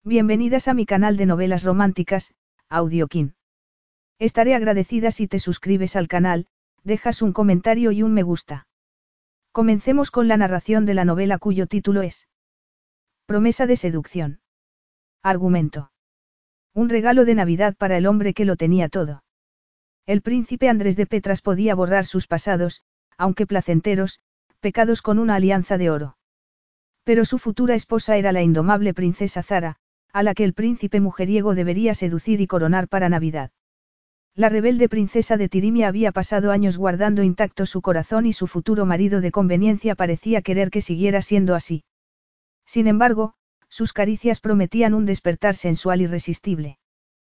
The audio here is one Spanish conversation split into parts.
Bienvenidas a mi canal de novelas románticas, Audiokin. Estaré agradecida si te suscribes al canal, dejas un comentario y un me gusta. Comencemos con la narración de la novela cuyo título es Promesa de seducción. Argumento. Un regalo de Navidad para el hombre que lo tenía todo. El príncipe Andrés de Petras podía borrar sus pasados, aunque placenteros, pecados con una alianza de oro. Pero su futura esposa era la indomable princesa Zara, a la que el príncipe mujeriego debería seducir y coronar para Navidad. La rebelde princesa de Tirimia había pasado años guardando intacto su corazón y su futuro marido de conveniencia parecía querer que siguiera siendo así. Sin embargo, sus caricias prometían un despertar sensual irresistible.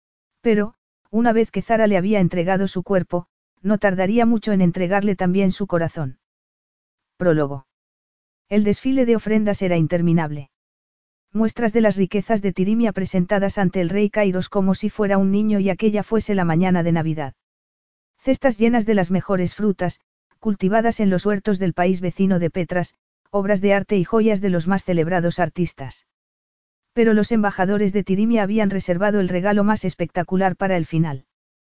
Pero, una vez que Zara le había entregado su cuerpo, no tardaría mucho en entregarle también su corazón. Prólogo. El desfile de ofrendas era interminable. Muestras de las riquezas de Tirimia presentadas ante el rey Kairos como si fuera un niño y aquella fuese la mañana de Navidad. Cestas llenas de las mejores frutas, cultivadas en los huertos del país vecino de Petras, obras de arte y joyas de los más celebrados artistas. Pero los embajadores de Tirimia habían reservado el regalo más espectacular para el final.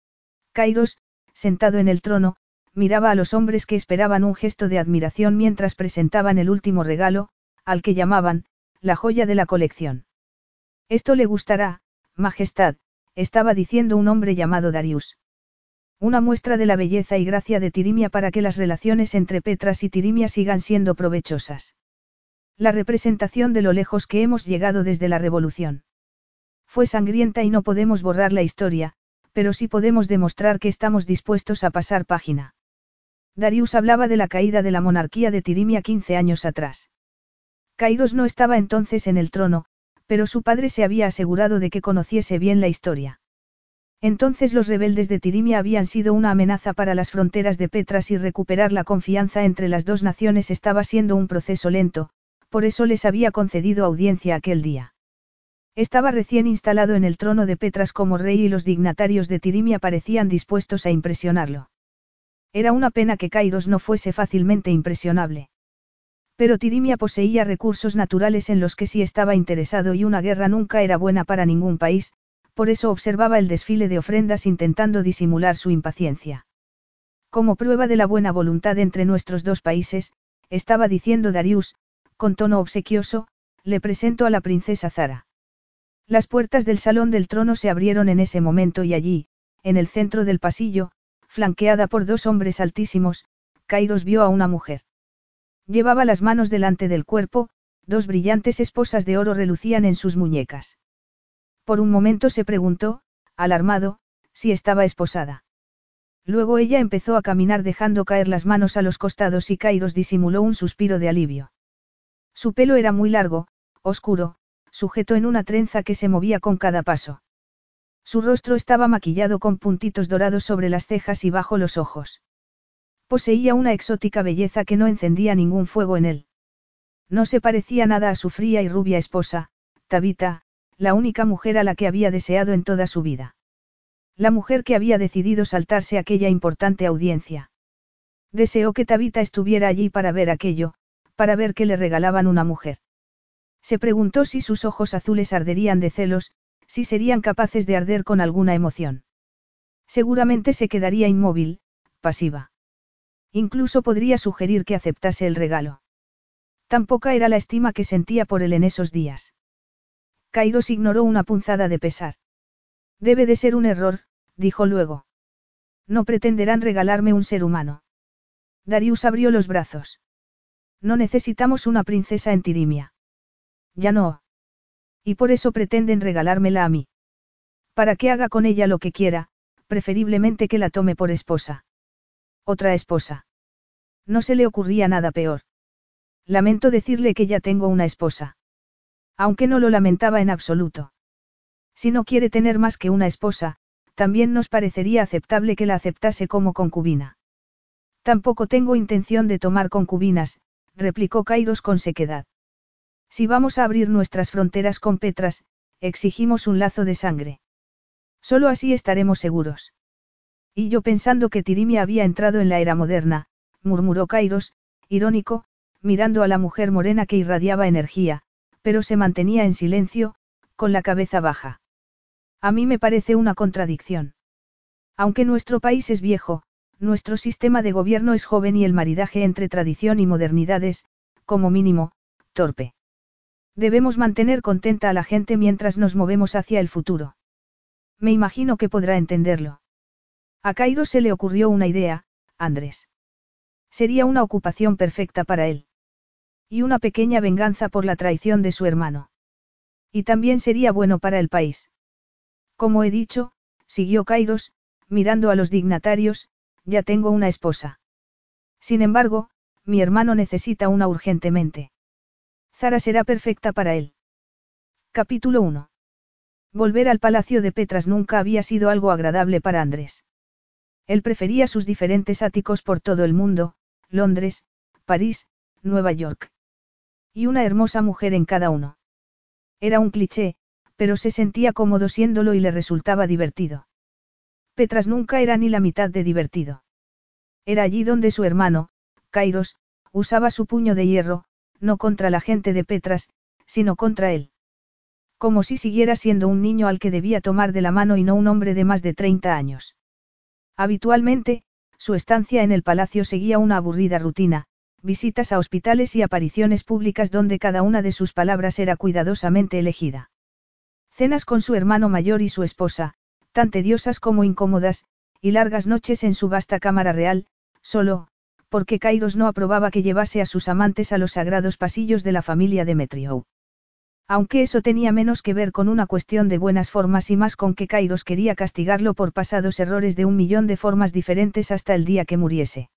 Kairos, sentado en el trono, miraba a los hombres que esperaban un gesto de admiración mientras presentaban el último regalo, al que llamaban, la joya de la colección. Esto le gustará, Majestad, estaba diciendo un hombre llamado Darius. Una muestra de la belleza y gracia de Tirimia para que las relaciones entre Petras y Tirimia sigan siendo provechosas. La representación de lo lejos que hemos llegado desde la revolución. Fue sangrienta y no podemos borrar la historia, pero sí podemos demostrar que estamos dispuestos a pasar página. Darius hablaba de la caída de la monarquía de Tirimia 15 años atrás. Kairos no estaba entonces en el trono, pero su padre se había asegurado de que conociese bien la historia. Entonces los rebeldes de Tirimia habían sido una amenaza para las fronteras de Petras y recuperar la confianza entre las dos naciones estaba siendo un proceso lento, por eso les había concedido audiencia aquel día. Estaba recién instalado en el trono de Petras como rey y los dignatarios de Tirimia parecían dispuestos a impresionarlo. Era una pena que Kairos no fuese fácilmente impresionable. Pero Tirimia poseía recursos naturales en los que sí estaba interesado y una guerra nunca era buena para ningún país, por eso observaba el desfile de ofrendas intentando disimular su impaciencia. Como prueba de la buena voluntad entre nuestros dos países, estaba diciendo Darius, con tono obsequioso, le presento a la princesa Zara. Las puertas del salón del trono se abrieron en ese momento y allí, en el centro del pasillo, flanqueada por dos hombres altísimos, Kairos vio a una mujer. Llevaba las manos delante del cuerpo, dos brillantes esposas de oro relucían en sus muñecas. Por un momento se preguntó, alarmado, si estaba esposada. Luego ella empezó a caminar dejando caer las manos a los costados y Kairos disimuló un suspiro de alivio. Su pelo era muy largo, oscuro, sujeto en una trenza que se movía con cada paso. Su rostro estaba maquillado con puntitos dorados sobre las cejas y bajo los ojos. Poseía una exótica belleza que no encendía ningún fuego en él. No se parecía nada a su fría y rubia esposa, Tabitha, la única mujer a la que había deseado en toda su vida. La mujer que había decidido saltarse aquella importante audiencia. Deseó que Tabitha estuviera allí para ver aquello, para ver que le regalaban una mujer. Se preguntó si sus ojos azules arderían de celos, si serían capaces de arder con alguna emoción. Seguramente se quedaría inmóvil, pasiva. Incluso podría sugerir que aceptase el regalo. Tan poca era la estima que sentía por él en esos días. Kairos ignoró una punzada de pesar. Debe de ser un error, dijo luego. No pretenderán regalarme un ser humano. Darius abrió los brazos. No necesitamos una princesa en Tirimia. Ya no. Y por eso pretenden regalármela a mí. Para que haga con ella lo que quiera, preferiblemente que la tome por esposa. Otra esposa. No se le ocurría nada peor. Lamento decirle que ya tengo una esposa. Aunque no lo lamentaba en absoluto. Si no quiere tener más que una esposa, también nos parecería aceptable que la aceptase como concubina. Tampoco tengo intención de tomar concubinas, replicó Kairos con sequedad. Si vamos a abrir nuestras fronteras con Petras, exigimos un lazo de sangre. Solo así estaremos seguros. Y yo pensando que Tirimia había entrado en la era moderna, murmuró Kairos, irónico, mirando a la mujer morena que irradiaba energía, pero se mantenía en silencio, con la cabeza baja. A mí me parece una contradicción. Aunque nuestro país es viejo, nuestro sistema de gobierno es joven y el maridaje entre tradición y modernidad es, como mínimo, torpe. Debemos mantener contenta a la gente mientras nos movemos hacia el futuro. Me imagino que podrá entenderlo. A Cairo se le ocurrió una idea, Andrés. Sería una ocupación perfecta para él. Y una pequeña venganza por la traición de su hermano. Y también sería bueno para el país. Como he dicho, siguió Kairos, mirando a los dignatarios, ya tengo una esposa. Sin embargo, mi hermano necesita una urgentemente. Zara será perfecta para él. Capítulo 1. Volver al palacio de Petras nunca había sido algo agradable para Andrés. Él prefería sus diferentes áticos por todo el mundo, Londres, París, Nueva York. Y una hermosa mujer en cada uno. Era un cliché, pero se sentía cómodo siéndolo y le resultaba divertido. Petras nunca era ni la mitad de divertido. Era allí donde su hermano, Kairos, usaba su puño de hierro, no contra la gente de Petras, sino contra él. Como si siguiera siendo un niño al que debía tomar de la mano y no un hombre de más de 30 años. Habitualmente, su estancia en el palacio seguía una aburrida rutina, visitas a hospitales y apariciones públicas donde cada una de sus palabras era cuidadosamente elegida. Cenas con su hermano mayor y su esposa, tan tediosas como incómodas, y largas noches en su vasta cámara real, solo, porque Kairos no aprobaba que llevase a sus amantes a los sagrados pasillos de la familia Demetriou. Aunque eso tenía menos que ver con una cuestión de buenas formas y más con que Kairos quería castigarlo por pasados errores de 1.000.000 de formas diferentes hasta el día que muriese.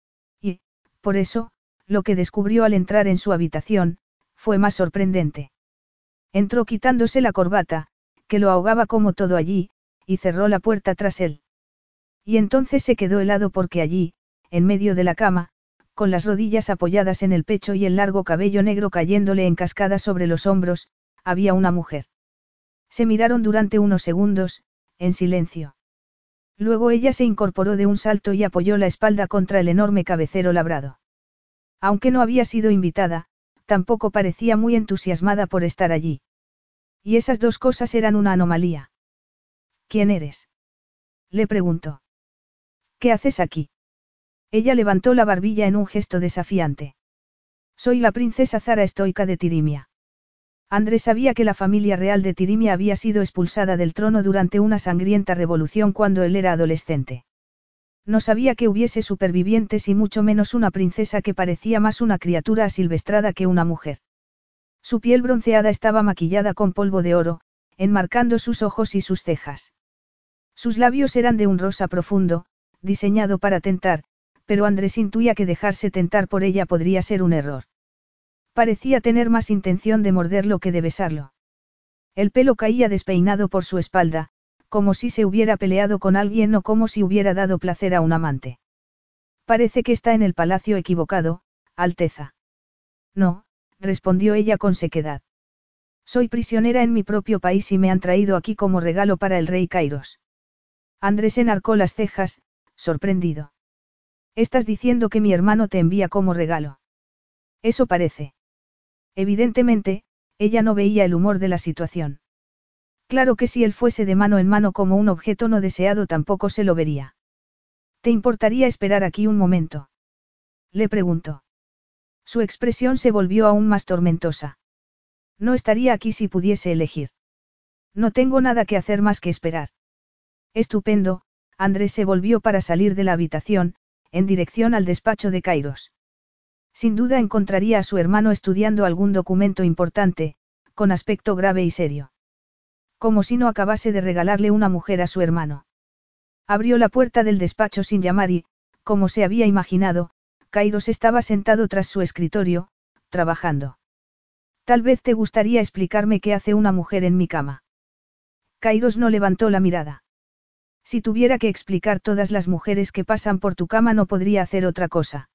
Y, por eso, lo que descubrió al entrar en su habitación, fue más sorprendente. Entró quitándose la corbata, que lo ahogaba como todo allí, y cerró la puerta tras él. Y entonces se quedó helado porque allí, en medio de la cama, con las rodillas apoyadas en el pecho y el largo cabello negro cayéndole en cascada sobre los hombros, había una mujer. Se miraron durante unos segundos, en silencio. Luego ella se incorporó de un salto y apoyó la espalda contra el enorme cabecero labrado. Aunque no había sido invitada, tampoco parecía muy entusiasmada por estar allí. Y esas dos cosas eran una anomalía. ¿Quién eres?, le preguntó. ¿Qué haces aquí? Ella levantó la barbilla en un gesto desafiante. Soy la princesa Zara Estoica de Tirimia. Andrés sabía que la familia real de Tirimia había sido expulsada del trono durante una sangrienta revolución cuando él era adolescente. No sabía que hubiese supervivientes y mucho menos una princesa que parecía más una criatura asilvestrada que una mujer. Su piel bronceada estaba maquillada con polvo de oro, enmarcando sus ojos y sus cejas. Sus labios eran de un rosa profundo, diseñado para tentar, pero Andrés intuía que dejarse tentar por ella podría ser un error. Parecía tener más intención de morderlo que de besarlo. El pelo caía despeinado por su espalda, como si se hubiera peleado con alguien o como si hubiera dado placer a un amante. Parece que está en el palacio equivocado, Alteza. No, respondió ella con sequedad. Soy prisionera en mi propio país y me han traído aquí como regalo para el rey Kairos. Andrés enarcó las cejas, sorprendido. Estás diciendo que mi hermano te envía como regalo. Eso parece. Evidentemente, ella no veía el humor de la situación. Claro que si él fuese de mano en mano como un objeto no deseado tampoco se lo vería. ¿Te importaría esperar aquí un momento?, le preguntó. Su expresión se volvió aún más tormentosa. No estaría aquí si pudiese elegir. No tengo nada que hacer más que esperar. Estupendo, Andrés se volvió para salir de la habitación, en dirección al despacho de Kairos. Sin duda encontraría a su hermano estudiando algún documento importante, con aspecto grave y serio. Como si no acabase de regalarle una mujer a su hermano. Abrió la puerta del despacho sin llamar y, como se había imaginado, Kairos estaba sentado tras su escritorio, trabajando. Tal vez te gustaría explicarme qué hace una mujer en mi cama. Kairos no levantó la mirada. Si tuviera que explicar todas las mujeres que pasan por tu cama no podría hacer otra cosa.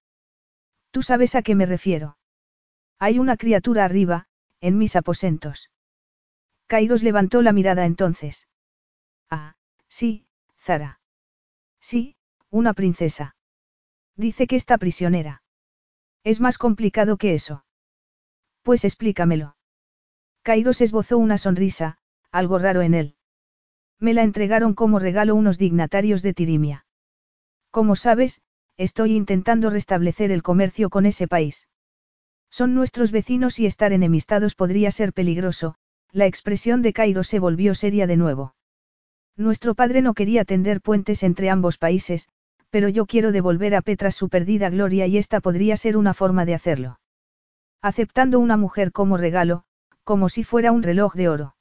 ¿Tú sabes a qué me refiero? Hay una criatura arriba, en mis aposentos. Kairos levantó la mirada entonces. Ah, sí, Zara. Sí, una princesa. Dice que está prisionera. Es más complicado que eso. Pues explícamelo. Kairos esbozó una sonrisa, algo raro en él. Me la entregaron como regalo unos dignatarios de Tirimia. Como sabes, estoy intentando restablecer el comercio con ese país. Son nuestros vecinos y estar enemistados podría ser peligroso. La expresión de Cairo se volvió seria de nuevo. Nuestro padre no quería tender puentes entre ambos países, pero yo quiero devolver a Petra su perdida gloria y esta podría ser una forma de hacerlo. Aceptando una mujer como regalo, como si fuera un reloj de oro.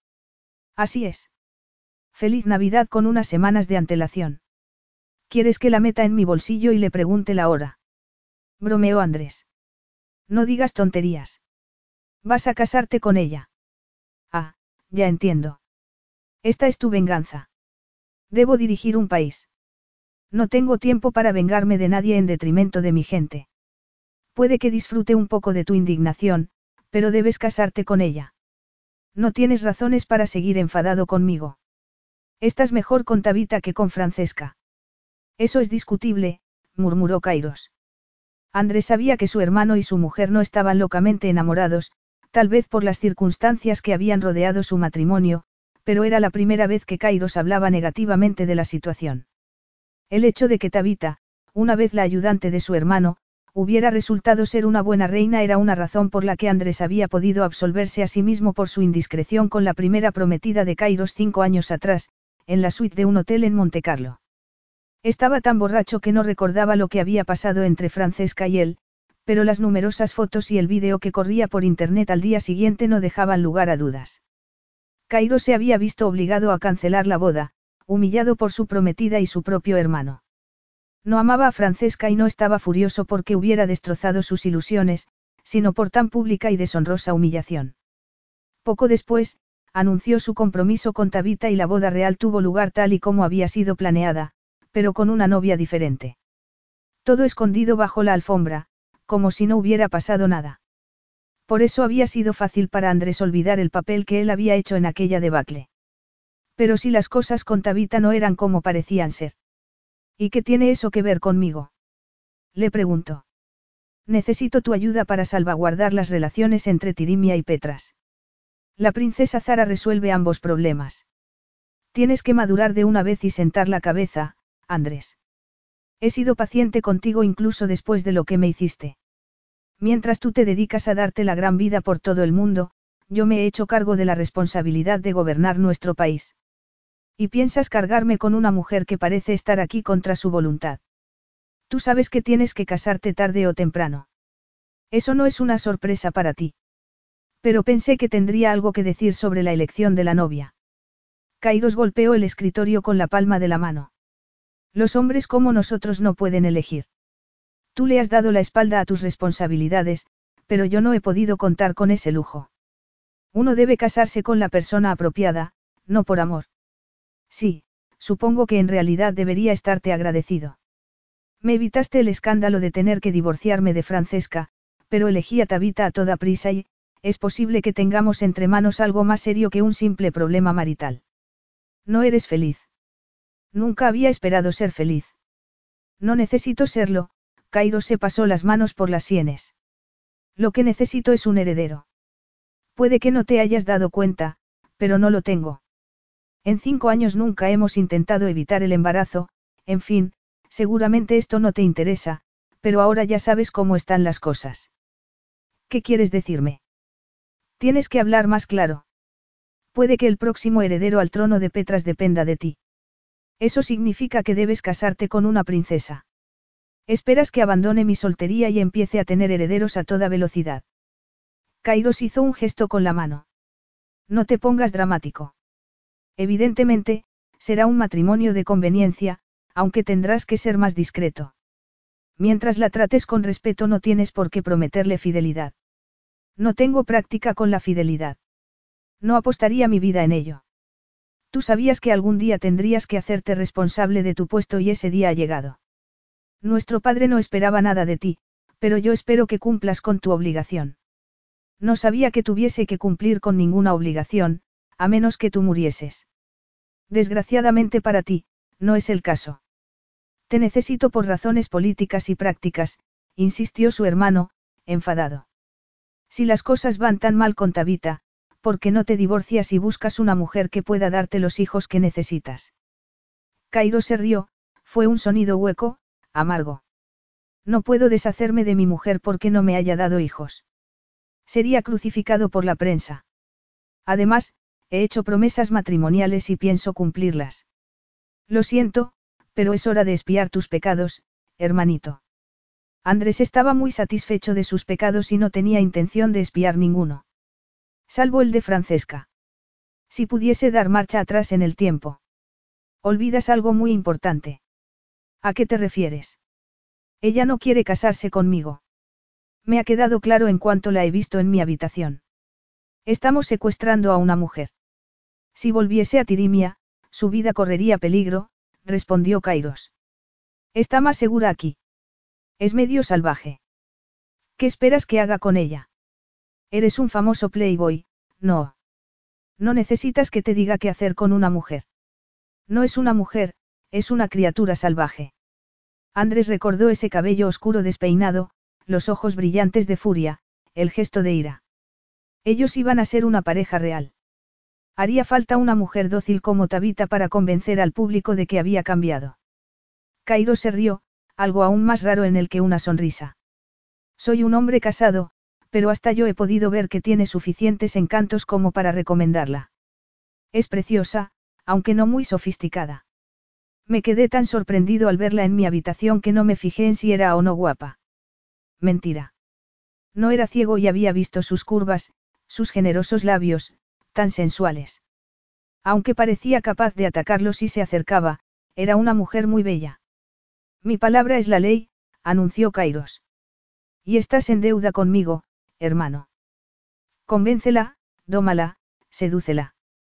Así es. Feliz Navidad con unas semanas de antelación. ¿Quieres que la meta en mi bolsillo y le pregunte la hora? Bromeó Andrés. No digas tonterías. ¿Vas a casarte con ella? Ah, ya entiendo. Esta es tu venganza. Debo dirigir un país. No tengo tiempo para vengarme de nadie en detrimento de mi gente. Puede que disfrute un poco de tu indignación, pero debes casarte con ella. No tienes razones para seguir enfadado conmigo. Estás mejor con Tabita que con Francesca. Eso es discutible, murmuró Kairos. Andrés sabía que su hermano y su mujer no estaban locamente enamorados, tal vez por las circunstancias que habían rodeado su matrimonio, pero era la primera vez que Kairos hablaba negativamente de la situación. El hecho de que Tabita, una vez la ayudante de su hermano, hubiera resultado ser una buena reina era una razón por la que Andrés había podido absolverse a sí mismo por su indiscreción con la primera prometida de Kairos 5 años atrás, en la suite de un hotel en Montecarlo. Estaba tan borracho que no recordaba lo que había pasado entre Francesca y él, pero las numerosas fotos y el vídeo que corría por internet al día siguiente no dejaban lugar a dudas. Kairos se había visto obligado a cancelar la boda, humillado por su prometida y su propio hermano. No amaba a Francesca y no estaba furioso porque hubiera destrozado sus ilusiones, sino por tan pública y deshonrosa humillación. Poco después, anunció su compromiso con Tabita y la boda real tuvo lugar tal y como había sido planeada, pero con una novia diferente. Todo escondido bajo la alfombra, como si no hubiera pasado nada. Por eso había sido fácil para Andrés olvidar el papel que él había hecho en aquella debacle. Pero si las cosas con Tabita no eran como parecían ser. ¿Y qué tiene eso que ver conmigo? Le preguntó. Necesito tu ayuda para salvaguardar las relaciones entre Tirimia y Petras. La princesa Zara resuelve ambos problemas. Tienes que madurar de una vez y sentar la cabeza, Andrés. He sido paciente contigo incluso después de lo que me hiciste. Mientras tú te dedicas a darte la gran vida por todo el mundo, yo me he hecho cargo de la responsabilidad de gobernar nuestro país. Y piensas cargarme con una mujer que parece estar aquí contra su voluntad. Tú sabes que tienes que casarte tarde o temprano. Eso no es una sorpresa para ti. Pero pensé que tendría algo que decir sobre la elección de la novia. Kairos golpeó el escritorio con la palma de la mano. Los hombres como nosotros no pueden elegir. Tú le has dado la espalda a tus responsabilidades, pero yo no he podido contar con ese lujo. Uno debe casarse con la persona apropiada, no por amor. Sí, supongo que en realidad debería estarte agradecido. Me evitaste el escándalo de tener que divorciarme de Francesca, pero elegí a Tabita a toda prisa y, es posible que tengamos entre manos algo más serio que un simple problema marital. No eres feliz. Nunca había esperado ser feliz. No necesito serlo, Cairo se pasó las manos por las sienes. Lo que necesito es un heredero. Puede que no te hayas dado cuenta, pero no lo tengo. En 5 años nunca hemos intentado evitar el embarazo, en fin, seguramente esto no te interesa, pero ahora ya sabes cómo están las cosas. ¿Qué quieres decirme? Tienes que hablar más claro. Puede que el próximo heredero al trono de Petras dependa de ti. Eso significa que debes casarte con una princesa. Esperas que abandone mi soltería y empiece a tener herederos a toda velocidad. Kairos hizo un gesto con la mano. No te pongas dramático. Evidentemente, será un matrimonio de conveniencia, aunque tendrás que ser más discreto. Mientras la trates con respeto no tienes por qué prometerle fidelidad. No tengo práctica con la fidelidad. No apostaría mi vida en ello. Tú sabías que algún día tendrías que hacerte responsable de tu puesto y ese día ha llegado. Nuestro padre no esperaba nada de ti, pero yo espero que cumplas con tu obligación. No sabía que tuviese que cumplir con ninguna obligación, a menos que tú murieses. Desgraciadamente para ti, no es el caso. Te necesito por razones políticas y prácticas, insistió su hermano, enfadado. Si las cosas van tan mal con Tabita, ¿por qué no te divorcias y buscas una mujer que pueda darte los hijos que necesitas? Cairo se rió, fue un sonido hueco, amargo. No puedo deshacerme de mi mujer porque no me haya dado hijos. Sería crucificado por la prensa. Además, he hecho promesas matrimoniales y pienso cumplirlas. Lo siento, pero es hora de expiar tus pecados, hermanito. Andrés estaba muy satisfecho de sus pecados y no tenía intención de expiar ninguno. Salvo el de Francesca. Si pudiese dar marcha atrás en el tiempo. Olvidas algo muy importante. ¿A qué te refieres? Ella no quiere casarse conmigo. Me ha quedado claro en cuanto la he visto en mi habitación. Estamos secuestrando a una mujer. Si volviese a Tirimia, su vida correría peligro, respondió Kairos. Está más segura aquí. Es medio salvaje. ¿Qué esperas que haga con ella? Eres un famoso playboy, no. No necesitas que te diga qué hacer con una mujer. No es una mujer, es una criatura salvaje. Andrés recordó ese cabello oscuro despeinado, los ojos brillantes de furia, el gesto de ira. Ellos iban a ser una pareja real. Haría falta una mujer dócil como Tabita para convencer al público de que había cambiado. Cairo se rió, algo aún más raro en él que una sonrisa. Soy un hombre casado, pero hasta yo he podido ver que tiene suficientes encantos como para recomendarla. Es preciosa, aunque no muy sofisticada. Me quedé tan sorprendido al verla en mi habitación que no me fijé en si era o no guapa. Mentira. No era ciego y había visto sus curvas, sus generosos labios, tan sensuales. Aunque parecía capaz de atacarlo si se acercaba, era una mujer muy bella. Mi palabra es la ley, anunció Kairos. Y estás en deuda conmigo, hermano. Convéncela, dómala, sedúcela.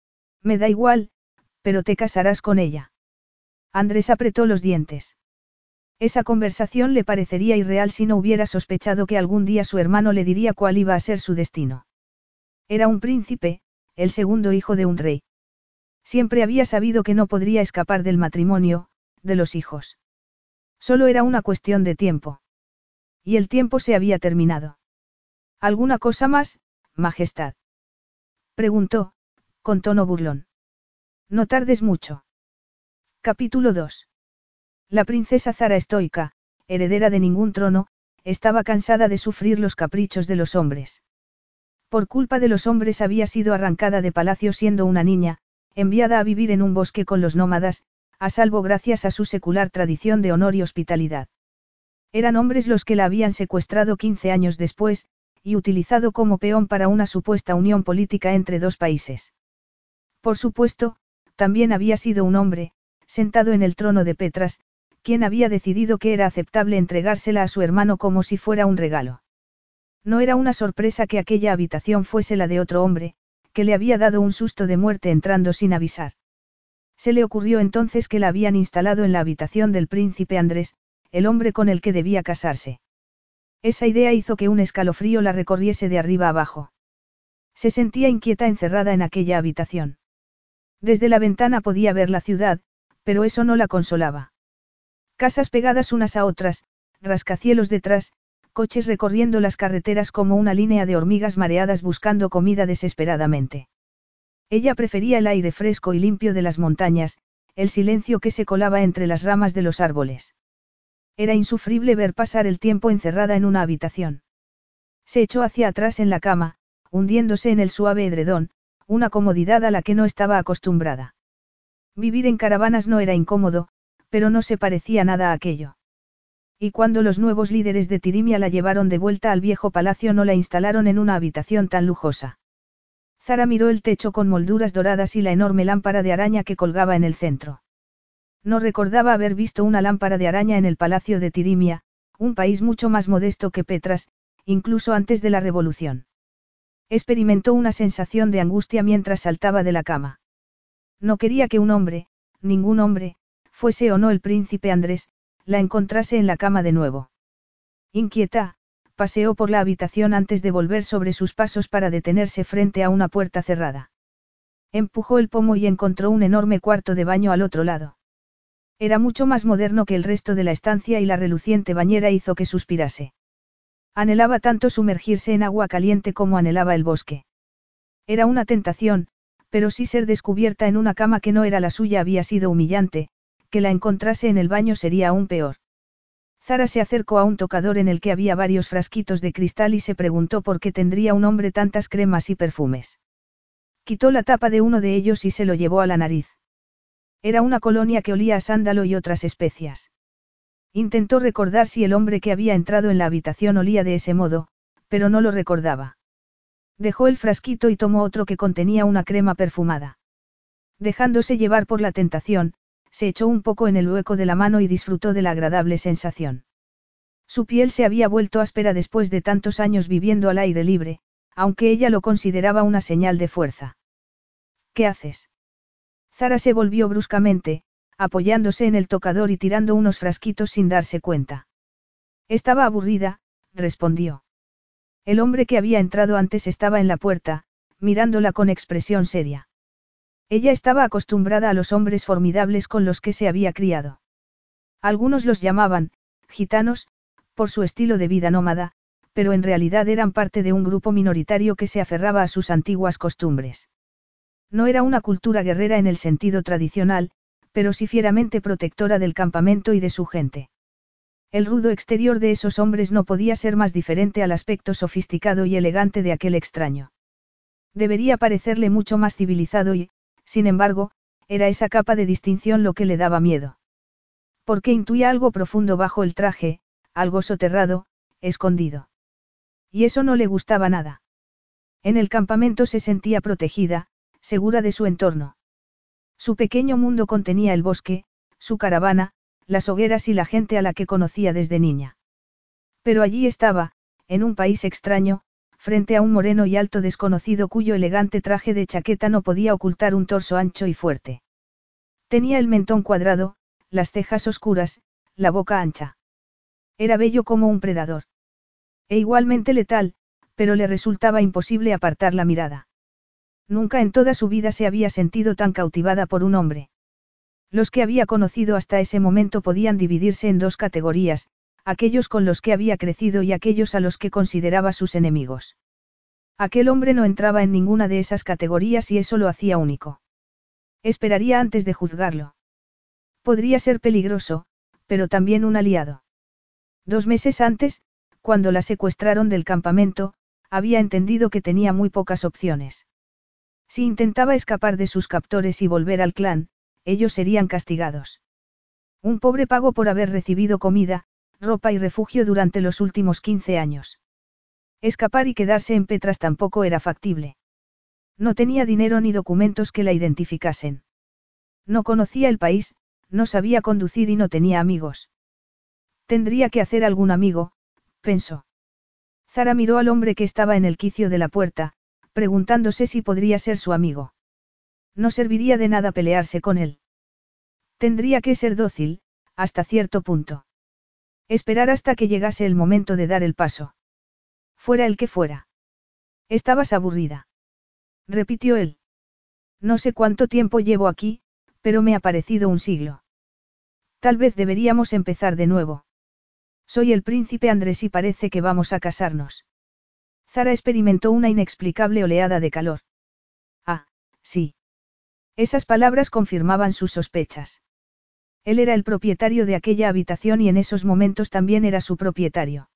Me da igual, pero te casarás con ella. Andrés apretó los dientes. Esa conversación le parecería irreal si no hubiera sospechado que algún día su hermano le diría cuál iba a ser su destino. Era un príncipe, el segundo hijo de un rey. Siempre había sabido que no podría escapar del matrimonio, de los hijos. Solo era una cuestión de tiempo. Y el tiempo se había terminado. ¿Alguna cosa más, Majestad? Preguntó, con tono burlón. No tardes mucho. Capítulo 2. La princesa Zara estoica, heredera de ningún trono, estaba cansada de sufrir los caprichos de los hombres. Por culpa de los hombres había sido arrancada de palacio siendo una niña, enviada a vivir en un bosque con los nómadas, a salvo gracias a su secular tradición de honor y hospitalidad. Eran hombres los que la habían secuestrado 15 años después, y utilizado como peón para una supuesta unión política entre dos países. Por supuesto, también había sido un hombre, sentado en el trono de Petras, quien había decidido que era aceptable entregársela a su hermano como si fuera un regalo. No era una sorpresa que aquella habitación fuese la de otro hombre, que le había dado un susto de muerte entrando sin avisar. Se le ocurrió entonces que la habían instalado en la habitación del príncipe Andrés, el hombre con el que debía casarse. Esa idea hizo que un escalofrío la recorriese de arriba abajo. Se sentía inquieta encerrada en aquella habitación. Desde la ventana podía ver la ciudad, pero eso no la consolaba. Casas pegadas unas a otras, rascacielos detrás, coches recorriendo las carreteras como una línea de hormigas mareadas buscando comida desesperadamente. Ella prefería el aire fresco y limpio de las montañas, el silencio que se colaba entre las ramas de los árboles. Era insufrible ver pasar el tiempo encerrada en una habitación. Se echó hacia atrás en la cama, hundiéndose en el suave edredón, una comodidad a la que no estaba acostumbrada. Vivir en caravanas no era incómodo, pero no se parecía nada a aquello. Y cuando los nuevos líderes de Tirimia la llevaron de vuelta al viejo palacio no la instalaron en una habitación tan lujosa. Zara miró el techo con molduras doradas y la enorme lámpara de araña que colgaba en el centro. No recordaba haber visto una lámpara de araña en el palacio de Tirimia, un país mucho más modesto que Petras, incluso antes de la revolución. Experimentó una sensación de angustia mientras saltaba de la cama. No quería que un hombre, ningún hombre, fuese o no el príncipe Andrés, la encontrase en la cama de nuevo. Inquieta, paseó por la habitación antes de volver sobre sus pasos para detenerse frente a una puerta cerrada. Empujó el pomo y encontró un enorme cuarto de baño al otro lado. Era mucho más moderno que el resto de la estancia y la reluciente bañera hizo que suspirase. Anhelaba tanto sumergirse en agua caliente como anhelaba el bosque. Era una tentación, pero sí ser descubierta en una cama que no era la suya había sido humillante, que la encontrase en el baño sería aún peor. Zara se acercó a un tocador en el que había varios frasquitos de cristal y se preguntó por qué tendría un hombre tantas cremas y perfumes. Quitó la tapa de uno de ellos y se lo llevó a la nariz. Era una colonia que olía a sándalo y otras especias. Intentó recordar si el hombre que había entrado en la habitación olía de ese modo, pero no lo recordaba. Dejó el frasquito y tomó otro que contenía una crema perfumada. Dejándose llevar por la tentación, se echó un poco en el hueco de la mano y disfrutó de la agradable sensación. Su piel se había vuelto áspera después de tantos años viviendo al aire libre, aunque ella lo consideraba una señal de fuerza. ¿Qué haces? Zara se volvió bruscamente, apoyándose en el tocador y tirando unos frasquitos sin darse cuenta. Estaba aburrida, respondió. El hombre que había entrado antes estaba en la puerta, mirándola con expresión seria. Ella estaba acostumbrada a los hombres formidables con los que se había criado. Algunos los llamaban, gitanos, por su estilo de vida nómada, pero en realidad eran parte de un grupo minoritario que se aferraba a sus antiguas costumbres. No era una cultura guerrera en el sentido tradicional, pero sí fieramente protectora del campamento y de su gente. El rudo exterior de esos hombres no podía ser más diferente al aspecto sofisticado y elegante de aquel extraño. Debería parecerle mucho más civilizado y, sin embargo, era esa capa de distinción lo que le daba miedo. Porque intuía algo profundo bajo el traje, algo soterrado, escondido. Y eso no le gustaba nada. En el campamento se sentía protegida, segura de su entorno. Su pequeño mundo contenía el bosque, su caravana, las hogueras y la gente a la que conocía desde niña. Pero allí estaba, en un país extraño, frente a un moreno y alto desconocido cuyo elegante traje de chaqueta no podía ocultar un torso ancho y fuerte. Tenía el mentón cuadrado, las cejas oscuras, la boca ancha. Era bello como un predador. E igualmente letal, pero le resultaba imposible apartar la mirada. Nunca en toda su vida se había sentido tan cautivada por un hombre. Los que había conocido hasta ese momento podían dividirse en dos categorías, aquellos con los que había crecido y aquellos a los que consideraba sus enemigos. Aquel hombre no entraba en ninguna de esas categorías y eso lo hacía único. Esperaría antes de juzgarlo. Podría ser peligroso, pero también un aliado. 2 meses antes, cuando la secuestraron del campamento, había entendido que tenía muy pocas opciones. Si intentaba escapar de sus captores y volver al clan, ellos serían castigados. Un pobre pago por haber recibido comida, ropa y refugio durante los últimos 15 años. Escapar y quedarse en Petras tampoco era factible. No tenía dinero ni documentos que la identificasen. No conocía el país, no sabía conducir y no tenía amigos. Tendría que hacer algún amigo, pensó. Zara miró al hombre que estaba en el quicio de la puerta, preguntándose si podría ser su amigo. No serviría de nada pelearse con él. Tendría que ser dócil, hasta cierto punto. Esperar hasta que llegase el momento de dar el paso. Fuera el que fuera. Estabas aburrida. Repitió él. No sé cuánto tiempo llevo aquí, pero me ha parecido un siglo. Tal vez deberíamos empezar de nuevo. Soy el príncipe Andrés y parece que vamos a casarnos. Zara experimentó una inexplicable oleada de calor. Ah, sí. Esas palabras confirmaban sus sospechas. Él era el propietario de aquella habitación y en esos momentos también era su propietario.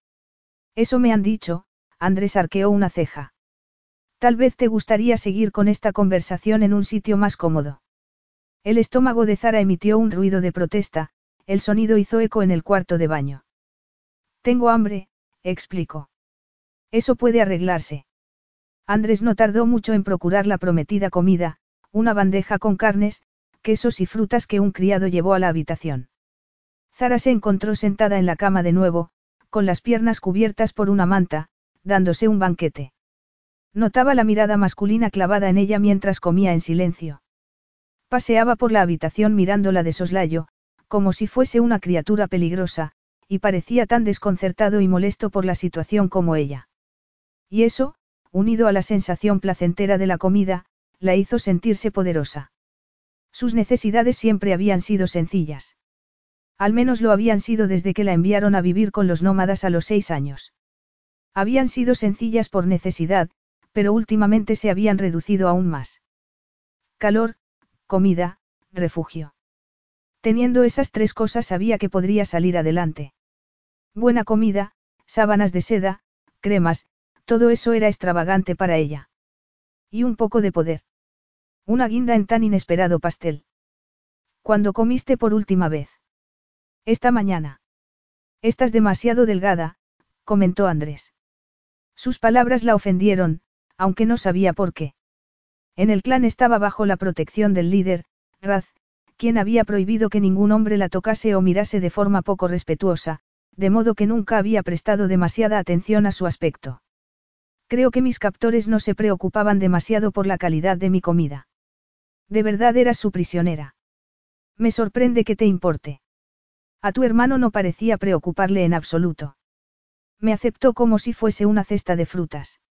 Eso me han dicho, Andrés arqueó una ceja. Tal vez te gustaría seguir con esta conversación en un sitio más cómodo. El estómago de Zara emitió un ruido de protesta, el sonido hizo eco en el cuarto de baño. Tengo hambre, explicó. Eso puede arreglarse. Andrés no tardó mucho en procurar la prometida comida, una bandeja con carnes, quesos y frutas que un criado llevó a la habitación. Zara se encontró sentada en la cama de nuevo, con las piernas cubiertas por una manta, dándose un banquete. Notaba la mirada masculina clavada en ella mientras comía en silencio. Paseaba por la habitación mirándola de soslayo, como si fuese una criatura peligrosa, y parecía tan desconcertado y molesto por la situación como ella. Y eso, unido a la sensación placentera de la comida, la hizo sentirse poderosa. Sus necesidades siempre habían sido sencillas. Al menos lo habían sido desde que la enviaron a vivir con los nómadas a los 6 años. Habían sido sencillas por necesidad, pero últimamente se habían reducido aún más. Calor, comida, refugio. Teniendo esas tres cosas sabía que podría salir adelante. Buena comida, sábanas de seda, cremas, todo eso era extravagante para ella. Y un poco de poder. Una guinda en tan inesperado pastel. ¿Cuándo comiste por última vez? Esta mañana. Estás demasiado delgada, comentó Andrés. Sus palabras la ofendieron, aunque no sabía por qué. En el clan estaba bajo la protección del líder, Raz, quien había prohibido que ningún hombre la tocase o mirase de forma poco respetuosa, de modo que nunca había prestado demasiada atención a su aspecto. Creo que mis captores no se preocupaban demasiado por la calidad de mi comida. De verdad eras su prisionera. Me sorprende que te importe. A tu hermano no parecía preocuparle en absoluto. Me aceptó como si fuese una cesta de frutas.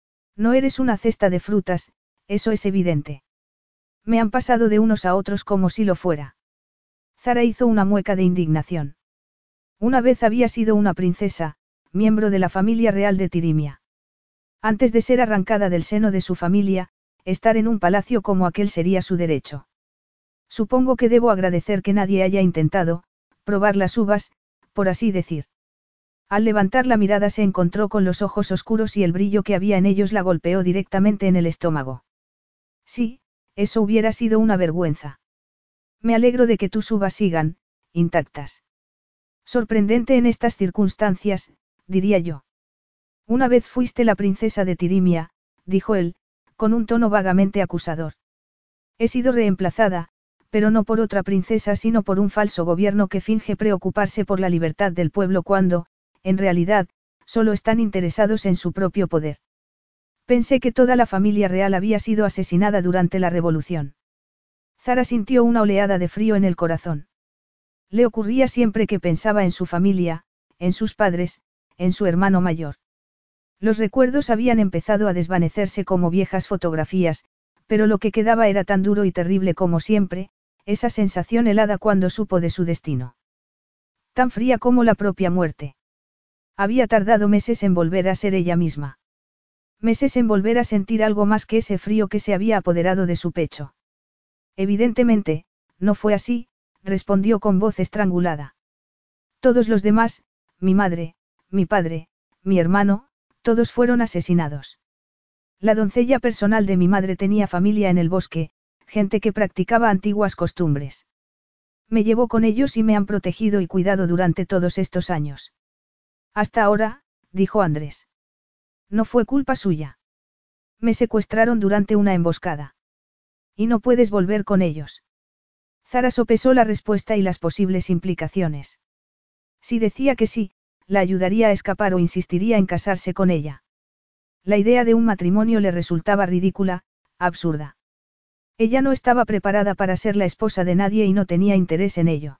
No eres una cesta de frutas, eso es evidente. Me han pasado de unos a otros como si lo fuera. Zara hizo una mueca de indignación. Una vez había sido una princesa, miembro de la familia real de Tirimia. Antes de ser arrancada del seno de su familia, estar en un palacio como aquel sería su derecho. Supongo que debo agradecer que nadie haya intentado, probar las uvas, por así decir. Al levantar la mirada se encontró con los ojos oscuros y el brillo que había en ellos la golpeó directamente en el estómago. Sí, eso hubiera sido una vergüenza. Me alegro de que tus uvas sigan, intactas. Sorprendente en estas circunstancias, diría yo. Una vez fuiste la princesa de Tirimia, dijo él, con un tono vagamente acusador. He sido reemplazada, pero no por otra princesa sino por un falso gobierno que finge preocuparse por la libertad del pueblo cuando, en realidad, solo están interesados en su propio poder. Pensé que toda la familia real había sido asesinada durante la revolución. Zara sintió una oleada de frío en el corazón. Le ocurría siempre que pensaba en su familia, en sus padres, en su hermano mayor. Los recuerdos habían empezado a desvanecerse como viejas fotografías, pero lo que quedaba era tan duro y terrible como siempre, esa sensación helada cuando supo de su destino. Tan fría como la propia muerte. Había tardado meses en volver a ser ella misma. Meses en volver a sentir algo más que ese frío que se había apoderado de su pecho. Evidentemente, no fue así, respondió con voz estrangulada. Todos los demás, mi madre, mi padre, mi hermano, todos fueron asesinados. La doncella personal de mi madre tenía familia en el bosque, gente que practicaba antiguas costumbres. Me llevó con ellos y me han protegido y cuidado durante todos estos años. Hasta ahora, dijo Andrés. No fue culpa suya. Me secuestraron durante una emboscada. Y no puedes volver con ellos. Zara sopesó la respuesta y las posibles implicaciones. Si decía que sí, la ayudaría a escapar o insistiría en casarse con ella. La idea de un matrimonio le resultaba ridícula, absurda. Ella no estaba preparada para ser la esposa de nadie y no tenía interés en ello.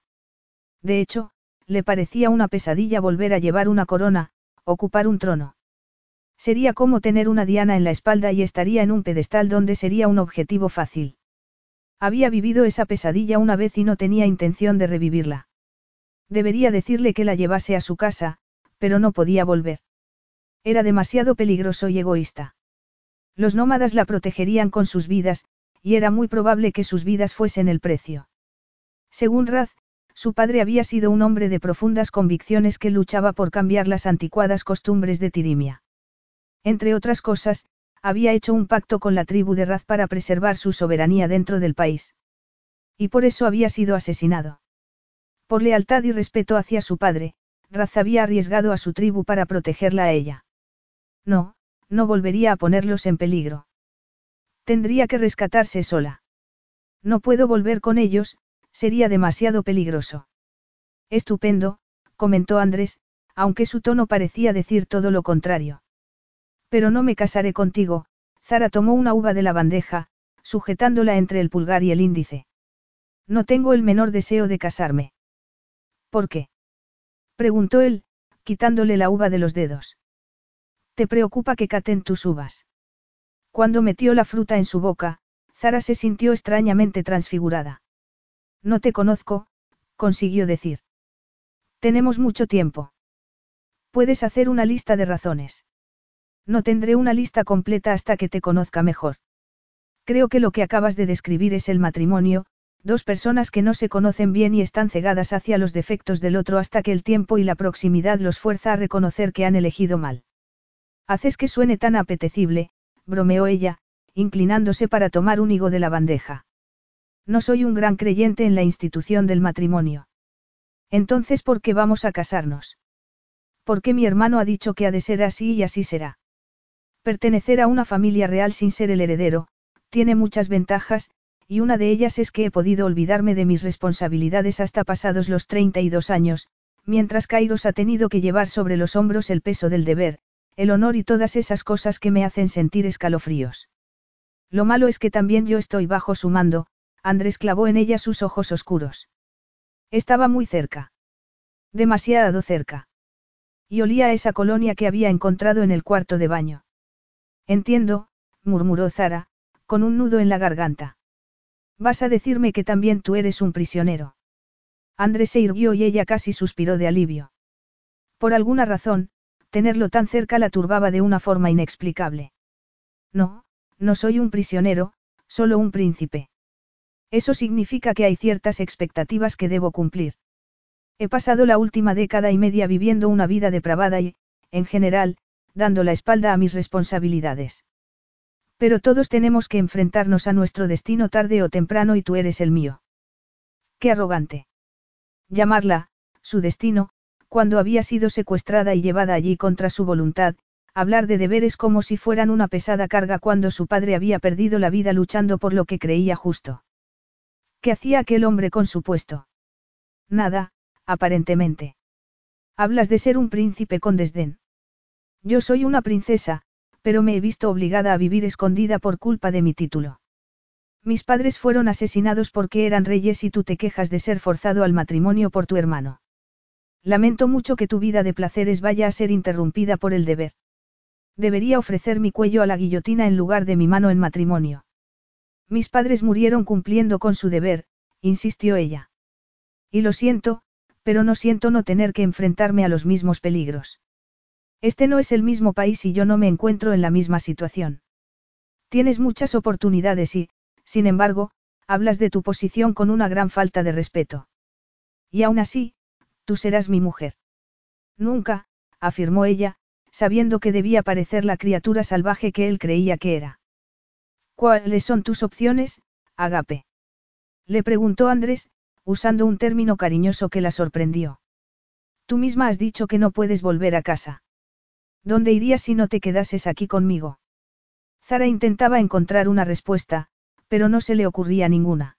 De hecho, le parecía una pesadilla volver a llevar una corona, ocupar un trono. Sería como tener una diana en la espalda y estaría en un pedestal donde sería un objetivo fácil. Había vivido esa pesadilla una vez y no tenía intención de revivirla. Debería decirle que la llevase a su casa, pero no podía volver. Era demasiado peligroso y egoísta. Los nómadas la protegerían con sus vidas, y era muy probable que sus vidas fuesen el precio. Según Raz, su padre había sido un hombre de profundas convicciones que luchaba por cambiar las anticuadas costumbres de Tirimia. Entre otras cosas, había hecho un pacto con la tribu de Raz para preservar su soberanía dentro del país. Y por eso había sido asesinado. Por lealtad y respeto hacia su padre, Raz había arriesgado a su tribu para protegerla a ella. No, no volvería a ponerlos en peligro. Tendría que rescatarse sola. No puedo volver con ellos, sería demasiado peligroso. Estupendo, comentó Andrés, aunque su tono parecía decir todo lo contrario. Pero no me casaré contigo. Zara tomó una uva de la bandeja, sujetándola entre el pulgar y el índice. No tengo el menor deseo de casarme. ¿Por qué? Preguntó él, quitándole la uva de los dedos. ¿Te preocupa que caten tus uvas? Cuando metió la fruta en su boca, Zara se sintió extrañamente transfigurada. No te conozco, consiguió decir. Tenemos mucho tiempo. Puedes hacer una lista de razones. No tendré una lista completa hasta que te conozca mejor. Creo que lo que acabas de describir es el matrimonio, dos personas que no se conocen bien y están cegadas hacia los defectos del otro hasta que el tiempo y la proximidad los fuerza a reconocer que han elegido mal. Haces que suene tan apetecible, bromeó ella, inclinándose para tomar un higo de la bandeja. No soy un gran creyente en la institución del matrimonio. Entonces, ¿por qué vamos a casarnos? Porque mi hermano ha dicho que ha de ser así y así será. Pertenecer a una familia real sin ser el heredero, tiene muchas ventajas, y una de ellas es que he podido olvidarme de mis responsabilidades hasta pasados los 32 años, mientras Kairos ha tenido que llevar sobre los hombros el peso del deber, el honor y todas esas cosas que me hacen sentir escalofríos. Lo malo es que también yo estoy bajo su mando. Andrés clavó en ella sus ojos oscuros. Estaba muy cerca. Demasiado cerca. Y olía a esa colonia que había encontrado en el cuarto de baño. Entiendo, murmuró Zara, con un nudo en la garganta. Vas a decirme que también tú eres un prisionero. Andrés se irguió y ella casi suspiró de alivio. Por alguna razón, tenerlo tan cerca la turbaba de una forma inexplicable. No, no soy un prisionero, solo un príncipe. Eso significa que hay ciertas expectativas que debo cumplir. He pasado la última década y media viviendo una vida depravada y, en general, dando la espalda a mis responsabilidades. Pero todos tenemos que enfrentarnos a nuestro destino tarde o temprano y tú eres el mío. Qué arrogante. Llamarla, su destino, cuando había sido secuestrada y llevada allí contra su voluntad, hablar de deberes como si fueran una pesada carga cuando su padre había perdido la vida luchando por lo que creía justo. ¿Qué hacía aquel hombre con su puesto? Nada, aparentemente. Hablas de ser un príncipe con desdén. Yo soy una princesa, pero me he visto obligada a vivir escondida por culpa de mi título. Mis padres fueron asesinados porque eran reyes y tú te quejas de ser forzado al matrimonio por tu hermano. Lamento mucho que tu vida de placeres vaya a ser interrumpida por el deber. Debería ofrecer mi cuello a la guillotina en lugar de mi mano en matrimonio. Mis padres murieron cumpliendo con su deber, insistió ella. Y lo siento, pero no siento no tener que enfrentarme a los mismos peligros. Este no es el mismo país y yo no me encuentro en la misma situación. Tienes muchas oportunidades y, sin embargo, hablas de tu posición con una gran falta de respeto. Y aún así, tú serás mi mujer. Nunca, afirmó ella, sabiendo que debía parecer la criatura salvaje que él creía que era. ¿Cuáles son tus opciones, Agape? Le preguntó Andrés, usando un término cariñoso que la sorprendió. Tú misma has dicho que no puedes volver a casa. ¿Dónde irías si no te quedases aquí conmigo? Zara intentaba encontrar una respuesta, pero no se le ocurría ninguna.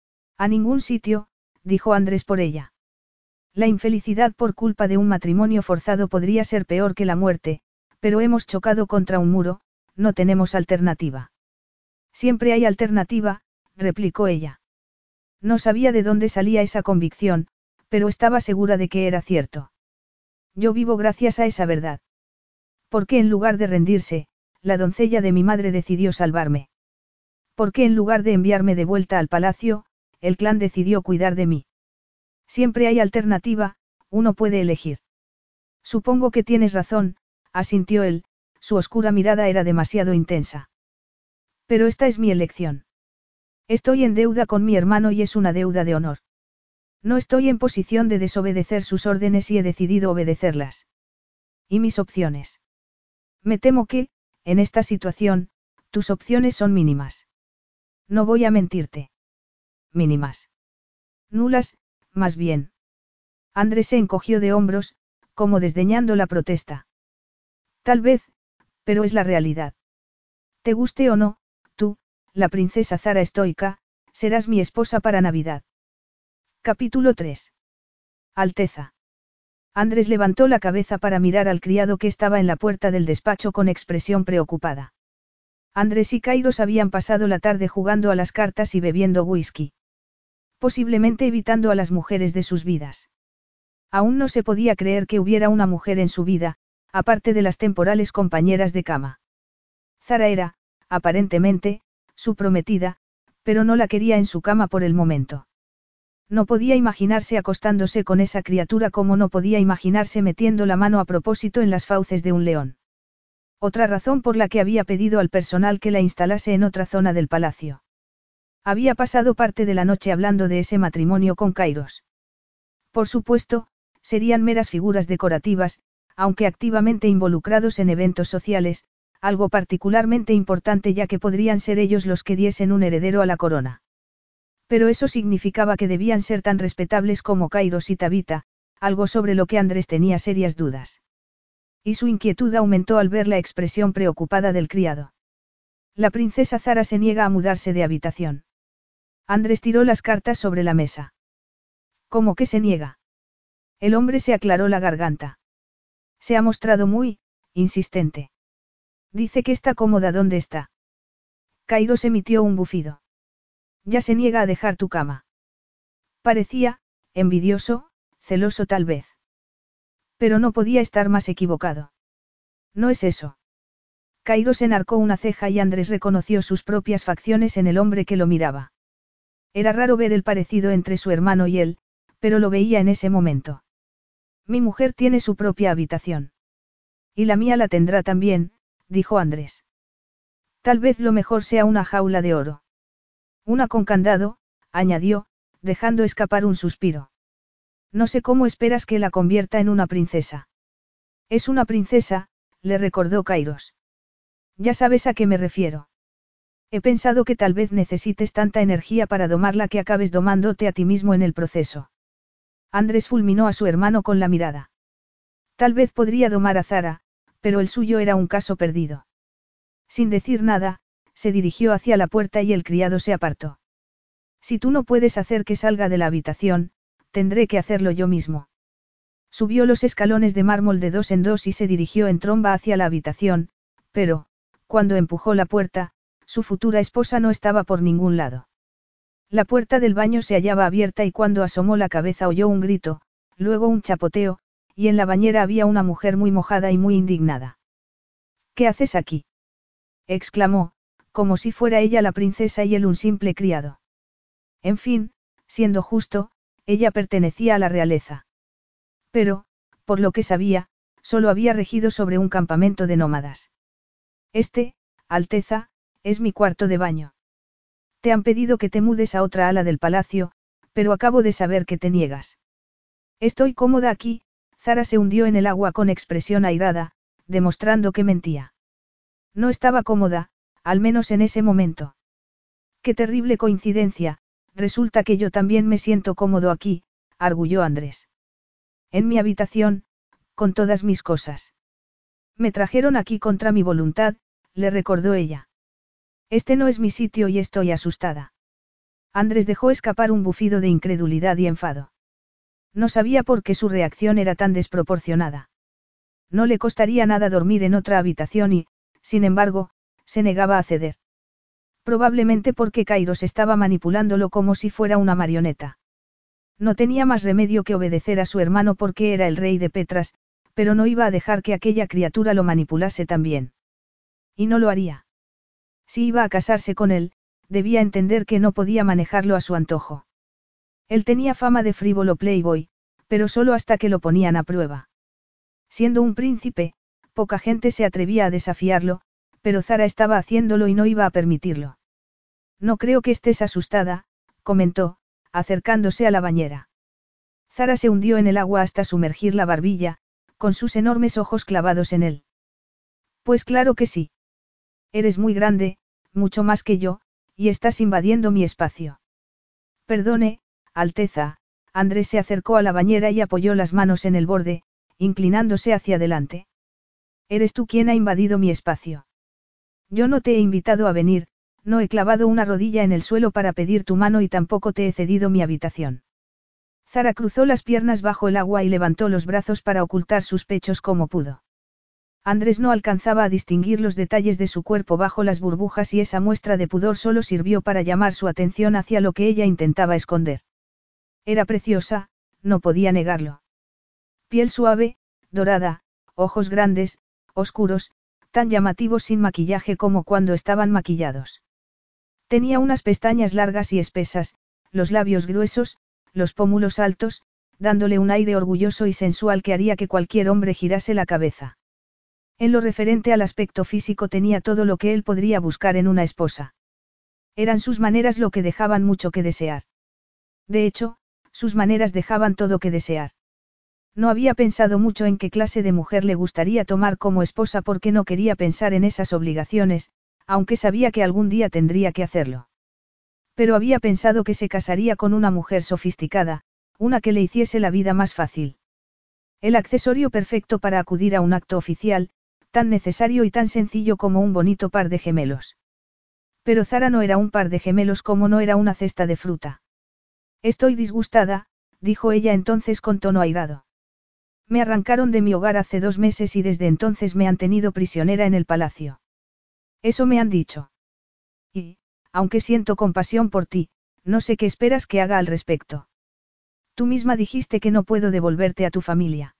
A ningún sitio, dijo Andrés por ella. La infelicidad por culpa de un matrimonio forzado podría ser peor que la muerte, pero hemos chocado contra un muro, no tenemos alternativa. Siempre hay alternativa, replicó ella. No sabía de dónde salía esa convicción, pero estaba segura de que era cierto. Yo vivo gracias a esa verdad. Porque en lugar de rendirse, la doncella de mi madre decidió salvarme. Porque en lugar de enviarme de vuelta al palacio, el clan decidió cuidar de mí. Siempre hay alternativa, uno puede elegir. Supongo que tienes razón, asintió él, su oscura mirada era demasiado intensa. Pero esta es mi elección. Estoy en deuda con mi hermano y es una deuda de honor. No estoy en posición de desobedecer sus órdenes y he decidido obedecerlas. ¿Y mis opciones? Me temo que, en esta situación, tus opciones son mínimas. No voy a mentirte. Mínimas. Nulas, más bien. Andrés se encogió de hombros, como desdeñando la protesta. Tal vez, pero es la realidad. Te guste o no, tú, la princesa Zara estoica, serás mi esposa para Navidad. Capítulo 3. Alteza. Andrés levantó la cabeza para mirar al criado que estaba en la puerta del despacho con expresión preocupada. Andrés y Kairos habían pasado la tarde jugando a las cartas y bebiendo whisky. Posiblemente evitando a las mujeres de sus vidas. Aún no se podía creer que hubiera una mujer en su vida, aparte de las temporales compañeras de cama. Zara era, aparentemente, su prometida, pero no la quería en su cama por el momento. No podía imaginarse acostándose con esa criatura como no podía imaginarse metiendo la mano a propósito en las fauces de un león. Otra razón por la que había pedido al personal que la instalase en otra zona del palacio. Había pasado parte de la noche hablando de ese matrimonio con Kairos. Por supuesto, serían meras figuras decorativas, aunque activamente involucrados en eventos sociales, algo particularmente importante ya que podrían ser ellos los que diesen un heredero a la corona. Pero eso significaba que debían ser tan respetables como Kairos y Tabitha, algo sobre lo que Andrés tenía serias dudas. Y su inquietud aumentó al ver la expresión preocupada del criado. La princesa Zara se niega a mudarse de habitación. Andrés tiró las cartas sobre la mesa. ¿Cómo que se niega? El hombre se aclaró la garganta. Se ha mostrado muy insistente. Dice que está cómoda donde está. Kairos emitió un bufido. Ya se niega a dejar tu cama. Parecía, envidioso, celoso tal vez. Pero no podía estar más equivocado. No es eso. Kairos enarcó una ceja y Andrés reconoció sus propias facciones en el hombre que lo miraba. Era raro ver el parecido entre su hermano y él, pero lo veía en ese momento. Mi mujer tiene su propia habitación. Y la mía la tendrá también, dijo Andrés. Tal vez lo mejor sea una jaula de oro. Una con candado, añadió, dejando escapar un suspiro. No sé cómo esperas que la convierta en una princesa. Es una princesa, le recordó Kairos. Ya sabes a qué me refiero. He pensado que tal vez necesites tanta energía para domarla que acabes domándote a ti mismo en el proceso. Andrés fulminó a su hermano con la mirada. Tal vez podría domar a Zara, pero el suyo era un caso perdido. Sin decir nada, se dirigió hacia la puerta y el criado se apartó. Si tú no puedes hacer que salga de la habitación, tendré que hacerlo yo mismo. Subió los escalones de mármol de dos en dos y se dirigió en tromba hacia la habitación, pero, cuando empujó la puerta, su futura esposa no estaba por ningún lado. La puerta del baño se hallaba abierta y cuando asomó la cabeza oyó un grito, luego un chapoteo, y en la bañera había una mujer muy mojada y muy indignada. ¿Qué haces aquí? Exclamó, como si fuera ella la princesa y él un simple criado. En fin, siendo justo, ella pertenecía a la realeza. Pero, por lo que sabía, solo había regido sobre un campamento de nómadas. Alteza, es mi cuarto de baño. Te han pedido que te mudes a otra ala del palacio, pero acabo de saber que te niegas. Estoy cómoda aquí, Zara se hundió en el agua con expresión airada, demostrando que mentía. No estaba cómoda, al menos en ese momento. Qué terrible coincidencia, resulta que yo también me siento cómodo aquí, arguyó Andrés. En mi habitación, con todas mis cosas. Me trajeron aquí contra mi voluntad, le recordó ella. Este no es mi sitio y estoy asustada. Andrés dejó escapar un bufido de incredulidad y enfado. No sabía por qué su reacción era tan desproporcionada. No le costaría nada dormir en otra habitación y, sin embargo, se negaba a ceder. Probablemente porque Kairos estaba manipulándolo como si fuera una marioneta. No tenía más remedio que obedecer a su hermano porque era el rey de Petras, pero no iba a dejar que aquella criatura lo manipulase también. Y no lo haría. Si iba a casarse con él, debía entender que no podía manejarlo a su antojo. Él tenía fama de frívolo playboy, pero solo hasta que lo ponían a prueba. Siendo un príncipe, poca gente se atrevía a desafiarlo, pero Zara estaba haciéndolo y no iba a permitirlo. No creo que estés asustada, comentó, acercándose a la bañera. Zara se hundió en el agua hasta sumergir la barbilla, con sus enormes ojos clavados en él. Pues claro que sí. Eres muy grande, mucho más que yo, y estás invadiendo mi espacio. Perdone, Alteza, Andrés se acercó a la bañera y apoyó las manos en el borde, inclinándose hacia adelante. Eres tú quien ha invadido mi espacio. Yo no te he invitado a venir, no he clavado una rodilla en el suelo para pedir tu mano y tampoco te he cedido mi habitación. Zara cruzó las piernas bajo el agua y levantó los brazos para ocultar sus pechos como pudo. Andrés no alcanzaba a distinguir los detalles de su cuerpo bajo las burbujas y esa muestra de pudor solo sirvió para llamar su atención hacia lo que ella intentaba esconder. Era preciosa, no podía negarlo. Piel suave, dorada, ojos grandes, oscuros, tan llamativos sin maquillaje como cuando estaban maquillados. Tenía unas pestañas largas y espesas, los labios gruesos, los pómulos altos, dándole un aire orgulloso y sensual que haría que cualquier hombre girase la cabeza. En lo referente al aspecto físico tenía todo lo que él podría buscar en una esposa. Eran sus maneras lo que dejaban mucho que desear. De hecho, sus maneras dejaban todo que desear. No había pensado mucho en qué clase de mujer le gustaría tomar como esposa porque no quería pensar en esas obligaciones, aunque sabía que algún día tendría que hacerlo. Pero había pensado que se casaría con una mujer sofisticada, una que le hiciese la vida más fácil. El accesorio perfecto para acudir a un acto oficial, tan necesario y tan sencillo como un bonito par de gemelos. Pero Zara no era un par de gemelos como no era una cesta de fruta. Estoy disgustada, dijo ella entonces con tono airado. Me arrancaron de mi hogar hace 2 meses y desde entonces me han tenido prisionera en el palacio. Eso me han dicho. Y, aunque siento compasión por ti, no sé qué esperas que haga al respecto. Tú misma dijiste que no puedo devolverte a tu familia.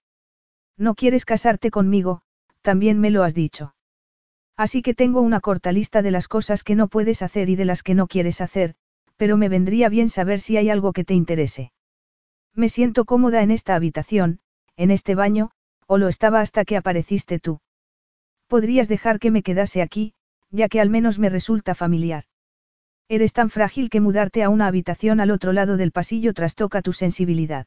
No quieres casarte conmigo, también me lo has dicho. Así que tengo una corta lista de las cosas que no puedes hacer y de las que no quieres hacer, pero me vendría bien saber si hay algo que te interese. Me siento cómoda en esta habitación, en este baño, o lo estaba hasta que apareciste tú. Podrías dejar que me quedase aquí, ya que al menos me resulta familiar. Eres tan frágil que mudarte a una habitación al otro lado del pasillo trastoca tu sensibilidad.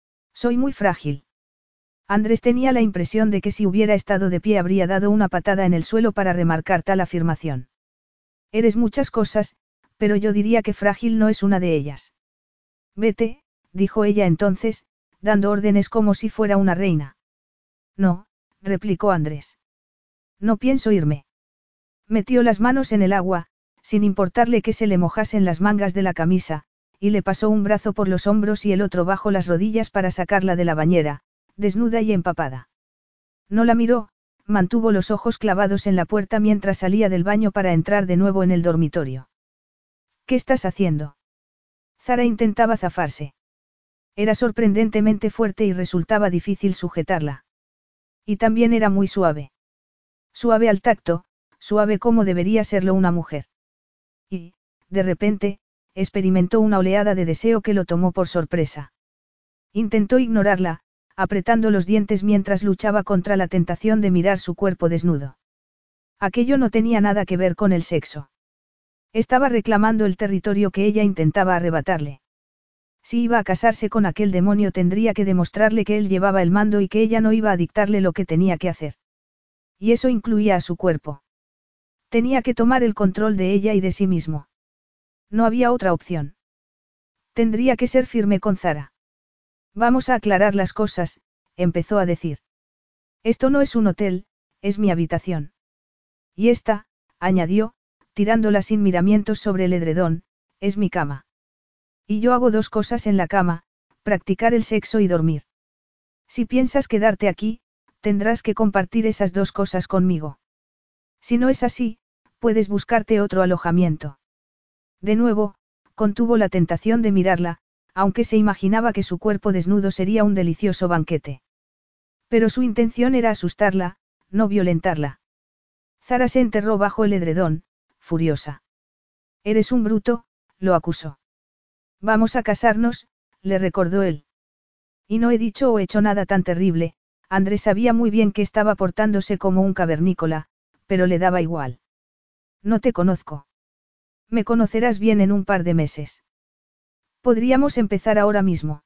Soy muy frágil. Andrés tenía la impresión de que si hubiera estado de pie habría dado una patada en el suelo para remarcar tal afirmación. Eres muchas cosas, pero yo diría que frágil no es una de ellas. Vete, dijo ella entonces, dando órdenes como si fuera una reina. No, replicó Andrés. No pienso irme. Metió las manos en el agua, sin importarle que se le mojasen las mangas de la camisa, y le pasó un brazo por los hombros y el otro bajo las rodillas para sacarla de la bañera, desnuda y empapada. No la miró, mantuvo los ojos clavados en la puerta mientras salía del baño para entrar de nuevo en el dormitorio. ¿Qué estás haciendo? Zara intentaba zafarse. Era sorprendentemente fuerte y resultaba difícil sujetarla. Y también era muy suave. Suave al tacto, suave como debería serlo una mujer. Y, de repente, experimentó una oleada de deseo que lo tomó por sorpresa. Intentó ignorarla, apretando los dientes mientras luchaba contra la tentación de mirar su cuerpo desnudo. Aquello no tenía nada que ver con el sexo. Estaba reclamando el territorio que ella intentaba arrebatarle. Si iba a casarse con aquel demonio tendría que demostrarle que él llevaba el mando y que ella no iba a dictarle lo que tenía que hacer. Y eso incluía a su cuerpo. Tenía que tomar el control de ella y de sí mismo. No había otra opción. Tendría que ser firme con Zara. Vamos a aclarar las cosas, empezó a decir. Esto no es un hotel, es mi habitación. Y esta, añadió, tirándola sin miramientos sobre el edredón, es mi cama. Y yo hago 2 cosas en la cama, practicar el sexo y dormir. Si piensas quedarte aquí, tendrás que compartir esas 2 cosas conmigo. Si no es así, puedes buscarte otro alojamiento. De nuevo, contuvo la tentación de mirarla, aunque se imaginaba que su cuerpo desnudo sería un delicioso banquete. Pero su intención era asustarla, no violentarla. Zara se enterró bajo el edredón, furiosa. Eres un bruto, lo acusó. Vamos a casarnos, le recordó él. Y no he dicho o hecho nada tan terrible, Andrés sabía muy bien que estaba portándose como un cavernícola, pero le daba igual. No te conozco. Me conocerás bien en un par de meses. Podríamos empezar ahora mismo.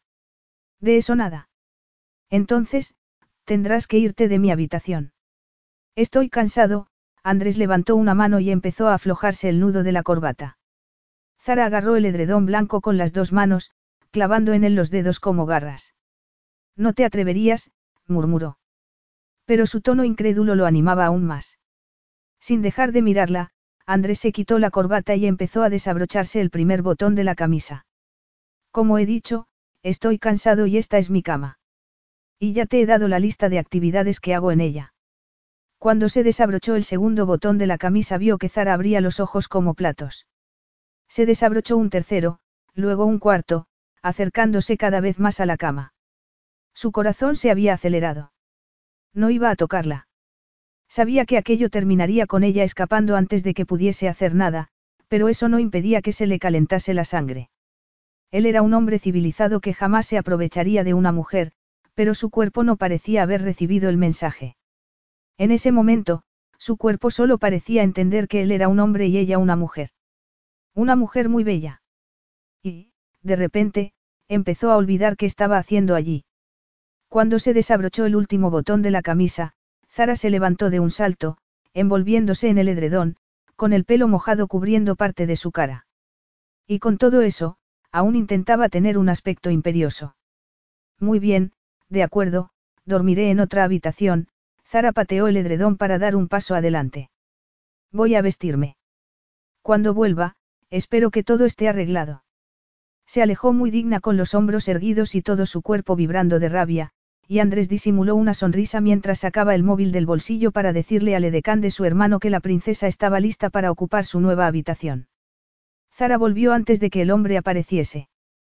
De eso nada. Entonces, tendrás que irte de mi habitación. Estoy cansado, Andrés levantó una mano y empezó a aflojarse el nudo de la corbata. Zara agarró el edredón blanco con las 2 manos, clavando en él los dedos como garras. No te atreverías, murmuró. Pero su tono incrédulo lo animaba aún más. Sin dejar de mirarla, Andrés se quitó la corbata y empezó a desabrocharse el primer botón de la camisa. Como he dicho, estoy cansado y esta es mi cama. Y ya te he dado la lista de actividades que hago en ella. Cuando se desabrochó el segundo botón de la camisa vio que Zara abría los ojos como platos. Se desabrochó un tercero, luego un cuarto, acercándose cada vez más a la cama. Su corazón se había acelerado. No iba a tocarla. Sabía que aquello terminaría con ella escapando antes de que pudiese hacer nada, pero eso no impedía que se le calentase la sangre. Él era un hombre civilizado que jamás se aprovecharía de una mujer, pero su cuerpo no parecía haber recibido el mensaje. En ese momento, su cuerpo solo parecía entender que él era un hombre y ella una mujer. Una mujer muy bella. Y, de repente, empezó a olvidar qué estaba haciendo allí. Cuando se desabrochó el último botón de la camisa, Zara se levantó de un salto, envolviéndose en el edredón, con el pelo mojado cubriendo parte de su cara. Y con todo eso, aún intentaba tener un aspecto imperioso. Muy bien, de acuerdo, dormiré en otra habitación. Zara pateó el edredón para dar un paso adelante. Voy a vestirme. Cuando vuelva, espero que todo esté arreglado. Se alejó muy digna con los hombros erguidos y todo su cuerpo vibrando de rabia, y Andrés disimuló una sonrisa mientras sacaba el móvil del bolsillo para decirle al edecán de su hermano que la princesa estaba lista para ocupar su nueva habitación. Zara volvió antes de que el hombre apareciese.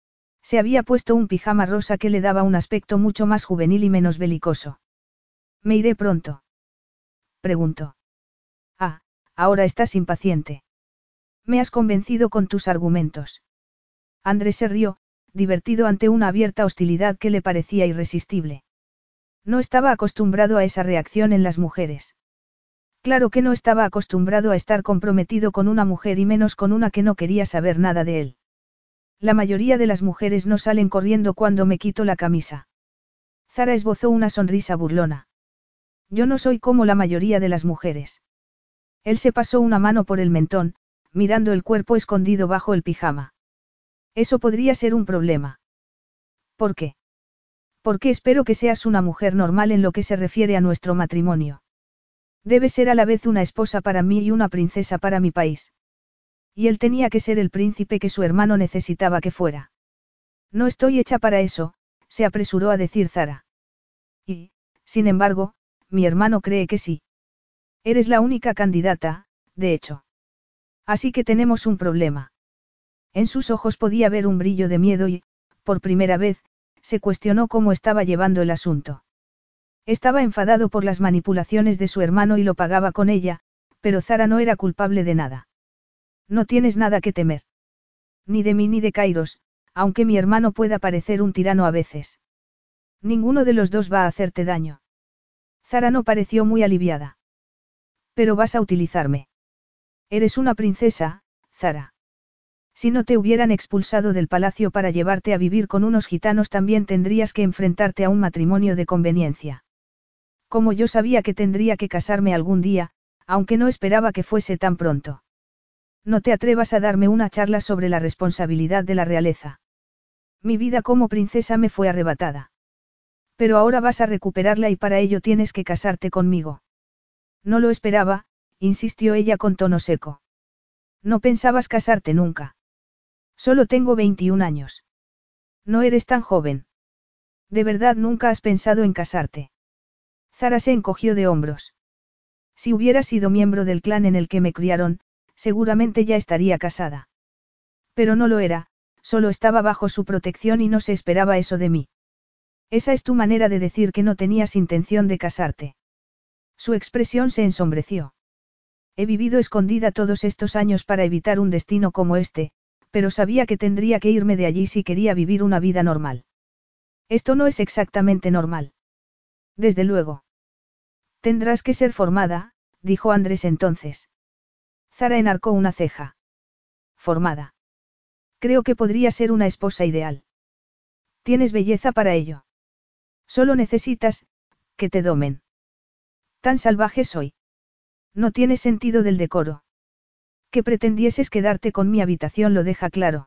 Se había puesto un pijama rosa que le daba un aspecto mucho más juvenil y menos belicoso. ¿Me iré pronto?, preguntó. Ah, ahora estás impaciente. Me has convencido con tus argumentos. Andrés se rió, divertido ante una abierta hostilidad que le parecía irresistible. No estaba acostumbrado a esa reacción en las mujeres. Claro que no estaba acostumbrado a estar comprometido con una mujer y menos con una que no quería saber nada de él. La mayoría de las mujeres no salen corriendo cuando me quito la camisa. Zara esbozó una sonrisa burlona. Yo no soy como la mayoría de las mujeres. Él se pasó una mano por el mentón, mirando el cuerpo escondido bajo el pijama. Eso podría ser un problema. ¿Por qué? Porque espero que seas una mujer normal en lo que se refiere a nuestro matrimonio. Debes ser a la vez una esposa para mí y una princesa para mi país. Y él tenía que ser el príncipe que su hermano necesitaba que fuera. No estoy hecha para eso, se apresuró a decir Zara. Y, sin embargo, mi hermano cree que sí. Eres la única candidata, de hecho. Así que tenemos un problema. En sus ojos podía ver un brillo de miedo y, por primera vez, se cuestionó cómo estaba llevando el asunto. Estaba enfadado por las manipulaciones de su hermano y lo pagaba con ella, pero Zara no era culpable de nada. No tienes nada que temer. Ni de mí ni de Kairos, aunque mi hermano pueda parecer un tirano a veces. Ninguno de los dos va a hacerte daño. Zara no pareció muy aliviada. Pero vas a utilizarme. Eres una princesa, Zara. Si no te hubieran expulsado del palacio para llevarte a vivir con unos gitanos también tendrías que enfrentarte a un matrimonio de conveniencia. Como yo sabía que tendría que casarme algún día, aunque no esperaba que fuese tan pronto. No te atrevas a darme una charla sobre la responsabilidad de la realeza. Mi vida como princesa me fue arrebatada. Pero ahora vas a recuperarla y para ello tienes que casarte conmigo. No lo esperaba, insistió ella con tono seco. No pensabas casarte nunca. Solo tengo 21 años. No eres tan joven. ¿De verdad nunca has pensado en casarte? Zara se encogió de hombros. Si hubiera sido miembro del clan en el que me criaron, seguramente ya estaría casada. Pero no lo era, solo estaba bajo su protección y no se esperaba eso de mí. Esa es tu manera de decir que no tenías intención de casarte. Su expresión se ensombreció. He vivido escondida todos estos años para evitar un destino como este, pero sabía que tendría que irme de allí si quería vivir una vida normal. Esto no es exactamente normal. Desde luego. Tendrás que ser formada, dijo Andrés entonces. Zara enarcó una ceja. Formada. Creo que podría ser una esposa ideal. Tienes belleza para ello. Solo necesitas, que te domen. Tan salvaje soy. No tienes sentido del decoro. Que pretendieses quedarte con mi habitación lo deja claro.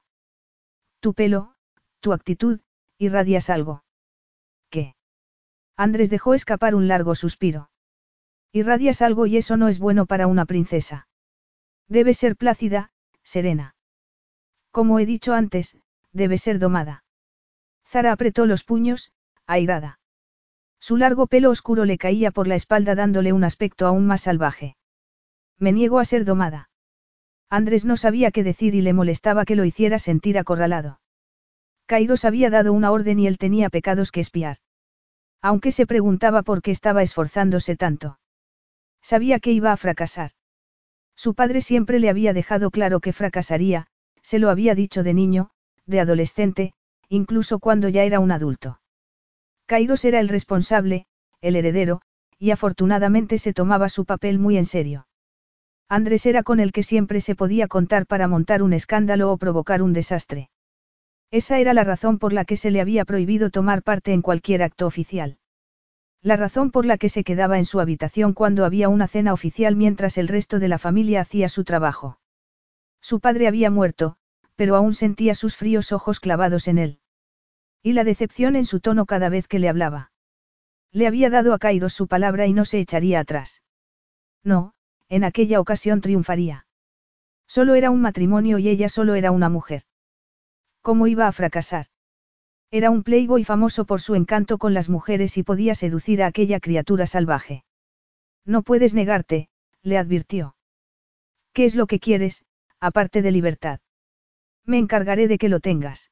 Tu pelo, tu actitud, irradias algo. ¿Qué? Andrés dejó escapar un largo suspiro. Irradias algo y eso no es bueno para una princesa. Debe ser plácida, serena. Como he dicho antes, debe ser domada. Zara apretó los puños, airada. Su largo pelo oscuro le caía por la espalda dándole un aspecto aún más salvaje. Me niego a ser domada. Andrés no sabía qué decir y le molestaba que lo hiciera sentir acorralado. Kairos había dado una orden y él tenía pecados que expiar. Aunque se preguntaba por qué estaba esforzándose tanto. Sabía que iba a fracasar. Su padre siempre le había dejado claro que fracasaría, se lo había dicho de niño, de adolescente, incluso cuando ya era un adulto. Kairos era el responsable, el heredero, y afortunadamente se tomaba su papel muy en serio. Andrés era con el que siempre se podía contar para montar un escándalo o provocar un desastre. Esa era la razón por la que se le había prohibido tomar parte en cualquier acto oficial. La razón por la que se quedaba en su habitación cuando había una cena oficial mientras el resto de la familia hacía su trabajo. Su padre había muerto, pero aún sentía sus fríos ojos clavados en él. Y la decepción en su tono cada vez que le hablaba. Le había dado a Kairos su palabra y no se echaría atrás. No, en aquella ocasión triunfaría. Solo era un matrimonio y ella solo era una mujer. ¿Cómo iba a fracasar? Era un playboy famoso por su encanto con las mujeres y podía seducir a aquella criatura salvaje. No puedes negarte, le advirtió. ¿Qué es lo que quieres, aparte de libertad? Me encargaré de que lo tengas.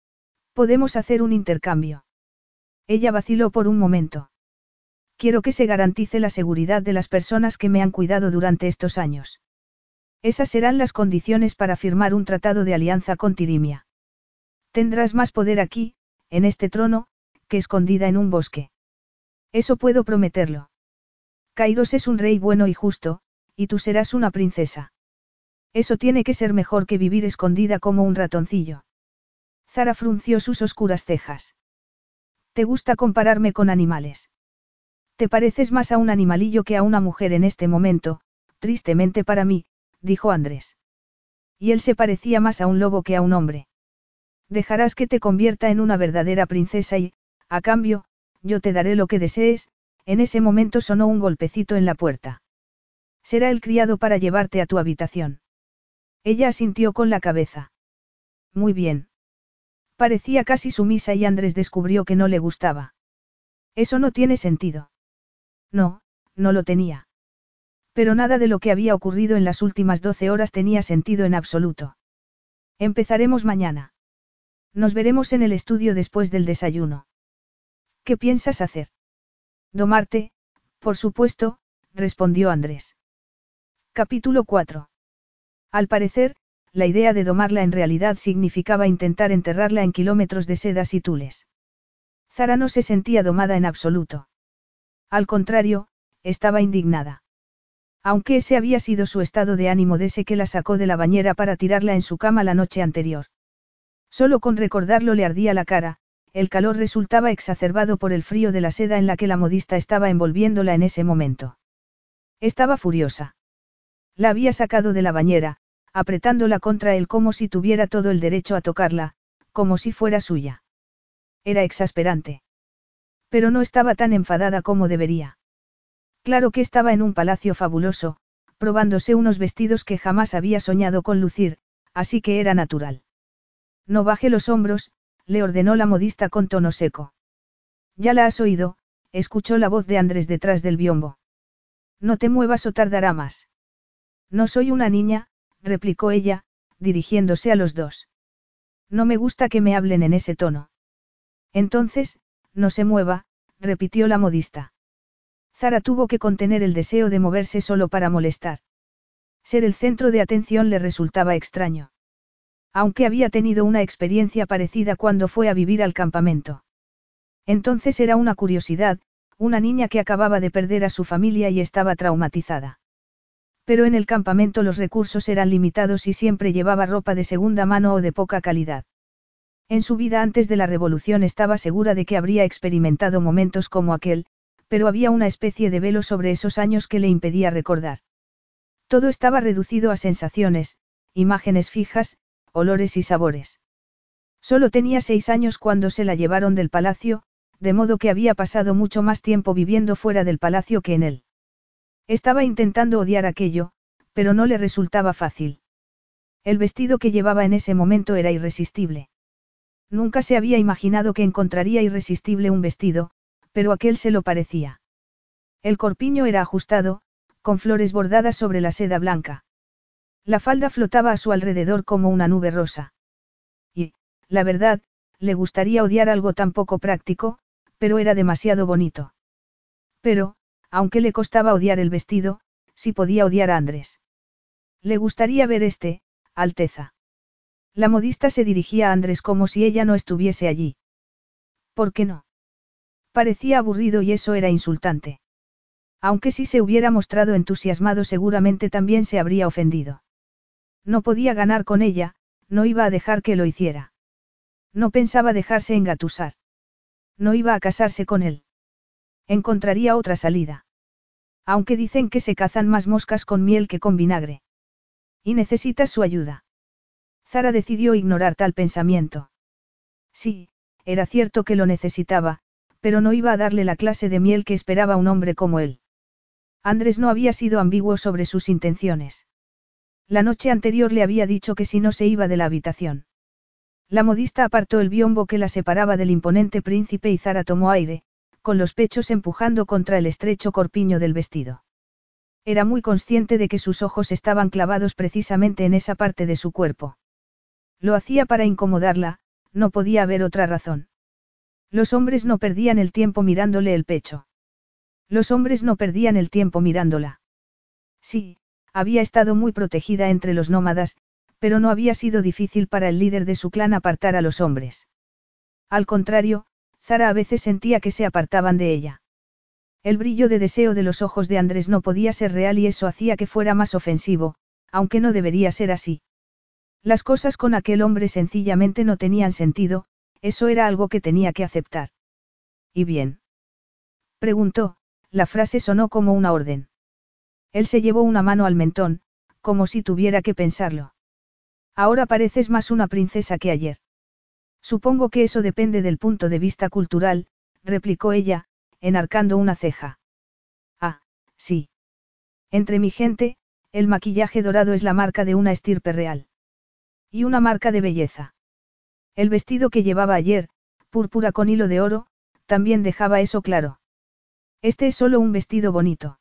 Podemos hacer un intercambio. Ella vaciló por un momento. Quiero que se garantice la seguridad de las personas que me han cuidado durante estos años. Esas serán las condiciones para firmar un tratado de alianza con Tirimia. Tendrás más poder aquí, en este trono, que escondida en un bosque. Eso puedo prometerlo. Kairos es un rey bueno y justo, y tú serás una princesa. Eso tiene que ser mejor que vivir escondida como un ratoncillo. Zara frunció sus oscuras cejas. ¿Te gusta compararme con animales? Te pareces más a un animalillo que a una mujer en este momento, tristemente para mí, dijo Andrés. Y él se parecía más a un lobo que a un hombre. Dejarás que te convierta en una verdadera princesa y, a cambio, yo te daré lo que desees. En ese momento sonó un golpecito en la puerta. Será el criado para llevarte a tu habitación. Ella asintió con la cabeza. Muy bien. Parecía casi sumisa y Andrés descubrió que no le gustaba. Eso no tiene sentido. No, no lo tenía. Pero nada de lo que había ocurrido en las últimas 12 horas tenía sentido en absoluto. Empezaremos mañana. Nos veremos en el estudio después del desayuno. ¿Qué piensas hacer? Domarte, por supuesto, respondió Andrés. Capítulo 4. Al parecer, la idea de domarla en realidad significaba intentar enterrarla en kilómetros de sedas y tules. Zara no se sentía domada en absoluto. Al contrario, estaba indignada. Aunque ese había sido su estado de ánimo desde que la sacó de la bañera para tirarla en su cama la noche anterior. Solo con recordarlo le ardía la cara, el calor resultaba exacerbado por el frío de la seda en la que la modista estaba envolviéndola en ese momento. Estaba furiosa. La había sacado de la bañera, apretándola contra él como si tuviera todo el derecho a tocarla, como si fuera suya. Era exasperante. Pero no estaba tan enfadada como debería. Claro que estaba en un palacio fabuloso, probándose unos vestidos que jamás había soñado con lucir, así que era natural. No baje los hombros, le ordenó la modista con tono seco. Ya la has oído, escuchó la voz de Andrés detrás del biombo. No te muevas o tardará más. No soy una niña, replicó ella, dirigiéndose a los dos. No me gusta que me hablen en ese tono. Entonces, no se mueva, repitió la modista. Zara tuvo que contener el deseo de moverse solo para molestar. Ser el centro de atención le resultaba extraño. Aunque había tenido una experiencia parecida cuando fue a vivir al campamento. Entonces era una curiosidad, una niña que acababa de perder a su familia y estaba traumatizada. Pero en el campamento los recursos eran limitados y siempre llevaba ropa de segunda mano o de poca calidad. En su vida antes de la revolución estaba segura de que habría experimentado momentos como aquel, pero había una especie de velo sobre esos años que le impedía recordar. Todo estaba reducido a sensaciones, imágenes fijas, olores y sabores. Solo tenía 6 años cuando se la llevaron del palacio, de modo que había pasado mucho más tiempo viviendo fuera del palacio que en él. Estaba intentando odiar aquello, pero no le resultaba fácil. El vestido que llevaba en ese momento era irresistible. Nunca se había imaginado que encontraría irresistible un vestido, pero aquel se lo parecía. El corpiño era ajustado, con flores bordadas sobre la seda blanca. La falda flotaba a su alrededor como una nube rosa. Y, la verdad, le gustaría odiar algo tan poco práctico, pero era demasiado bonito. Pero, aunque le costaba odiar el vestido, sí podía odiar a Andrés. Le gustaría ver Alteza. La modista se dirigía a Andrés como si ella no estuviese allí. ¿Por qué no? Parecía aburrido y eso era insultante. Aunque si se hubiera mostrado entusiasmado seguramente también se habría ofendido. No podía ganar con ella, no iba a dejar que lo hiciera. No pensaba dejarse engatusar. No iba a casarse con él. Encontraría otra salida. Aunque dicen que se cazan más moscas con miel que con vinagre. Y necesitas su ayuda. Zara decidió ignorar tal pensamiento. Sí, era cierto que lo necesitaba, pero no iba a darle la clase de miel que esperaba un hombre como él. Andrés no había sido ambiguo sobre sus intenciones. La noche anterior le había dicho que si no se iba de la habitación. La modista apartó el biombo que la separaba del imponente príncipe y Zara tomó aire, con los pechos empujando contra el estrecho corpiño del vestido. Era muy consciente de que sus ojos estaban clavados precisamente en esa parte de su cuerpo. Lo hacía para incomodarla, no podía haber otra razón. Los hombres no perdían el tiempo mirándole el pecho. Los hombres no perdían el tiempo mirándola. Sí, había estado muy protegida entre los nómadas, pero no había sido difícil para el líder de su clan apartar a los hombres. Al contrario, Zara a veces sentía que se apartaban de ella. El brillo de deseo de los ojos de Andrés no podía ser real y eso hacía que fuera más ofensivo, aunque no debería ser así. Las cosas con aquel hombre sencillamente no tenían sentido, eso era algo que tenía que aceptar. ¿Y bien? Preguntó, la frase sonó como una orden. Él se llevó una mano al mentón, como si tuviera que pensarlo. Ahora pareces más una princesa que ayer. Supongo que eso depende del punto de vista cultural, replicó ella, enarcando una ceja. Ah, sí. Entre mi gente, el maquillaje dorado es la marca de una estirpe real. Y una marca de belleza. El vestido que llevaba ayer, púrpura con hilo de oro, también dejaba eso claro. Este es solo un vestido bonito.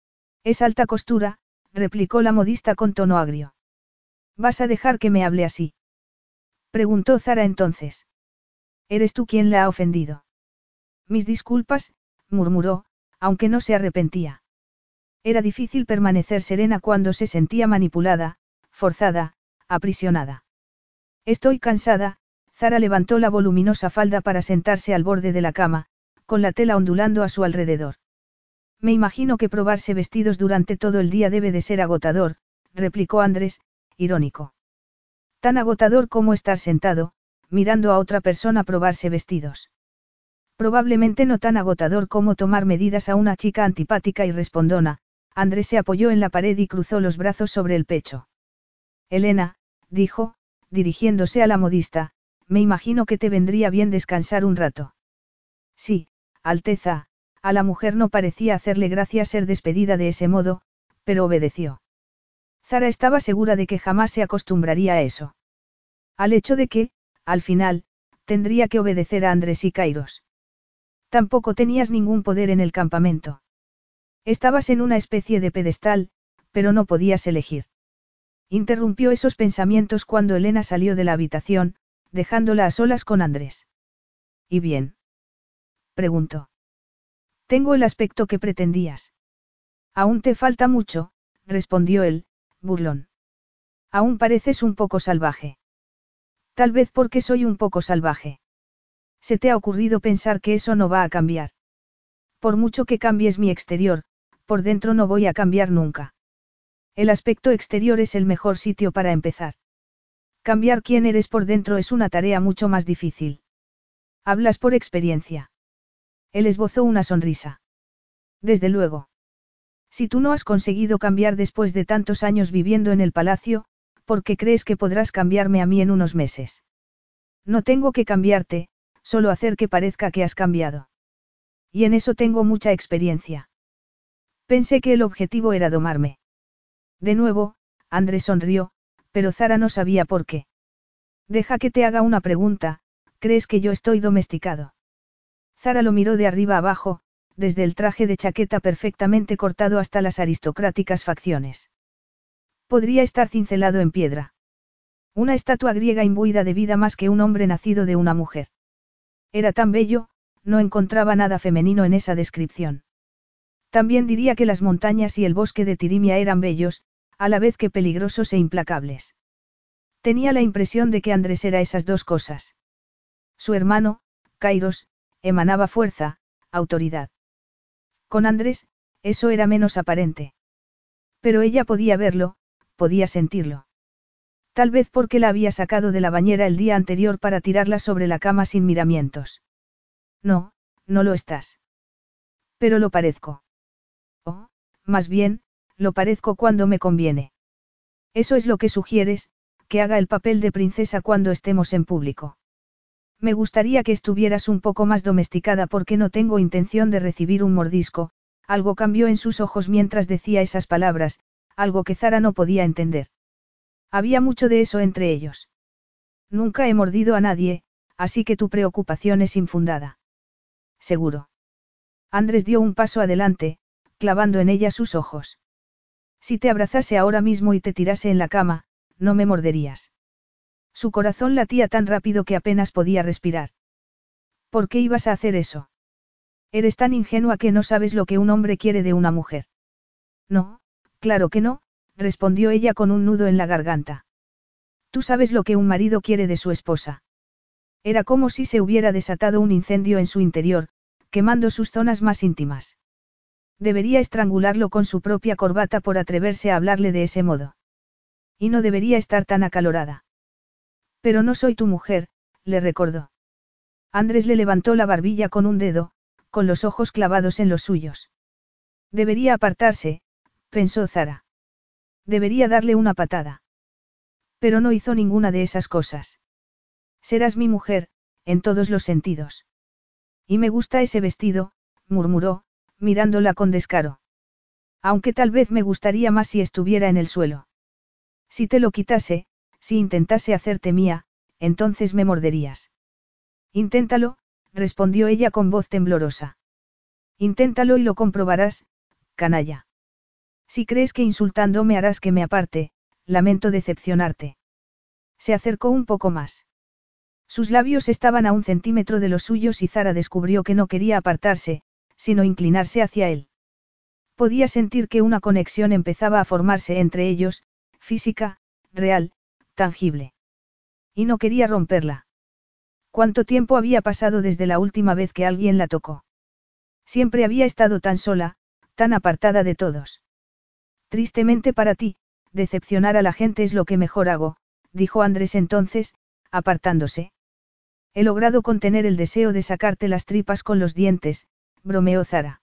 Es alta costura, replicó la modista con tono agrio. ¿Vas a dejar que me hable así? Preguntó Zara entonces. ¿Eres tú quien la ha ofendido? Mis disculpas, murmuró, aunque no se arrepentía. Era difícil permanecer serena cuando se sentía manipulada, forzada, aprisionada. Estoy cansada. Zara levantó la voluminosa falda para sentarse al borde de la cama, con la tela ondulando a su alrededor. Me imagino que probarse vestidos durante todo el día debe de ser agotador, replicó Andrés, irónico. Tan agotador como estar sentado, mirando a otra persona probarse vestidos. Probablemente no tan agotador como tomar medidas a una chica antipática y respondona. Andrés se apoyó en la pared y cruzó los brazos sobre el pecho. Elena, dijo, dirigiéndose a la modista, me imagino que te vendría bien descansar un rato. Sí, Alteza, a la mujer no parecía hacerle gracia ser despedida de ese modo, pero obedeció. Zara estaba segura de que jamás se acostumbraría a eso. Al hecho de que, al final, tendría que obedecer a Andrés y Kairos. Tampoco tenías ningún poder en el campamento. Estabas en una especie de pedestal, pero no podías elegir. Interrumpió esos pensamientos cuando Elena salió de la habitación, dejándola a solas con Andrés. ¿Y bien? Preguntó. Tengo el aspecto que pretendías. Aún te falta mucho, respondió él, burlón. Aún pareces un poco salvaje. Tal vez porque soy un poco salvaje. ¿Se te ha ocurrido pensar que eso no va a cambiar? Por mucho que cambies mi exterior, por dentro no voy a cambiar nunca. El aspecto exterior es el mejor sitio para empezar. Cambiar quién eres por dentro es una tarea mucho más difícil. Hablas por experiencia. Él esbozó una sonrisa. Desde luego. Si tú no has conseguido cambiar después de tantos años viviendo en el palacio, ¿por qué crees que podrás cambiarme a mí en unos meses? No tengo que cambiarte, solo hacer que parezca que has cambiado. Y en eso tengo mucha experiencia. Pensé que el objetivo era domarme. De nuevo, Andrés sonrió, pero Zara no sabía por qué. Deja que te haga una pregunta, ¿crees que yo estoy domesticado? Zara lo miró de arriba abajo, desde el traje de chaqueta perfectamente cortado hasta las aristocráticas facciones. Podría estar cincelado en piedra. Una estatua griega imbuida de vida más que un hombre nacido de una mujer. Era tan bello, no encontraba nada femenino en esa descripción. También diría que las montañas y el bosque de Tirimia eran bellos, a la vez que peligrosos e implacables. Tenía la impresión de que Andrés era esas dos cosas. Su hermano, Kairos, emanaba fuerza, autoridad. Con Andrés, eso era menos aparente. Pero ella podía verlo, podía sentirlo. Tal vez porque la había sacado de la bañera el día anterior para tirarla sobre la cama sin miramientos. No, no lo estás. Pero lo parezco. Oh, más bien, lo parezco cuando me conviene. Eso es lo que sugieres, que haga el papel de princesa cuando estemos en público. Me gustaría que estuvieras un poco más domesticada porque no tengo intención de recibir un mordisco. Algo cambió en sus ojos mientras decía esas palabras, algo que Zara no podía entender. Había mucho de eso entre ellos. Nunca he mordido a nadie, así que tu preocupación es infundada. Seguro. Andrés dio un paso adelante, clavando en ella sus ojos. Si te abrazase ahora mismo y te tirase en la cama, no me morderías. Su corazón latía tan rápido que apenas podía respirar. ¿Por qué ibas a hacer eso? Eres tan ingenua que no sabes lo que un hombre quiere de una mujer. No, claro que no, respondió ella con un nudo en la garganta. Tú sabes lo que un marido quiere de su esposa. Era como si se hubiera desatado un incendio en su interior, quemando sus zonas más íntimas. Debería estrangularlo con su propia corbata por atreverse a hablarle de ese modo. Y no debería estar tan acalorada. Pero no soy tu mujer, le recordó. Andrés le levantó la barbilla con un dedo, con los ojos clavados en los suyos. Debería apartarse, pensó Zara. Debería darle una patada. Pero no hizo ninguna de esas cosas. Serás mi mujer, en todos los sentidos. Y me gusta ese vestido, murmuró, mirándola con descaro. Aunque tal vez me gustaría más si estuviera en el suelo. Si te lo quitase, si intentase hacerte mía, entonces me morderías. Inténtalo, respondió ella con voz temblorosa. Inténtalo y lo comprobarás, canalla. Si crees que insultándome harás que me aparte, lamento decepcionarte. Se acercó un poco más. Sus labios estaban a 1 centímetro de los suyos y Zara descubrió que no quería apartarse, sino inclinarse hacia él. Podía sentir que una conexión empezaba a formarse entre ellos, física, real, tangible. Y no quería romperla. ¿Cuánto tiempo había pasado desde la última vez que alguien la tocó? Siempre había estado tan sola, tan apartada de todos. Tristemente para ti, decepcionar a la gente es lo que mejor hago, dijo Andrés entonces, apartándose. He logrado contener el deseo de sacarte las tripas con los dientes, bromeó Zara.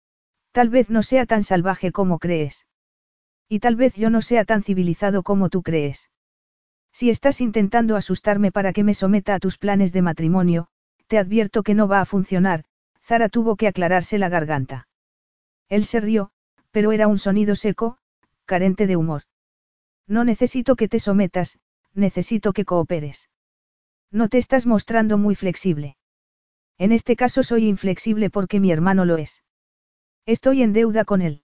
Tal vez no sea tan salvaje como crees. Y tal vez yo no sea tan civilizado como tú crees. Si estás intentando asustarme para que me someta a tus planes de matrimonio, te advierto que no va a funcionar. Zara tuvo que aclararse la garganta. Él se rió, pero era un sonido seco, carente de humor. No necesito que te sometas, necesito que cooperes. No te estás mostrando muy flexible. En este caso soy inflexible porque mi hermano lo es. Estoy en deuda con él.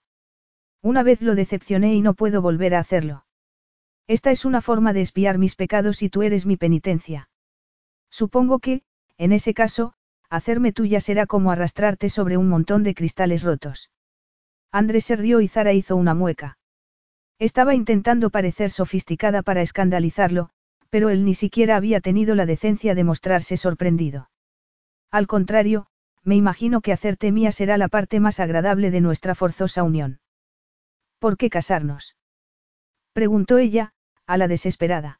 Una vez lo decepcioné y no puedo volver a hacerlo. Esta es una forma de expiar mis pecados y tú eres mi penitencia. Supongo que, en ese caso, hacerme tuya será como arrastrarte sobre un montón de cristales rotos. Andrés se rió y Zara hizo una mueca. Estaba intentando parecer sofisticada para escandalizarlo, pero él ni siquiera había tenido la decencia de mostrarse sorprendido. Al contrario, me imagino que hacerte mía será la parte más agradable de nuestra forzosa unión. ¿Por qué casarnos? Preguntó ella, a la desesperada.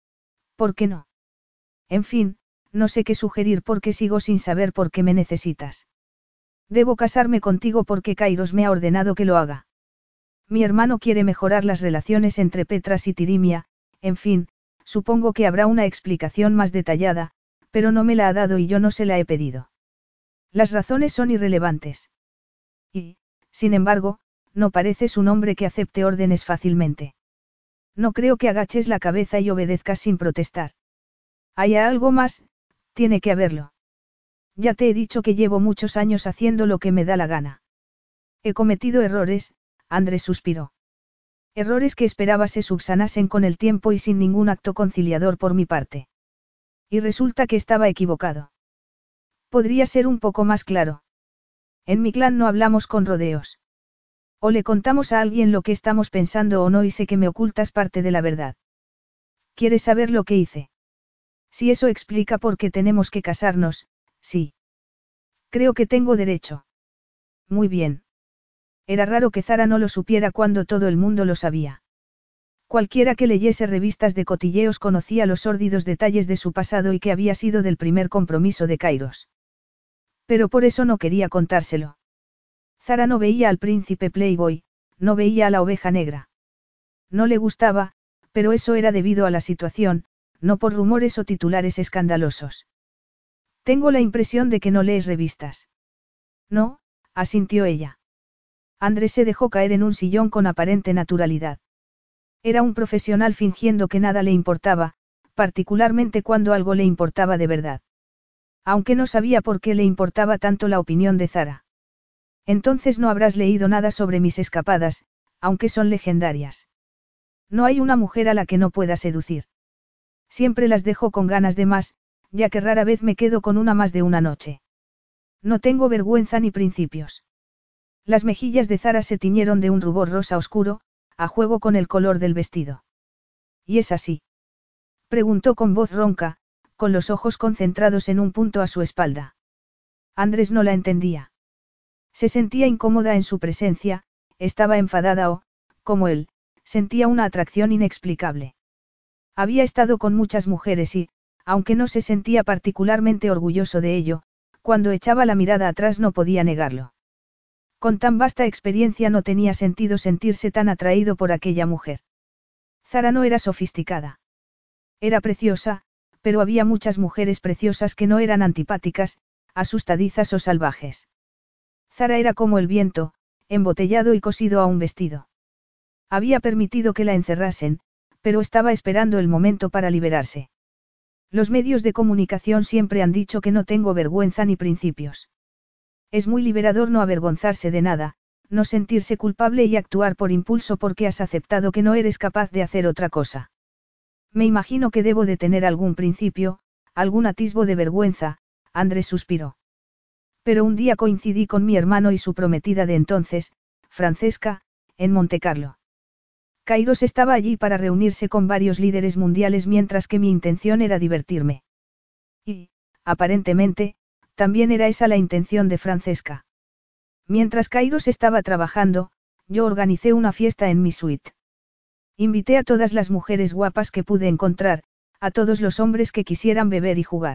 ¿Por qué no? En fin, no sé qué sugerir porque sigo sin saber por qué me necesitas. Debo casarme contigo porque Kairos me ha ordenado que lo haga. Mi hermano quiere mejorar las relaciones entre Petras y Tirimia, en fin, supongo que habrá una explicación más detallada, pero no me la ha dado y yo no se la he pedido. Las razones son irrelevantes. Y, sin embargo, no pareces un hombre que acepte órdenes fácilmente. No creo que agaches la cabeza y obedezcas sin protestar. ¿Hay algo más? Tiene que haberlo. Ya te he dicho que llevo muchos años haciendo lo que me da la gana. He cometido errores, Andrés suspiró. Errores que esperaba se subsanasen con el tiempo y sin ningún acto conciliador por mi parte. Y resulta que estaba equivocado. Podría ser un poco más claro. En mi clan no hablamos con rodeos. O le contamos a alguien lo que estamos pensando o no y sé que me ocultas parte de la verdad. ¿Quieres saber lo que hice? Si eso explica por qué tenemos que casarnos, sí. Creo que tengo derecho. Muy bien. Era raro que Zara no lo supiera cuando todo el mundo lo sabía. Cualquiera que leyese revistas de cotilleos conocía los sórdidos detalles de su pasado y que había sido del primer compromiso de Kairos. Pero por eso no quería contárselo. Zara no veía al príncipe Playboy, no veía a la oveja negra. No le gustaba, pero eso era debido a la situación, no por rumores o titulares escandalosos. Tengo la impresión de que no lees revistas. No, asintió ella. Andrés se dejó caer en un sillón con aparente naturalidad. Era un profesional fingiendo que nada le importaba, particularmente cuando algo le importaba de verdad. Aunque no sabía por qué le importaba tanto la opinión de Zara. Entonces no habrás leído nada sobre mis escapadas, aunque son legendarias. No hay una mujer a la que no pueda seducir. Siempre las dejo con ganas de más, ya que rara vez me quedo con una más de una noche. No tengo vergüenza ni principios. Las mejillas de Zara se tiñeron de un rubor rosa oscuro, a juego con el color del vestido. ¿Y es así? Preguntó con voz ronca, con los ojos concentrados en un punto a su espalda. Andrés no la entendía. Se sentía incómoda en su presencia, estaba enfadada o, como él, sentía una atracción inexplicable. Había estado con muchas mujeres y, aunque no se sentía particularmente orgulloso de ello, cuando echaba la mirada atrás no podía negarlo. Con tan vasta experiencia no tenía sentido sentirse tan atraído por aquella mujer. Zara no era sofisticada. Era preciosa, pero había muchas mujeres preciosas que no eran antipáticas, asustadizas o salvajes. Zara era como el viento, embotellado y cosido a un vestido. Había permitido que la encerrasen, pero estaba esperando el momento para liberarse. Los medios de comunicación siempre han dicho que no tengo vergüenza ni principios. Es muy liberador no avergonzarse de nada, no sentirse culpable y actuar por impulso porque has aceptado que no eres capaz de hacer otra cosa. Me imagino que debo de tener algún principio, algún atisbo de vergüenza, Andrés suspiró. Pero un día coincidí con mi hermano y su prometida de entonces, Francesca, en Montecarlo. Kairos estaba allí para reunirse con varios líderes mundiales mientras que mi intención era divertirme. Y, aparentemente, también era esa la intención de Francesca. Mientras Kairos estaba trabajando, yo organicé una fiesta en mi suite. Invité a todas las mujeres guapas que pude encontrar, a todos los hombres que quisieran beber y jugar.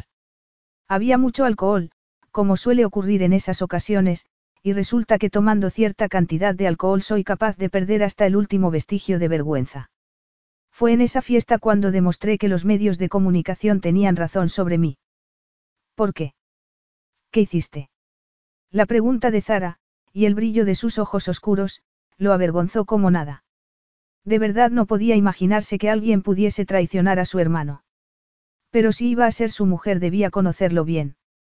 Había mucho alcohol, como suele ocurrir en esas ocasiones, y resulta que tomando cierta cantidad de alcohol soy capaz de perder hasta el último vestigio de vergüenza. Fue en esa fiesta cuando demostré que los medios de comunicación tenían razón sobre mí. ¿Por qué? ¿Qué hiciste? La pregunta de Zara, y el brillo de sus ojos oscuros, lo avergonzó como nada. De verdad no podía imaginarse que alguien pudiese traicionar a su hermano. Pero si iba a ser su mujer debía conocerlo bien.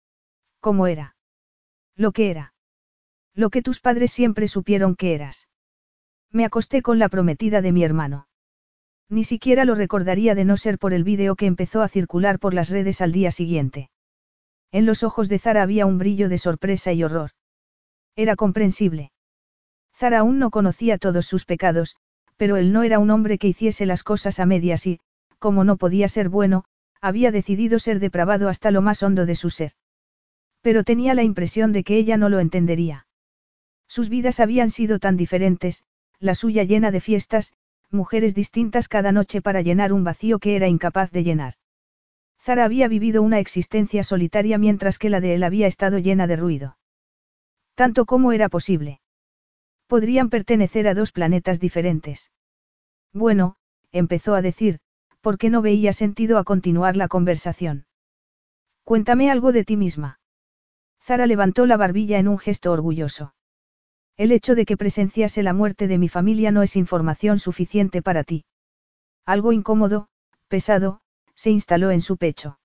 ¿Cómo era? Lo que era. Lo que tus padres siempre supieron que eras. Me acosté con la prometida de mi hermano. Ni siquiera lo recordaría de no ser por el vídeo que empezó a circular por las redes al día siguiente. En los ojos de Zara había un brillo de sorpresa y horror. Era comprensible. Zara aún no conocía todos sus pecados, pero él no era un hombre que hiciese las cosas a medias y, como no podía ser bueno, había decidido ser depravado hasta lo más hondo de su ser. Pero tenía la impresión de que ella no lo entendería. Sus vidas habían sido tan diferentes, la suya llena de fiestas, mujeres distintas cada noche para llenar un vacío que era incapaz de llenar. Zara había vivido una existencia solitaria mientras que la de él había estado llena de ruido. Tanto como era posible. Podrían pertenecer a dos planetas diferentes. Bueno, empezó a decir, porque no veía sentido a continuar la conversación. Cuéntame algo de ti misma. Zara levantó la barbilla en un gesto orgulloso. El hecho de que presenciase la muerte de mi familia no es información suficiente para ti. Algo incómodo, pesado, se instaló en su pecho.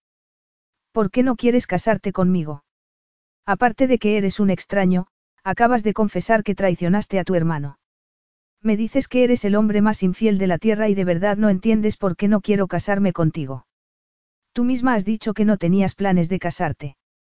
¿Por qué no quieres casarte conmigo? Aparte de que eres un extraño, acabas de confesar que traicionaste a tu hermano. Me dices que eres el hombre más infiel de la tierra y de verdad no entiendes por qué no quiero casarme contigo. Tú misma has dicho que no tenías planes de casarte.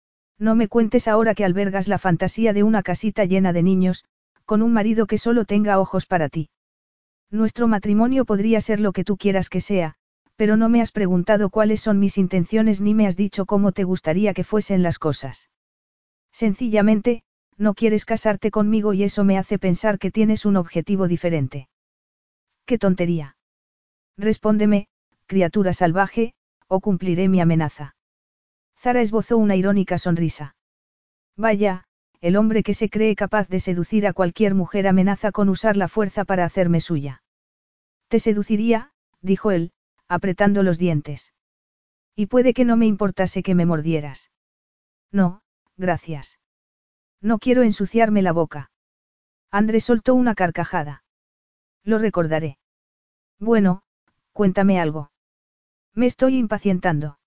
No me cuentes ahora que albergas la fantasía de una casita llena de niños, con un marido que solo tenga ojos para ti. Nuestro matrimonio podría ser lo que tú quieras que sea, pero no me has preguntado cuáles son mis intenciones ni me has dicho cómo te gustaría que fuesen las cosas. Sencillamente, no quieres casarte conmigo y eso me hace pensar que tienes un objetivo diferente. ¡Qué tontería! Respóndeme, criatura salvaje, o cumpliré mi amenaza. Zara esbozó una irónica sonrisa. Vaya, el hombre que se cree capaz de seducir a cualquier mujer amenaza con usar la fuerza para hacerme suya. Te seduciría, dijo él, apretando los dientes. Y puede que no me importase que me mordieras. No, gracias. No quiero ensuciarme la boca. Andrés soltó una carcajada. Lo recordaré. Bueno, cuéntame algo. Me estoy impacientando.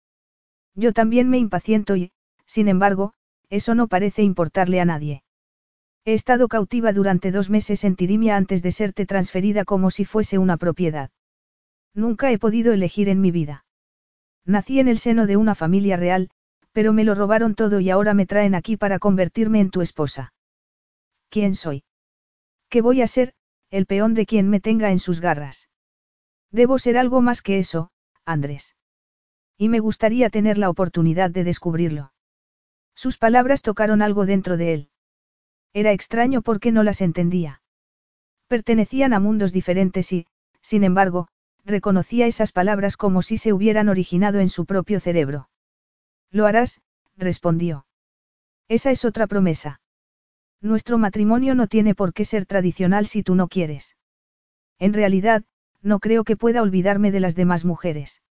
Yo también me impaciento y, sin embargo, eso no parece importarle a nadie. He estado cautiva durante 2 meses en Tirimia antes de serte transferida como si fuese una propiedad. Nunca he podido elegir en mi vida. Nací en el seno de una familia real, pero me lo robaron todo y ahora me traen aquí para convertirme en tu esposa. ¿Quién soy? ¿Qué voy a ser? El peón de quien me tenga en sus garras. Debo ser algo más que eso, Andrés. Y me gustaría tener la oportunidad de descubrirlo. Sus palabras tocaron algo dentro de él. Era extraño porque no las entendía. Pertenecían a mundos diferentes y, sin embargo, reconocía esas palabras como si se hubieran originado en su propio cerebro. Lo harás, respondió. Esa es otra promesa. Nuestro matrimonio no tiene por qué ser tradicional si tú no quieres. En realidad, no creo que pueda olvidarme de las demás mujeres.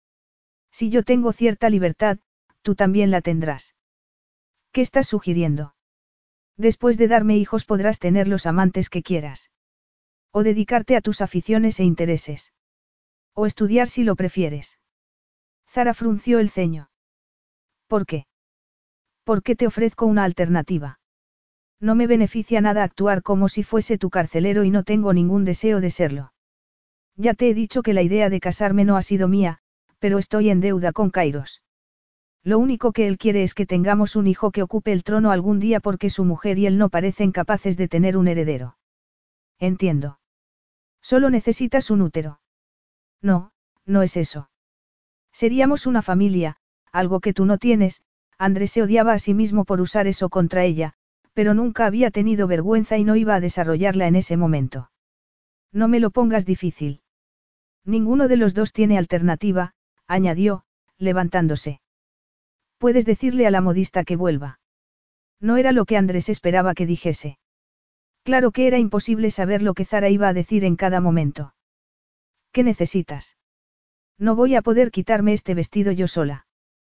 Si yo tengo cierta libertad, tú también la tendrás. ¿Qué estás sugiriendo? Después de darme hijos podrás tener los amantes que quieras. O dedicarte a tus aficiones e intereses. O estudiar si lo prefieres. Zara frunció el ceño. ¿Por qué? ¿Por qué te ofrezco una alternativa? No me beneficia nada actuar como si fuese tu carcelero y no tengo ningún deseo de serlo. Ya te he dicho que la idea de casarme no ha sido mía, pero estoy en deuda con Kairos. Lo único que él quiere es que tengamos un hijo que ocupe el trono algún día porque su mujer y él no parecen capaces de tener un heredero. Entiendo. Solo necesitas un útero. No, no es eso. Seríamos una familia, algo que tú no tienes. Andrés se odiaba a sí mismo por usar eso contra ella, pero nunca había tenido vergüenza y no iba a desarrollarla en ese momento. No me lo pongas difícil. Ninguno de los dos tiene alternativa, añadió, levantándose. Puedes decirle a la modista que vuelva. No era lo que Andrés esperaba que dijese. Claro que era imposible saber lo que Zara iba a decir en cada momento. ¿Qué necesitas? No voy a poder quitarme este vestido yo sola.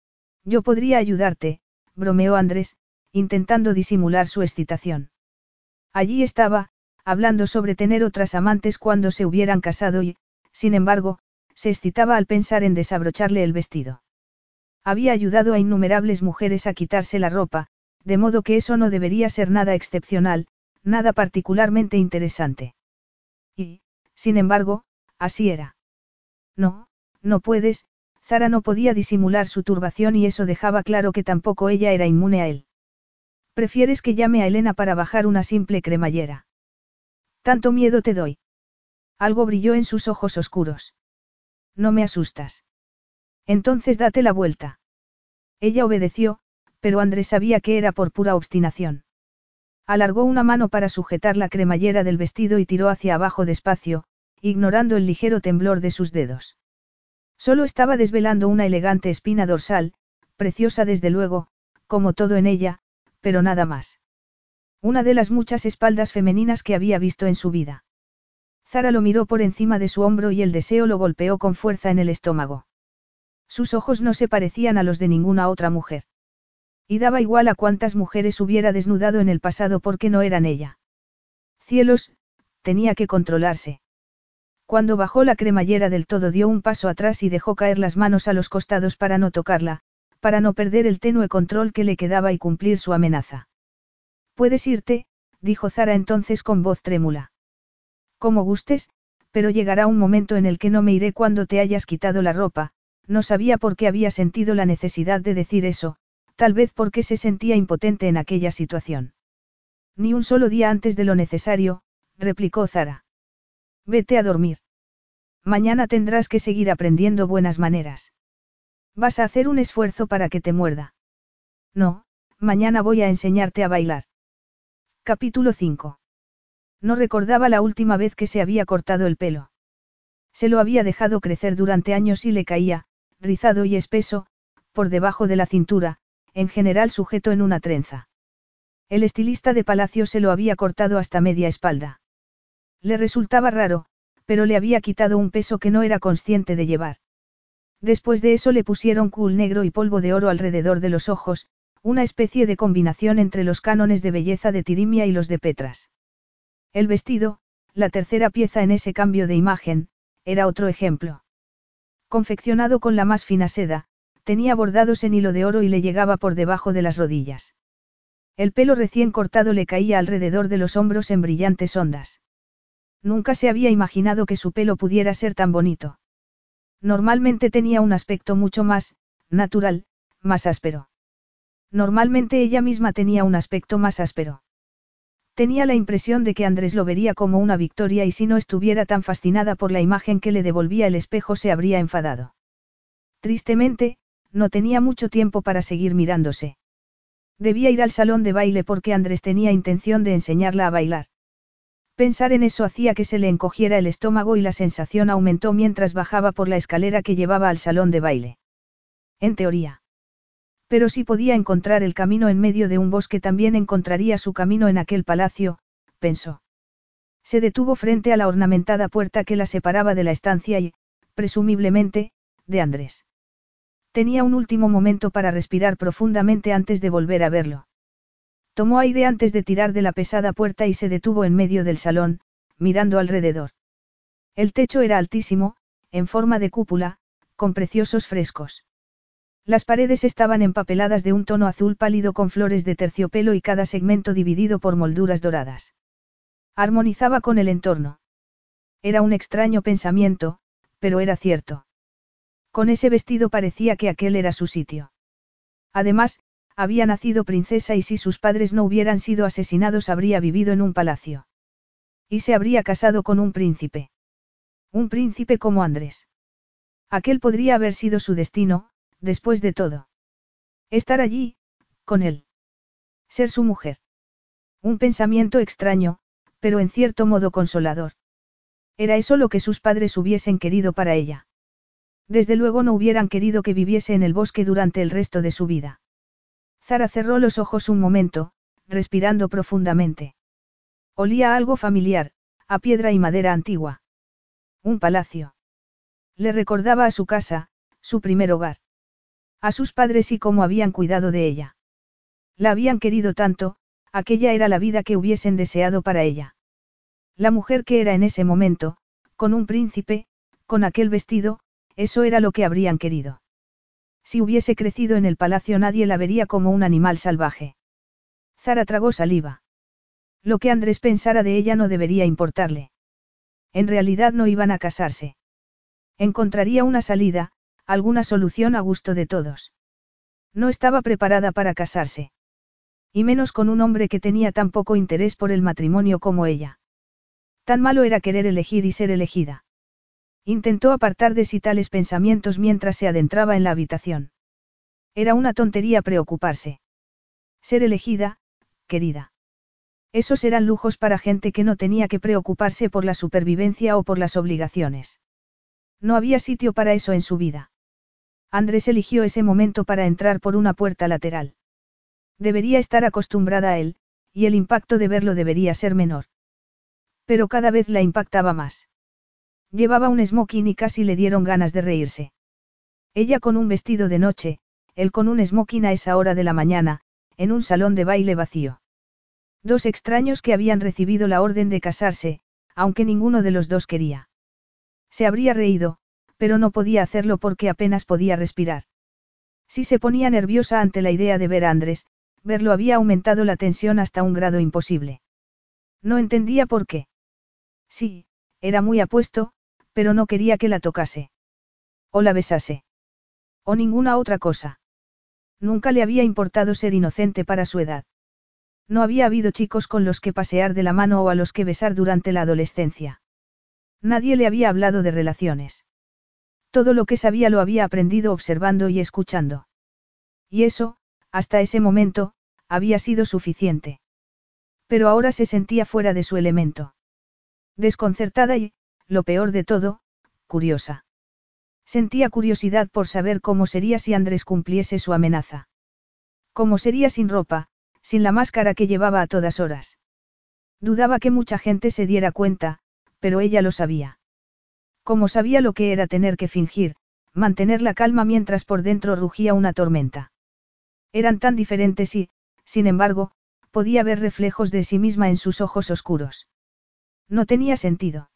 Yo podría ayudarte, bromeó Andrés, intentando disimular su excitación. Allí estaba, hablando sobre tener otras amantes cuando se hubieran casado y, sin embargo, se excitaba al pensar en desabrocharle el vestido. Había ayudado a innumerables mujeres a quitarse la ropa, de modo que eso no debería ser nada excepcional, nada particularmente interesante. Y, sin embargo, así era. No, no puedes, Zara no podía disimular su turbación y eso dejaba claro que tampoco ella era inmune a él. ¿Prefieres que llame a Elena para bajar una simple cremallera? ¿Tanto miedo te doy? Algo brilló en sus ojos oscuros. No me asustas. Entonces date la vuelta. Ella obedeció, pero Andrés sabía que era por pura obstinación. Alargó una mano para sujetar la cremallera del vestido y tiró hacia abajo despacio, ignorando el ligero temblor de sus dedos. Solo estaba desvelando una elegante espina dorsal, preciosa desde luego, como todo en ella, pero nada más. Una de las muchas espaldas femeninas que había visto en su vida. Zara lo miró por encima de su hombro y el deseo lo golpeó con fuerza en el estómago. Sus ojos no se parecían a los de ninguna otra mujer. Y daba igual a cuántas mujeres hubiera desnudado en el pasado porque no eran ella. Cielos, tenía que controlarse. Cuando bajó la cremallera del todo dio un paso atrás y dejó caer las manos a los costados para no tocarla, para no perder el tenue control que le quedaba y cumplir su amenaza. Puedes irte, dijo Zara entonces con voz trémula. Como gustes, pero llegará un momento en el que no me iré cuando te hayas quitado la ropa. No sabía por qué había sentido la necesidad de decir eso, tal vez porque se sentía impotente en aquella situación. Ni un solo día antes de lo necesario, replicó Zara. Vete a dormir. Mañana tendrás que seguir aprendiendo buenas maneras. Vas a hacer un esfuerzo para que te muerda. No, mañana voy a enseñarte a bailar. Capítulo 5. No recordaba la última vez que se había cortado el pelo. Se lo había dejado crecer durante años y le caía, rizado y espeso, por debajo de la cintura, en general sujeto en una trenza. El estilista de palacio se lo había cortado hasta media espalda. Le resultaba raro, pero le había quitado un peso que no era consciente de llevar. Después de eso le pusieron cul negro y polvo de oro alrededor de los ojos, una especie de combinación entre los cánones de belleza de Tirimia y los de Petras. El vestido, la tercera pieza en ese cambio de imagen, era otro ejemplo. Confeccionado con la más fina seda, tenía bordados en hilo de oro y le llegaba por debajo de las rodillas. El pelo recién cortado le caía alrededor de los hombros en brillantes ondas. Nunca se había imaginado que su pelo pudiera ser tan bonito. Normalmente tenía un aspecto mucho más, natural, más áspero. Normalmente ella misma tenía un aspecto más áspero. Tenía la impresión de que Andrés lo vería como una victoria y si no estuviera tan fascinada por la imagen que le devolvía el espejo se habría enfadado. Tristemente, no tenía mucho tiempo para seguir mirándose. Debía ir al salón de baile porque Andrés tenía intención de enseñarla a bailar. Pensar en eso hacía que se le encogiera el estómago y la sensación aumentó mientras bajaba por la escalera que llevaba al salón de baile. En teoría. Pero si podía encontrar el camino en medio de un bosque también encontraría su camino en aquel palacio, pensó. Se detuvo frente a la ornamentada puerta que la separaba de la estancia y, presumiblemente, de Andrés. Tenía un último momento para respirar profundamente antes de volver a verlo. Tomó aire antes de tirar de la pesada puerta y se detuvo en medio del salón, mirando alrededor. El techo era altísimo, en forma de cúpula, con preciosos frescos. Las paredes estaban empapeladas de un tono azul pálido con flores de terciopelo y cada segmento dividido por molduras doradas. Armonizaba con el entorno. Era un extraño pensamiento, pero era cierto. Con ese vestido parecía que aquel era su sitio. Además, había nacido princesa y si sus padres no hubieran sido asesinados habría vivido en un palacio. Y se habría casado con un príncipe. Un príncipe como Andrés. Aquel podría haber sido su destino, después de todo. Estar allí, con él. Ser su mujer. Un pensamiento extraño, pero en cierto modo consolador. Era eso lo que sus padres hubiesen querido para ella. Desde luego no hubieran querido que viviese en el bosque durante el resto de su vida. Zara cerró los ojos un momento, respirando profundamente. Olía a algo familiar, a piedra y madera antigua. Un palacio. Le recordaba a su casa, su primer hogar. A sus padres y cómo habían cuidado de ella. La habían querido tanto, aquella era la vida que hubiesen deseado para ella. La mujer que era en ese momento, con un príncipe, con aquel vestido, eso era lo que habrían querido. Si hubiese crecido en el palacio nadie la vería como un animal salvaje. Zara tragó saliva. Lo que Andrés pensara de ella no debería importarle. En realidad no iban a casarse. Encontraría una salida, alguna solución a gusto de todos. No estaba preparada para casarse. Y menos con un hombre que tenía tan poco interés por el matrimonio como ella. Tan malo era querer elegir y ser elegida. Intentó apartar de sí tales pensamientos mientras se adentraba en la habitación. Era una tontería preocuparse. Ser elegida, querida. Esos eran lujos para gente que no tenía que preocuparse por la supervivencia o por las obligaciones. No había sitio para eso en su vida. Andrés eligió ese momento para entrar por una puerta lateral. Debería estar acostumbrada a él, y el impacto de verlo debería ser menor. Pero cada vez la impactaba más. Llevaba un smoking y casi le dieron ganas de reírse. Ella con un vestido de noche, él con un smoking a esa hora de la mañana, en un salón de baile vacío. Dos extraños que habían recibido la orden de casarse, aunque ninguno de los dos quería. Se habría reído, pero no podía hacerlo porque apenas podía respirar. Si se ponía nerviosa ante la idea de ver a Andrés, verlo había aumentado la tensión hasta un grado imposible. No entendía por qué. Sí, era muy apuesto, pero no quería que la tocase. O la besase. O ninguna otra cosa. Nunca le había importado ser inocente para su edad. No había habido chicos con los que pasear de la mano o a los que besar durante la adolescencia. Nadie le había hablado de relaciones. Todo lo que sabía lo había aprendido observando y escuchando. Y eso, hasta ese momento, había sido suficiente. Pero ahora se sentía fuera de su elemento. Desconcertada y, lo peor de todo, curiosa. Sentía curiosidad por saber cómo sería si Andrés cumpliese su amenaza. Cómo sería sin ropa, sin la máscara que llevaba a todas horas. Dudaba que mucha gente se diera cuenta, pero ella lo sabía. Cómo sabía lo que era tener que fingir, mantener la calma mientras por dentro rugía una tormenta. Eran tan diferentes y, sin embargo, podía ver reflejos de sí misma en sus ojos oscuros. No tenía sentido.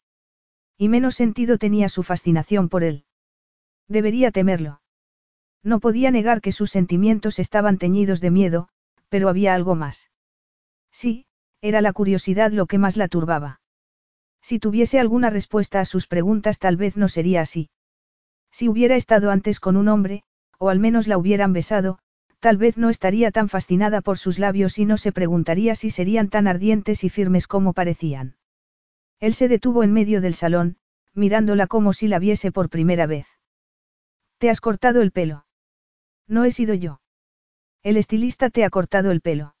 Y menos sentido tenía su fascinación por él. Debería temerlo. No podía negar que sus sentimientos estaban teñidos de miedo, pero había algo más. Sí, era la curiosidad lo que más la turbaba. Si tuviese alguna respuesta a sus preguntas tal vez no sería así. Si hubiera estado antes con un hombre, o al menos la hubieran besado, tal vez no estaría tan fascinada por sus labios y no se preguntaría si serían tan ardientes y firmes como parecían. Él se detuvo en medio del salón, mirándola como si la viese por primera vez. ¿Te has cortado el pelo? No he sido yo. El estilista te ha cortado el pelo.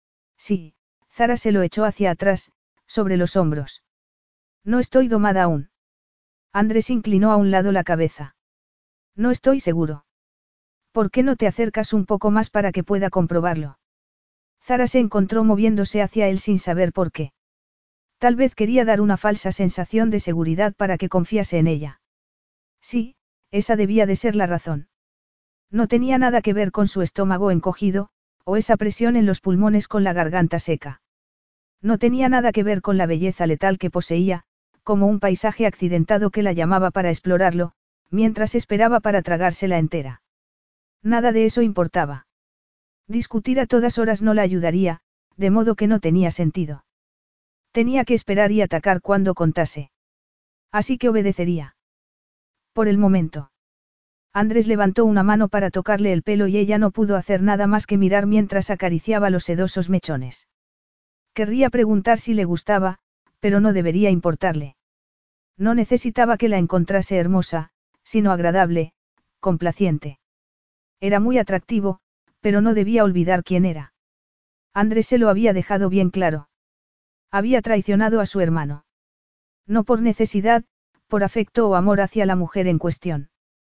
Sí, Zara se lo echó hacia atrás, sobre los hombros. No estoy domada aún. Andrés inclinó a un lado la cabeza. No estoy seguro. ¿Por qué no te acercas un poco más para que pueda comprobarlo? Zara se encontró moviéndose hacia él sin saber por qué. Tal vez quería dar una falsa sensación de seguridad para que confiase en ella. Sí, esa debía de ser la razón. No tenía nada que ver con su estómago encogido, o esa presión en los pulmones con la garganta seca. No tenía nada que ver con la belleza letal que poseía, como un paisaje accidentado que la llamaba para explorarlo, mientras esperaba para tragársela entera. Nada de eso importaba. Discutir a todas horas no la ayudaría, de modo que no tenía sentido. Tenía que esperar y atacar cuando contase. Así que obedecería. Por el momento. Andrés levantó una mano para tocarle el pelo y ella no pudo hacer nada más que mirar mientras acariciaba los sedosos mechones. Querría preguntar si le gustaba, pero no debería importarle. No necesitaba que la encontrase hermosa, sino agradable, complaciente. Era muy atractivo, pero no debía olvidar quién era. Andrés se lo había dejado bien claro. Había traicionado a su hermano. No por necesidad, por afecto o amor hacia la mujer en cuestión.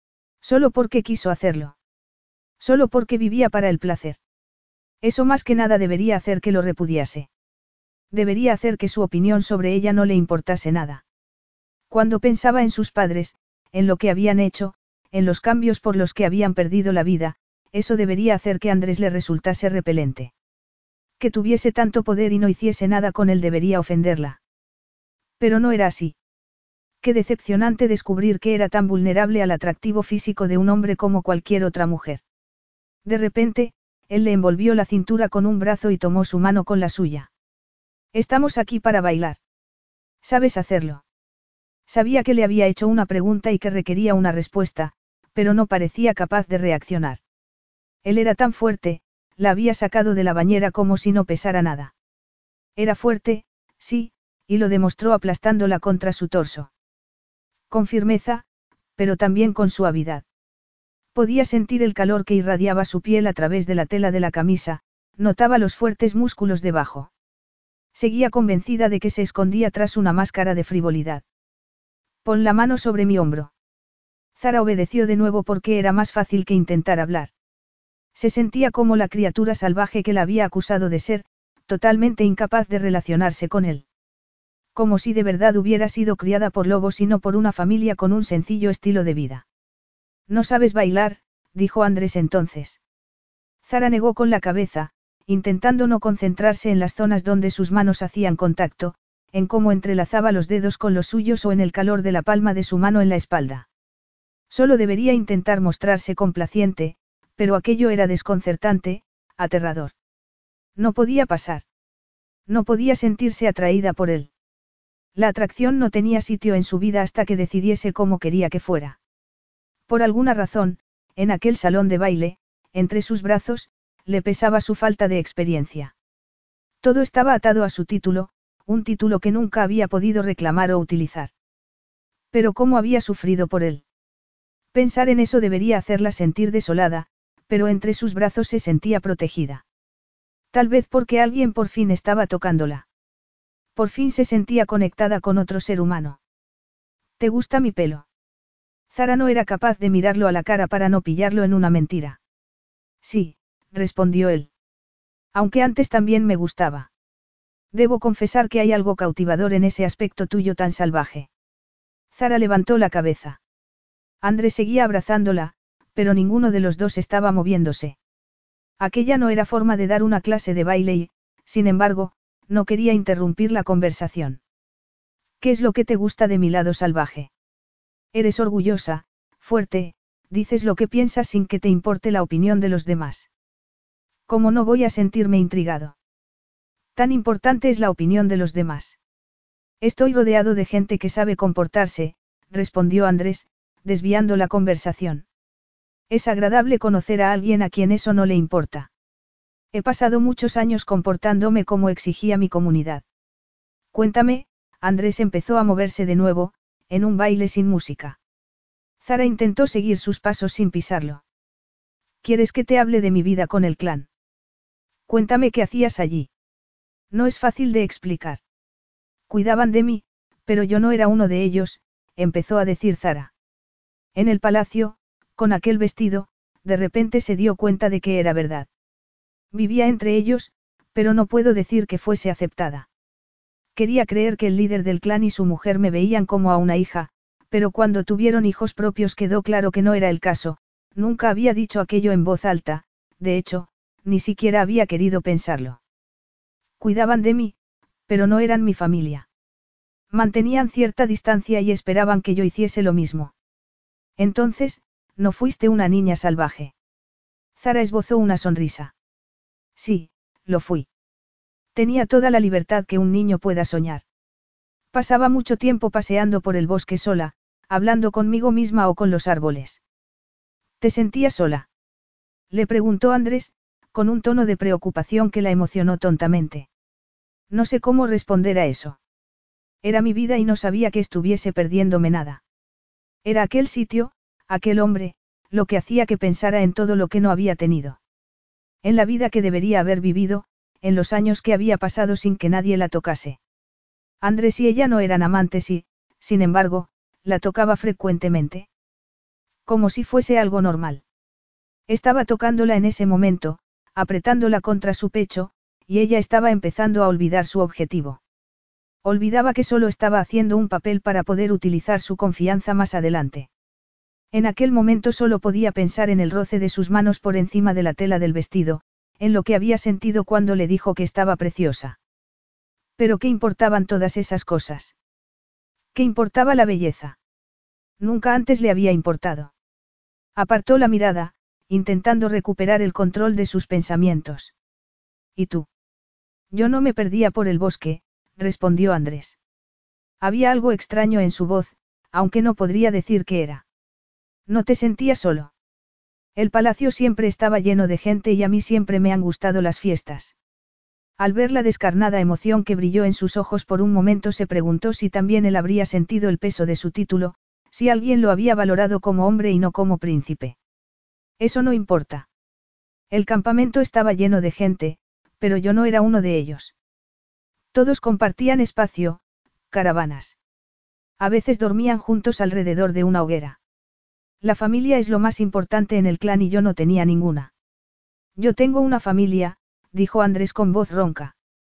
Solo porque quiso hacerlo. Solo porque vivía para el placer. Eso más que nada debería hacer que lo repudiase. Debería hacer que su opinión sobre ella no le importase nada. Cuando pensaba en sus padres, en lo que habían hecho, en los cambios por los que habían perdido la vida, eso debería hacer que Andrés le resultase repelente. Que tuviese tanto poder y no hiciese nada con él debería ofenderla. Pero no era así. Qué decepcionante descubrir que era tan vulnerable al atractivo físico de un hombre como cualquier otra mujer. De repente, él le envolvió la cintura con un brazo y tomó su mano con la suya. Estamos aquí para bailar. ¿Sabes hacerlo? Sabía que le había hecho una pregunta y que requería una respuesta, pero no parecía capaz de reaccionar. Él era tan fuerte, la había sacado de la bañera como si no pesara nada. Era fuerte, sí, y lo demostró aplastándola contra su torso. Con firmeza, pero también con suavidad. Podía sentir el calor que irradiaba su piel a través de la tela de la camisa, notaba los fuertes músculos debajo. Seguía convencida de que se escondía tras una máscara de frivolidad. Pon la mano sobre mi hombro. Zara obedeció de nuevo porque era más fácil que intentar hablar. Se sentía como la criatura salvaje que la había acusado de ser, totalmente incapaz de relacionarse con él. Como si de verdad hubiera sido criada por lobos y no por una familia con un sencillo estilo de vida. No sabes bailar, dijo Andrés entonces. Zara negó con la cabeza, intentando no concentrarse en las zonas donde sus manos hacían contacto, en cómo entrelazaba los dedos con los suyos o en el calor de la palma de su mano en la espalda. Solo debería intentar mostrarse complaciente, pero aquello era desconcertante, aterrador. No podía pasar. No podía sentirse atraída por él. La atracción no tenía sitio en su vida hasta que decidiese cómo quería que fuera. Por alguna razón, en aquel salón de baile, entre sus brazos, le pesaba su falta de experiencia. Todo estaba atado a su título, un título que nunca había podido reclamar o utilizar. Pero cómo había sufrido por él. Pensar en eso debería hacerla sentir desolada, pero entre sus brazos se sentía protegida. Tal vez porque alguien por fin estaba tocándola. Por fin se sentía conectada con otro ser humano. ¿Te gusta mi pelo? Zara no era capaz de mirarlo a la cara para no pillarlo en una mentira. Sí, respondió él. Aunque antes también me gustaba. Debo confesar que hay algo cautivador en ese aspecto tuyo tan salvaje. Zara levantó la cabeza. Andrés seguía abrazándola, pero ninguno de los dos estaba moviéndose. Aquella no era forma de dar una clase de baile y, sin embargo, no quería interrumpir la conversación. ¿Qué es lo que te gusta de mi lado salvaje? Eres orgullosa, fuerte, dices lo que piensas sin que te importe la opinión de los demás. ¿Cómo no voy a sentirme intrigado? Tan importante es la opinión de los demás. Estoy rodeado de gente que sabe comportarse, respondió Andrés, desviando la conversación. Es agradable conocer a alguien a quien eso no le importa. He pasado muchos años comportándome como exigía mi comunidad. Cuéntame, Andrés empezó a moverse de nuevo, en un baile sin música. Zara intentó seguir sus pasos sin pisarlo. ¿Quieres que te hable de mi vida con el clan? Cuéntame qué hacías allí. No es fácil de explicar. Cuidaban de mí, pero yo no era uno de ellos, empezó a decir Zara. En el palacio, con aquel vestido, de repente se dio cuenta de que era verdad. Vivía entre ellos, pero no puedo decir que fuese aceptada. Quería creer que el líder del clan y su mujer me veían como a una hija, pero cuando tuvieron hijos propios quedó claro que no era el caso, nunca había dicho aquello en voz alta, de hecho, ni siquiera había querido pensarlo. Cuidaban de mí, pero no eran mi familia. Mantenían cierta distancia y esperaban que yo hiciese lo mismo. Entonces, no fuiste una niña salvaje. Zara esbozó una sonrisa. Sí, lo fui. Tenía toda la libertad que un niño pueda soñar. Pasaba mucho tiempo paseando por el bosque sola, hablando conmigo misma o con los árboles. ¿Te sentías sola? Le preguntó Andrés, con un tono de preocupación que la emocionó tontamente. No sé cómo responder a eso. Era mi vida y no sabía que estuviese perdiéndome nada. Era aquel sitio, aquel hombre, lo que hacía que pensara en todo lo que no había tenido. En la vida que debería haber vivido, en los años que había pasado sin que nadie la tocase. Andrés y ella no eran amantes y, sin embargo, la tocaba frecuentemente. Como si fuese algo normal. Estaba tocándola en ese momento, apretándola contra su pecho, y ella estaba empezando a olvidar su objetivo. Olvidaba que solo estaba haciendo un papel para poder utilizar su confianza más adelante. En aquel momento solo podía pensar en el roce de sus manos por encima de la tela del vestido, en lo que había sentido cuando le dijo que estaba preciosa. Pero ¿qué importaban todas esas cosas? ¿Qué importaba la belleza? Nunca antes le había importado. Apartó la mirada, intentando recuperar el control de sus pensamientos. ¿Y tú? Yo no me perdía por el bosque, respondió Andrés. Había algo extraño en su voz, aunque no podría decir qué era. ¿No te sentías solo? El palacio siempre estaba lleno de gente y a mí siempre me han gustado las fiestas. Al ver la descarnada emoción que brilló en sus ojos por un momento se preguntó si también él habría sentido el peso de su título, si alguien lo había valorado como hombre y no como príncipe. Eso no importa. El campamento estaba lleno de gente, pero yo no era uno de ellos. Todos compartían espacio, caravanas. A veces dormían juntos alrededor de una hoguera. La familia es lo más importante en el clan y yo no tenía ninguna. Yo tengo una familia, dijo Andrés con voz ronca.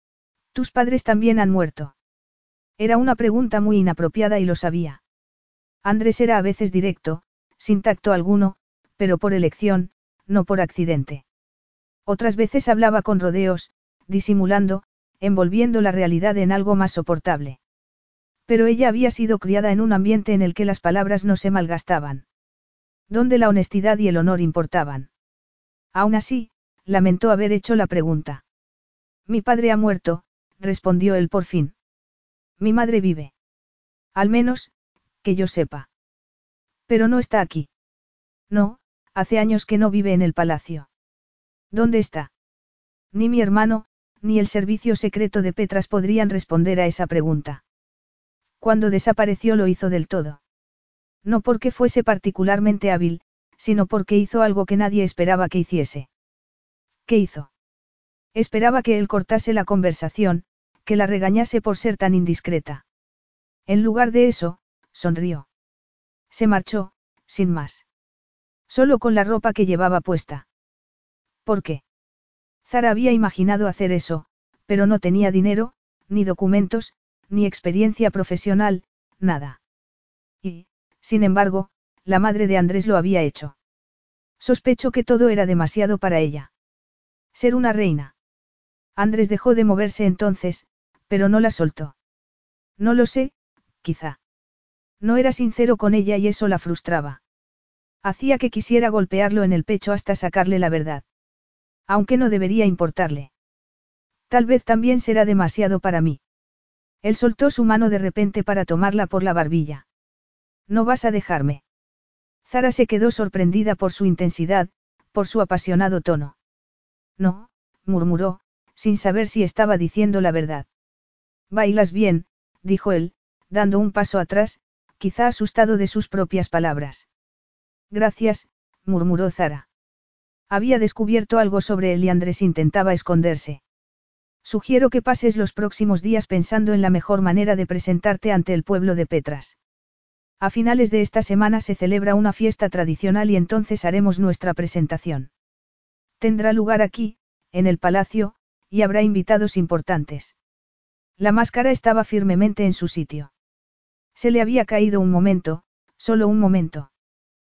¿Tus padres también han muerto? Era una pregunta muy inapropiada y lo sabía. Andrés era a veces directo, sin tacto alguno, pero por elección, no por accidente. Otras veces hablaba con rodeos, disimulando, envolviendo la realidad en algo más soportable. Pero ella había sido criada en un ambiente en el que las palabras no se malgastaban. Donde la honestidad y el honor importaban. Aún así, lamentó haber hecho la pregunta. Mi padre ha muerto, respondió él por fin. Mi madre vive. Al menos, que yo sepa. Pero no está aquí. No, hace años que no vive en el palacio. ¿Dónde está? Ni mi hermano, ni el servicio secreto de Petras podrían responder a esa pregunta. Cuando desapareció lo hizo del todo. No porque fuese particularmente hábil, sino porque hizo algo que nadie esperaba que hiciese. ¿Qué hizo? Esperaba que él cortase la conversación, que la regañase por ser tan indiscreta. En lugar de eso, sonrió. Se marchó, sin más. Solo con la ropa que llevaba puesta. ¿Por qué? Zara había imaginado hacer eso, pero no tenía dinero, ni documentos, ni experiencia profesional, nada. Y, sin embargo, la madre de Andrés lo había hecho. Sospechó que todo era demasiado para ella. Ser una reina. Andrés dejó de moverse entonces, pero no la soltó. No lo sé, quizá. No era sincero con ella y eso la frustraba. Hacía que quisiera golpearlo en el pecho hasta sacarle la verdad. Aunque no debería importarle. Tal vez también será demasiado para mí. Él soltó su mano de repente para tomarla por la barbilla. ¿No vas a dejarme? Zara se quedó sorprendida por su intensidad, por su apasionado tono. No, murmuró, sin saber si estaba diciendo la verdad. Bailas bien, dijo él, dando un paso atrás, quizá asustado de sus propias palabras. Gracias, murmuró Zara. Había descubierto algo sobre él y Andrés intentaba esconderse. Sugiero que pases los próximos días pensando en la mejor manera de presentarte ante el pueblo de Petras. A finales de esta semana se celebra una fiesta tradicional y entonces haremos nuestra presentación. Tendrá lugar aquí, en el palacio, y habrá invitados importantes. La máscara estaba firmemente en su sitio. Se le había caído un momento, solo un momento.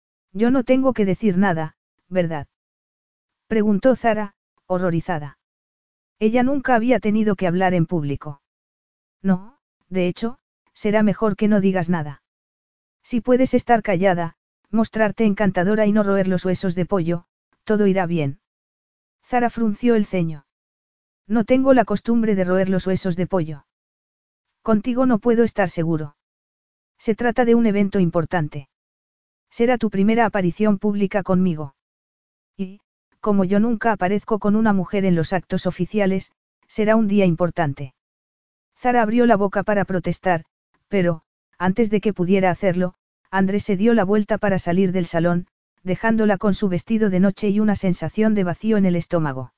Yo no tengo que decir nada, ¿verdad? Preguntó Zara, horrorizada. Ella nunca había tenido que hablar en público. No, de hecho, será mejor que no digas nada. Si puedes estar callada, mostrarte encantadora y no roer los huesos de pollo, todo irá bien. Zara frunció el ceño. No tengo la costumbre de roer los huesos de pollo. Contigo no puedo estar seguro. Se trata de un evento importante. Será tu primera aparición pública conmigo. Y, como yo nunca aparezco con una mujer en los actos oficiales, será un día importante. Zara abrió la boca para protestar, pero, antes de que pudiera hacerlo, Andrés se dio la vuelta para salir del salón, dejándola con su vestido de noche y una sensación de vacío en el estómago.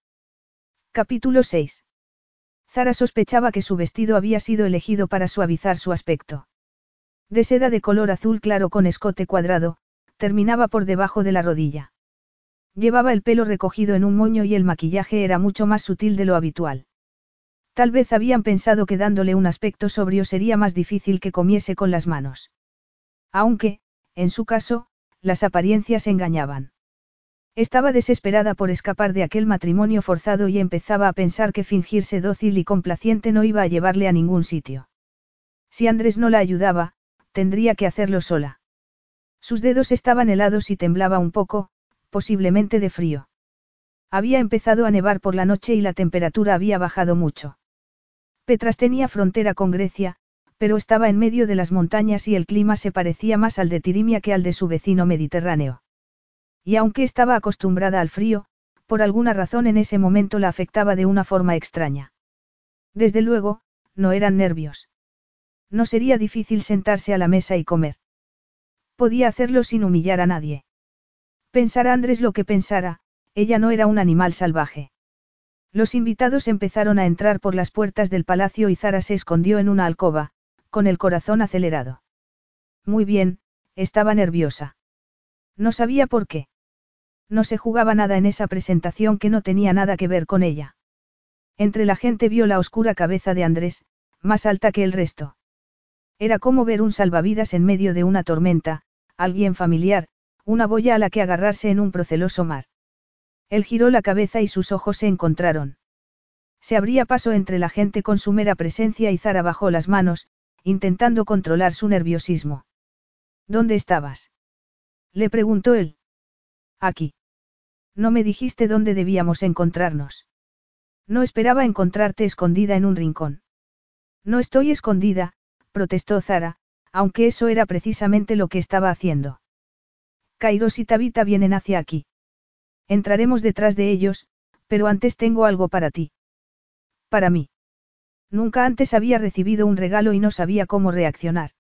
Capítulo 6. Zara sospechaba que su vestido había sido elegido para suavizar su aspecto. De seda de color azul claro con escote cuadrado, terminaba por debajo de la rodilla. Llevaba el pelo recogido en un moño y el maquillaje era mucho más sutil de lo habitual. Tal vez habían pensado que dándole un aspecto sobrio sería más difícil que comiese con las manos. Aunque, en su caso, las apariencias engañaban. Estaba desesperada por escapar de aquel matrimonio forzado y empezaba a pensar que fingirse dócil y complaciente no iba a llevarle a ningún sitio. Si Andrés no la ayudaba, tendría que hacerlo sola. Sus dedos estaban helados y temblaba un poco, posiblemente de frío. Había empezado a nevar por la noche y la temperatura había bajado mucho. Petras tenía frontera con Grecia, pero estaba en medio de las montañas y el clima se parecía más al de Tirimia que al de su vecino mediterráneo. Y aunque estaba acostumbrada al frío, por alguna razón en ese momento la afectaba de una forma extraña. Desde luego, no eran nervios. No sería difícil sentarse a la mesa y comer. Podía hacerlo sin humillar a nadie. Pensara Andrés lo que pensara, ella no era un animal salvaje. Los invitados empezaron a entrar por las puertas del palacio y Zara se escondió en una alcoba, con el corazón acelerado. Muy bien, estaba nerviosa. No sabía por qué. No se jugaba nada en esa presentación que no tenía nada que ver con ella. Entre la gente vio la oscura cabeza de Andrés, más alta que el resto. Era como ver un salvavidas en medio de una tormenta, alguien familiar, una boya a la que agarrarse en un proceloso mar. Él giró la cabeza y sus ojos se encontraron. Se abría paso entre la gente con su mera presencia y Zara bajó las manos, intentando controlar su nerviosismo. ¿Dónde estabas? Le preguntó él. Aquí. No me dijiste dónde debíamos encontrarnos. No esperaba encontrarte escondida en un rincón. No estoy escondida, protestó Zara, aunque eso era precisamente lo que estaba haciendo. Kairos y Tabitha vienen hacia aquí. Entraremos detrás de ellos, pero antes tengo algo para ti. Para mí. Nunca antes había recibido un regalo y no sabía cómo reaccionar.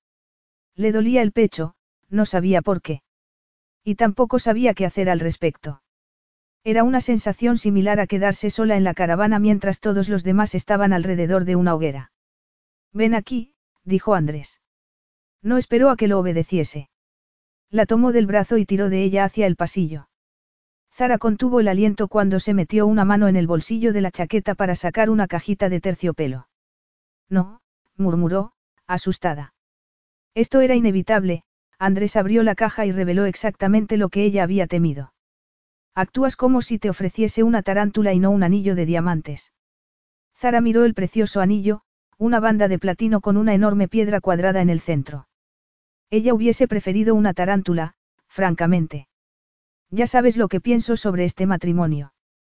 Le dolía el pecho, no sabía por qué. Y tampoco sabía qué hacer al respecto. Era una sensación similar a quedarse sola en la caravana mientras todos los demás estaban alrededor de una hoguera. Ven aquí, dijo Andrés. No esperó a que lo obedeciese. La tomó del brazo y tiró de ella hacia el pasillo. Zara contuvo el aliento cuando se metió una mano en el bolsillo de la chaqueta para sacar una cajita de terciopelo. No, murmuró, asustada. Esto era inevitable. Andrés abrió la caja y reveló exactamente lo que ella había temido. Actúas como si te ofreciese una tarántula y no un anillo de diamantes. Zara miró el precioso anillo, una banda de platino con una enorme piedra cuadrada en el centro. Ella hubiese preferido una tarántula, francamente. Ya sabes lo que pienso sobre este matrimonio.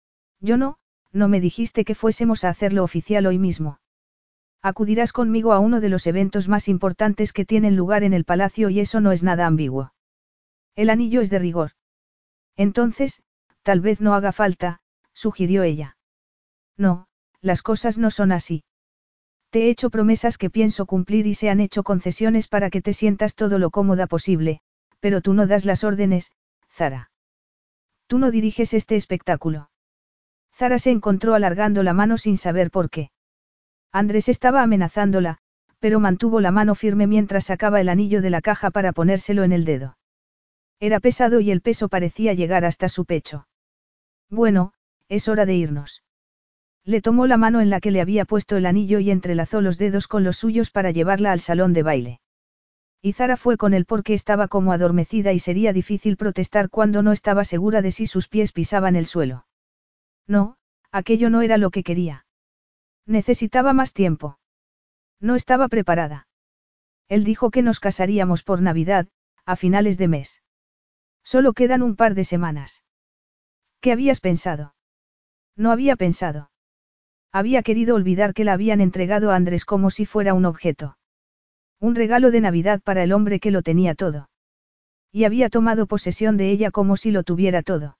Yo no me dijiste que fuésemos a hacerlo oficial hoy mismo. Acudirás conmigo a uno de los eventos más importantes que tienen lugar en el palacio y eso no es nada ambiguo. El anillo es de rigor. Entonces, tal vez no haga falta, sugirió ella. No, las cosas no son así. Te he hecho promesas que pienso cumplir y se han hecho concesiones para que te sientas todo lo cómoda posible, pero tú no das las órdenes, Zara. Tú no diriges este espectáculo. Zara se encontró alargando la mano sin saber por qué. Andrés estaba amenazándola, pero mantuvo la mano firme mientras sacaba el anillo de la caja para ponérselo en el dedo. Era pesado y el peso parecía llegar hasta su pecho. Bueno, es hora de irnos. Le tomó la mano en la que le había puesto el anillo y entrelazó los dedos con los suyos para llevarla al salón de baile. Y Zara fue con él porque estaba como adormecida y sería difícil protestar cuando no estaba segura de si sus pies pisaban el suelo. No, aquello no era lo que quería. Necesitaba más tiempo. No estaba preparada. Él dijo que nos casaríamos por Navidad, a finales de mes. Solo quedan un par de semanas. ¿Qué habías pensado? No había pensado. Había querido olvidar que la habían entregado a Andrés como si fuera un objeto. Un regalo de Navidad para el hombre que lo tenía todo. Y había tomado posesión de ella como si lo tuviera todo.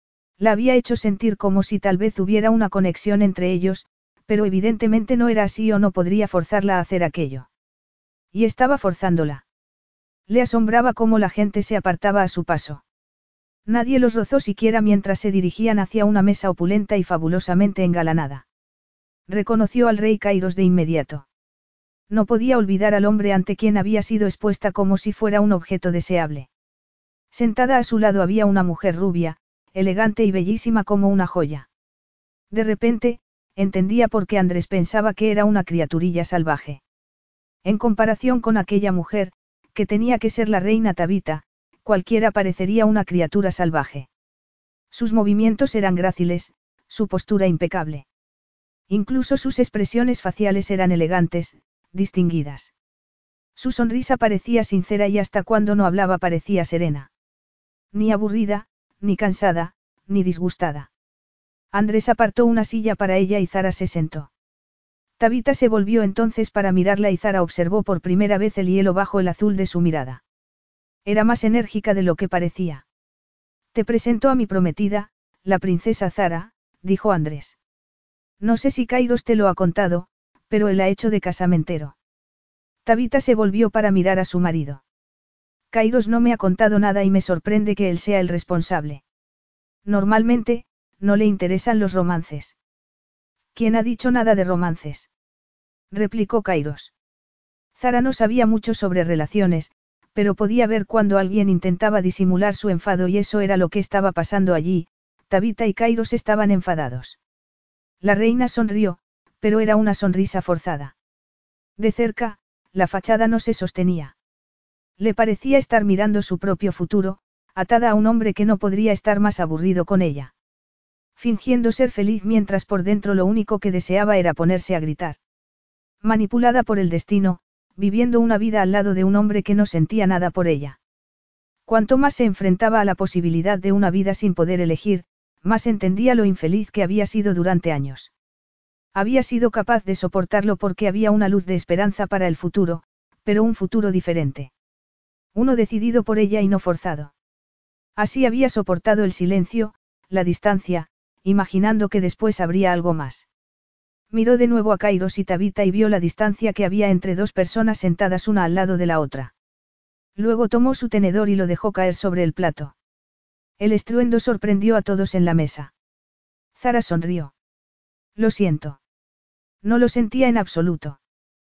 La había hecho sentir como si tal vez hubiera una conexión entre ellos, pero evidentemente no era así o no podría forzarla a hacer aquello. Y estaba forzándola. Le asombraba cómo la gente se apartaba a su paso. Nadie los rozó siquiera mientras se dirigían hacia una mesa opulenta y fabulosamente engalanada. Reconoció al rey Kairos de inmediato. No podía olvidar al hombre ante quien había sido expuesta como si fuera un objeto deseable. Sentada a su lado había una mujer rubia, elegante y bellísima como una joya. De repente, entendía por qué Andrés pensaba que era una criaturilla salvaje. En comparación con aquella mujer, que tenía que ser la reina Tabita, cualquiera parecería una criatura salvaje. Sus movimientos eran gráciles, su postura impecable. Incluso sus expresiones faciales eran elegantes, distinguidas. Su sonrisa parecía sincera y hasta cuando no hablaba parecía serena. Ni aburrida, ni cansada, ni disgustada. Andrés apartó una silla para ella y Zara se sentó. Tabita se volvió entonces para mirarla y Zara observó por primera vez el hielo bajo el azul de su mirada. Era más enérgica de lo que parecía. Te presento a mi prometida, la princesa Zara, dijo Andrés. No sé si Kairos te lo ha contado, pero él ha hecho de casamentero. Tabita se volvió para mirar a su marido. Kairos no me ha contado nada y me sorprende que él sea el responsable. Normalmente, no le interesan los romances. ¿Quién ha dicho nada de romances? Replicó Kairos. Zara no sabía mucho sobre relaciones, pero podía ver cuando alguien intentaba disimular su enfado y eso era lo que estaba pasando allí. Tabita y Kairos estaban enfadados. La reina sonrió, pero era una sonrisa forzada. De cerca, la fachada no se sostenía. Le parecía estar mirando su propio futuro, atada a un hombre que no podría estar más aburrido con ella. Fingiendo ser feliz mientras por dentro lo único que deseaba era ponerse a gritar. Manipulada por el destino, viviendo una vida al lado de un hombre que no sentía nada por ella. Cuanto más se enfrentaba a la posibilidad de una vida sin poder elegir, más entendía lo infeliz que había sido durante años. Había sido capaz de soportarlo porque había una luz de esperanza para el futuro, pero un futuro diferente. Uno decidido por ella y no forzado. Así había soportado el silencio, la distancia, imaginando que después habría algo más. Miró de nuevo a Kairos y Tabita y vio la distancia que había entre dos personas sentadas una al lado de la otra. Luego tomó su tenedor y lo dejó caer sobre el plato. El estruendo sorprendió a todos en la mesa. Zara sonrió. Lo siento. No lo sentía en absoluto.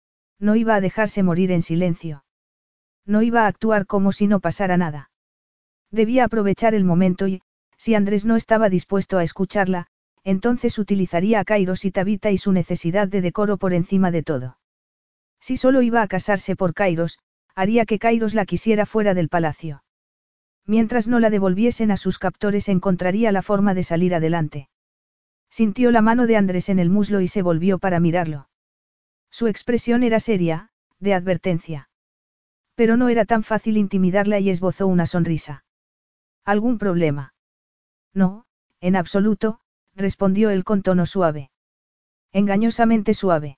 No iba a dejarse morir en silencio. No iba a actuar como si no pasara nada. Debía aprovechar el momento y, si Andrés no estaba dispuesto a escucharla, entonces utilizaría a Kairos y Tabita y su necesidad de decoro por encima de todo. Si solo iba a casarse por Kairos, haría que Kairos la quisiera fuera del palacio. Mientras no la devolviesen a sus captores encontraría la forma de salir adelante. Sintió la mano de Andrés en el muslo y se volvió para mirarlo. Su expresión era seria, de advertencia. Pero no era tan fácil intimidarla y esbozó una sonrisa. ¿Algún problema? No, en absoluto, respondió él con tono suave. Engañosamente suave.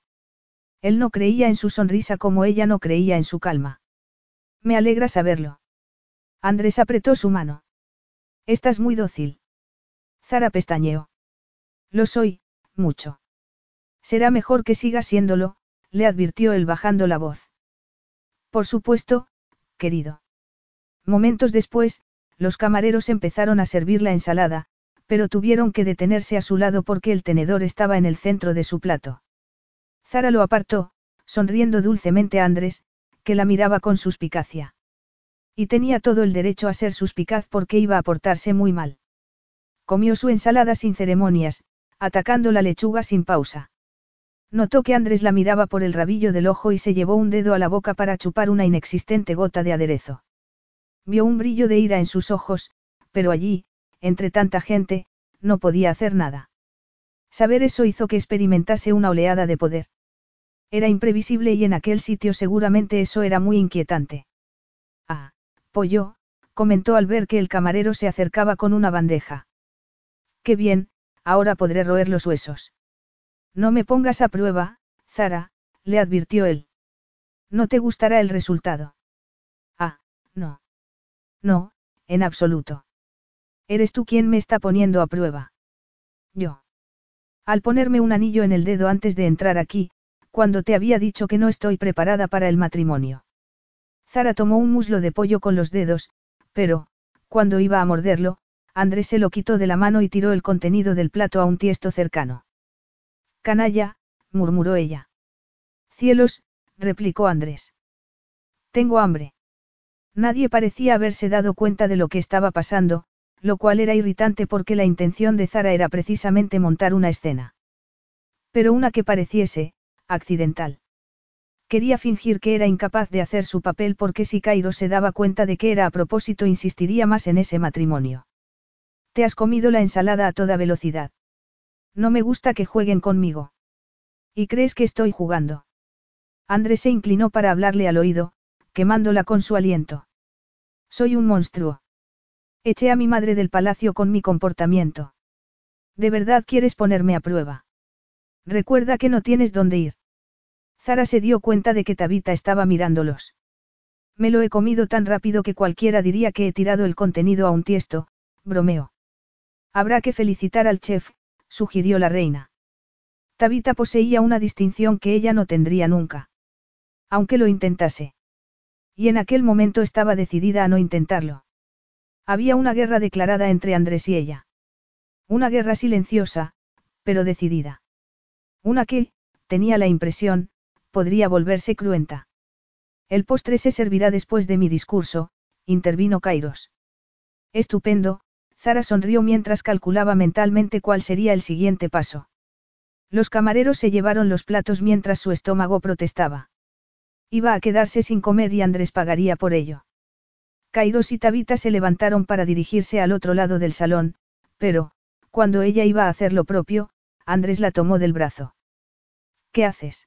Él no creía en su sonrisa como ella no creía en su calma. Me alegra saberlo. Andrés apretó su mano. Estás muy dócil. Zara pestañeó. Lo soy, mucho. Será mejor que siga siéndolo, le advirtió él bajando la voz. Por supuesto, querido. Momentos después, los camareros empezaron a servir la ensalada, pero tuvieron que detenerse a su lado porque el tenedor estaba en el centro de su plato. Zara lo apartó, sonriendo dulcemente a Andrés, que la miraba con suspicacia. Y tenía todo el derecho a ser suspicaz porque iba a portarse muy mal. Comió su ensalada sin ceremonias, atacando la lechuga sin pausa. Notó que Andrés la miraba por el rabillo del ojo y se llevó un dedo a la boca para chupar una inexistente gota de aderezo. Vio un brillo de ira en sus ojos, pero allí, entre tanta gente, no podía hacer nada. Saber eso hizo que experimentase una oleada de poder. Era imprevisible y en aquel sitio seguramente eso era muy inquietante. Ah, pollo, comentó al ver que el camarero se acercaba con una bandeja. Qué bien, ahora podré roer los huesos. No me pongas a prueba, Zara, le advirtió él. No te gustará el resultado. Ah, no. No, en absoluto. Eres tú quien me está poniendo a prueba. Yo. Al ponerme un anillo en el dedo antes de entrar aquí, cuando te había dicho que no estoy preparada para el matrimonio. Zara tomó un muslo de pollo con los dedos, pero, cuando iba a morderlo, Andrés se lo quitó de la mano y tiró el contenido del plato a un tiesto cercano. Canalla, murmuró ella. Cielos, replicó Andrés. Tengo hambre. Nadie parecía haberse dado cuenta de lo que estaba pasando, lo cual era irritante porque la intención de Zara era precisamente montar una escena. Pero una que pareciese, accidental. Quería fingir que era incapaz de hacer su papel porque si Cairo se daba cuenta de que era a propósito insistiría más en ese matrimonio. Te has comido la ensalada a toda velocidad. No me gusta que jueguen conmigo. ¿Y crees que estoy jugando? Andrés se inclinó para hablarle al oído, quemándola con su aliento. Soy un monstruo. Eché a mi madre del palacio con mi comportamiento. ¿De verdad quieres ponerme a prueba? Recuerda que no tienes dónde ir. Zara se dio cuenta de que Tabita estaba mirándolos. Me lo he comido tan rápido que cualquiera diría que he tirado el contenido a un tiesto, bromeó. Habrá que felicitar al chef, sugirió la reina. Tabita poseía una distinción que ella no tendría nunca. Aunque lo intentase. Y en aquel momento estaba decidida a no intentarlo. Había una guerra declarada entre Andrés y ella. Una guerra silenciosa, pero decidida. Una que, tenía la impresión, podría volverse cruenta. El postre se servirá después de mi discurso, intervino Kairos. Estupendo, Zara sonrió mientras calculaba mentalmente cuál sería el siguiente paso. Los camareros se llevaron los platos mientras su estómago protestaba. Iba a quedarse sin comer y Andrés pagaría por ello. Kairos y Tabita se levantaron para dirigirse al otro lado del salón, pero, cuando ella iba a hacer lo propio, Andrés la tomó del brazo. ¿Qué haces?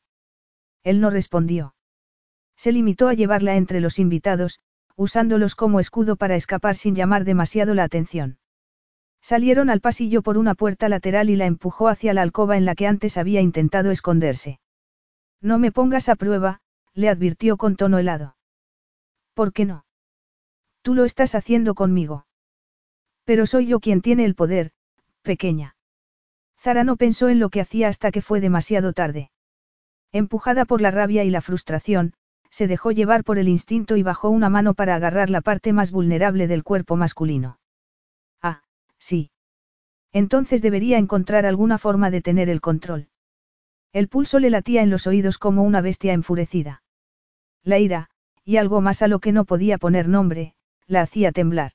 Él no respondió. Se limitó a llevarla entre los invitados, usándolos como escudo para escapar sin llamar demasiado la atención. Salieron al pasillo por una puerta lateral y la empujó hacia la alcoba en la que antes había intentado esconderse. No me pongas a prueba, le advirtió con tono helado. ¿Por qué no? Tú lo estás haciendo conmigo. Pero soy yo quien tiene el poder, pequeña. Zara no pensó en lo que hacía hasta que fue demasiado tarde. Empujada por la rabia y la frustración, se dejó llevar por el instinto y bajó una mano para agarrar la parte más vulnerable del cuerpo masculino. sí. Entonces debería encontrar alguna forma de tener el control. El pulso le latía en los oídos como una bestia enfurecida. La ira, y algo más a lo que no podía poner nombre, la hacía temblar.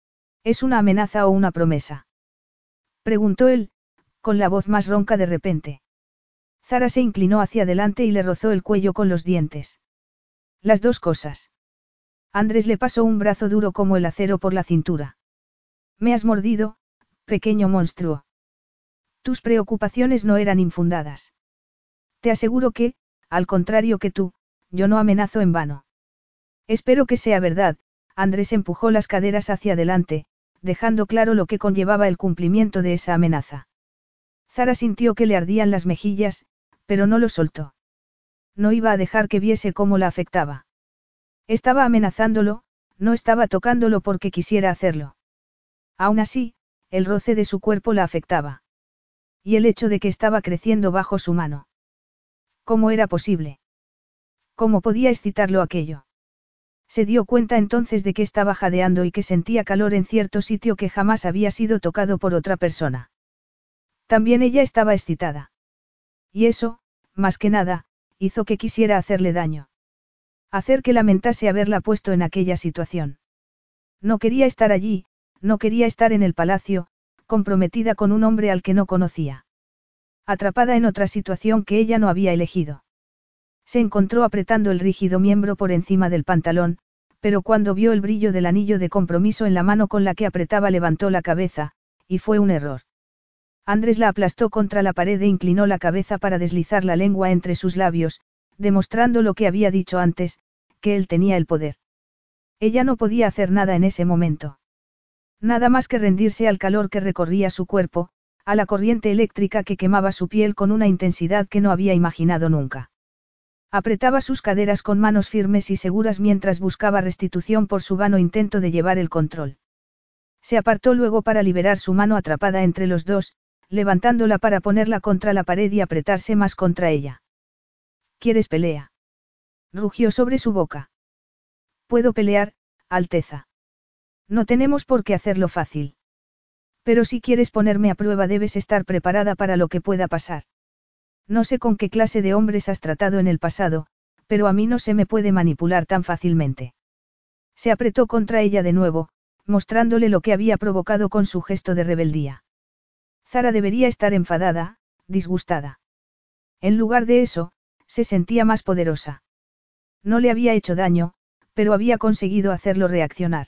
¿Es una amenaza o una promesa? Preguntó él, con la voz más ronca de repente. Zara se inclinó hacia adelante y le rozó el cuello con los dientes. Las dos cosas. Andrés le pasó un brazo duro como el acero por la cintura. Me has mordido, pequeño monstruo. Tus preocupaciones no eran infundadas. Te aseguro que, al contrario que tú, yo no amenazo en vano. Espero que sea verdad. Andrés empujó las caderas hacia adelante, dejando claro lo que conllevaba el cumplimiento de esa amenaza. Zara sintió que le ardían las mejillas, pero no lo soltó. No iba a dejar que viese cómo la afectaba. Estaba amenazándolo, no estaba tocándolo porque quisiera hacerlo. Aún así, el roce de su cuerpo la afectaba. Y el hecho de que estaba creciendo bajo su mano. ¿Cómo era posible? ¿Cómo podía excitarlo aquello? Se dio cuenta entonces de que estaba jadeando y que sentía calor en cierto sitio que jamás había sido tocado por otra persona. También ella estaba excitada. Y eso, más que nada, hizo que quisiera hacerle daño. Hacer que lamentase haberla puesto en aquella situación. No quería estar allí, no quería estar en el palacio, comprometida con un hombre al que no conocía. Atrapada en otra situación que ella no había elegido. Se encontró apretando el rígido miembro por encima del pantalón, pero cuando vio el brillo del anillo de compromiso en la mano con la que apretaba levantó la cabeza, y fue un error. Andrés la aplastó contra la pared e inclinó la cabeza para deslizar la lengua entre sus labios, demostrando lo que había dicho antes, que él tenía el poder. Ella no podía hacer nada en ese momento. Nada más que rendirse al calor que recorría su cuerpo, a la corriente eléctrica que quemaba su piel con una intensidad que no había imaginado nunca. Apretaba sus caderas con manos firmes y seguras mientras buscaba restitución por su vano intento de llevar el control. Se apartó luego para liberar su mano atrapada entre los dos, levantándola para ponerla contra la pared y apretarse más contra ella. ¿Quieres pelea? Rugió sobre su boca. Puedo pelear, Alteza. No tenemos por qué hacerlo fácil. Pero si quieres ponerme a prueba debes estar preparada para lo que pueda pasar. No sé con qué clase de hombres has tratado en el pasado, pero a mí no se me puede manipular tan fácilmente. Se apretó contra ella de nuevo, mostrándole lo que había provocado con su gesto de rebeldía. Zara debería estar enfadada, disgustada. En lugar de eso, se sentía más poderosa. No le había hecho daño, pero había conseguido hacerlo reaccionar.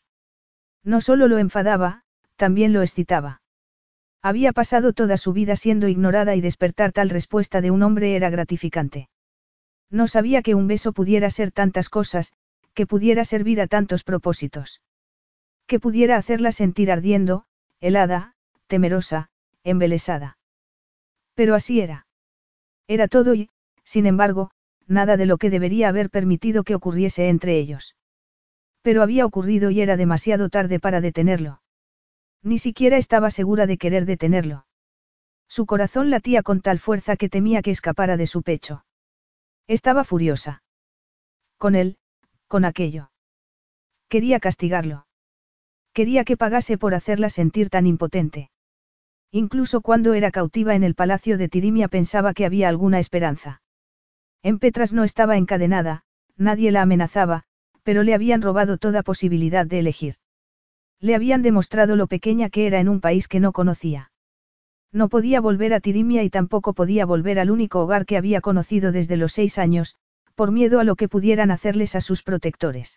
No solo lo enfadaba, también lo excitaba. Había pasado toda su vida siendo ignorada y despertar tal respuesta de un hombre era gratificante. No sabía que un beso pudiera ser tantas cosas, que pudiera servir a tantos propósitos. Que pudiera hacerla sentir ardiendo, helada, temerosa, embelesada. Pero así era. Era todo y, sin embargo, nada de lo que debería haber permitido que ocurriese entre ellos. Pero había ocurrido y era demasiado tarde para detenerlo. Ni siquiera estaba segura de querer detenerlo. Su corazón latía con tal fuerza que temía que escapara de su pecho. Estaba furiosa. Con él, con aquello. Quería castigarlo. Quería que pagase por hacerla sentir tan impotente. Incluso cuando era cautiva en el palacio de Tirimia pensaba que había alguna esperanza. En Petras no estaba encadenada, nadie la amenazaba, pero le habían robado toda posibilidad de elegir. Le habían demostrado lo pequeña que era en un país que no conocía. No podía volver a Tirimia y tampoco podía volver al único hogar que había conocido desde los 6 años, por miedo a lo que pudieran hacerles a sus protectores.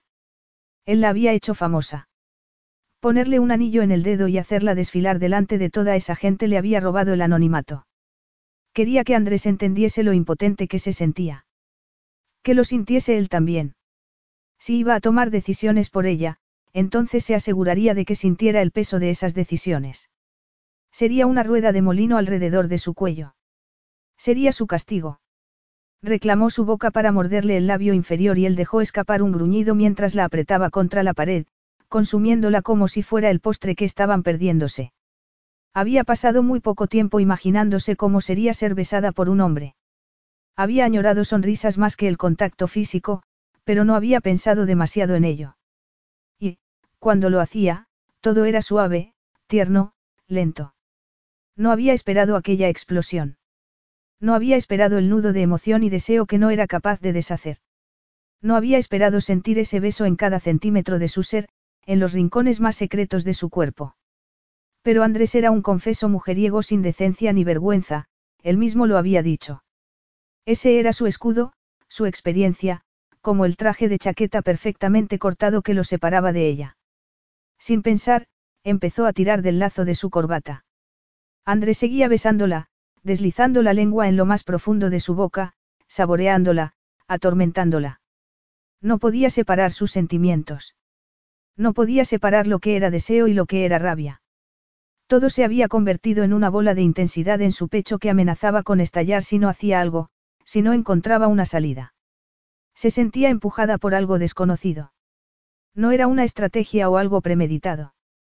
Él la había hecho famosa. Ponerle un anillo en el dedo y hacerla desfilar delante de toda esa gente le había robado el anonimato. Quería que Andrés entendiese lo impotente que se sentía. Que lo sintiese él también. Si iba a tomar decisiones por ella, entonces se aseguraría de que sintiera el peso de esas decisiones. Sería una rueda de molino alrededor de su cuello. Sería su castigo. Reclamó su boca para morderle el labio inferior y él dejó escapar un gruñido mientras la apretaba contra la pared, consumiéndola como si fuera el postre que estaban perdiéndose. Había pasado muy poco tiempo imaginándose cómo sería ser besada por un hombre. Había añorado sonrisas más que el contacto físico, pero no había pensado demasiado en ello. Y, cuando lo hacía, todo era suave, tierno, lento. No había esperado aquella explosión. No había esperado el nudo de emoción y deseo que no era capaz de deshacer. No había esperado sentir ese beso en cada centímetro de su ser, en los rincones más secretos de su cuerpo. Pero Andrés era un confeso mujeriego sin decencia ni vergüenza, él mismo lo había dicho. Ese era su escudo, su experiencia, como el traje de chaqueta perfectamente cortado que lo separaba de ella. Sin pensar, empezó a tirar del lazo de su corbata. Andrés seguía besándola, deslizando la lengua en lo más profundo de su boca, saboreándola, atormentándola. No podía separar sus sentimientos. No podía separar lo que era deseo y lo que era rabia. Todo se había convertido en una bola de intensidad en su pecho que amenazaba con estallar si no hacía algo, si no encontraba una salida. Se sentía empujada por algo desconocido. No era una estrategia o algo premeditado.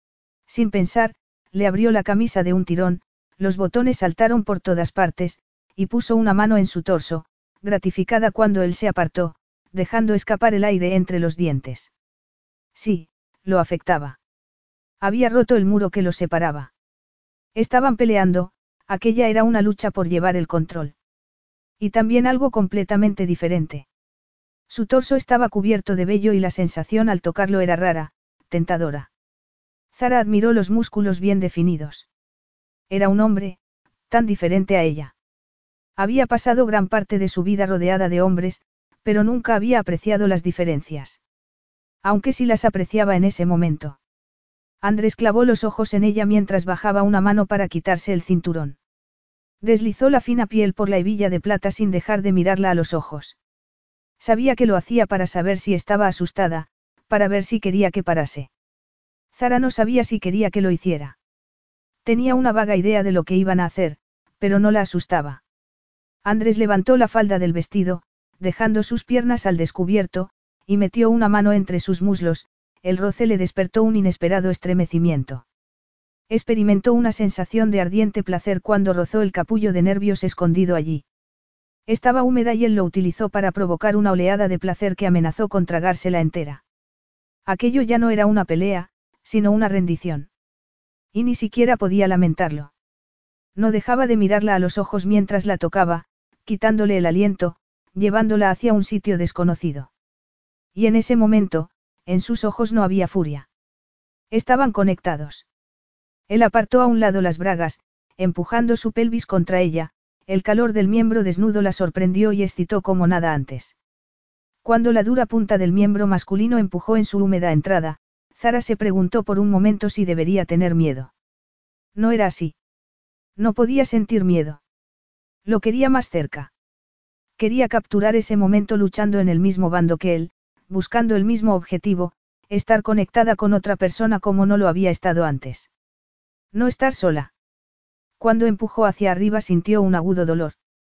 Sin pensar, le abrió la camisa de un tirón, los botones saltaron por todas partes, y puso una mano en su torso, gratificada cuando él se apartó, dejando escapar el aire entre los dientes. Sí, lo afectaba. Había roto el muro que los separaba. Estaban peleando, aquella era una lucha por llevar el control. Y también algo completamente diferente. Su torso estaba cubierto de vello y la sensación al tocarlo era rara, tentadora. Zara admiró los músculos bien definidos. Era un hombre, tan diferente a ella. Había pasado gran parte de su vida rodeada de hombres, pero nunca había apreciado las diferencias. Aunque sí las apreciaba en ese momento. Andrés clavó los ojos en ella mientras bajaba una mano para quitarse el cinturón. Deslizó la fina piel por la hebilla de plata sin dejar de mirarla a los ojos. Sabía que lo hacía para saber si estaba asustada, para ver si quería que parase. Zara no sabía si quería que lo hiciera. Tenía una vaga idea de lo que iban a hacer, pero no la asustaba. Andrés levantó la falda del vestido, dejando sus piernas al descubierto, y metió una mano entre sus muslos, el roce le despertó un inesperado estremecimiento. Experimentó una sensación de ardiente placer cuando rozó el capullo de nervios escondido allí. Estaba húmeda y él lo utilizó para provocar una oleada de placer que amenazó con tragársela entera. Aquello ya no era una pelea, sino una rendición. Y ni siquiera podía lamentarlo. No dejaba de mirarla a los ojos mientras la tocaba, quitándole el aliento, llevándola hacia un sitio desconocido. Y en ese momento, en sus ojos no había furia. Estaban conectados. Él apartó a un lado las bragas, empujando su pelvis contra ella, el calor del miembro desnudo la sorprendió y excitó como nada antes. Cuando la dura punta del miembro masculino empujó en su húmeda entrada, Zara se preguntó por un momento si debería tener miedo. No era así. No podía sentir miedo. Lo quería más cerca. Quería capturar ese momento luchando en el mismo bando que él, buscando el mismo objetivo, estar conectada con otra persona como no lo había estado antes. No estar sola. Cuando empujó hacia arriba sintió un agudo dolor.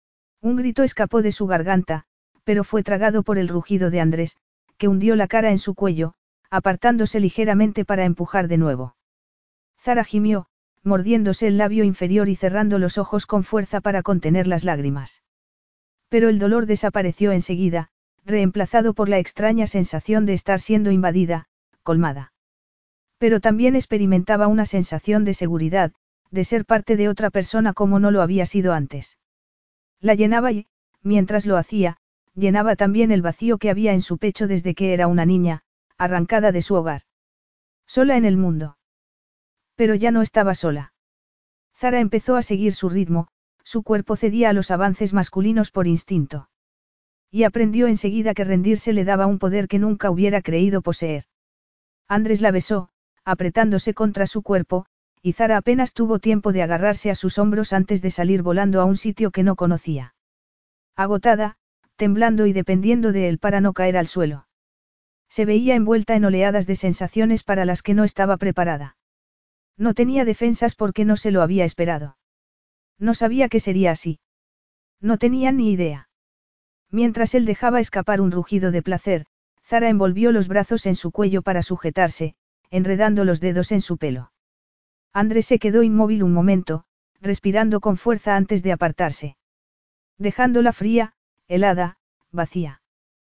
Un grito escapó de su garganta, pero fue tragado por el rugido de Andrés, que hundió la cara en su cuello, apartándose ligeramente para empujar de nuevo. Zara gimió, mordiéndose el labio inferior y cerrando los ojos con fuerza para contener las lágrimas. Pero el dolor desapareció enseguida, reemplazado por la extraña sensación de estar siendo invadida, colmada. Pero también experimentaba una sensación de seguridad, de ser parte de otra persona como no lo había sido antes. La llenaba y, mientras lo hacía, llenaba también el vacío que había en su pecho desde que era una niña, arrancada de su hogar. Sola en el mundo. Pero ya no estaba sola. Zara empezó a seguir su ritmo, su cuerpo cedía a los avances masculinos por instinto. Y aprendió enseguida que rendirse le daba un poder que nunca hubiera creído poseer. Andrés la besó, apretándose contra su cuerpo, y Zara apenas tuvo tiempo de agarrarse a sus hombros antes de salir volando a un sitio que no conocía. Agotada, temblando y dependiendo de él para no caer al suelo. Se veía envuelta en oleadas de sensaciones para las que no estaba preparada. No tenía defensas porque no se lo había esperado. No sabía que sería así. No tenía ni idea. Mientras él dejaba escapar un rugido de placer, Zara envolvió los brazos en su cuello para sujetarse, enredando los dedos en su pelo. Andrés se quedó inmóvil un momento, respirando con fuerza antes de apartarse. Dejándola fría, helada, vacía.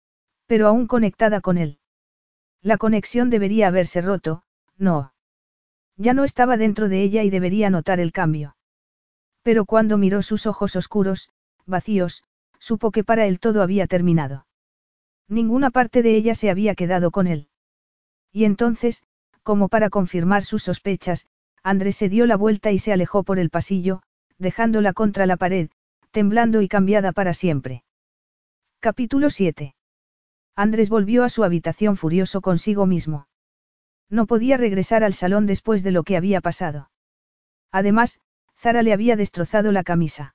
Pero aún conectada con él. La conexión debería haberse roto, no. Ya no estaba dentro de ella y debería notar el cambio. Pero cuando miró sus ojos oscuros, vacíos, supo que para él todo había terminado. Ninguna parte de ella se había quedado con él. Y entonces, como para confirmar sus sospechas, Andrés se dio la vuelta y se alejó por el pasillo, dejándola contra la pared, temblando y cambiada para siempre. Capítulo 7. Andrés volvió a su habitación furioso consigo mismo. No podía regresar al salón después de lo que había pasado. Además, Zara le había destrozado la camisa.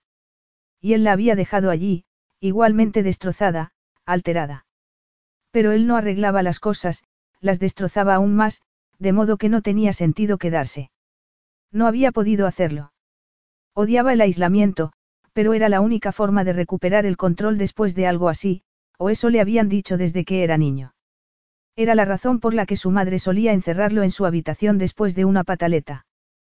Y él la había dejado allí, igualmente destrozada, alterada. Pero él no arreglaba las cosas, las destrozaba aún más, de modo que no tenía sentido quedarse. No había podido hacerlo. Odiaba el aislamiento, pero era la única forma de recuperar el control después de algo así, o eso le habían dicho desde que era niño. Era la razón por la que su madre solía encerrarlo en su habitación después de una pataleta.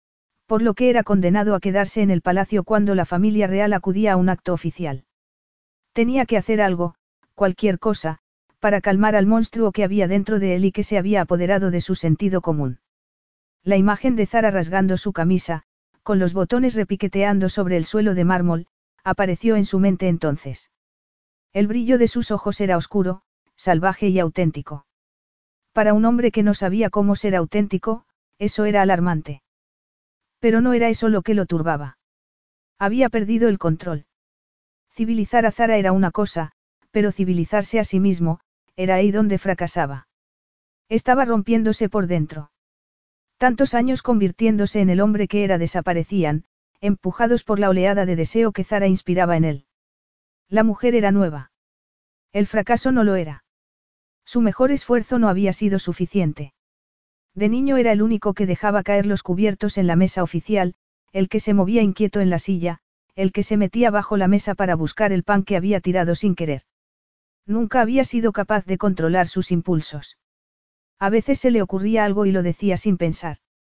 Por lo que era condenado a quedarse en el palacio cuando la familia real acudía a un acto oficial. Tenía que hacer algo, cualquier cosa, para calmar al monstruo que había dentro de él y que se había apoderado de su sentido común. La imagen de Zara rasgando su camisa, con los botones repiqueteando sobre el suelo de mármol, apareció en su mente entonces. El brillo de sus ojos era oscuro, salvaje y auténtico. Para un hombre que no sabía cómo ser auténtico, eso era alarmante. Pero no era eso lo que lo turbaba. Había perdido el control. Civilizar a Zara era una cosa, pero civilizarse a sí mismo, era ahí donde fracasaba. Estaba rompiéndose por dentro. Tantos años convirtiéndose en el hombre que era desaparecían, empujados por la oleada de deseo que Zara inspiraba en él. La mujer era nueva. El fracaso no lo era. Su mejor esfuerzo no había sido suficiente. De niño era el único que dejaba caer los cubiertos en la mesa oficial, el que se movía inquieto en la silla, el que se metía bajo la mesa para buscar el pan que había tirado sin querer. Nunca había sido capaz de controlar sus impulsos. A veces se le ocurría algo y lo decía sin pensar.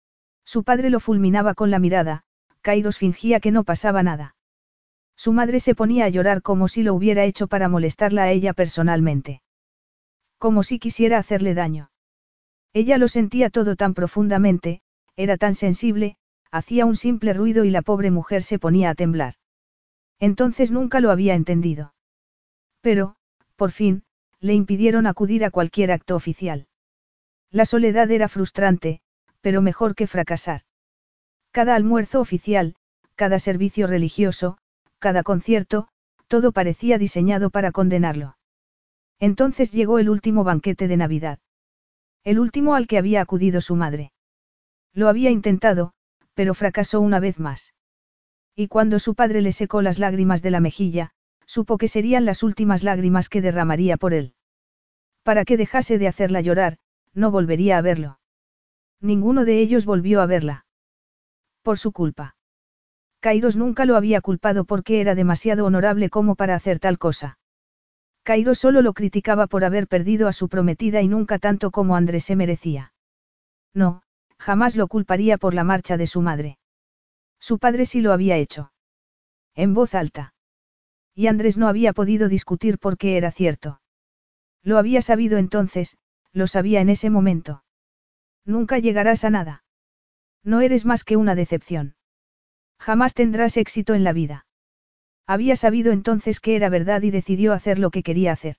Su padre lo fulminaba con la mirada, Kairos fingía que no pasaba nada. Su madre se ponía a llorar como si lo hubiera hecho para molestarla a ella personalmente. Como si quisiera hacerle daño. Ella lo sentía todo tan profundamente, era tan sensible, hacía un simple ruido y la pobre mujer se ponía a temblar. Entonces nunca lo había entendido. Pero, por fin, le impidieron acudir a cualquier acto oficial. La soledad era frustrante, pero mejor que fracasar. Cada almuerzo oficial, cada servicio religioso, cada concierto, todo parecía diseñado para condenarlo. Entonces llegó el último banquete de Navidad. El último al que había acudido su madre. Lo había intentado, pero fracasó una vez más. Y cuando su padre le secó las lágrimas de la mejilla, supo que serían las últimas lágrimas que derramaría por él. Para que dejase de hacerla llorar, no volvería a verlo. Ninguno de ellos volvió a verla. Por su culpa. Kairos nunca lo había culpado porque era demasiado honorable como para hacer tal cosa. Kairos solo lo criticaba por haber perdido a su prometida y nunca tanto como Andrés se merecía. No, jamás lo culparía por la marcha de su madre. Su padre sí lo había hecho. En voz alta. Y Andrés no había podido discutir porque era cierto. Lo había sabido entonces, lo sabía en ese momento. Nunca llegarás a nada. No eres más que una decepción. Jamás tendrás éxito en la vida. Había sabido entonces que era verdad y decidió hacer lo que quería hacer.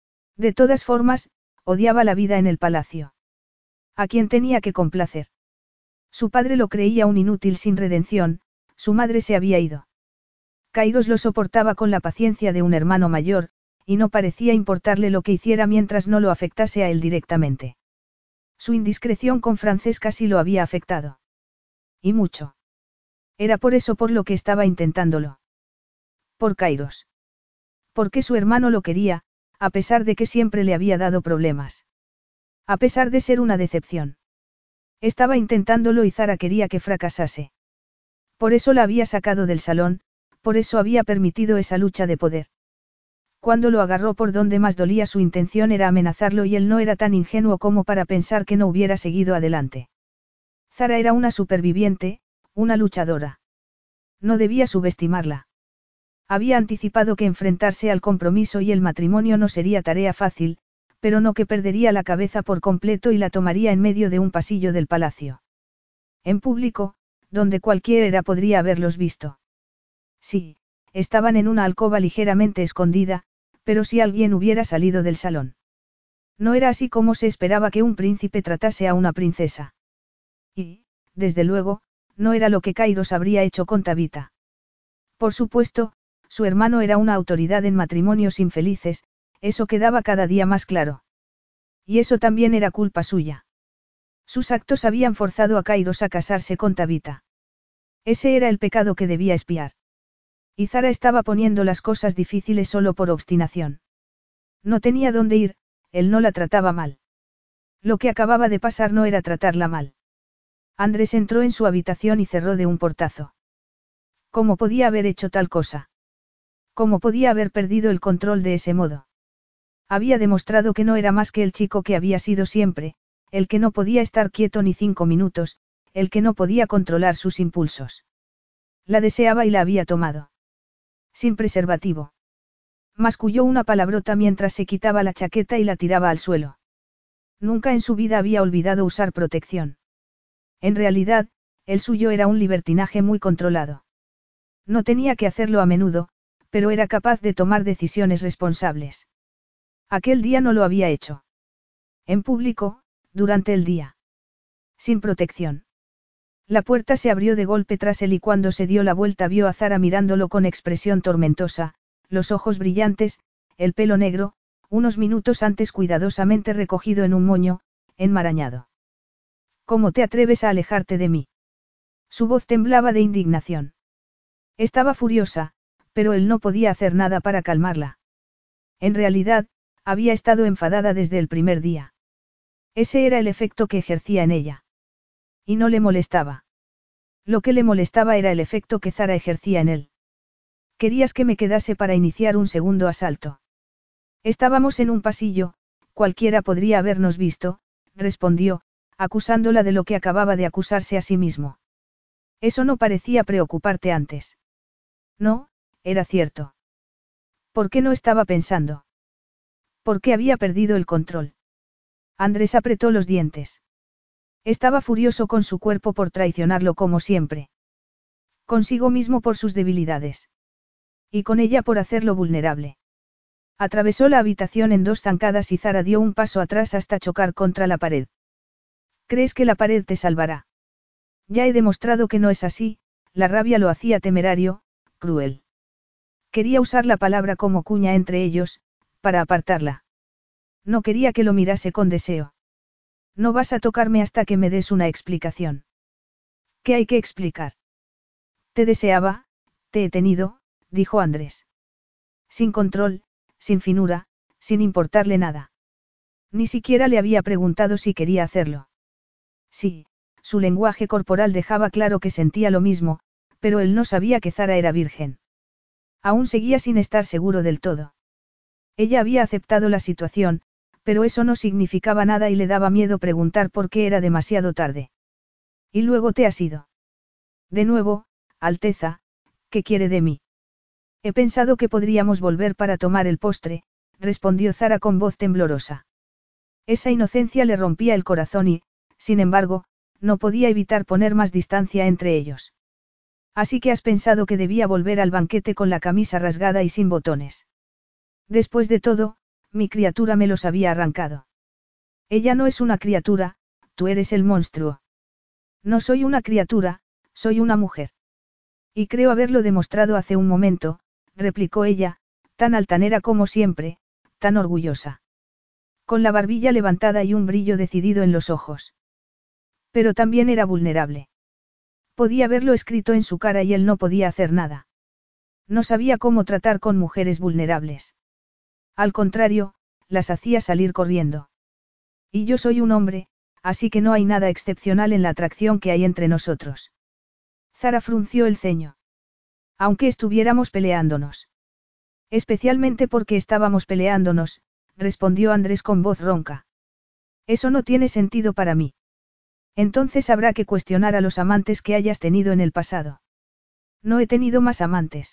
De todas formas, odiaba la vida en el palacio. ¿A quién tenía que complacer? Su padre lo creía un inútil sin redención, su madre se había ido. Kairos lo soportaba con la paciencia de un hermano mayor, y no parecía importarle lo que hiciera mientras no lo afectase a él directamente. Su indiscreción con Francesca sí lo había afectado. Y mucho. Era por eso por lo que estaba intentándolo. Por Kairos. Porque su hermano lo quería, a pesar de que siempre le había dado problemas. A pesar de ser una decepción. Estaba intentándolo y Zara quería que fracasase. Por eso la había sacado del salón, por eso había permitido esa lucha de poder. Cuando lo agarró por donde más dolía su intención era amenazarlo y él no era tan ingenuo como para pensar que no hubiera seguido adelante. Zara era una superviviente, una luchadora. No debía subestimarla. Había anticipado que enfrentarse al compromiso y el matrimonio no sería tarea fácil, pero no que perdería la cabeza por completo y la tomaría en medio de un pasillo del palacio. En público, donde cualquiera podría haberlos visto. Sí, estaban en una alcoba ligeramente escondida, pero si alguien hubiera salido del salón. No era así como se esperaba que un príncipe tratase a una princesa. Y, desde luego, no era lo que Kairos habría hecho con Tabitha. Por supuesto, su hermano era una autoridad en matrimonios infelices, eso quedaba cada día más claro. Y eso también era culpa suya. Sus actos habían forzado a Kairos a casarse con Tabitha. Ese era el pecado que debía expiar. Y Zara estaba poniendo las cosas difíciles solo por obstinación. No tenía dónde ir, él no la trataba mal. Lo que acababa de pasar no era tratarla mal. Andrés entró en su habitación y cerró de un portazo. ¿Cómo podía haber hecho tal cosa? ¿Cómo podía haber perdido el control de ese modo? Había demostrado que no era más que el chico que había sido siempre, el que no podía estar quieto ni 5 minutos, el que no podía controlar sus impulsos. La deseaba y la había tomado. Sin preservativo. Masculló una palabrota mientras se quitaba la chaqueta y la tiraba al suelo. Nunca en su vida había olvidado usar protección. En realidad, el suyo era un libertinaje muy controlado. No tenía que hacerlo a menudo, pero era capaz de tomar decisiones responsables. Aquel día no lo había hecho. En público, durante el día. Sin protección. La puerta se abrió de golpe tras él y cuando se dio la vuelta vio a Zara mirándolo con expresión tormentosa, los ojos brillantes, el pelo negro, unos minutos antes cuidadosamente recogido en un moño, enmarañado. ¿Cómo te atreves a alejarte de mí? Su voz temblaba de indignación. Estaba furiosa, pero él no podía hacer nada para calmarla. En realidad, había estado enfadada desde el primer día. Ese era el efecto que ejercía en ella. Y no le molestaba. Lo que le molestaba era el efecto que Zara ejercía en él. Querías que me quedase para iniciar un segundo asalto. Estábamos en un pasillo, cualquiera podría habernos visto, respondió, acusándola de lo que acababa de acusarse a sí mismo. Eso no parecía preocuparte antes. No, era cierto. ¿Por qué no estaba pensando? ¿Por qué había perdido el control? Andrés apretó los dientes. Estaba furioso con su cuerpo por traicionarlo como siempre. Consigo mismo por sus debilidades. Y con ella por hacerlo vulnerable. Atravesó la habitación en 2 zancadas y Zara dio un paso atrás hasta chocar contra la pared. ¿Crees que la pared te salvará? Ya he demostrado que no es así, la rabia lo hacía temerario, cruel. Quería usar la palabra como cuña entre ellos, para apartarla. No quería que lo mirase con deseo. No vas a tocarme hasta que me des una explicación. ¿Qué hay que explicar? Te deseaba, te he tenido, dijo Andrés. Sin control, sin finura, sin importarle nada. Ni siquiera le había preguntado si quería hacerlo. Sí, su lenguaje corporal dejaba claro que sentía lo mismo, pero él no sabía que Zara era virgen. Aún seguía sin estar seguro del todo. Ella había aceptado la situación, pero eso no significaba nada y le daba miedo preguntar por qué era demasiado tarde. Y luego te has ido. De nuevo, Alteza, ¿qué quiere de mí? He pensado que podríamos volver para tomar el postre, respondió Zara con voz temblorosa. Esa inocencia le rompía el corazón y, sin embargo, no podía evitar poner más distancia entre ellos. Así que has pensado que debía volver al banquete con la camisa rasgada y sin botones. Después de todo, mi criatura me los había arrancado. Ella no es una criatura, tú eres el monstruo. No soy una criatura, soy una mujer. Y creo haberlo demostrado hace un momento, replicó ella, tan altanera como siempre, tan orgullosa. Con la barbilla levantada y un brillo decidido en los ojos. Pero también era vulnerable. Podía verlo escrito en su cara y él no podía hacer nada. No sabía cómo tratar con mujeres vulnerables. Al contrario, las hacía salir corriendo. Y yo soy un hombre, así que no hay nada excepcional en la atracción que hay entre nosotros. Zara frunció el ceño. Aunque estuviéramos peleándonos. Especialmente porque estábamos peleándonos, respondió Andrés con voz ronca. Eso no tiene sentido para mí. Entonces habrá que cuestionar a los amantes que hayas tenido en el pasado. No he tenido más amantes.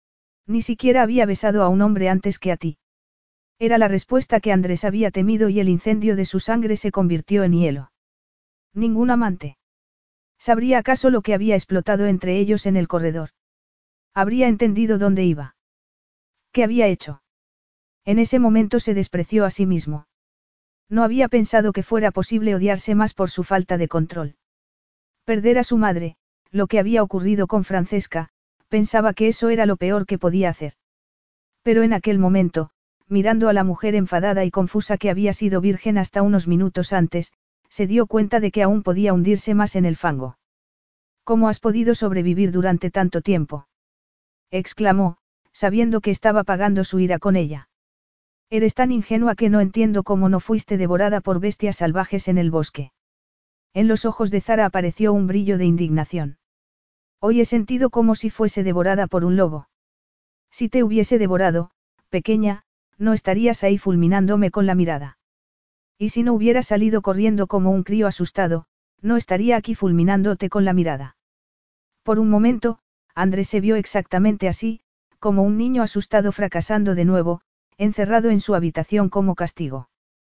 Ni siquiera había besado a un hombre antes que a ti. Era la respuesta que Andrés había temido y el incendio de su sangre se convirtió en hielo. Ningún amante. ¿Sabría acaso lo que había explotado entre ellos en el corredor? Habría entendido dónde iba. ¿Qué había hecho? En ese momento se despreció a sí mismo. No había pensado que fuera posible odiarse más por su falta de control. Perder a su madre, lo que había ocurrido con Francesca, pensaba que eso era lo peor que podía hacer. Pero en aquel momento, mirando a la mujer enfadada y confusa que había sido virgen hasta unos minutos antes, se dio cuenta de que aún podía hundirse más en el fango. ¿Cómo has podido sobrevivir durante tanto tiempo? Exclamó, sabiendo que estaba pagando su ira con ella. Eres tan ingenua que no entiendo cómo no fuiste devorada por bestias salvajes en el bosque. En los ojos de Zara apareció un brillo de indignación. Hoy he sentido como si fuese devorada por un lobo. Si te hubiese devorado, pequeña, no estarías ahí fulminándome con la mirada. Y si no hubiera salido corriendo como un crío asustado, no estaría aquí fulminándote con la mirada. Por un momento, Andrés se vio exactamente así, como un niño asustado fracasando de nuevo, encerrado en su habitación como castigo.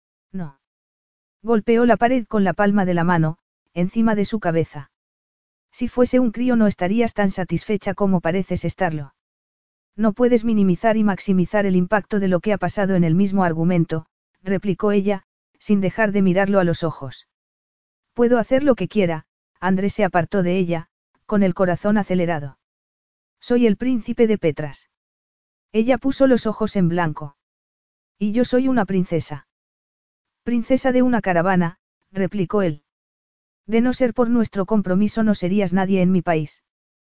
No. Golpeó la pared con la palma de la mano, encima de su cabeza. Si fuese un crío no estarías tan satisfecha como pareces estarlo. No puedes minimizar y maximizar el impacto de lo que ha pasado en el mismo argumento, replicó ella, sin dejar de mirarlo a los ojos. Puedo hacer lo que quiera, Andrés se apartó de ella, con el corazón acelerado. Soy el príncipe de Petras. Ella puso los ojos en blanco. Y yo soy una princesa. Princesa de una caravana, replicó él. De no ser por nuestro compromiso no serías nadie en mi país.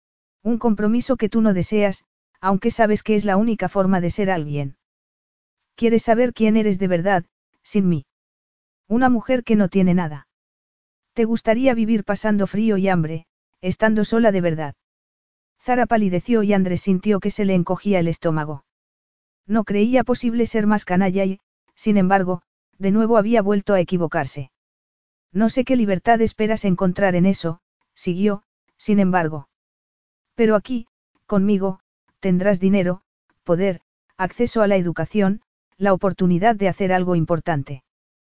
Un compromiso que tú no deseas, aunque sabes que es la única forma de ser alguien. ¿Quieres saber quién eres de verdad, sin mí? Una mujer que no tiene nada. ¿Te gustaría vivir pasando frío y hambre, estando sola de verdad? Zara palideció y Andrés sintió que se le encogía el estómago. No creía posible ser más canalla y, sin embargo, de nuevo había vuelto a equivocarse. No sé qué libertad esperas encontrar en eso, siguió, sin embargo. Pero aquí, conmigo, tendrás dinero, poder, acceso a la educación, la oportunidad de hacer algo importante.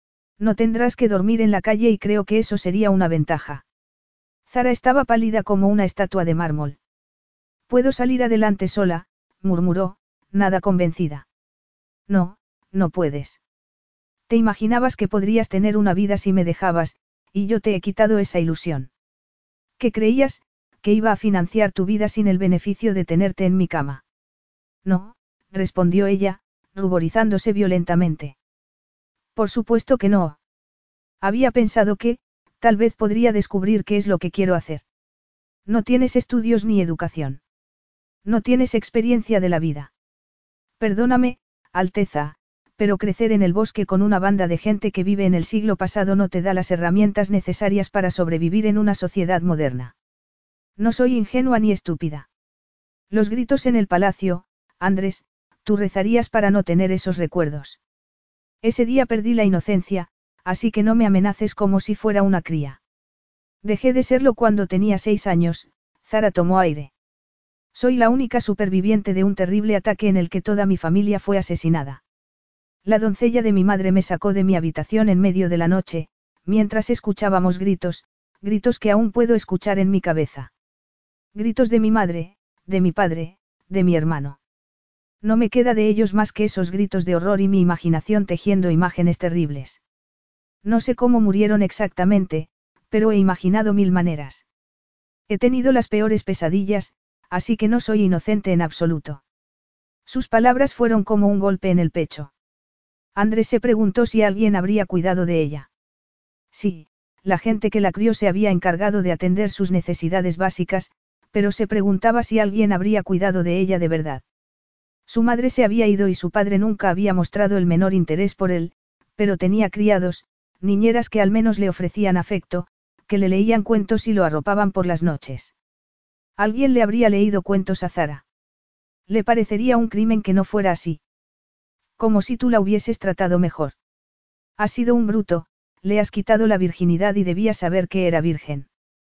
No tendrás que dormir en la calle y creo que eso sería una ventaja. Zara estaba pálida como una estatua de mármol. Puedo salir adelante sola, murmuró, nada convencida. No, no puedes. Te imaginabas que podrías tener una vida si me dejabas, y yo te he quitado esa ilusión. ¿Qué creías, que iba a financiar tu vida sin el beneficio de tenerte en mi cama? No, respondió ella, ruborizándose violentamente. Por supuesto que no. Había pensado que, tal vez podría descubrir qué es lo que quiero hacer. No tienes estudios ni educación. No tienes experiencia de la vida. Perdóname, Alteza, pero crecer en el bosque con una banda de gente que vive en el siglo pasado no te da las herramientas necesarias para sobrevivir en una sociedad moderna. No soy ingenua ni estúpida. Los gritos en el palacio, Andrés, tú rezarías para no tener esos recuerdos. Ese día perdí la inocencia, así que no me amenaces como si fuera una cría. Dejé de serlo cuando tenía 6 años, Zara tomó aire. Soy la única superviviente de un terrible ataque en el que toda mi familia fue asesinada. La doncella de mi madre me sacó de mi habitación en medio de la noche, mientras escuchábamos gritos, gritos que aún puedo escuchar en mi cabeza. Gritos de mi madre, de mi padre, de mi hermano. No me queda de ellos más que esos gritos de horror y mi imaginación tejiendo imágenes terribles. No sé cómo murieron exactamente, pero he imaginado 1000 maneras. He tenido las peores pesadillas, así que no soy inocente en absoluto. Sus palabras fueron como un golpe en el pecho. Andrés se preguntó si alguien habría cuidado de ella. Sí, la gente que la crió se había encargado de atender sus necesidades básicas, pero se preguntaba si alguien habría cuidado de ella de verdad. Su madre se había ido y su padre nunca había mostrado el menor interés por él, pero tenía criados, niñeras que al menos le ofrecían afecto, que le leían cuentos y lo arropaban por las noches. Alguien le habría leído cuentos a Zara. Le parecería un crimen que no fuera así. Como si tú la hubieses tratado mejor. Has sido un bruto, le has quitado la virginidad y debías saber que era virgen.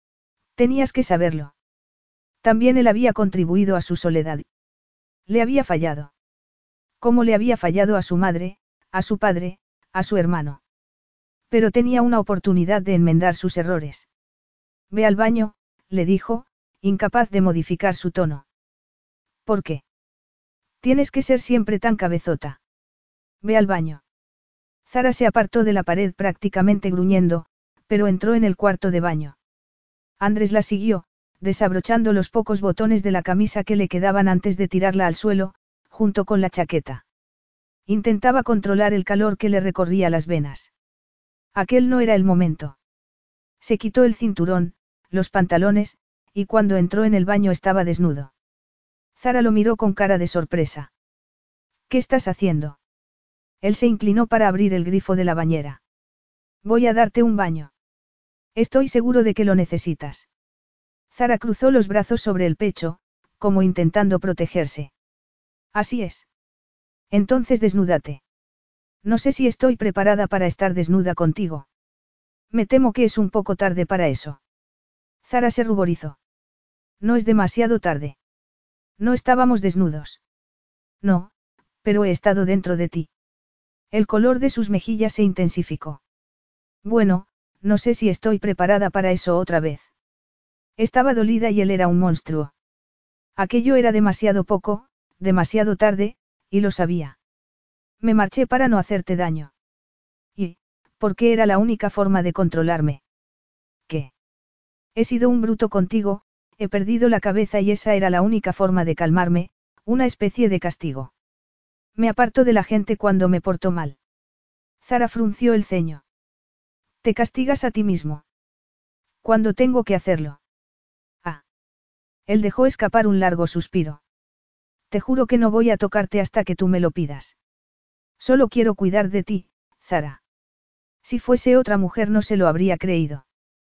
Tenías que saberlo. También él había contribuido a su soledad. Le había fallado. Como le había fallado a su madre, a su padre, a su hermano. Pero tenía una oportunidad de enmendar sus errores. Ve al baño, le dijo, incapaz de modificar su tono. ¿Por qué? Tienes que ser siempre tan cabezota. Ve al baño. Zara se apartó de la pared prácticamente gruñendo, pero entró en el cuarto de baño. Andrés la siguió, desabrochando los pocos botones de la camisa que le quedaban antes de tirarla al suelo, junto con la chaqueta. Intentaba controlar el calor que le recorría las venas. Aquel no era el momento. Se quitó el cinturón, los pantalones, y cuando entró en el baño estaba desnudo. Zara lo miró con cara de sorpresa. ¿Qué estás haciendo? Él se inclinó para abrir el grifo de la bañera. Voy a darte un baño. Estoy seguro de que lo necesitas. Zara cruzó los brazos sobre el pecho, como intentando protegerse. Así es. Entonces desnúdate. No sé si estoy preparada para estar desnuda contigo. Me temo que es un poco tarde para eso. Zara se ruborizó. No es demasiado tarde. No estábamos desnudos. No, pero he estado dentro de ti. El color de sus mejillas se intensificó. Bueno, no sé si estoy preparada para eso otra vez. Estaba dolida y él era un monstruo. Aquello era demasiado poco, demasiado tarde, y lo sabía. Me marché para no hacerte daño. Y, porque era la única forma de controlarme. ¿Qué? He sido un bruto contigo, he perdido la cabeza y esa era la única forma de calmarme, una especie de castigo. Me aparto de la gente cuando me porto mal. Zara frunció el ceño. Te castigas a ti mismo. Cuando tengo que hacerlo. Ah. Él dejó escapar un largo suspiro. Te juro que no voy a tocarte hasta que tú me lo pidas. Solo quiero cuidar de ti, Zara. Si fuese otra mujer no se lo habría creído.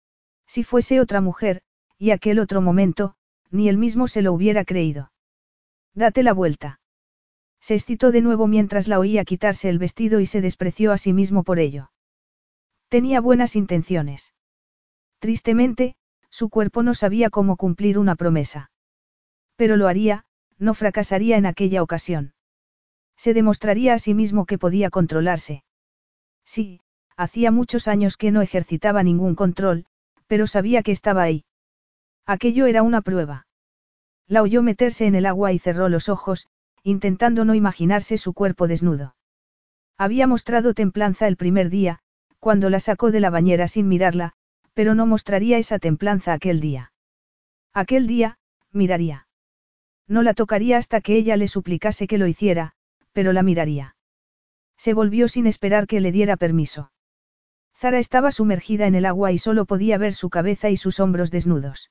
Si fuese otra mujer, y aquel otro momento, ni él mismo se lo hubiera creído. Date la vuelta. Se excitó de nuevo mientras la oía quitarse el vestido y se despreció a sí mismo por ello. Tenía buenas intenciones. Tristemente, su cuerpo no sabía cómo cumplir una promesa. Pero lo haría, no fracasaría en aquella ocasión. Se demostraría a sí mismo que podía controlarse. Sí, hacía muchos años que no ejercitaba ningún control, pero sabía que estaba ahí. Aquello era una prueba. La oyó meterse en el agua y cerró los ojos, intentando no imaginarse su cuerpo desnudo. Había mostrado templanza el primer día, cuando la sacó de la bañera sin mirarla, pero no mostraría esa templanza aquel día. Aquel día, miraría. No la tocaría hasta que ella le suplicase que lo hiciera, pero la miraría. Se volvió sin esperar que le diera permiso. Zara estaba sumergida en el agua y solo podía ver su cabeza y sus hombros desnudos.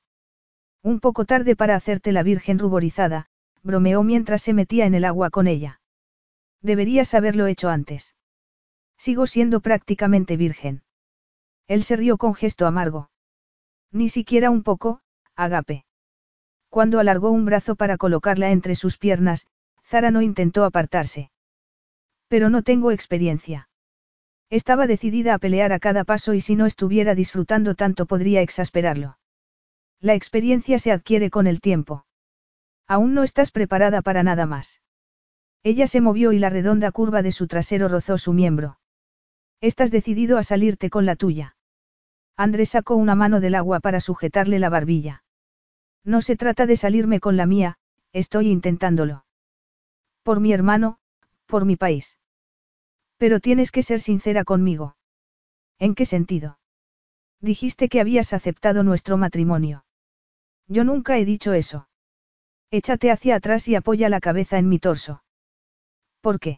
Un poco tarde para hacerte la virgen ruborizada, bromeó mientras se metía en el agua con ella. Deberías haberlo hecho antes. Sigo siendo prácticamente virgen. Él se rió con gesto amargo. Ni siquiera un poco, Agape. Cuando alargó un brazo para colocarla entre sus piernas, Zara no intentó apartarse. Pero no tengo experiencia. Estaba decidida a pelear a cada paso y si no estuviera disfrutando tanto podría exasperarlo. La experiencia se adquiere con el tiempo. Aún no estás preparada para nada más. Ella se movió y la redonda curva de su trasero rozó su miembro. Estás decidido a salirte con la tuya. Andrés sacó una mano del agua para sujetarle la barbilla. No se trata de salirme con la mía, estoy intentándolo. Por mi hermano, por mi país. Pero tienes que ser sincera conmigo. ¿En qué sentido? Dijiste que habías aceptado nuestro matrimonio. Yo nunca he dicho eso. Échate hacia atrás y apoya la cabeza en mi torso. ¿Por qué?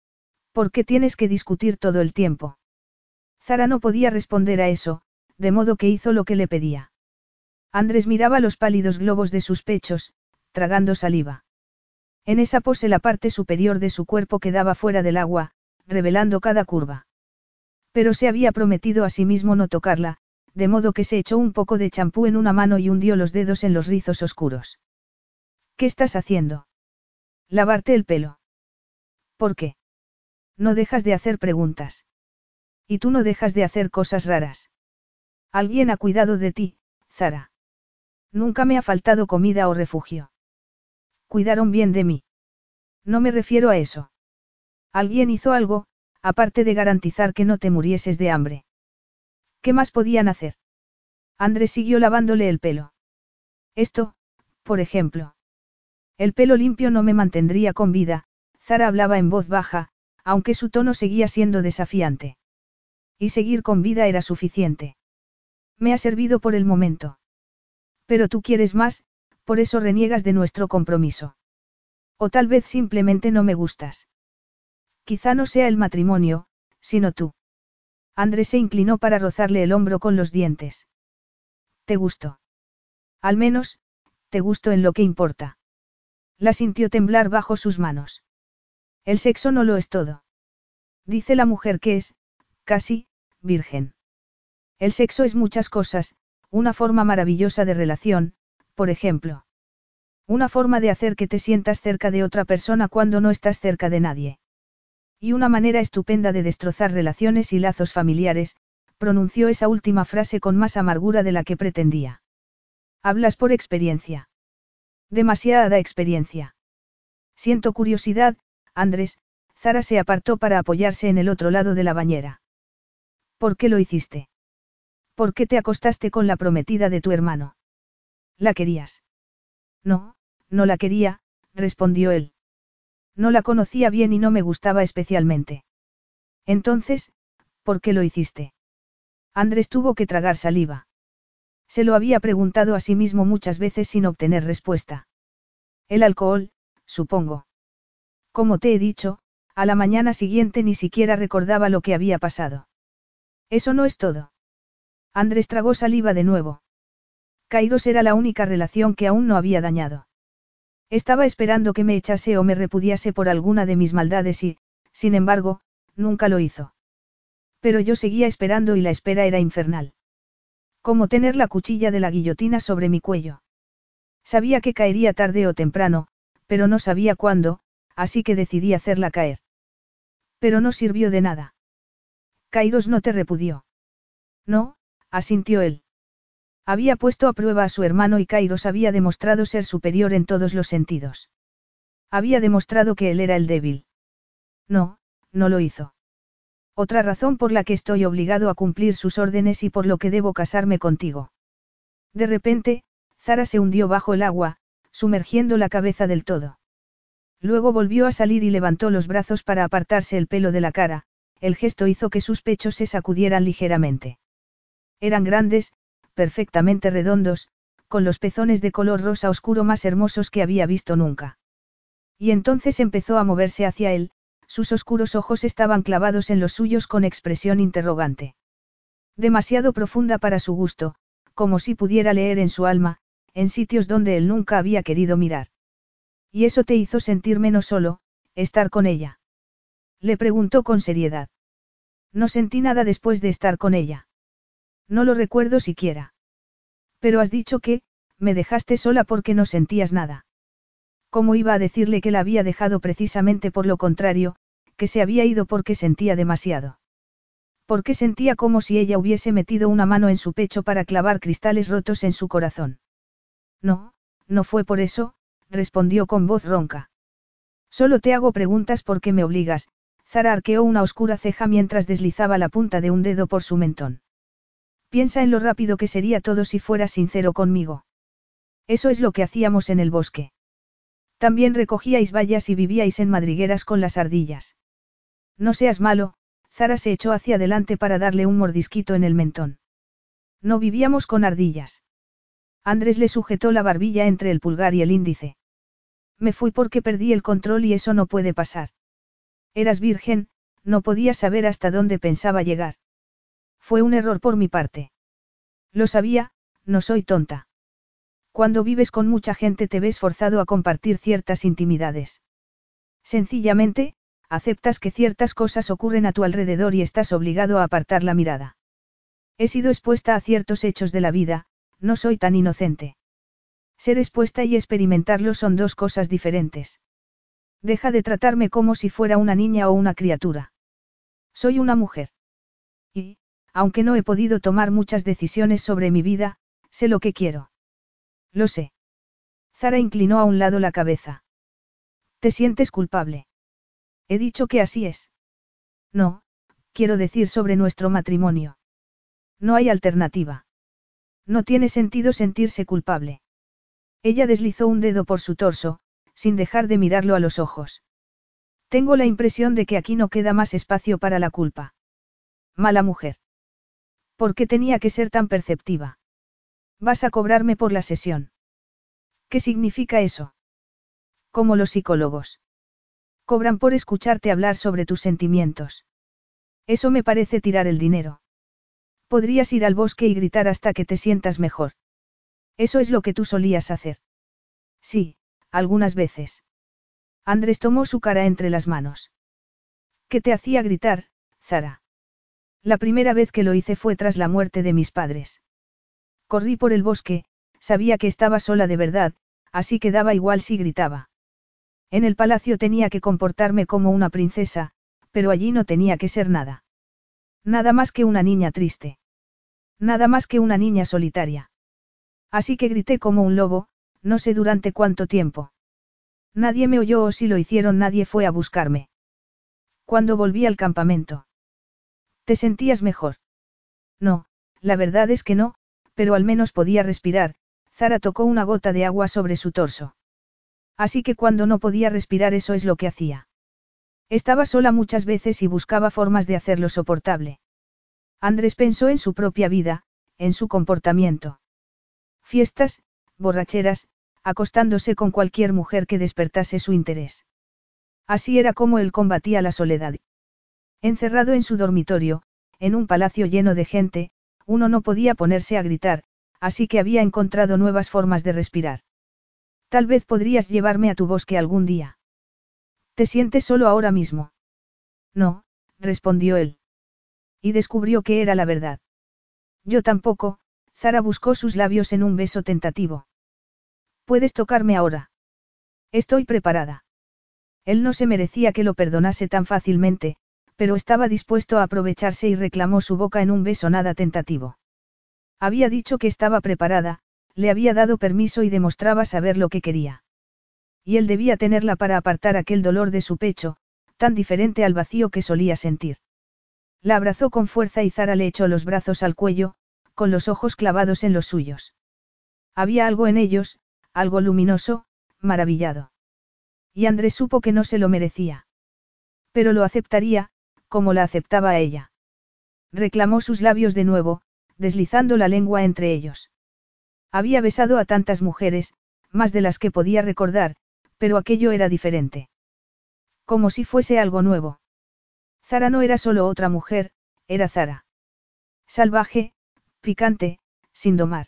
¿Por qué tienes que discutir todo el tiempo? Zara no podía responder a eso, de modo que hizo lo que le pedía. Andrés miraba los pálidos globos de sus pechos, tragando saliva. En esa pose la parte superior de su cuerpo quedaba fuera del agua, revelando cada curva. Pero se había prometido a sí mismo no tocarla, de modo que se echó un poco de champú en una mano y hundió los dedos en los rizos oscuros. ¿Qué estás haciendo? Lavarte el pelo. ¿Por qué? No dejas de hacer preguntas. Y tú no dejas de hacer cosas raras. Alguien ha cuidado de ti, Zara. Nunca me ha faltado comida o refugio. Cuidaron bien de mí. No me refiero a eso. Alguien hizo algo, aparte de garantizar que no te murieses de hambre. ¿Qué más podían hacer? Andrés siguió lavándole el pelo. Esto, por ejemplo. El pelo limpio no me mantendría con vida, Zara hablaba en voz baja, aunque su tono seguía siendo desafiante. Y seguir con vida era suficiente. Me ha servido por el momento. Pero tú quieres más, por eso reniegas de nuestro compromiso. O tal vez simplemente no me gustas. Quizá no sea el matrimonio, sino tú. Andrés se inclinó para rozarle el hombro con los dientes. ¿Te gustó? Al menos, te gustó en lo que importa. La sintió temblar bajo sus manos. El sexo no lo es todo. Dice la mujer que es, casi, virgen. El sexo es muchas cosas, una forma maravillosa de relación, por ejemplo. Una forma de hacer que te sientas cerca de otra persona cuando no estás cerca de nadie. Y una manera estupenda de destrozar relaciones y lazos familiares, pronunció esa última frase con más amargura de la que pretendía. Hablas por experiencia. Demasiada experiencia. Siento curiosidad, Andrés. Zara se apartó para apoyarse en el otro lado de la bañera. ¿Por qué lo hiciste? ¿Por qué te acostaste con la prometida de tu hermano? ¿La querías? No, no la quería, respondió él. No la conocía bien y no me gustaba especialmente. Entonces, ¿por qué lo hiciste? Andrés tuvo que tragar saliva. Se lo había preguntado a sí mismo muchas veces sin obtener respuesta. El alcohol, supongo. Como te he dicho, a la mañana siguiente ni siquiera recordaba lo que había pasado. Eso no es todo. Andrés tragó saliva de nuevo. Kairos era la única relación que aún no había dañado. Estaba esperando que me echase o me repudiase por alguna de mis maldades y, sin embargo, nunca lo hizo. Pero yo seguía esperando y la espera era infernal. Como tener la cuchilla de la guillotina sobre mi cuello. Sabía que caería tarde o temprano, pero no sabía cuándo, así que decidí hacerla caer. Pero no sirvió de nada. Kairos no te repudió. No, asintió él. Había puesto a prueba a su hermano y Kairos había demostrado ser superior en todos los sentidos. Había demostrado que él era el débil. No, no lo hizo. Otra razón por la que estoy obligado a cumplir sus órdenes y por lo que debo casarme contigo. De repente, Zara se hundió bajo el agua, sumergiendo la cabeza del todo. Luego volvió a salir y levantó los brazos para apartarse el pelo de la cara, el gesto hizo que sus pechos se sacudieran ligeramente. Eran grandes, perfectamente redondos, con los pezones de color rosa oscuro más hermosos que había visto nunca. Y entonces empezó a moverse hacia él, sus oscuros ojos estaban clavados en los suyos con expresión interrogante. Demasiado profunda para su gusto, como si pudiera leer en su alma, en sitios donde él nunca había querido mirar. ¿Y eso te hizo sentir menos solo, estar con ella? Le preguntó con seriedad. No sentí nada después de estar con ella. No lo recuerdo siquiera. Pero has dicho que, me dejaste sola porque no sentías nada. ¿Cómo iba a decirle que la había dejado precisamente por lo contrario, que se había ido porque sentía demasiado? Porque sentía como si ella hubiese metido una mano en su pecho para clavar cristales rotos en su corazón. No, no fue por eso, respondió con voz ronca. Solo te hago preguntas porque me obligas. Zara arqueó una oscura ceja mientras deslizaba la punta de un dedo por su mentón. Piensa en lo rápido que sería todo si fueras sincero conmigo. Eso es lo que hacíamos en el bosque. También recogíais bayas y vivíais en madrigueras con las ardillas. No seas malo, Zara se echó hacia adelante para darle un mordisquito en el mentón. No vivíamos con ardillas. Andrés le sujetó la barbilla entre el pulgar y el índice. Me fui porque perdí el control y eso no puede pasar. Eras virgen, no podías saber hasta dónde pensaba llegar. Fue un error por mi parte. Lo sabía, no soy tonta. Cuando vives con mucha gente te ves forzado a compartir ciertas intimidades. Sencillamente, aceptas que ciertas cosas ocurren a tu alrededor y estás obligado a apartar la mirada. He sido expuesta a ciertos hechos de la vida, no soy tan inocente. Ser expuesta y experimentarlo son dos cosas diferentes. Deja de tratarme como si fuera una niña o una criatura. Soy una mujer. Y, aunque no he podido tomar muchas decisiones sobre mi vida, sé lo que quiero. Lo sé. Zara inclinó a un lado la cabeza. ¿Te sientes culpable? He dicho que así es. No, quiero decir sobre nuestro matrimonio. No hay alternativa. No tiene sentido sentirse culpable. Ella deslizó un dedo por su torso, sin dejar de mirarlo a los ojos. Tengo la impresión de que aquí no queda más espacio para la culpa. Mala mujer. ¿Por qué tenía que ser tan perceptiva? Vas a cobrarme por la sesión. ¿Qué significa eso? Como los psicólogos. Cobran por escucharte hablar sobre tus sentimientos. Eso me parece tirar el dinero. Podrías ir al bosque y gritar hasta que te sientas mejor. Eso es lo que tú solías hacer. Sí, algunas veces. Andrés tomó su cara entre las manos. ¿Qué te hacía gritar, Zara? La primera vez que lo hice fue tras la muerte de mis padres. Corrí por el bosque, sabía que estaba sola de verdad, así que daba igual si gritaba. En el palacio tenía que comportarme como una princesa, pero allí no tenía que ser nada. Nada más que una niña triste. Nada más que una niña solitaria. Así que grité como un lobo, no sé durante cuánto tiempo. Nadie me oyó o si lo hicieron nadie fue a buscarme. Cuando volví al campamento. ¿Te sentías mejor? No, la verdad es que no, pero al menos podía respirar. Zara tocó una gota de agua sobre su torso. Así que cuando no podía respirar eso es lo que hacía. Estaba sola muchas veces y buscaba formas de hacerlo soportable. Andrés pensó en su propia vida, en su comportamiento. Fiestas, borracheras, acostándose con cualquier mujer que despertase su interés. Así era como él combatía la soledad. Encerrado en su dormitorio, en un palacio lleno de gente, uno no podía ponerse a gritar, así que había encontrado nuevas formas de respirar. Tal vez podrías llevarme a tu bosque algún día. ¿Te sientes solo ahora mismo? No, respondió él. Y descubrió que era la verdad. Yo tampoco. Zara buscó sus labios en un beso tentativo. ¿Puedes tocarme ahora? Estoy preparada. Él no se merecía que lo perdonase tan fácilmente, pero estaba dispuesto a aprovecharse y reclamó su boca en un beso nada tentativo. Había dicho que estaba preparada, le había dado permiso y demostraba saber lo que quería. Y él debía tenerla para apartar aquel dolor de su pecho, tan diferente al vacío que solía sentir. La abrazó con fuerza y Zara le echó los brazos al cuello, con los ojos clavados en los suyos. Había algo en ellos, algo luminoso, maravillado. Y Andrés supo que no se lo merecía. Pero lo aceptaría, como la aceptaba a ella. Reclamó sus labios de nuevo, deslizando la lengua entre ellos. Había besado a tantas mujeres, más de las que podía recordar, pero aquello era diferente. Como si fuese algo nuevo. Zara no era solo otra mujer, era Zara. Salvaje, picante, sin domar.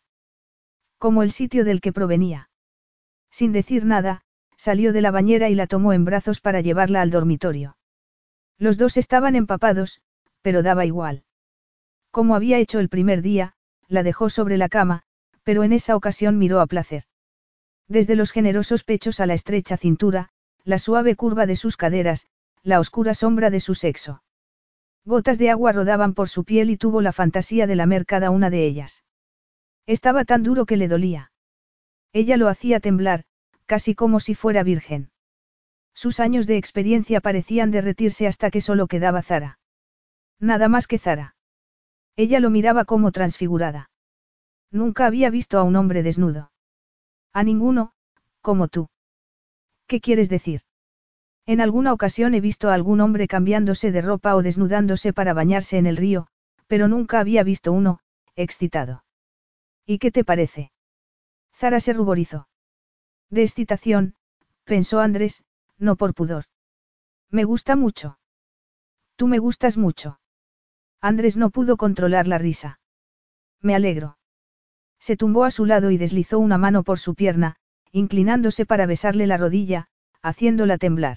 Como el sitio del que provenía. Sin decir nada, salió de la bañera y la tomó en brazos para llevarla al dormitorio. Los dos estaban empapados, pero daba igual. Como había hecho el primer día, la dejó sobre la cama, pero en esa ocasión miró a placer. Desde los generosos pechos a la estrecha cintura, la suave curva de sus caderas, la oscura sombra de su sexo. Gotas de agua rodaban por su piel y tuvo la fantasía de lamer cada una de ellas. Estaba tan duro que le dolía. Ella lo hacía temblar, casi como si fuera virgen. Sus años de experiencia parecían derretirse hasta que solo quedaba Zara. Nada más que Zara. Ella lo miraba como transfigurada. Nunca había visto a un hombre desnudo. A ninguno, como tú. ¿Qué quieres decir? En alguna ocasión he visto a algún hombre cambiándose de ropa o desnudándose para bañarse en el río, pero nunca había visto uno, excitado. ¿Y qué te parece? Zara se ruborizó. De excitación, pensó Andrés, no por pudor. Me gusta mucho. Tú me gustas mucho. Andrés no pudo controlar la risa. Me alegro. Se tumbó a su lado y deslizó una mano por su pierna, inclinándose para besarle la rodilla, haciéndola temblar.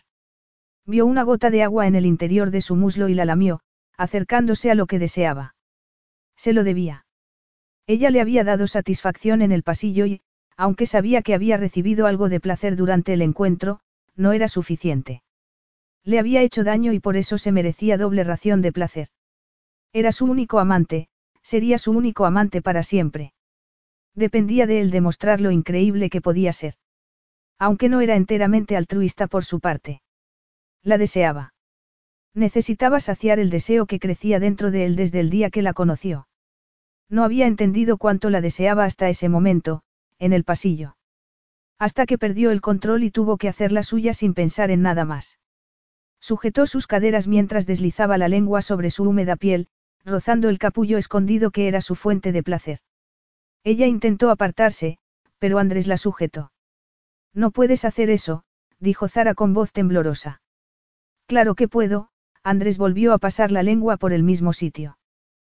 Vio una gota de agua en el interior de su muslo y la lamió, acercándose a lo que deseaba. Se lo debía. Ella le había dado satisfacción en el pasillo y, aunque sabía que había recibido algo de placer durante el encuentro, no era suficiente. Le había hecho daño y por eso se merecía doble ración de placer. Era su único amante, sería su único amante para siempre. Dependía de él demostrar lo increíble que podía ser. Aunque no era enteramente altruista por su parte. La deseaba. Necesitaba saciar el deseo que crecía dentro de él desde el día que la conoció. No había entendido cuánto la deseaba hasta ese momento, en el pasillo. Hasta que perdió el control y tuvo que hacer la suya sin pensar en nada más. Sujetó sus caderas mientras deslizaba la lengua sobre su húmeda piel, rozando el capullo escondido que era su fuente de placer. Ella intentó apartarse, pero Andrés la sujetó. No puedes hacer eso, dijo Zara con voz temblorosa. Claro que puedo, Andrés volvió a pasar la lengua por el mismo sitio.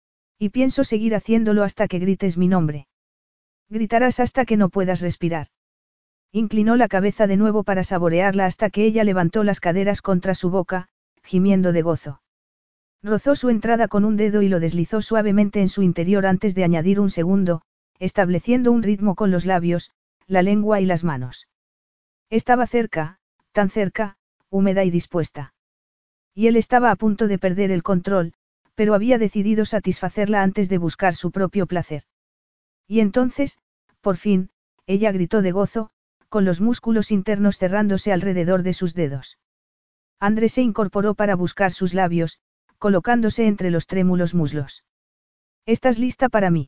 Y pienso seguir haciéndolo hasta que grites mi nombre. Gritarás hasta que no puedas respirar. Inclinó la cabeza de nuevo para saborearla hasta que ella levantó las caderas contra su boca, gimiendo de gozo. Rozó su entrada con un dedo y lo deslizó suavemente en su interior antes de añadir un segundo, estableciendo un ritmo con los labios, la lengua y las manos. Estaba cerca, tan cerca, húmeda y dispuesta. Y él estaba a punto de perder el control, pero había decidido satisfacerla antes de buscar su propio placer. Y entonces, por fin, ella gritó de gozo, con los músculos internos cerrándose alrededor de sus dedos. Andrés se incorporó para buscar sus labios, colocándose entre los trémulos muslos. ¿Estás lista para mí?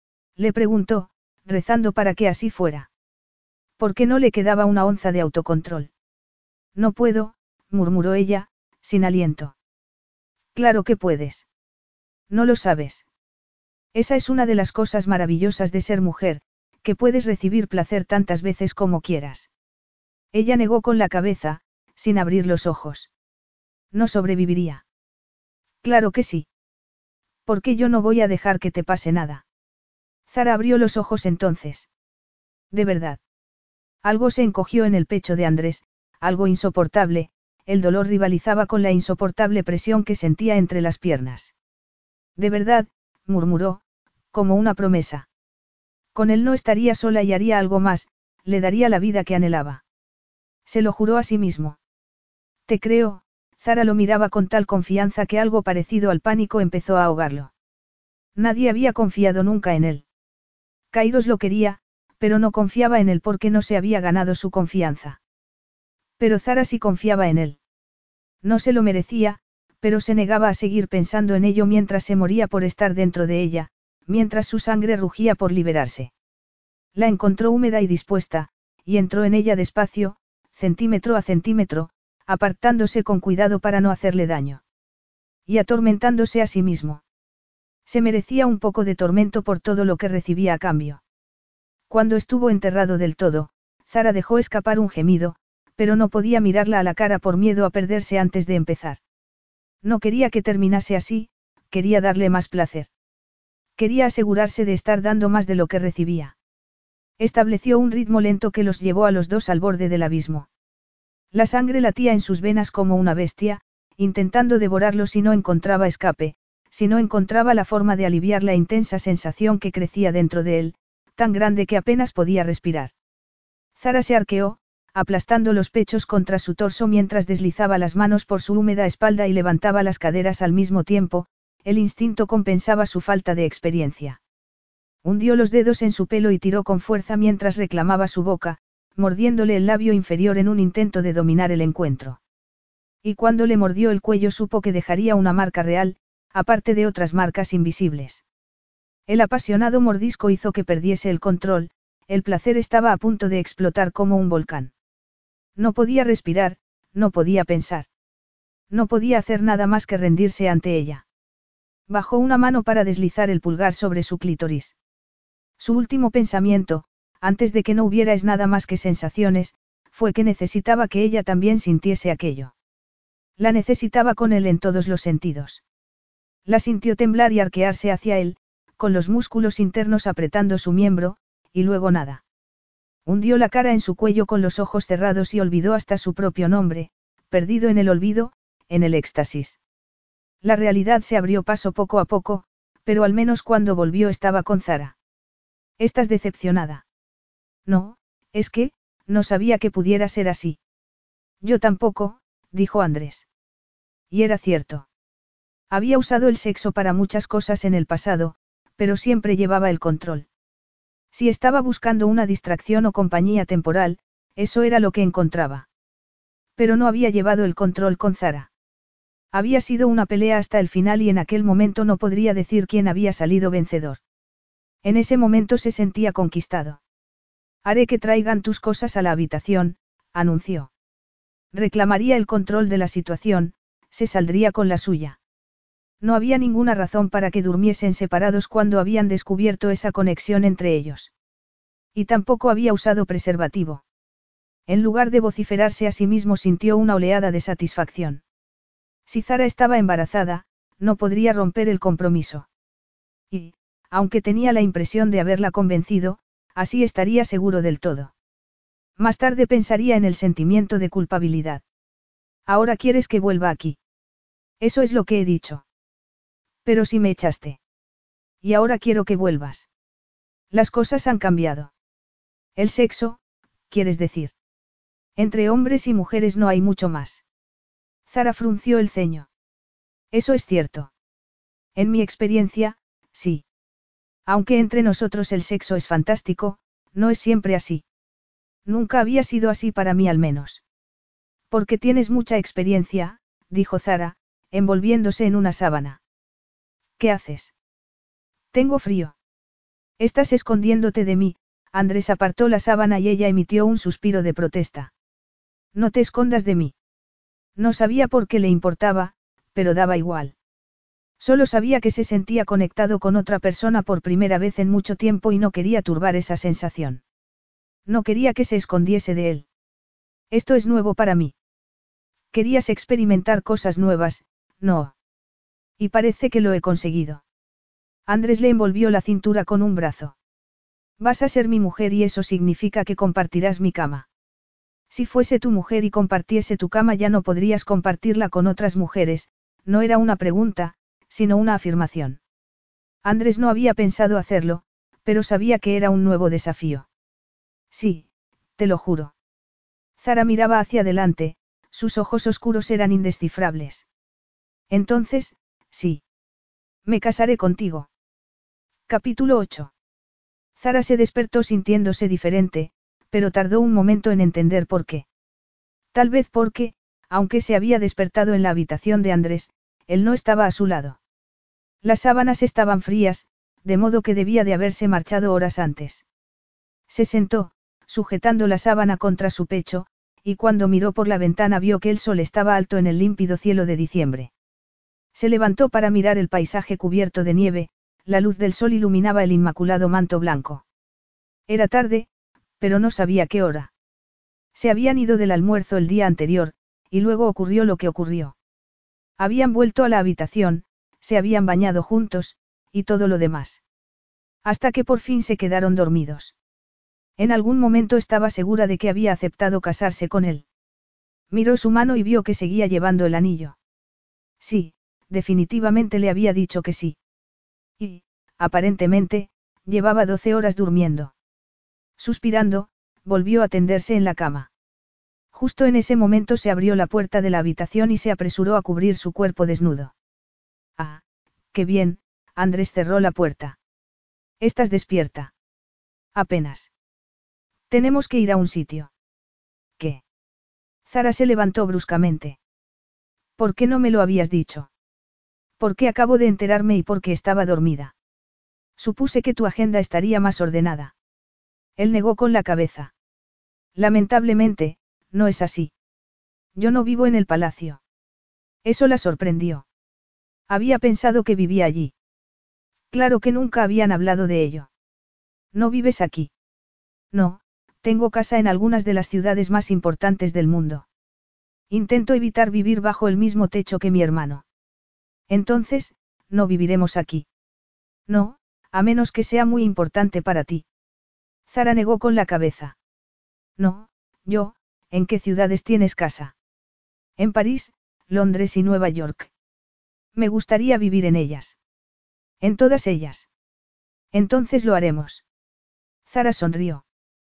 Le preguntó, rezando para que así fuera. ¿Por qué no le quedaba una onza de autocontrol? No puedo, murmuró ella, sin aliento. Claro que puedes. No lo sabes. Esa es una de las cosas maravillosas de ser mujer, que puedes recibir placer tantas veces como quieras. Ella negó con la cabeza, sin abrir los ojos. No sobreviviría. Claro que sí. ¿Por qué yo no voy a dejar que te pase nada? Zara abrió los ojos entonces. De verdad. Algo se encogió en el pecho de Andrés, algo insoportable, el dolor rivalizaba con la insoportable presión que sentía entre las piernas. De verdad, murmuró, como una promesa. Con él no estaría sola y haría algo más, le daría la vida que anhelaba. Se lo juró a sí mismo. Te creo, Zara lo miraba con tal confianza que algo parecido al pánico empezó a ahogarlo. Nadie había confiado nunca en él. Kairos lo quería, pero no confiaba en él porque no se había ganado su confianza. Pero Zara sí confiaba en él. No se lo merecía, pero se negaba a seguir pensando en ello mientras se moría por estar dentro de ella, mientras su sangre rugía por liberarse. La encontró húmeda y dispuesta, y entró en ella despacio, centímetro a centímetro, apartándose con cuidado para no hacerle daño. Y atormentándose a sí mismo. Se merecía un poco de tormento por todo lo que recibía a cambio. Cuando estuvo enterrado del todo, Zara dejó escapar un gemido, pero no podía mirarla a la cara por miedo a perderse antes de empezar. No quería que terminase así, quería darle más placer. Quería asegurarse de estar dando más de lo que recibía. Estableció un ritmo lento que los llevó a los dos al borde del abismo. La sangre latía en sus venas como una bestia, intentando devorarlo si no encontraba escape, si no encontraba la forma de aliviar la intensa sensación que crecía dentro de él, tan grande que apenas podía respirar. Zara se arqueó, aplastando los pechos contra su torso mientras deslizaba las manos por su húmeda espalda y levantaba las caderas al mismo tiempo, el instinto compensaba su falta de experiencia. Hundió los dedos en su pelo y tiró con fuerza mientras reclamaba su boca, mordiéndole el labio inferior en un intento de dominar el encuentro. Y cuando le mordió el cuello supo que dejaría una marca real, aparte de otras marcas invisibles. El apasionado mordisco hizo que perdiese el control, el placer estaba a punto de explotar como un volcán. No podía respirar, no podía pensar. No podía hacer nada más que rendirse ante ella. Bajó una mano para deslizar el pulgar sobre su clítoris. Su último pensamiento, antes de que no hubiera nada más que sensaciones, fue que necesitaba que ella también sintiese aquello. La necesitaba con él en todos los sentidos. La sintió temblar y arquearse hacia él, con los músculos internos apretando su miembro, y luego nada. Hundió la cara en su cuello con los ojos cerrados y olvidó hasta su propio nombre, perdido en el olvido, en el éxtasis. La realidad se abrió paso poco a poco, pero al menos cuando volvió estaba con Zara. ¿Estás decepcionada? No, es que, no sabía que pudiera ser así. Yo tampoco, dijo Andrés. Y era cierto. Había usado el sexo para muchas cosas en el pasado, pero siempre llevaba el control. Si estaba buscando una distracción o compañía temporal, eso era lo que encontraba. Pero no había llevado el control con Zara. Había sido una pelea hasta el final y en aquel momento no podría decir quién había salido vencedor. En ese momento se sentía conquistado. Haré que traigan tus cosas a la habitación, anunció. Reclamaría el control de la situación, se saldría con la suya. No había ninguna razón para que durmiesen separados cuando habían descubierto esa conexión entre ellos. Y tampoco había usado preservativo. En lugar de vociferarse a sí mismo sintió una oleada de satisfacción. Si Zara estaba embarazada, no podría romper el compromiso. Y, aunque tenía la impresión de haberla convencido, así estaría seguro del todo. Más tarde pensaría en el sentimiento de culpabilidad. Ahora quieres que vuelva aquí. Eso es lo que he dicho. Pero si me echaste. Y ahora quiero que vuelvas. Las cosas han cambiado. El sexo, quieres decir. Entre hombres y mujeres no hay mucho más. Zara frunció el ceño. Eso es cierto. En mi experiencia, sí. Aunque entre nosotros el sexo es fantástico, no es siempre así. Nunca había sido así para mí al menos. Porque tienes mucha experiencia, dijo Zara, envolviéndose en una sábana. ¿Qué haces? Tengo frío. Estás escondiéndote de mí. Andrés apartó la sábana y ella emitió un suspiro de protesta. No te escondas de mí. No sabía por qué le importaba, pero daba igual. Solo sabía que se sentía conectado con otra persona por primera vez en mucho tiempo y no quería turbar esa sensación. No quería que se escondiese de él. Esto es nuevo para mí. Querías experimentar cosas nuevas, no. Y parece que lo he conseguido. Andrés le envolvió la cintura con un brazo. Vas a ser mi mujer y eso significa que compartirás mi cama. Si fuese tu mujer y compartiese tu cama ya no podrías compartirla con otras mujeres, no era una pregunta, sino una afirmación. Andrés no había pensado hacerlo, pero sabía que era un nuevo desafío. Sí, te lo juro. Zara miraba hacia adelante, sus ojos oscuros eran indescifrables. Entonces, sí. Me casaré contigo. Capítulo 8. Zara se despertó sintiéndose diferente, pero tardó un momento en entender por qué. Tal vez porque, aunque se había despertado en la habitación de Andrés, él no estaba a su lado. Las sábanas estaban frías, de modo que debía de haberse marchado horas antes. Se sentó, sujetando la sábana contra su pecho, y cuando miró por la ventana vio que el sol estaba alto en el límpido cielo de diciembre. Se levantó para mirar el paisaje cubierto de nieve, la luz del sol iluminaba el inmaculado manto blanco. Era tarde, pero no sabía qué hora. Se habían ido del almuerzo el día anterior, y luego ocurrió lo que ocurrió. Habían vuelto a la habitación, se habían bañado juntos, y todo lo demás. Hasta que por fin se quedaron dormidos. En algún momento estaba segura de que había aceptado casarse con él. Miró su mano y vio que seguía llevando el anillo. Sí, definitivamente le había dicho que sí. Y, aparentemente, llevaba 12 horas durmiendo. Suspirando, volvió a tenderse en la cama. Justo en ese momento se abrió la puerta de la habitación y se apresuró a cubrir su cuerpo desnudo. Ah, qué bien, Andrés cerró la puerta. ¿Estás despierta? Apenas. Tenemos que ir a un sitio. ¿Qué? Zara se levantó bruscamente. ¿Por qué no me lo habías dicho? Porque acabo de enterarme y porque estaba dormida. Supuse que tu agenda estaría más ordenada. Él negó con la cabeza. Lamentablemente, no es así. Yo no vivo en el palacio. Eso la sorprendió. Había pensado que vivía allí. Claro que nunca habían hablado de ello. ¿No vives aquí? No, tengo casa en algunas de las ciudades más importantes del mundo. Intento evitar vivir bajo el mismo techo que mi hermano. Entonces, no viviremos aquí. No, a menos que sea muy importante para ti. Zara negó con la cabeza. No, ¿en qué ciudades tienes casa? En París, Londres y Nueva York. Me gustaría vivir en ellas. En todas ellas. Entonces lo haremos. Zara sonrió.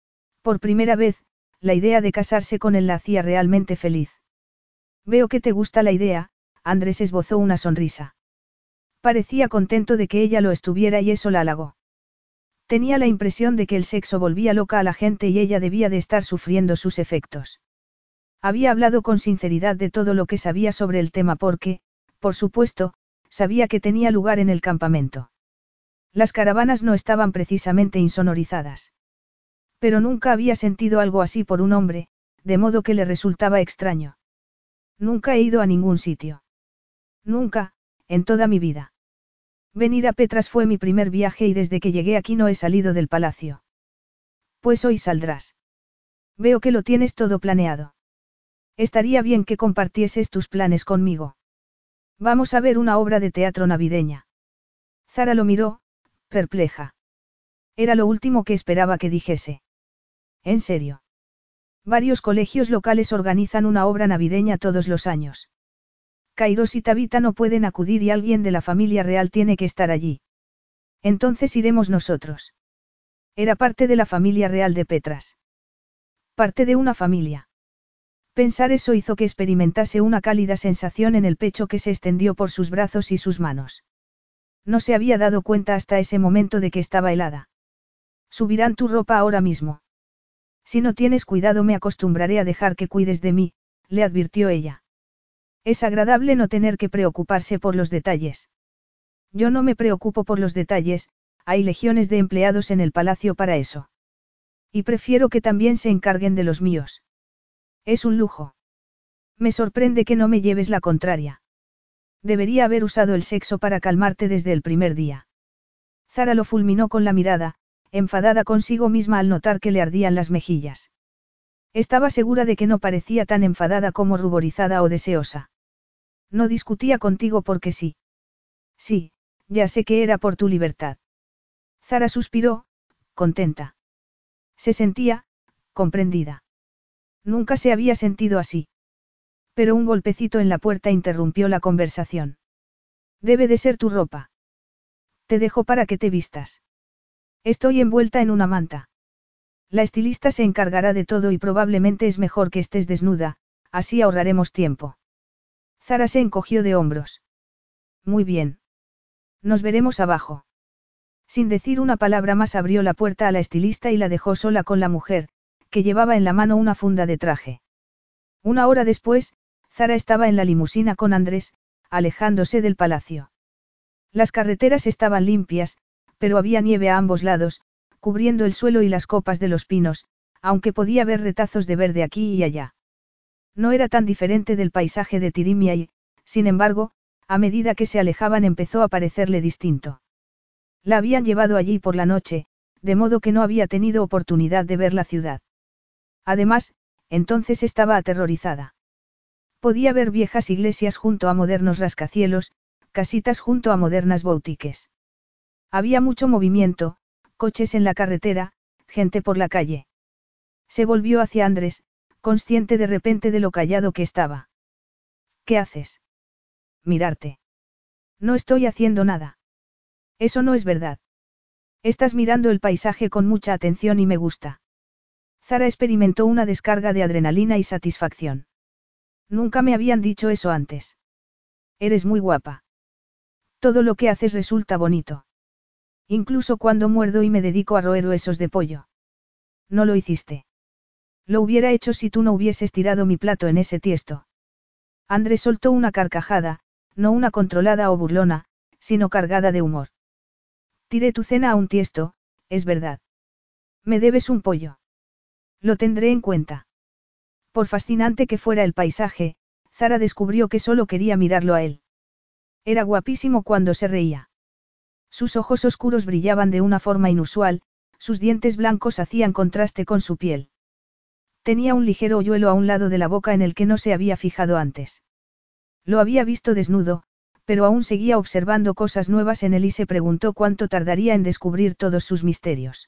Por primera vez, la idea de casarse con él la hacía realmente feliz. Veo que te gusta la idea, Andrés esbozó una sonrisa. Parecía contento de que ella lo estuviera y eso la halagó. Tenía la impresión de que el sexo volvía loca a la gente y ella debía de estar sufriendo sus efectos. Había hablado con sinceridad de todo lo que sabía sobre el tema porque, por supuesto, sabía que tenía lugar en el campamento. Las caravanas no estaban precisamente insonorizadas. Pero nunca había sentido algo así por un hombre, de modo que le resultaba extraño. Nunca he ido a ningún sitio. Nunca, en toda mi vida. Venir a Petras fue mi primer viaje y desde que llegué aquí no he salido del palacio. Pues hoy saldrás. Veo que lo tienes todo planeado. Estaría bien que compartieses tus planes conmigo. Vamos a ver una obra de teatro navideña. Zara lo miró, perpleja. Era lo último que esperaba que dijese. ¿En serio? Varios colegios locales organizan una obra navideña todos los años. Kairos y Tabita no pueden acudir y alguien de la familia real tiene que estar allí. Entonces iremos nosotros. Era parte de la familia real de Petras. Parte de una familia. Pensar eso hizo que experimentase una cálida sensación en el pecho que se extendió por sus brazos y sus manos. No se había dado cuenta hasta ese momento de que estaba helada. Subirán tu ropa ahora mismo. Si no tienes cuidado me acostumbraré a dejar que cuides de mí, le advirtió ella. Es agradable no tener que preocuparse por los detalles. Yo no me preocupo por los detalles, hay legiones de empleados en el palacio para eso. Y prefiero que también se encarguen de los míos. Es un lujo. Me sorprende que no me lleves la contraria. Debería haber usado el sexo para calmarte desde el primer día. Zara lo fulminó con la mirada, enfadada consigo misma al notar que le ardían las mejillas. Estaba segura de que no parecía tan enfadada como ruborizada o deseosa. No discutía contigo porque sí. Sí, ya sé que era por tu libertad. Zara suspiró, contenta. Se sentía, comprendida. Nunca se había sentido así. Pero un golpecito en la puerta interrumpió la conversación. Debe de ser tu ropa. Te dejo para que te vistas. Estoy envuelta en una manta. La estilista se encargará de todo y probablemente es mejor que estés desnuda, así ahorraremos tiempo. Zara se encogió de hombros. Muy bien. Nos veremos abajo. Sin decir una palabra más abrió la puerta a la estilista y la dejó sola con la mujer, que llevaba en la mano una funda de traje. Una hora después, Zara estaba en la limusina con Andrés, alejándose del palacio. Las carreteras estaban limpias, pero había nieve a ambos lados, cubriendo el suelo y las copas de los pinos, aunque podía ver retazos de verde aquí y allá. No era tan diferente del paisaje de Tirimia y, sin embargo, a medida que se alejaban empezó a parecerle distinto. La habían llevado allí por la noche, de modo que no había tenido oportunidad de ver la ciudad. Además, entonces estaba aterrorizada. Podía ver viejas iglesias junto a modernos rascacielos, casitas junto a modernas boutiques. Había mucho movimiento, coches en la carretera, gente por la calle. Se volvió hacia Andrés, consciente de repente de lo callado que estaba. ¿Qué haces? Mirarte. No estoy haciendo nada. Eso no es verdad. Estás mirando el paisaje con mucha atención y me gusta. Zara experimentó una descarga de adrenalina y satisfacción. Nunca me habían dicho eso antes. Eres muy guapa. Todo lo que haces resulta bonito. Incluso cuando muerdo y me dedico a roer huesos de pollo. No lo hiciste. Lo hubiera hecho si tú no hubieses tirado mi plato en ese tiesto. Andrés soltó una carcajada, no una controlada o burlona, sino cargada de humor. Tiré tu cena a un tiesto, es verdad. Me debes un pollo. Lo tendré en cuenta. Por fascinante que fuera el paisaje, Zara descubrió que solo quería mirarlo a él. Era guapísimo cuando se reía. Sus ojos oscuros brillaban de una forma inusual, sus dientes blancos hacían contraste con su piel. Tenía un ligero hoyuelo a un lado de la boca en el que no se había fijado antes. Lo había visto desnudo, pero aún seguía observando cosas nuevas en él y se preguntó cuánto tardaría en descubrir todos sus misterios.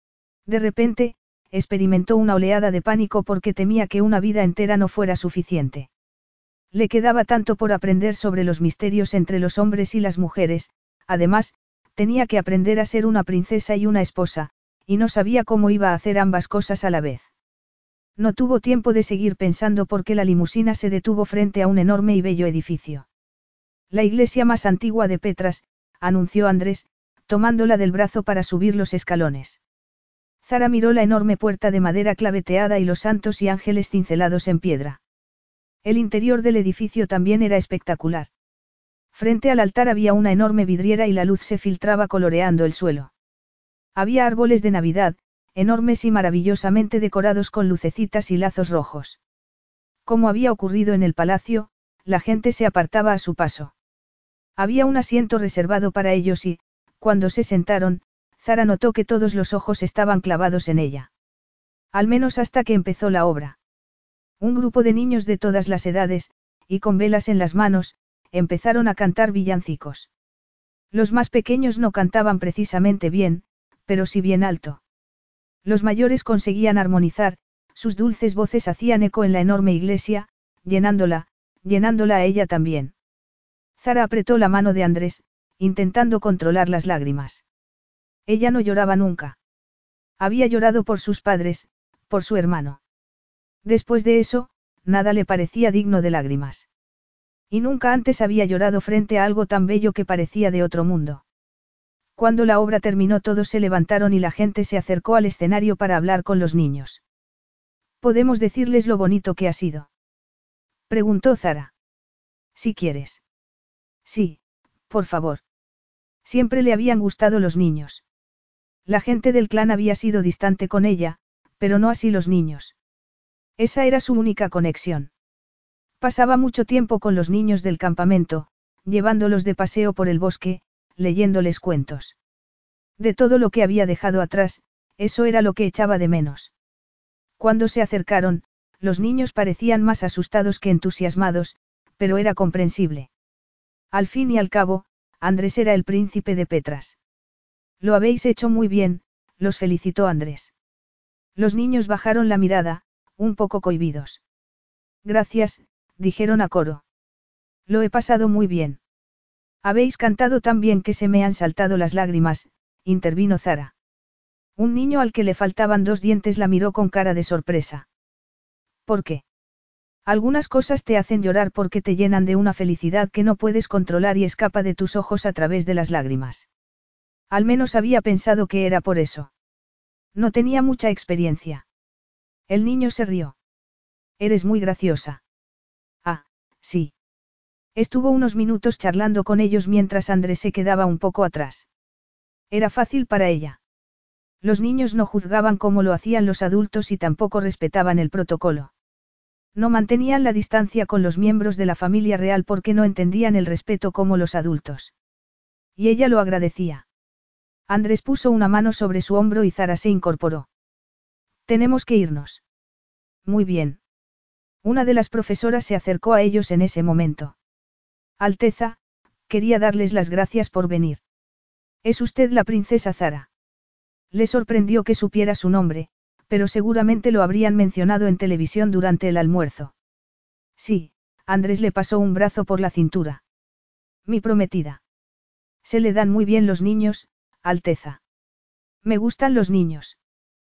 De repente, experimentó una oleada de pánico porque temía que una vida entera no fuera suficiente. Le quedaba tanto por aprender sobre los misterios entre los hombres y las mujeres, además, tenía que aprender a ser una princesa y una esposa, y no sabía cómo iba a hacer ambas cosas a la vez. No tuvo tiempo de seguir pensando porque la limusina se detuvo frente a un enorme y bello edificio. La iglesia más antigua de Petras, anunció Andrés, tomándola del brazo para subir los escalones. Zara miró la enorme puerta de madera claveteada y los santos y ángeles cincelados en piedra. El interior del edificio también era espectacular. Frente al altar había una enorme vidriera y la luz se filtraba coloreando el suelo. Había árboles de Navidad, enormes y maravillosamente decorados con lucecitas y lazos rojos. Como había ocurrido en el palacio, la gente se apartaba a su paso. Había un asiento reservado para ellos y, cuando se sentaron, Zara notó que todos los ojos estaban clavados en ella. Al menos hasta que empezó la obra. Un grupo de niños de todas las edades, y con velas en las manos, empezaron a cantar villancicos. Los más pequeños no cantaban precisamente bien, pero sí bien alto. Los mayores conseguían armonizar, sus dulces voces hacían eco en la enorme iglesia, llenándola a ella también. Zara apretó la mano de Andrés, intentando controlar las lágrimas. Ella no lloraba nunca. Había llorado por sus padres, por su hermano. Después de eso, nada le parecía digno de lágrimas. Y nunca antes había llorado frente a algo tan bello que parecía de otro mundo. Cuando la obra terminó todos se levantaron y la gente se acercó al escenario para hablar con los niños. ¿Podemos decirles lo bonito que ha sido?, preguntó Zara. Si quieres. Sí, por favor. Siempre le habían gustado los niños. La gente del clan había sido distante con ella, pero no así los niños. Esa era su única conexión. Pasaba mucho tiempo con los niños del campamento, llevándolos de paseo por el bosque, leyéndoles cuentos. De todo lo que había dejado atrás, eso era lo que echaba de menos. Cuando se acercaron, los niños parecían más asustados que entusiasmados, pero era comprensible. Al fin y al cabo, Andrés era el príncipe de Petras. Lo habéis hecho muy bien, los felicitó Andrés. Los niños bajaron la mirada, un poco cohibidos. Gracias, dijeron a coro. Lo he pasado muy bien. Habéis cantado tan bien que se me han saltado las lágrimas, intervino Zara. Un niño al que le faltaban 2 dientes la miró con cara de sorpresa. ¿Por qué? Algunas cosas te hacen llorar porque te llenan de una felicidad que no puedes controlar y escapa de tus ojos a través de las lágrimas. Al menos había pensado que era por eso. No tenía mucha experiencia. El niño se rió. Eres muy graciosa. Ah, sí. Estuvo unos minutos charlando con ellos mientras Andrés se quedaba un poco atrás. Era fácil para ella. Los niños no juzgaban como lo hacían los adultos y tampoco respetaban el protocolo. No mantenían la distancia con los miembros de la familia real porque no entendían el respeto como los adultos. Y ella lo agradecía. Andrés puso una mano sobre su hombro y Zara se incorporó. Tenemos que irnos. Muy bien. Una de las profesoras se acercó a ellos en ese momento. Alteza, quería darles las gracias por venir. ¿Es usted la princesa Zara? Le sorprendió que supiera su nombre, pero seguramente lo habrían mencionado en televisión durante el almuerzo. Sí, Andrés le pasó un brazo por la cintura. Mi prometida. Se le dan muy bien los niños, Alteza. Me gustan los niños.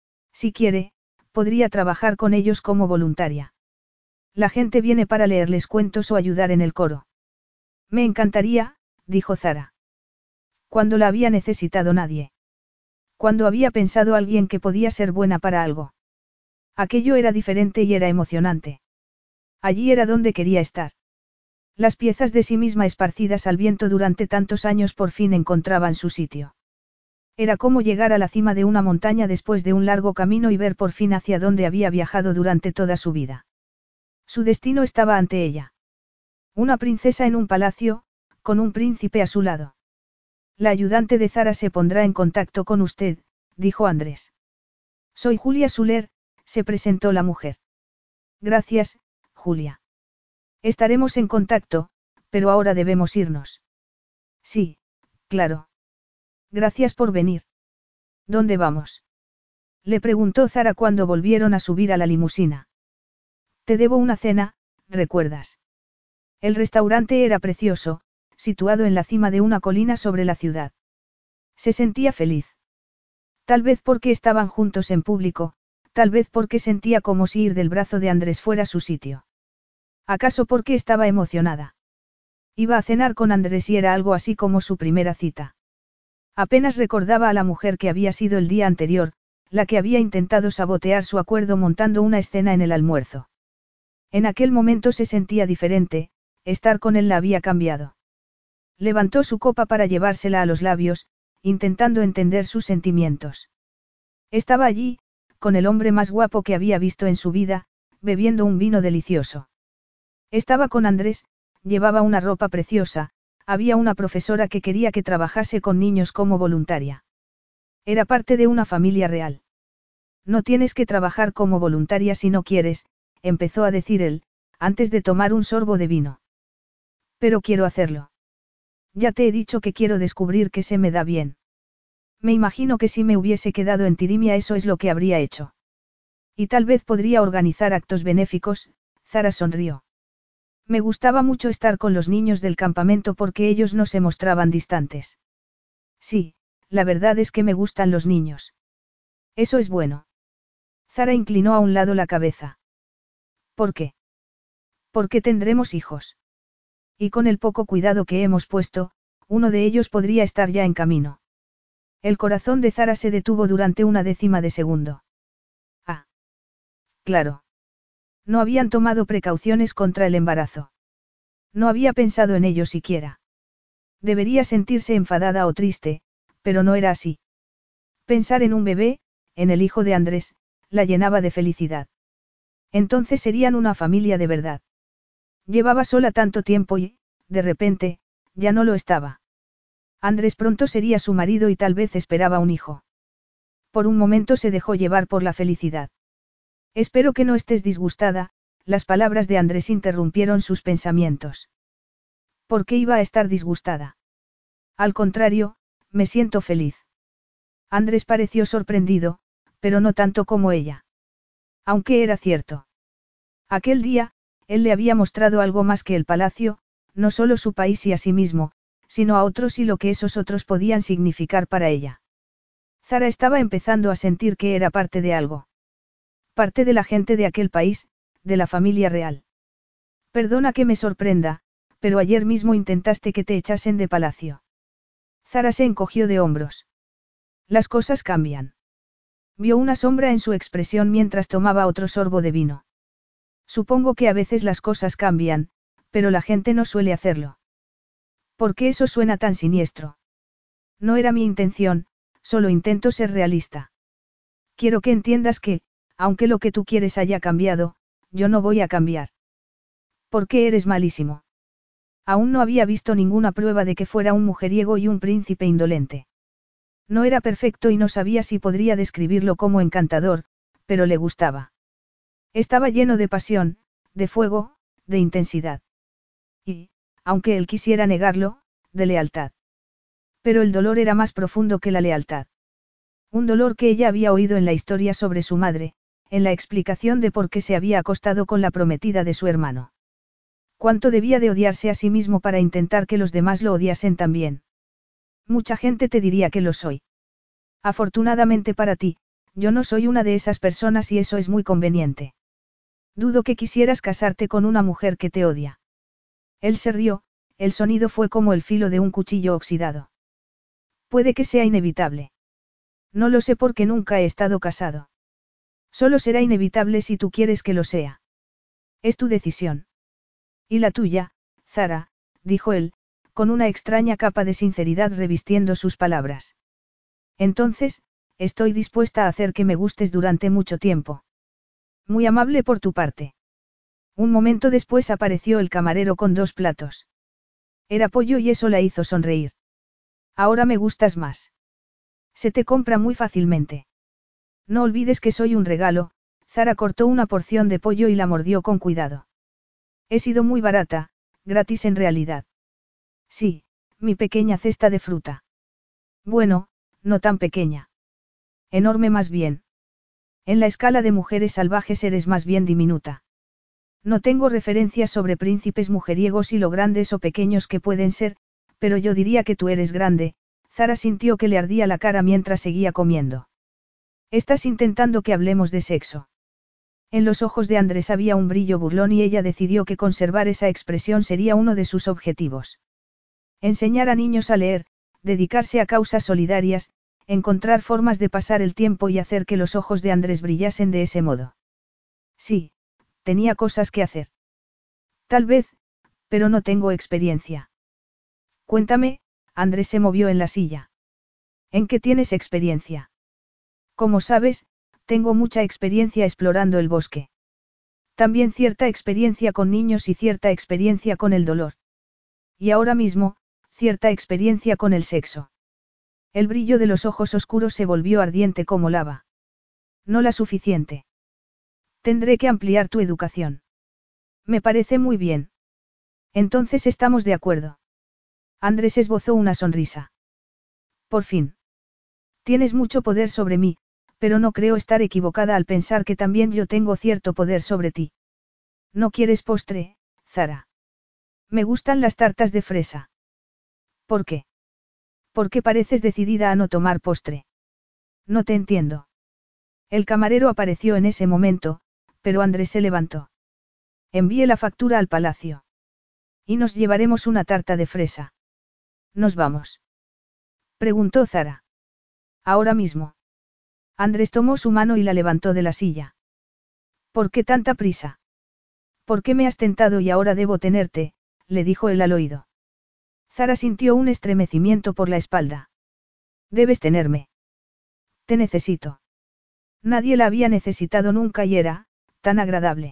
Si quiere, podría trabajar con ellos como voluntaria. La gente viene para leerles cuentos o ayudar en el coro. Me encantaría, dijo Zara. Cuando la había necesitado nadie. Cuando había pensado alguien que podía ser buena para algo. Aquello era diferente y era emocionante. Allí era donde quería estar. Las piezas de sí misma esparcidas al viento durante tantos años por fin encontraban su sitio. Era como llegar a la cima de una montaña después de un largo camino y ver por fin hacia dónde había viajado durante toda su vida. Su destino estaba ante ella. Una princesa en un palacio, con un príncipe a su lado. La ayudante de Zara se pondrá en contacto con usted, dijo Andrés. Soy Julia Suler, se presentó la mujer. Gracias, Julia. Estaremos en contacto, pero ahora debemos irnos. Sí, claro. Gracias por venir. ¿Dónde vamos? Le preguntó Zara cuando volvieron a subir a la limusina. Te debo una cena, ¿recuerdas? El restaurante era precioso, situado en la cima de una colina sobre la ciudad. Se sentía feliz. Tal vez porque estaban juntos en público, tal vez porque sentía como si ir del brazo de Andrés fuera su sitio. ¿Acaso porque estaba emocionada? Iba a cenar con Andrés y era algo así como su primera cita. Apenas recordaba a la mujer que había sido el día anterior, la que había intentado sabotear su acuerdo montando una escena en el almuerzo. En aquel momento se sentía diferente, estar con él la había cambiado. Levantó su copa para llevársela a los labios, intentando entender sus sentimientos. Estaba allí, con el hombre más guapo que había visto en su vida, bebiendo un vino delicioso. Estaba con Andrés, llevaba una ropa preciosa, había una profesora que quería que trabajase con niños como voluntaria. Era parte de una familia real. No tienes que trabajar como voluntaria si no quieres, empezó a decir él, antes de tomar un sorbo de vino. Pero quiero hacerlo. Ya te he dicho que quiero descubrir que se me da bien. Me imagino que si me hubiese quedado en Tirimia eso es lo que habría hecho. Y tal vez podría organizar actos benéficos, Zara sonrió. Me gustaba mucho estar con los niños del campamento porque ellos no se mostraban distantes. Sí, la verdad es que me gustan los niños. Eso es bueno. Zara inclinó a un lado la cabeza. ¿Por qué? Porque tendremos hijos. Y con el poco cuidado que hemos puesto, uno de ellos podría estar ya en camino. El corazón de Zara se detuvo durante una décima de segundo. Ah. Claro. No habían tomado precauciones contra el embarazo. No había pensado en ello siquiera. Debería sentirse enfadada o triste, pero no era así. Pensar en un bebé, en el hijo de Andrés, la llenaba de felicidad. Entonces serían una familia de verdad. Llevaba sola tanto tiempo y, de repente, ya no lo estaba. Andrés pronto sería su marido y tal vez esperaba un hijo. Por un momento se dejó llevar por la felicidad. Espero que no estés disgustada, las palabras de Andrés interrumpieron sus pensamientos. ¿Por qué iba a estar disgustada? Al contrario, me siento feliz. Andrés pareció sorprendido, pero no tanto como ella. Aunque era cierto. Aquel día, él le había mostrado algo más que el palacio, no solo su país y a sí mismo, sino a otros y lo que esos otros podían significar para ella. Zara estaba empezando a sentir que era parte de algo. Parte de la gente de aquel país, de la familia real. Perdona que me sorprenda, pero ayer mismo intentaste que te echasen de palacio. Zara se encogió de hombros. Las cosas cambian. Vio una sombra en su expresión mientras tomaba otro sorbo de vino. Supongo que a veces las cosas cambian, pero la gente no suele hacerlo. ¿Por qué eso suena tan siniestro? No era mi intención, solo intento ser realista. Quiero que entiendas que, aunque lo que tú quieres haya cambiado, yo no voy a cambiar. ¿Por qué eres malísimo? Aún no había visto ninguna prueba de que fuera un mujeriego y un príncipe indolente. No era perfecto y no sabía si podría describirlo como encantador, pero le gustaba. Estaba lleno de pasión, de fuego, de intensidad. Y, aunque él quisiera negarlo, de lealtad. Pero el dolor era más profundo que la lealtad. Un dolor que ella había oído en la historia sobre su madre, en la explicación de por qué se había acostado con la prometida de su hermano. Cuánto debía de odiarse a sí mismo para intentar que los demás lo odiasen también. Mucha gente te diría que lo soy. Afortunadamente para ti, yo no soy una de esas personas y eso es muy conveniente. Dudo que quisieras casarte con una mujer que te odia. Él se rió, el sonido fue como el filo de un cuchillo oxidado. Puede que sea inevitable. No lo sé porque nunca he estado casado. Solo será inevitable si tú quieres que lo sea. Es tu decisión. Y la tuya, Zara, dijo él, con una extraña capa de sinceridad revistiendo sus palabras. Entonces, estoy dispuesta a hacer que me gustes durante mucho tiempo. Muy amable por tu parte. Un momento después apareció el camarero con 2 platos. Era pollo y eso la hizo sonreír. Ahora me gustas más. Se te compra muy fácilmente. No olvides que soy un regalo. Zara cortó una porción de pollo y la mordió con cuidado. He sido muy barata, gratis en realidad. Sí, mi pequeña cesta de fruta. Bueno, no tan pequeña. Enorme más bien. En la escala de mujeres salvajes eres más bien diminuta. No tengo referencias sobre príncipes mujeriegos y lo grandes o pequeños que pueden ser, pero yo diría que tú eres grande. Zara sintió que le ardía la cara mientras seguía comiendo. Estás intentando que hablemos de sexo. En los ojos de Andrés había un brillo burlón y ella decidió que conservar esa expresión sería uno de sus objetivos. Enseñar a niños a leer, dedicarse a causas solidarias, encontrar formas de pasar el tiempo y hacer que los ojos de Andrés brillasen de ese modo. Sí, tenía cosas que hacer. Tal vez, pero no tengo experiencia. Cuéntame, Andrés se movió en la silla. ¿En qué tienes experiencia? Como sabes, tengo mucha experiencia explorando el bosque. También cierta experiencia con niños y cierta experiencia con el dolor. Y ahora mismo, cierta experiencia con el sexo. El brillo de los ojos oscuros se volvió ardiente como lava. No la suficiente. Tendré que ampliar tu educación. Me parece muy bien. Entonces estamos de acuerdo. Andrés esbozó una sonrisa. Por fin. Tienes mucho poder sobre mí, pero no creo estar equivocada al pensar que también yo tengo cierto poder sobre ti. ¿No quieres postre, Zara? Me gustan las tartas de fresa. ¿Por qué? Porque pareces decidida a no tomar postre. No te entiendo. El camarero apareció en ese momento, pero Andrés se levantó. Envíe la factura al palacio. Y nos llevaremos una tarta de fresa. ¿Nos vamos? Preguntó Zara. Ahora mismo. Andrés tomó su mano y la levantó de la silla. ¿Por qué tanta prisa? ¿Por qué me has tentado y ahora debo tenerte?, le dijo él al oído. Zara sintió un estremecimiento por la espalda. Debes tenerme. Te necesito. Nadie la había necesitado nunca y era, tan agradable.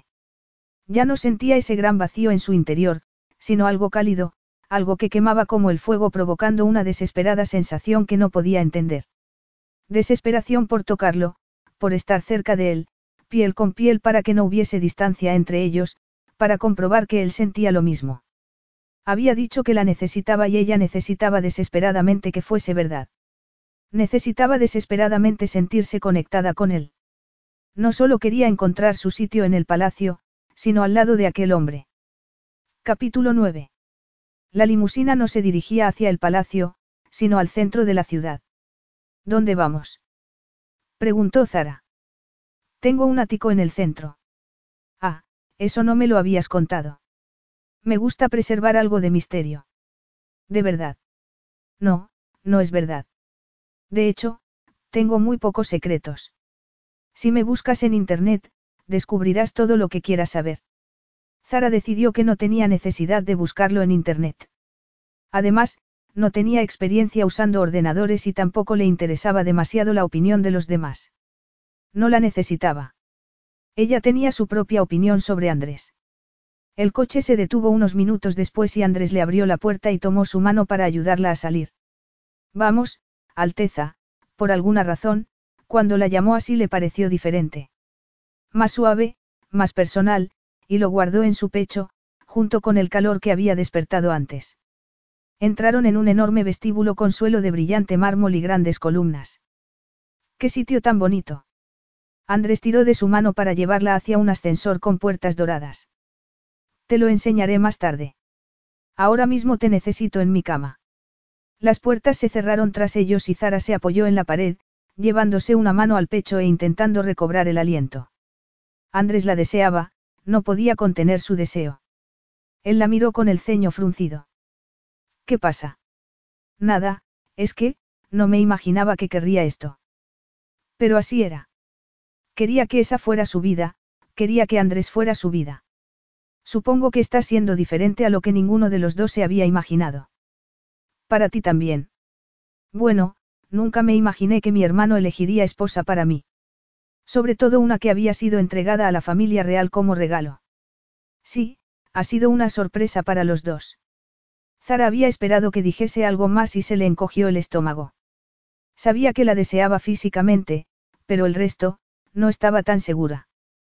Ya no sentía ese gran vacío en su interior, sino algo cálido, algo que quemaba como el fuego provocando una desesperada sensación que no podía entender. Desesperación por tocarlo, por estar cerca de él, piel con piel para que no hubiese distancia entre ellos, para comprobar que él sentía lo mismo. Había dicho que la necesitaba y ella necesitaba desesperadamente que fuese verdad. Necesitaba desesperadamente sentirse conectada con él. No solo quería encontrar su sitio en el palacio, sino al lado de aquel hombre. Capítulo 9. La limusina no se dirigía hacia el palacio, sino al centro de la ciudad. ¿Dónde vamos? Preguntó Zara. Tengo un ático en el centro. Ah, eso no me lo habías contado. Me gusta preservar algo de misterio. ¿De verdad? No, no es verdad. De hecho, tengo muy pocos secretos. Si me buscas en internet, descubrirás todo lo que quieras saber. Zara decidió que no tenía necesidad de buscarlo en internet. Además, no tenía experiencia usando ordenadores y tampoco le interesaba demasiado la opinión de los demás. No la necesitaba. Ella tenía su propia opinión sobre Andrés. El coche se detuvo unos minutos después y Andrés le abrió la puerta y tomó su mano para ayudarla a salir. Vamos, Alteza, por alguna razón, cuando la llamó así le pareció diferente. Más suave, más personal, y lo guardó en su pecho, junto con el calor que había despertado antes. Entraron en un enorme vestíbulo con suelo de brillante mármol y grandes columnas. ¡Qué sitio tan bonito! Andrés tiró de su mano para llevarla hacia un ascensor con puertas doradas. Te lo enseñaré más tarde. Ahora mismo te necesito en mi cama. Las puertas se cerraron tras ellos y Zara se apoyó en la pared, llevándose una mano al pecho e intentando recobrar el aliento. Andrés la deseaba, no podía contener su deseo. Él la miró con el ceño fruncido. ¿Qué pasa? Nada, es que, no me imaginaba que querría esto. Pero así era. Quería que esa fuera su vida, quería que Andrés fuera su vida. Supongo que está siendo diferente a lo que ninguno de los dos se había imaginado. Para ti también. Bueno, nunca me imaginé que mi hermano elegiría esposa para mí. Sobre todo una que había sido entregada a la familia real como regalo. Sí, ha sido una sorpresa para los dos. Zara había esperado que dijese algo más y se le encogió el estómago. Sabía que la deseaba físicamente, pero el resto, no estaba tan segura.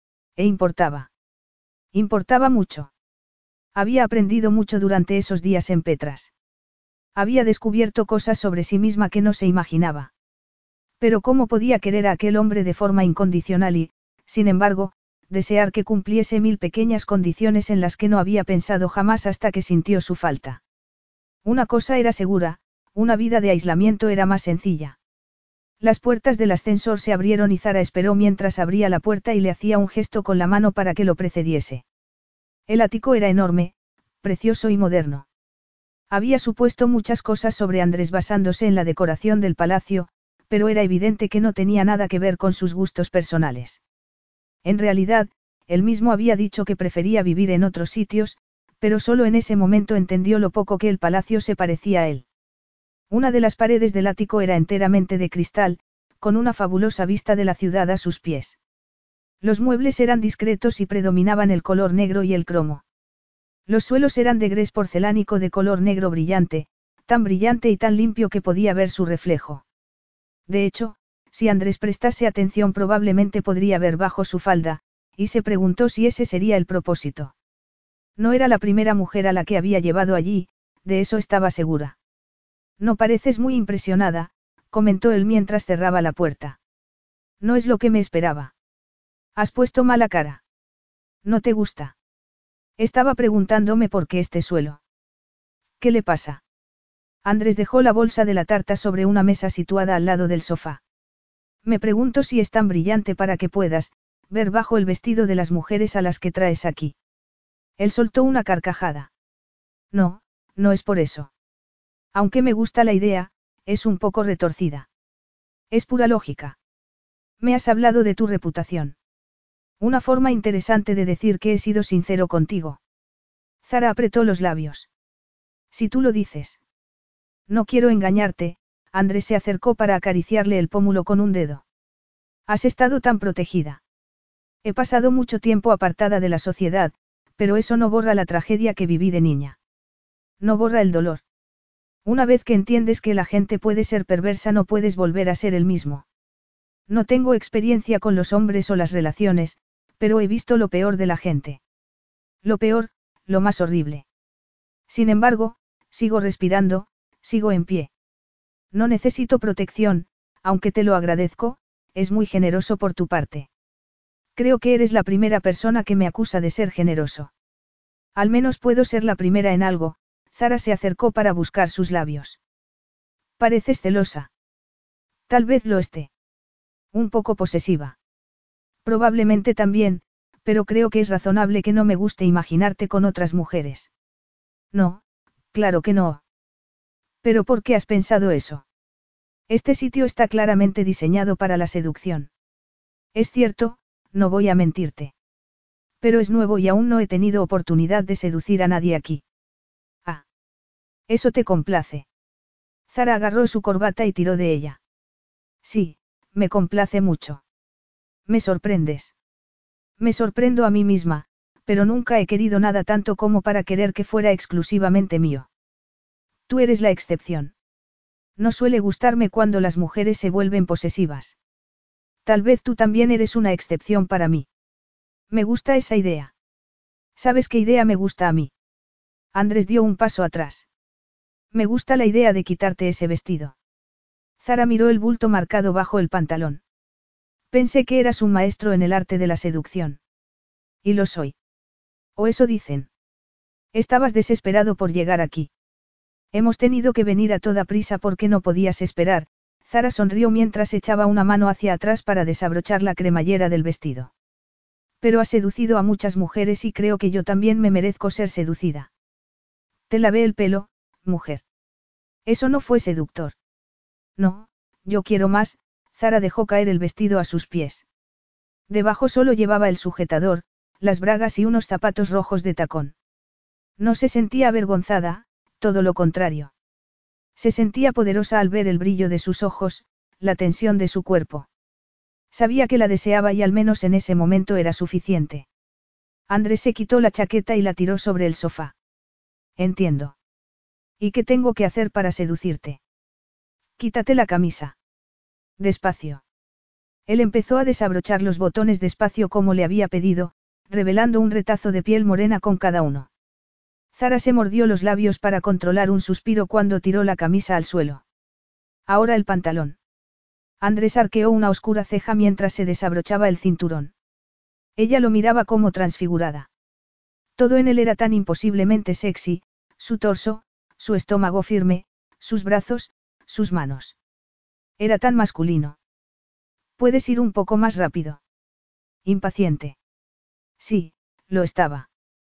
E importaba. Importaba mucho. Había aprendido mucho durante esos días en Petras. Había descubierto cosas sobre sí misma que no se imaginaba. Pero ¿cómo podía querer a aquel hombre de forma incondicional y, sin embargo, desear que cumpliese 1000 pequeñas condiciones en las que no había pensado jamás hasta que sintió su falta? Una cosa era segura, una vida de aislamiento era más sencilla. Las puertas del ascensor se abrieron y Zara esperó mientras abría la puerta y le hacía un gesto con la mano para que lo precediese. El ático era enorme, precioso y moderno. Había supuesto muchas cosas sobre Andrés basándose en la decoración del palacio, pero era evidente que no tenía nada que ver con sus gustos personales. En realidad, él mismo había dicho que prefería vivir en otros sitios, Pero solo en ese momento entendió lo poco que el palacio se parecía a él. Una de las paredes del ático era enteramente de cristal, con una fabulosa vista de la ciudad a sus pies. Los muebles eran discretos y predominaban el color negro y el cromo. Los suelos eran de grés porcelánico de color negro brillante, tan brillante y tan limpio que podía ver su reflejo. De hecho, si Andrés prestase atención probablemente podría ver bajo su falda, y se preguntó si ese sería el propósito. No era la primera mujer a la que había llevado allí, de eso estaba segura. No pareces muy impresionada, comentó él mientras cerraba la puerta. No es lo que me esperaba. Has puesto mala cara. ¿No te gusta? Estaba preguntándome por qué este suelo. ¿Qué le pasa? Andrés dejó la bolsa de la tarta sobre una mesa situada al lado del sofá. Me pregunto si es tan brillante para que puedas ver bajo el vestido de las mujeres a las que traes aquí. Él soltó una carcajada. No, no es por eso. Aunque me gusta la idea, es un poco retorcida. Es pura lógica. Me has hablado de tu reputación. Una forma interesante de decir que he sido sincero contigo. Zara apretó los labios. Si tú lo dices. No quiero engañarte, Andrés se acercó para acariciarle el pómulo con un dedo. Has estado tan protegida. He pasado mucho tiempo apartada de la sociedad, pero eso no borra la tragedia que viví de niña. No borra el dolor. Una vez que entiendes que la gente puede ser perversa no puedes volver a ser el mismo. No tengo experiencia con los hombres o las relaciones, pero he visto lo peor de la gente. Lo peor, lo más horrible. Sin embargo, sigo respirando, sigo en pie. No necesito protección, aunque te lo agradezco, es muy generoso por tu parte. Creo que eres la primera persona que me acusa de ser generoso. Al menos puedo ser la primera en algo. Zara se acercó para buscar sus labios. Pareces celosa. Tal vez lo esté. Un poco posesiva. Probablemente también, pero creo que es razonable que no me guste imaginarte con otras mujeres. No, claro que no. ¿Pero por qué has pensado eso? Este sitio está claramente diseñado para la seducción. Es cierto, no voy a mentirte. Pero es nuevo y aún no he tenido oportunidad de seducir a nadie aquí. Ah. Eso te complace. Zara agarró su corbata y tiró de ella. Sí, me complace mucho. Me sorprendes. Me sorprendo a mí misma, pero nunca he querido nada tanto como para querer que fuera exclusivamente mío. Tú eres la excepción. No suele gustarme cuando las mujeres se vuelven posesivas. Tal vez tú también eres una excepción para mí. Me gusta esa idea. ¿Sabes qué idea me gusta a mí? Andrés dio un paso atrás. Me gusta la idea de quitarte ese vestido. Zara miró el bulto marcado bajo el pantalón. Pensé que eras un maestro en el arte de la seducción. Y lo soy. O eso dicen. Estabas desesperado por llegar aquí. Hemos tenido que venir a toda prisa porque no podías esperar. Zara sonrió mientras echaba una mano hacia atrás para desabrochar la cremallera del vestido. Pero has seducido a muchas mujeres y creo que yo también me merezco ser seducida. Te lavé el pelo, mujer. Eso no fue seductor. No, yo quiero más. Zara dejó caer el vestido a sus pies. Debajo solo llevaba el sujetador, las bragas y unos zapatos rojos de tacón. No se sentía avergonzada, todo lo contrario. Se sentía poderosa al ver el brillo de sus ojos, la tensión de su cuerpo. Sabía que la deseaba y al menos en ese momento era suficiente. Andrés se quitó la chaqueta y la tiró sobre el sofá. Entiendo. ¿Y qué tengo que hacer para seducirte? Quítate la camisa. Despacio. Él empezó a desabrochar los botones despacio como le había pedido, revelando un retazo de piel morena con cada uno. Zara se mordió los labios para controlar un suspiro cuando tiró la camisa al suelo. Ahora el pantalón. Andrés arqueó una oscura ceja mientras se desabrochaba el cinturón. Ella lo miraba como transfigurada. Todo en él era tan imposiblemente sexy, su torso, su estómago firme, sus brazos, sus manos. Era tan masculino. ¿Puedes ir un poco más rápido? Impaciente. Sí, lo estaba.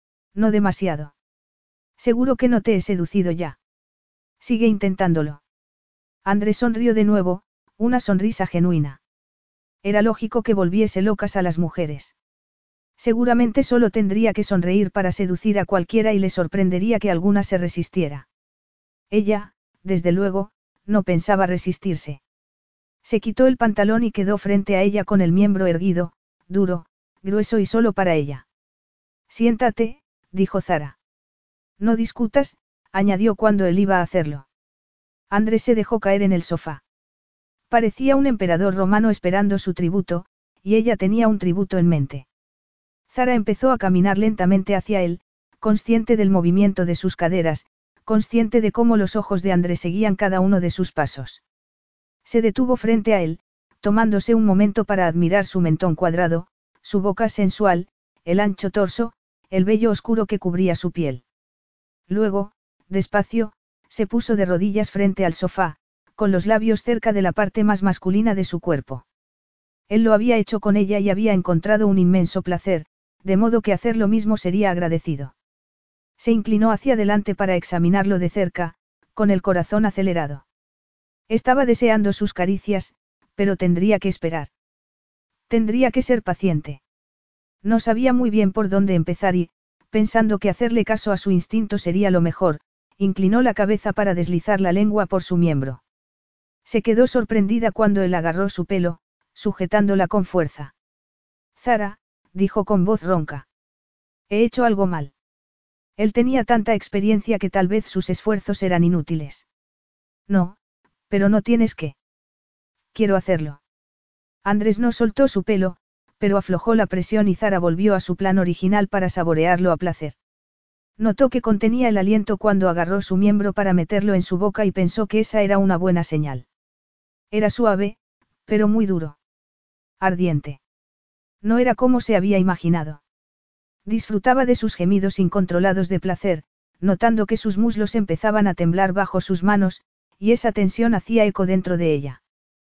No demasiado. Seguro que no te he seducido ya. Sigue intentándolo. Andrés sonrió de nuevo, una sonrisa genuina. Era lógico que volviese locas a las mujeres. Seguramente solo tendría que sonreír para seducir a cualquiera y le sorprendería que alguna se resistiera. Ella, desde luego, no pensaba resistirse. Se quitó el pantalón y quedó frente a ella con el miembro erguido, duro, grueso y solo para ella. Siéntate, dijo Zara. No discutas, añadió cuando él iba a hacerlo. Andrés se dejó caer en el sofá. Parecía un emperador romano esperando su tributo, y ella tenía un tributo en mente. Zara empezó a caminar lentamente hacia él, consciente del movimiento de sus caderas, consciente de cómo los ojos de Andrés seguían cada uno de sus pasos. Se detuvo frente a él, tomándose un momento para admirar su mentón cuadrado, su boca sensual, el ancho torso, el vello oscuro que cubría su piel. Luego, despacio, se puso de rodillas frente al sofá, con los labios cerca de la parte más masculina de su cuerpo. Él lo había hecho con ella y había encontrado un inmenso placer, de modo que hacer lo mismo sería agradecido. Se inclinó hacia adelante para examinarlo de cerca, con el corazón acelerado. Estaba deseando sus caricias, pero tendría que esperar. Tendría que ser paciente. No sabía muy bien por dónde empezar y, pensando que hacerle caso a su instinto sería lo mejor, inclinó la cabeza para deslizar la lengua por su miembro. Se quedó sorprendida cuando él agarró su pelo, sujetándola con fuerza. Zara, dijo con voz ronca. He hecho algo mal. Él tenía tanta experiencia que tal vez sus esfuerzos eran inútiles. No, pero no tienes que. Quiero hacerlo. Andrés no soltó su pelo, pero aflojó la presión y Zara volvió a su plan original para saborearlo a placer. Notó que contenía el aliento cuando agarró su miembro para meterlo en su boca y pensó que esa era una buena señal. Era suave, pero muy duro. Ardiente. No era como se había imaginado. Disfrutaba de sus gemidos incontrolados de placer, notando que sus muslos empezaban a temblar bajo sus manos, y esa tensión hacía eco dentro de ella.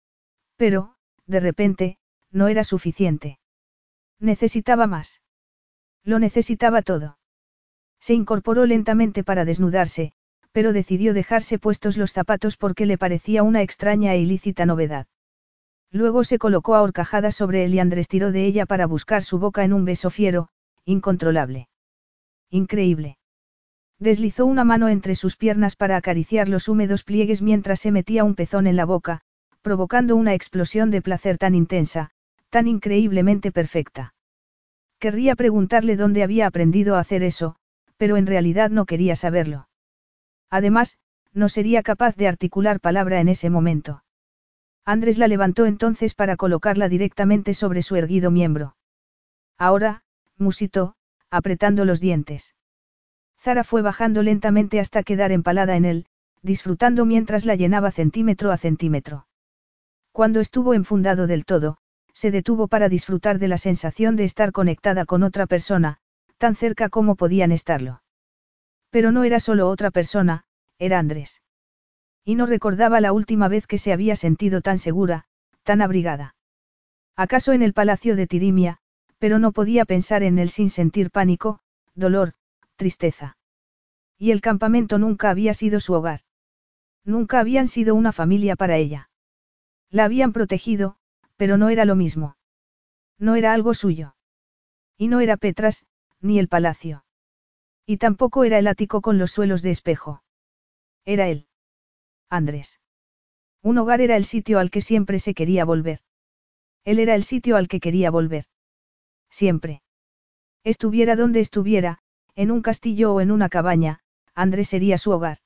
Pero, de repente, no era suficiente. Necesitaba más. Lo necesitaba todo. Se incorporó lentamente para desnudarse, pero decidió dejarse puestos los zapatos porque le parecía una extraña e ilícita novedad. Luego se colocó a horcajadas sobre él y Andrés tiró de ella para buscar su boca en un beso fiero, incontrolable. Increíble. Deslizó una mano entre sus piernas para acariciar los húmedos pliegues mientras se metía un pezón en la boca, provocando una explosión de placer tan intensa, tan increíblemente perfecta. Querría preguntarle dónde había aprendido a hacer eso, pero en realidad no quería saberlo. Además, no sería capaz de articular palabra en ese momento. Andrés la levantó entonces para colocarla directamente sobre su erguido miembro. Ahora, musitó, apretando los dientes. Zara fue bajando lentamente hasta quedar empalada en él, disfrutando mientras la llenaba centímetro a centímetro. Cuando estuvo enfundado del todo, se detuvo para disfrutar de la sensación de estar conectada con otra persona, tan cerca como podían estarlo. Pero no era solo otra persona, era Andrés. Y no recordaba la última vez que se había sentido tan segura, tan abrigada. ¿Acaso en el palacio de Tirimia? Pero no podía pensar en él sin sentir pánico, dolor, tristeza. Y el campamento nunca había sido su hogar. Nunca habían sido una familia para ella. La habían protegido, pero no era lo mismo. No era algo suyo. Y no era Petras, ni el palacio. Y tampoco era el ático con los suelos de espejo. Era él. Andrés. Un hogar era el sitio al que siempre se quería volver. Él era el sitio al que quería volver. Siempre. Estuviera donde estuviera, en un castillo o en una cabaña, Andrés sería su hogar.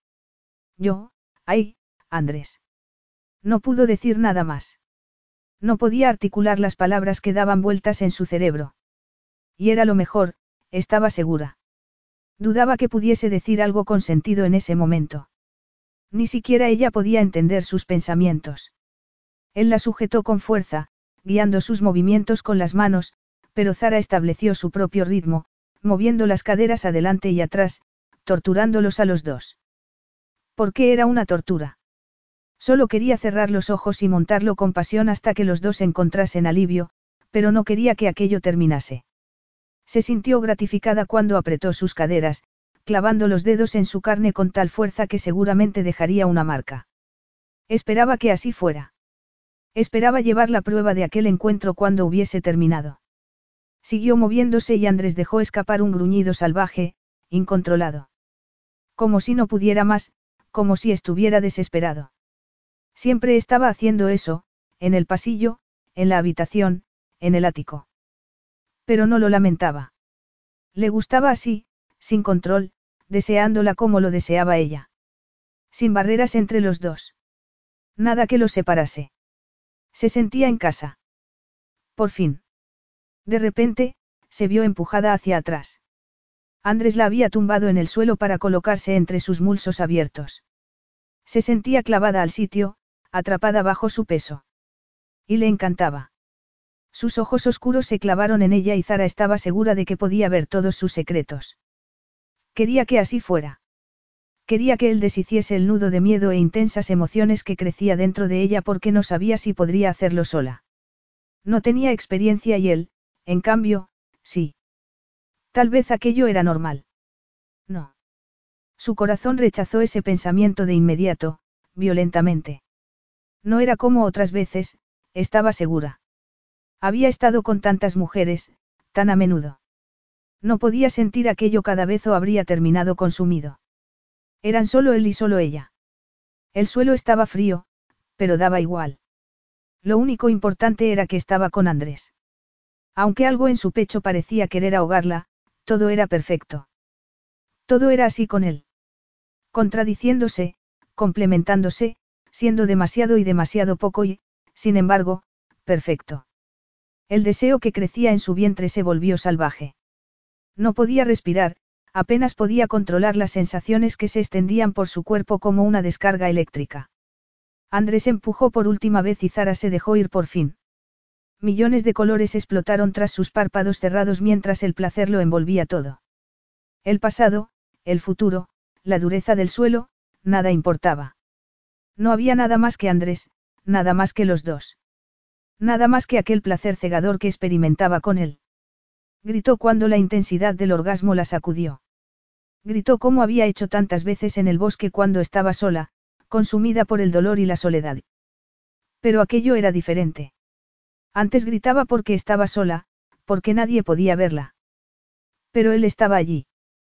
Ay, Andrés. No pudo decir nada más. No podía articular las palabras que daban vueltas en su cerebro. Y era lo mejor, estaba segura. Dudaba que pudiese decir algo con sentido en ese momento. Ni siquiera ella podía entender sus pensamientos. Él la sujetó con fuerza, guiando sus movimientos con las manos, pero Zara estableció su propio ritmo, moviendo las caderas adelante y atrás, torturándolos a los dos. ¿Por qué era una tortura? Solo quería cerrar los ojos y montarlo con pasión hasta que los dos encontrasen alivio, pero no quería que aquello terminase. Se sintió gratificada cuando apretó sus caderas, clavando los dedos en su carne con tal fuerza que seguramente dejaría una marca. Esperaba que así fuera. Esperaba llevar la prueba de aquel encuentro cuando hubiese terminado. Siguió moviéndose y Andrés dejó escapar un gruñido salvaje, incontrolado. Como si no pudiera más, como si estuviera desesperado. Siempre estaba haciendo eso, en el pasillo, en la habitación, en el ático. Pero no lo lamentaba. Le gustaba así, sin control, deseándola como lo deseaba ella. Sin barreras entre los dos. Nada que los separase. Se sentía en casa. Por fin. De repente, se vio empujada hacia atrás. Andrés la había tumbado en el suelo para colocarse entre sus muslos abiertos. Se sentía clavada al sitio, atrapada bajo su peso. Y le encantaba. Sus ojos oscuros se clavaron en ella y Zara estaba segura de que podía ver todos sus secretos. Quería que así fuera. Quería que él deshiciese el nudo de miedo e intensas emociones que crecía dentro de ella porque no sabía si podría hacerlo sola. No tenía experiencia y él, en cambio, sí. Tal vez aquello era normal. No. Su corazón rechazó ese pensamiento de inmediato, violentamente. No era como otras veces, estaba segura. Había estado con tantas mujeres, tan a menudo. No podía sentir aquello cada vez o habría terminado consumido. Eran solo él y solo ella. El suelo estaba frío, pero daba igual. Lo único importante era que estaba con Andrés. Aunque algo en su pecho parecía querer ahogarla, todo era perfecto. Todo era así con él. Contradiciéndose, complementándose, siendo demasiado y demasiado poco y, sin embargo, perfecto. El deseo que crecía en su vientre se volvió salvaje. No podía respirar, apenas podía controlar las sensaciones que se extendían por su cuerpo como una descarga eléctrica. Andrés empujó por última vez y Zara se dejó ir por fin. Millones de colores explotaron tras sus párpados cerrados mientras el placer lo envolvía todo. El pasado, el futuro, la dureza del suelo, nada importaba. No había nada más que Andrés, nada más que los dos. Nada más que aquel placer cegador que experimentaba con él. Gritó cuando la intensidad del orgasmo la sacudió. Gritó como había hecho tantas veces en el bosque cuando estaba sola, consumida por el dolor y la soledad. Pero aquello era diferente. Antes gritaba porque estaba sola, porque nadie podía verla. Pero él estaba allí.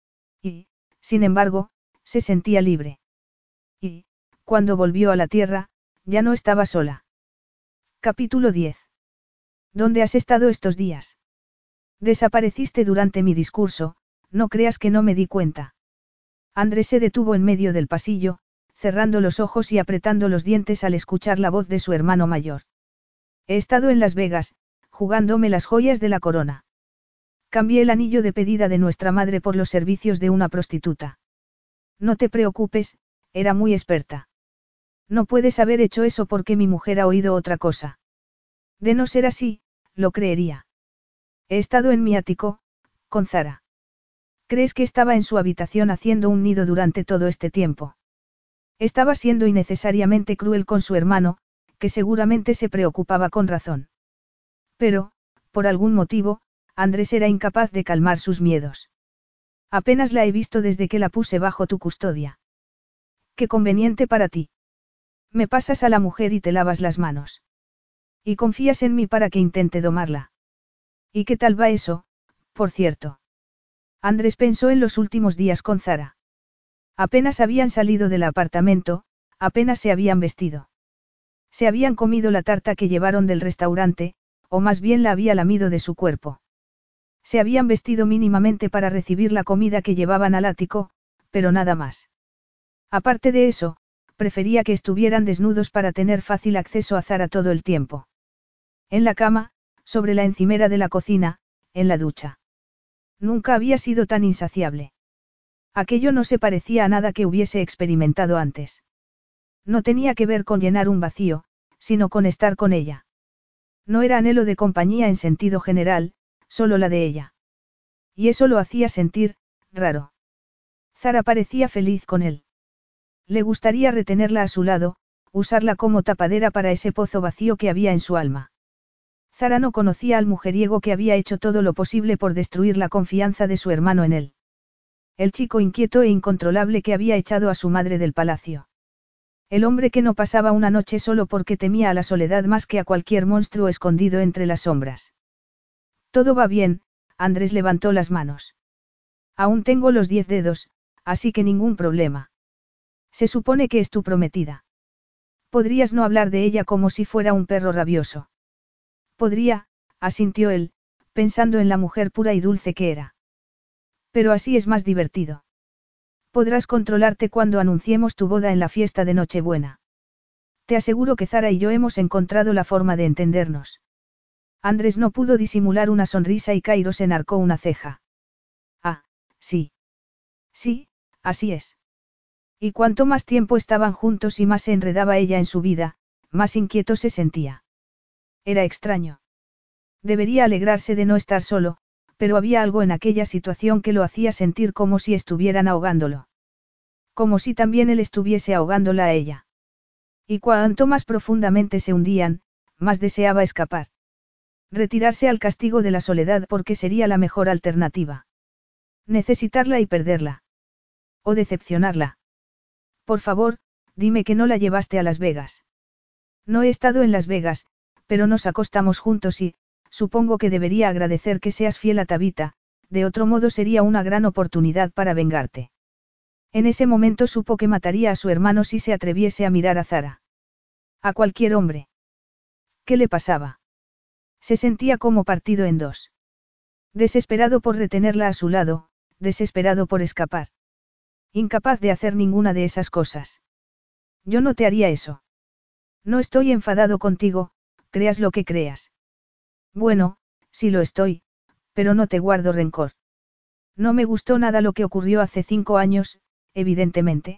Y, sin embargo, se sentía libre. Y, cuando volvió a la tierra, ya no estaba sola. Capítulo 10. ¿Dónde has estado estos días? Desapareciste durante mi discurso, no creas que no me di cuenta. Andrés se detuvo en medio del pasillo, cerrando los ojos y apretando los dientes al escuchar la voz de su hermano mayor. He estado en Las Vegas, jugándome las joyas de la corona. Cambié el anillo de pedida de nuestra madre por los servicios de una prostituta. No te preocupes, era muy experta. No puedes haber hecho eso porque mi mujer ha oído otra cosa. De no ser así, lo creería. He estado en mi ático, con Zara. ¿Crees que estaba en su habitación haciendo un nido durante todo este tiempo? Estaba siendo innecesariamente cruel con su hermano, que seguramente se preocupaba con razón. Pero, por algún motivo, Andrés era incapaz de calmar sus miedos. Apenas la he visto desde que la puse bajo tu custodia. Qué conveniente para ti. Me pasas a la mujer y te lavas las manos. Y confías en mí para que intente domarla. ¿Y qué tal va eso, por cierto? Andrés pensó en los últimos días con Zara. Apenas habían salido del apartamento, apenas se habían vestido. Se habían comido la tarta que llevaron del restaurante, o más bien la había lamido de su cuerpo. Se habían vestido mínimamente para recibir la comida que llevaban al ático, pero nada más. Aparte de eso, prefería que estuvieran desnudos para tener fácil acceso a Zara todo el tiempo. En la cama, sobre la encimera de la cocina, en la ducha. Nunca había sido tan insaciable. Aquello no se parecía a nada que hubiese experimentado antes. No tenía que ver con llenar un vacío, sino con estar con ella. No era anhelo de compañía en sentido general, solo la de ella. Y eso lo hacía sentir, raro. Zara parecía feliz con él. Le gustaría retenerla a su lado, usarla como tapadera para ese pozo vacío que había en su alma. Zara no conocía al mujeriego que había hecho todo lo posible por destruir la confianza de su hermano en él. El chico inquieto e incontrolable que había echado a su madre del palacio. El hombre que no pasaba una noche solo porque temía a la soledad más que a cualquier monstruo escondido entre las sombras. Todo va bien, Andrés levantó las manos. Aún tengo los 10 dedos, así que ningún problema. Se supone que es tu prometida. Podrías no hablar de ella como si fuera un perro rabioso. Podría, asintió él, pensando en la mujer pura y dulce que era. Pero así es más divertido. Podrás controlarte cuando anunciemos tu boda en la fiesta de Nochebuena. Te aseguro que Zara y yo hemos encontrado la forma de entendernos. Andrés no pudo disimular una sonrisa y Kairos enarcó una ceja. Ah, sí. Sí, así es. Y cuanto más tiempo estaban juntos y más se enredaba ella en su vida, más inquieto se sentía. Era extraño. Debería alegrarse de no estar solo, pero había algo en aquella situación que lo hacía sentir como si estuvieran ahogándolo. Como si también él estuviese ahogándola a ella. Y cuanto más profundamente se hundían, más deseaba escapar. Retirarse al castigo de la soledad porque sería la mejor alternativa. Necesitarla y perderla. O decepcionarla. Por favor, dime que no la llevaste a Las Vegas. No he estado en Las Vegas, pero nos acostamos juntos y, supongo que debería agradecer que seas fiel a Tabitha, de otro modo sería una gran oportunidad para vengarte. En ese momento supo que mataría a su hermano si se atreviese a mirar a Zara. A cualquier hombre. ¿Qué le pasaba? Se sentía como partido en dos. Desesperado por retenerla a su lado, desesperado por escapar. Incapaz de hacer ninguna de esas cosas. Yo no te haría eso. No estoy enfadado contigo, creas lo que creas. Bueno, sí lo estoy, pero no te guardo rencor. No me gustó nada lo que ocurrió hace 5 años, evidentemente.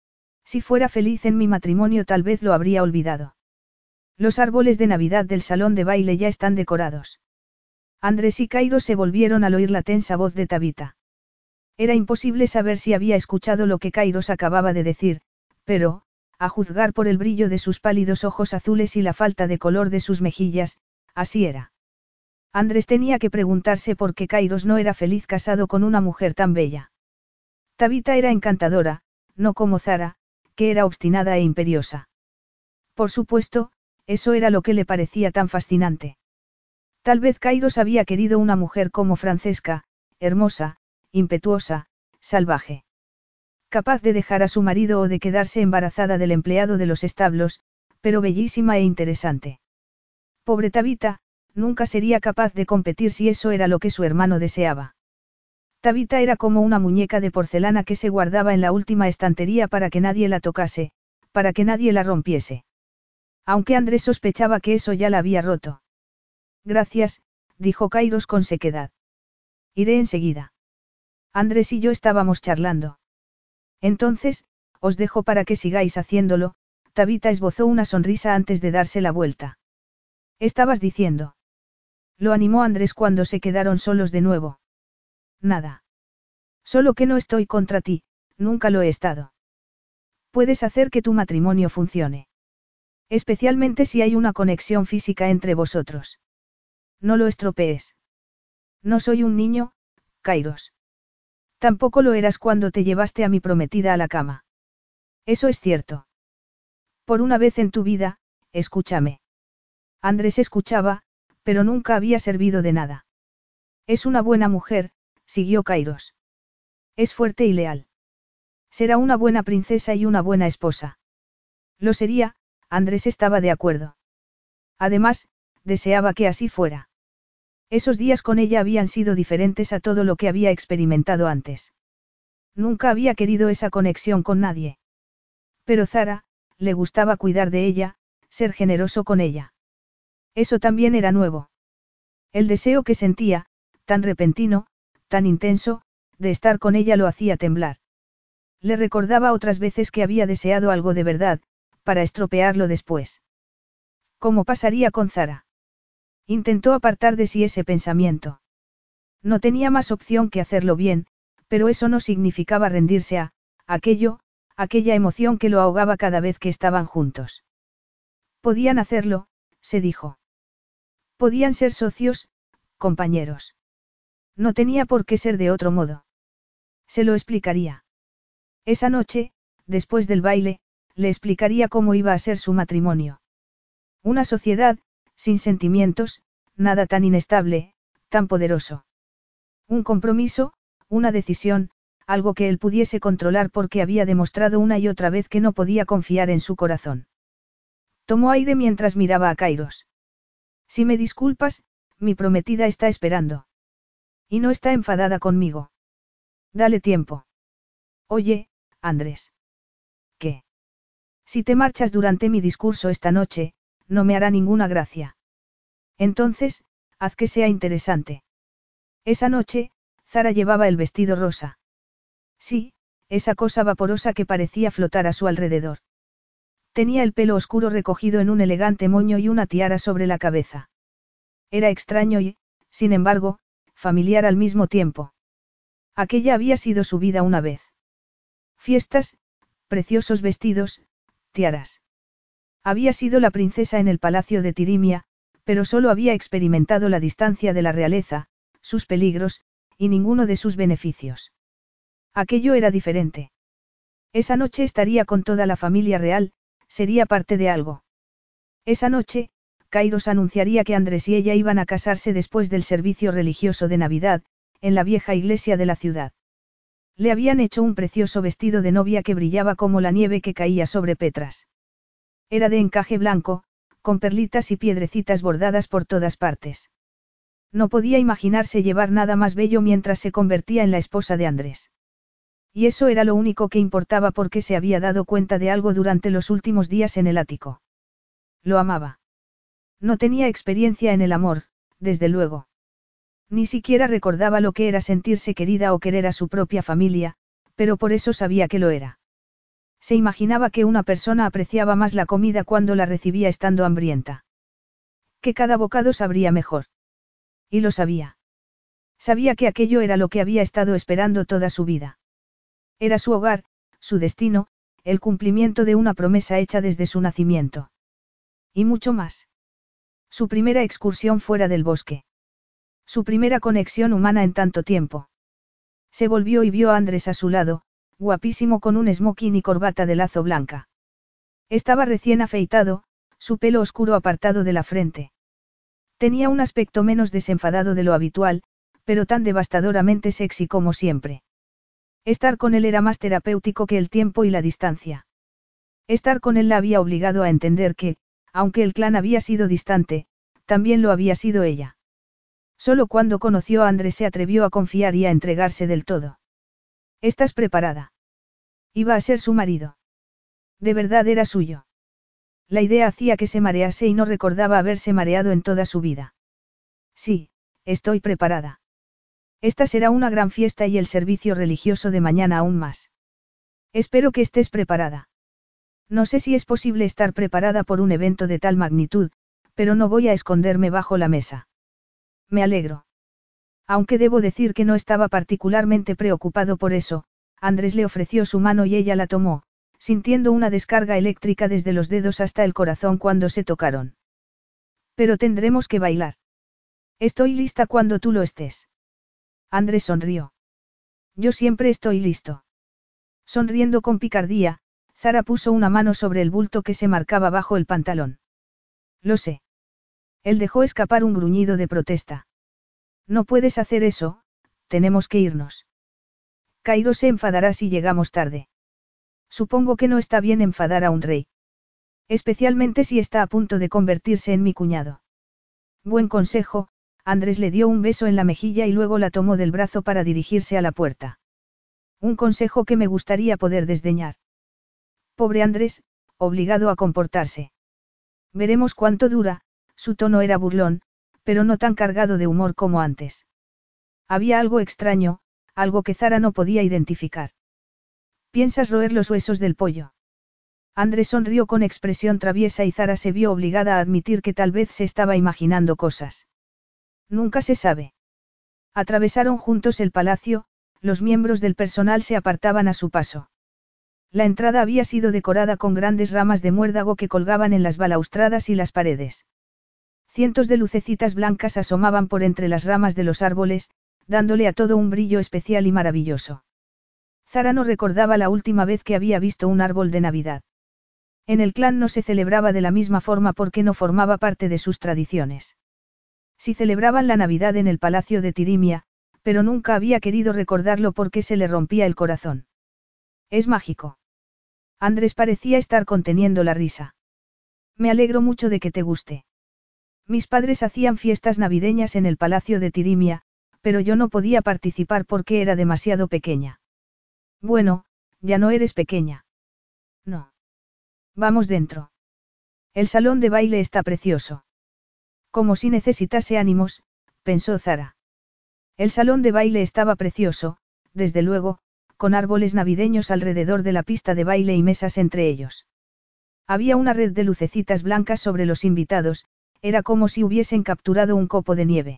Si fuera feliz en mi matrimonio tal vez lo habría olvidado. Los árboles de Navidad del salón de baile ya están decorados. Andrés y Cairo se volvieron al oír la tensa voz de Tabitha. Era imposible saber si había escuchado lo que Kairos acababa de decir, pero, a juzgar por el brillo de sus pálidos ojos azules y la falta de color de sus mejillas, así era. Andrés tenía que preguntarse por qué Kairos no era feliz casado con una mujer tan bella. Tabitha era encantadora, no como Zara, que era obstinada e imperiosa. Por supuesto, eso era lo que le parecía tan fascinante. Tal vez Kairos había querido una mujer como Francesca, hermosa, impetuosa, salvaje. Capaz de dejar a su marido o de quedarse embarazada del empleado de los establos, pero bellísima e interesante. Pobre Tabitha, nunca sería capaz de competir si eso era lo que su hermano deseaba. Tabitha era como una muñeca de porcelana que se guardaba en la última estantería para que nadie la tocase, para que nadie la rompiese. Aunque Andrés sospechaba que eso ya la había roto. Gracias, dijo Kairos con sequedad. Iré enseguida. Andrés y yo estábamos charlando. Entonces, os dejo para que sigáis haciéndolo. Tabitha esbozó una sonrisa antes de darse la vuelta. ¿Estabas diciendo? Lo animó Andrés cuando se quedaron solos de nuevo. Nada. Solo que no estoy contra ti, nunca lo he estado. Puedes hacer que tu matrimonio funcione. Especialmente si hay una conexión física entre vosotros. No lo estropees. No soy un niño, Kairos. Tampoco lo eras cuando te llevaste a mi prometida a la cama. Eso es cierto. Por una vez en tu vida, escúchame. Andrés escuchaba, pero nunca había servido de nada. Es una buena mujer, siguió Kairos. Es fuerte y leal. Será una buena princesa y una buena esposa. Lo sería, Andrés estaba de acuerdo. Además, deseaba que así fuera. Esos días con ella habían sido diferentes a todo lo que había experimentado antes. Nunca había querido esa conexión con nadie. Pero Zara, le gustaba cuidar de ella, ser generoso con ella. Eso también era nuevo. El deseo que sentía, tan repentino, tan intenso, de estar con ella lo hacía temblar. Le recordaba otras veces que había deseado algo de verdad, para estropearlo después. ¿Cómo pasaría con Zara? Intentó apartar de sí ese pensamiento. No tenía más opción que hacerlo bien, pero eso no significaba rendirse a aquella emoción que lo ahogaba cada vez que estaban juntos. Podían hacerlo, se dijo. Podían ser socios, compañeros. No tenía por qué ser de otro modo. Se lo explicaría. Esa noche, después del baile, le explicaría cómo iba a ser su matrimonio. Una sociedad, sin sentimientos, nada tan inestable, tan poderoso. Un compromiso, una decisión, algo que él pudiese controlar porque había demostrado una y otra vez que no podía confiar en su corazón. Tomó aire mientras miraba a Kairos. Si me disculpas, mi prometida está esperando. Y no está enfadada conmigo. Dale tiempo. Oye, Andrés. ¿Qué? Si te marchas durante mi discurso esta noche, no me hará ninguna gracia. Entonces, haz que sea interesante. Esa noche, Zara llevaba el vestido rosa. Sí, esa cosa vaporosa que parecía flotar a su alrededor. Tenía el pelo oscuro recogido en un elegante moño y una tiara sobre la cabeza. Era extraño y, sin embargo, familiar al mismo tiempo. Aquella había sido su vida una vez. Fiestas, preciosos vestidos, tiaras. Había sido la princesa en el palacio de Tirimia, pero solo había experimentado la distancia de la realeza, sus peligros, y ninguno de sus beneficios. Aquello era diferente. Esa noche estaría con toda la familia real, sería parte de algo. Esa noche, Kairos anunciaría que Andrés y ella iban a casarse después del servicio religioso de Navidad, en la vieja iglesia de la ciudad. Le habían hecho un precioso vestido de novia que brillaba como la nieve que caía sobre Petras. Era de encaje blanco, con perlitas y piedrecitas bordadas por todas partes. No podía imaginarse llevar nada más bello mientras se convertía en la esposa de Andrés. Y eso era lo único que importaba porque se había dado cuenta de algo durante los últimos días en el ático. Lo amaba. No tenía experiencia en el amor, desde luego. Ni siquiera recordaba lo que era sentirse querida o querer a su propia familia, pero por eso sabía que lo era. Se imaginaba que una persona apreciaba más la comida cuando la recibía estando hambrienta. Que cada bocado sabría mejor. Y lo sabía. Sabía que aquello era lo que había estado esperando toda su vida. Era su hogar, su destino, el cumplimiento de una promesa hecha desde su nacimiento. Y mucho más. Su primera excursión fuera del bosque. Su primera conexión humana en tanto tiempo. Se volvió y vio a Andrés a su lado, guapísimo con un smoking y corbata de lazo blanca. Estaba recién afeitado, su pelo oscuro apartado de la frente. Tenía un aspecto menos desenfadado de lo habitual, pero tan devastadoramente sexy como siempre. Estar con él era más terapéutico que el tiempo y la distancia. Estar con él la había obligado a entender que, aunque el clan había sido distante, también lo había sido ella. Solo cuando conoció a Andrés se atrevió a confiar y a entregarse del todo. ¿Estás preparada? Iba a ser su marido. De verdad era suyo. La idea hacía que se marease y no recordaba haberse mareado en toda su vida. Sí, estoy preparada. Esta será una gran fiesta y el servicio religioso de mañana aún más. Espero que estés preparada. No sé si es posible estar preparada por un evento de tal magnitud, pero no voy a esconderme bajo la mesa. Me alegro. Aunque debo decir que no estaba particularmente preocupado por eso, Andrés le ofreció su mano y ella la tomó, sintiendo una descarga eléctrica desde los dedos hasta el corazón cuando se tocaron. Pero tendremos que bailar. Estoy lista cuando tú lo estés. Andrés sonrió. Yo siempre estoy listo. Sonriendo con picardía, Zara puso una mano sobre el bulto que se marcaba bajo el pantalón. Lo sé. Él dejó escapar un gruñido de protesta. No puedes hacer eso, tenemos que irnos. Cairo se enfadará si llegamos tarde. Supongo que no está bien enfadar a un rey. Especialmente si está a punto de convertirse en mi cuñado. Buen consejo, Andrés le dio un beso en la mejilla y luego la tomó del brazo para dirigirse a la puerta. Un consejo que me gustaría poder desdeñar. Pobre Andrés, obligado a comportarse. Veremos cuánto dura, su tono era burlón, pero no tan cargado de humor como antes. Había algo extraño, algo que Zara no podía identificar. ¿Piensas roer los huesos del pollo? Andrés sonrió con expresión traviesa y Zara se vio obligada a admitir que tal vez se estaba imaginando cosas. Nunca se sabe. Atravesaron juntos el palacio, los miembros del personal se apartaban a su paso. La entrada había sido decorada con grandes ramas de muérdago que colgaban en las balaustradas y las paredes. Cientos de lucecitas blancas asomaban por entre las ramas de los árboles, dándole a todo un brillo especial y maravilloso. Zara no recordaba la última vez que había visto un árbol de Navidad. En el clan no se celebraba de la misma forma porque no formaba parte de sus tradiciones. Si celebraban la Navidad en el palacio de Tirimia, pero nunca había querido recordarlo porque se le rompía el corazón. Es mágico. Andrés parecía estar conteniendo la risa. Me alegro mucho de que te guste. Mis padres hacían fiestas navideñas en el Palacio de Tirimia, pero yo no podía participar porque era demasiado pequeña. Bueno, ya no eres pequeña. No. Vamos dentro. El salón de baile está precioso. Como si necesitase ánimos, pensó Zara. El salón de baile estaba precioso, desde luego, con árboles navideños alrededor de la pista de baile y mesas entre ellos. Había una red de lucecitas blancas sobre los invitados, era como si hubiesen capturado un copo de nieve.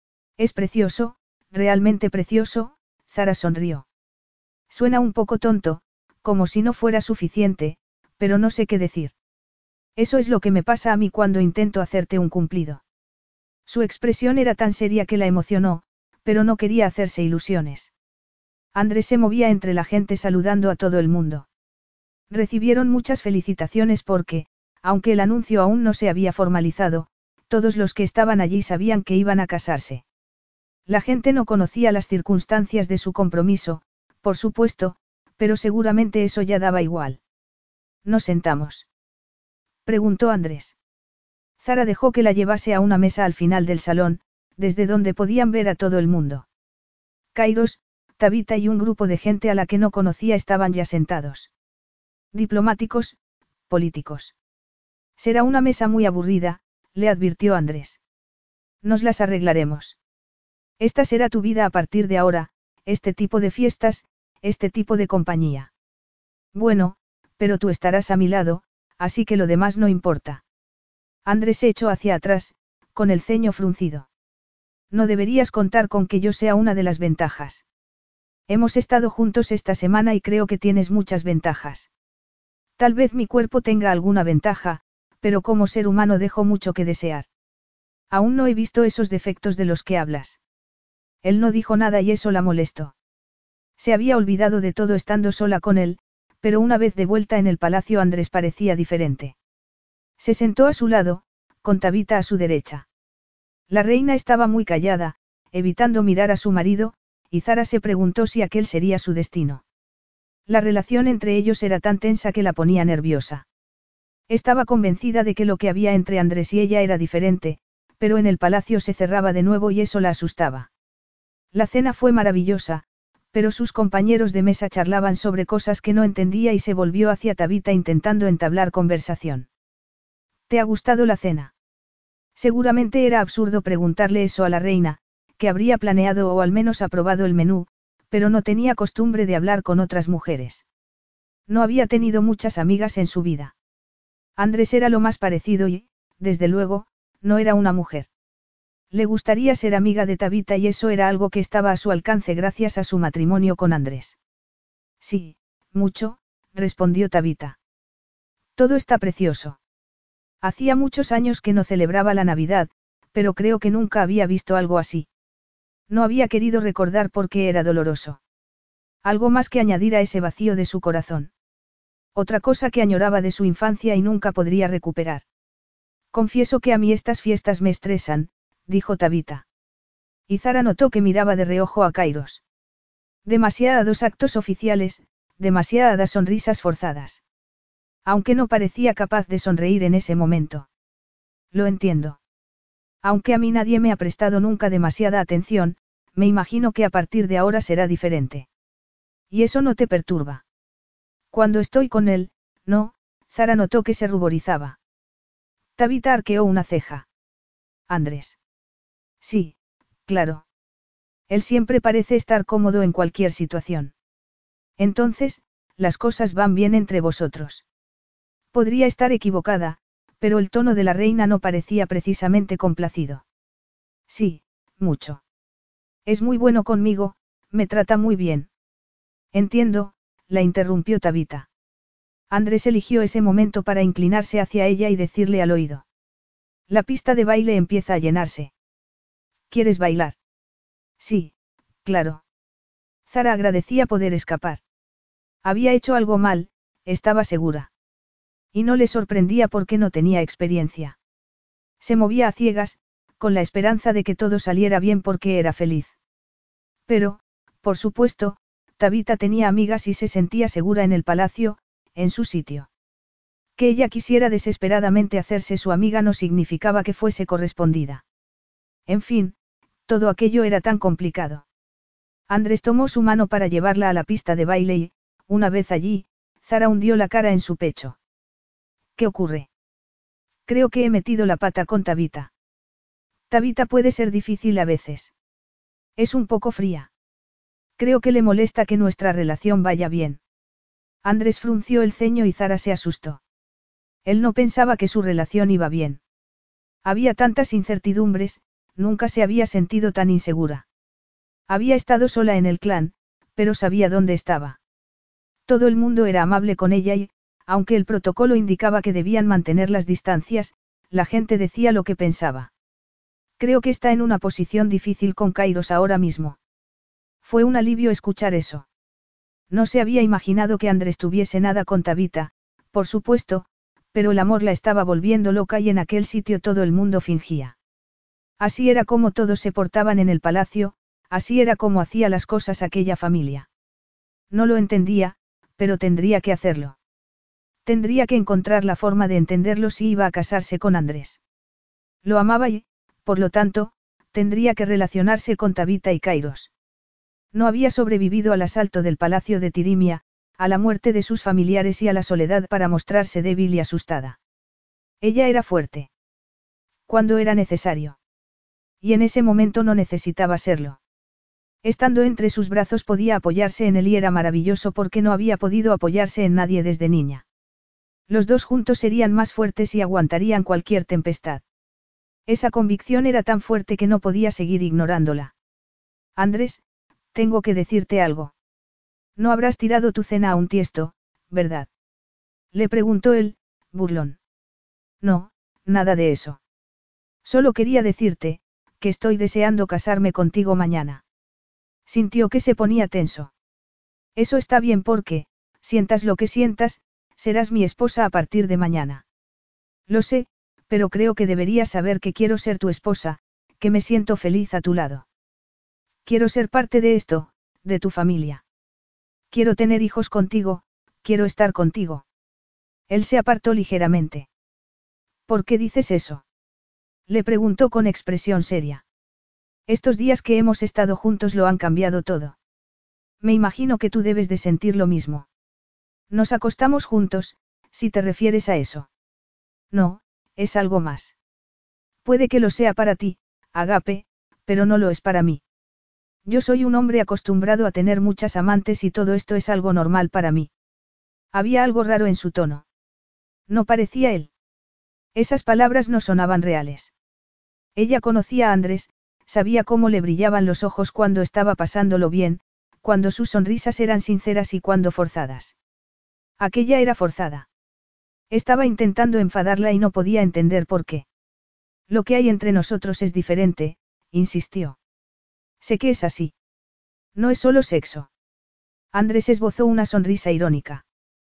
Es precioso, realmente precioso, Zara sonrió. Suena un poco tonto, como si no fuera suficiente, pero no sé qué decir. Eso es lo que me pasa a mí cuando intento hacerte un cumplido. Su expresión era tan seria que la emocionó, pero no quería hacerse ilusiones. Andrés se movía entre la gente saludando a todo el mundo. Recibieron muchas felicitaciones porque, aunque el anuncio aún no se había formalizado, todos los que estaban allí sabían que iban a casarse. La gente no conocía las circunstancias de su compromiso, por supuesto, pero seguramente eso ya daba igual. ¿Nos sentamos?, preguntó Andrés. Zara dejó que la llevase a una mesa al final del salón, desde donde podían ver a todo el mundo. Kairos, Tabitha y un grupo de gente a la que no conocía estaban ya sentados. Diplomáticos, políticos. Será una mesa muy aburrida, le advirtió Andrés. Nos las arreglaremos. Esta será tu vida a partir de ahora, este tipo de fiestas, este tipo de compañía. Bueno, pero tú estarás a mi lado, así que lo demás no importa. Andrés se echó hacia atrás, con el ceño fruncido. No deberías contar con que yo sea una de las ventajas. Hemos estado juntos esta semana y creo que tienes muchas ventajas. Tal vez mi cuerpo tenga alguna ventaja, pero como ser humano dejo mucho que desear. Aún no he visto esos defectos de los que hablas. Él no dijo nada y eso la molestó. Se había olvidado de todo estando sola con él, pero una vez de vuelta en el palacio Andrés parecía diferente. Se sentó a su lado, con Tabitha a su derecha. La reina estaba muy callada, evitando mirar a su marido, y Zara se preguntó si aquel sería su destino. La relación entre ellos era tan tensa que la ponía nerviosa. Estaba convencida de que lo que había entre Andrés y ella era diferente, pero en el palacio se cerraba de nuevo y eso la asustaba. La cena fue maravillosa, pero sus compañeros de mesa charlaban sobre cosas que no entendía y se volvió hacia Tabitha intentando entablar conversación. ¿Te ha gustado la cena? Seguramente era absurdo preguntarle eso a la reina, que habría planeado o al menos aprobado el menú, pero no tenía costumbre de hablar con otras mujeres. No había tenido muchas amigas en su vida. Andrés era lo más parecido y, desde luego, no era una mujer. Le gustaría ser amiga de Tabitha y eso era algo que estaba a su alcance gracias a su matrimonio con Andrés. Sí, mucho, respondió Tabitha. Todo está precioso. Hacía muchos años que no celebraba la Navidad, pero creo que nunca había visto algo así. No había querido recordar por qué era doloroso. Algo más que añadir a ese vacío de su corazón. Otra cosa que añoraba de su infancia y nunca podría recuperar. Confieso que a mí estas fiestas me estresan, dijo Tabitha. Y Zara notó que miraba de reojo a Kairos. Demasiados actos oficiales, demasiadas sonrisas forzadas. Aunque no parecía capaz de sonreír en ese momento. Lo entiendo. Aunque a mí nadie me ha prestado nunca demasiada atención, me imagino que a partir de ahora será diferente. ¿Y eso no te perturba? Cuando estoy con él, no, Zara notó que se ruborizaba. Tabitha arqueó una ceja. Andrés. Sí, claro. Él siempre parece estar cómodo en cualquier situación. Entonces, las cosas van bien entre vosotros. Podría estar equivocada, pero el tono de la reina no parecía precisamente complacido. Sí, mucho. Es muy bueno conmigo, me trata muy bien. Entiendo, la interrumpió Tabitha. Andrés eligió ese momento para inclinarse hacia ella y decirle al oído. La pista de baile empieza a llenarse. ¿Quieres bailar? Sí, claro. Zara agradecía poder escapar. Había hecho algo mal, estaba segura. Y no le sorprendía porque no tenía experiencia. Se movía a ciegas, con la esperanza de que todo saliera bien porque era feliz. Pero, por supuesto, Tabitha tenía amigas y se sentía segura en el palacio, en su sitio. Que ella quisiera desesperadamente hacerse su amiga no significaba que fuese correspondida. En fin, todo aquello era tan complicado. Andrés tomó su mano para llevarla a la pista de baile y, una vez allí, Zara hundió la cara en su pecho. ¿Qué ocurre? Creo que he metido la pata con Tabitha. Tabitha puede ser difícil a veces. Es un poco fría. Creo que le molesta que nuestra relación vaya bien. Andrés frunció el ceño y Zara se asustó. Él no pensaba que su relación iba bien. Había tantas incertidumbres, nunca se había sentido tan insegura. Había estado sola en el clan, pero sabía dónde estaba. Todo el mundo era amable con ella y, aunque el protocolo indicaba que debían mantener las distancias, la gente decía lo que pensaba. Creo que está en una posición difícil con Kairos ahora mismo. Fue un alivio escuchar eso. No se había imaginado que Andrés tuviese nada con Tabitha, por supuesto, pero el amor la estaba volviendo loca y en aquel sitio todo el mundo fingía. Así era como todos se portaban en el palacio, así era como hacía las cosas aquella familia. No lo entendía, pero tendría que hacerlo. Tendría que encontrar la forma de entenderlo si iba a casarse con Andrés. Lo amaba y, por lo tanto, tendría que relacionarse con Tabitha y Kairos. No había sobrevivido al asalto del palacio de Tirimia, a la muerte de sus familiares y a la soledad para mostrarse débil y asustada. Ella era fuerte. Cuando era necesario. Y en ese momento no necesitaba serlo. Estando entre sus brazos podía apoyarse en él y era maravilloso porque no había podido apoyarse en nadie desde niña. Los dos juntos serían más fuertes y aguantarían cualquier tempestad. Esa convicción era tan fuerte que no podía seguir ignorándola. Andrés, tengo que decirte algo. No habrás tirado tu cena a un tiesto, ¿verdad? Le preguntó él, burlón. No, nada de eso. Solo quería decirte, que estoy deseando casarme contigo mañana. Sintió que se ponía tenso. Eso está bien porque, sientas lo que sientas, serás mi esposa a partir de mañana. Lo sé, pero creo que deberías saber que quiero ser tu esposa, que me siento feliz a tu lado. Quiero ser parte de esto, de tu familia. Quiero tener hijos contigo, quiero estar contigo. Él se apartó ligeramente. ¿Por qué dices eso? Le preguntó con expresión seria. Estos días que hemos estado juntos lo han cambiado todo. Me imagino que tú debes de sentir lo mismo. Nos acostamos juntos, si te refieres a eso. No, es algo más. Puede que lo sea para ti, Agape, pero no lo es para mí. Yo soy un hombre acostumbrado a tener muchas amantes y todo esto es algo normal para mí. Había algo raro en su tono. No parecía él. Esas palabras no sonaban reales. Ella conocía a Andrés, sabía cómo le brillaban los ojos cuando estaba pasándolo bien, cuando sus sonrisas eran sinceras y cuando forzadas. Aquella era forzada. Estaba intentando enfadarla y no podía entender por qué. Lo que hay entre nosotros es diferente, insistió. Sé que es así. No es solo sexo. Andrés esbozó una sonrisa irónica.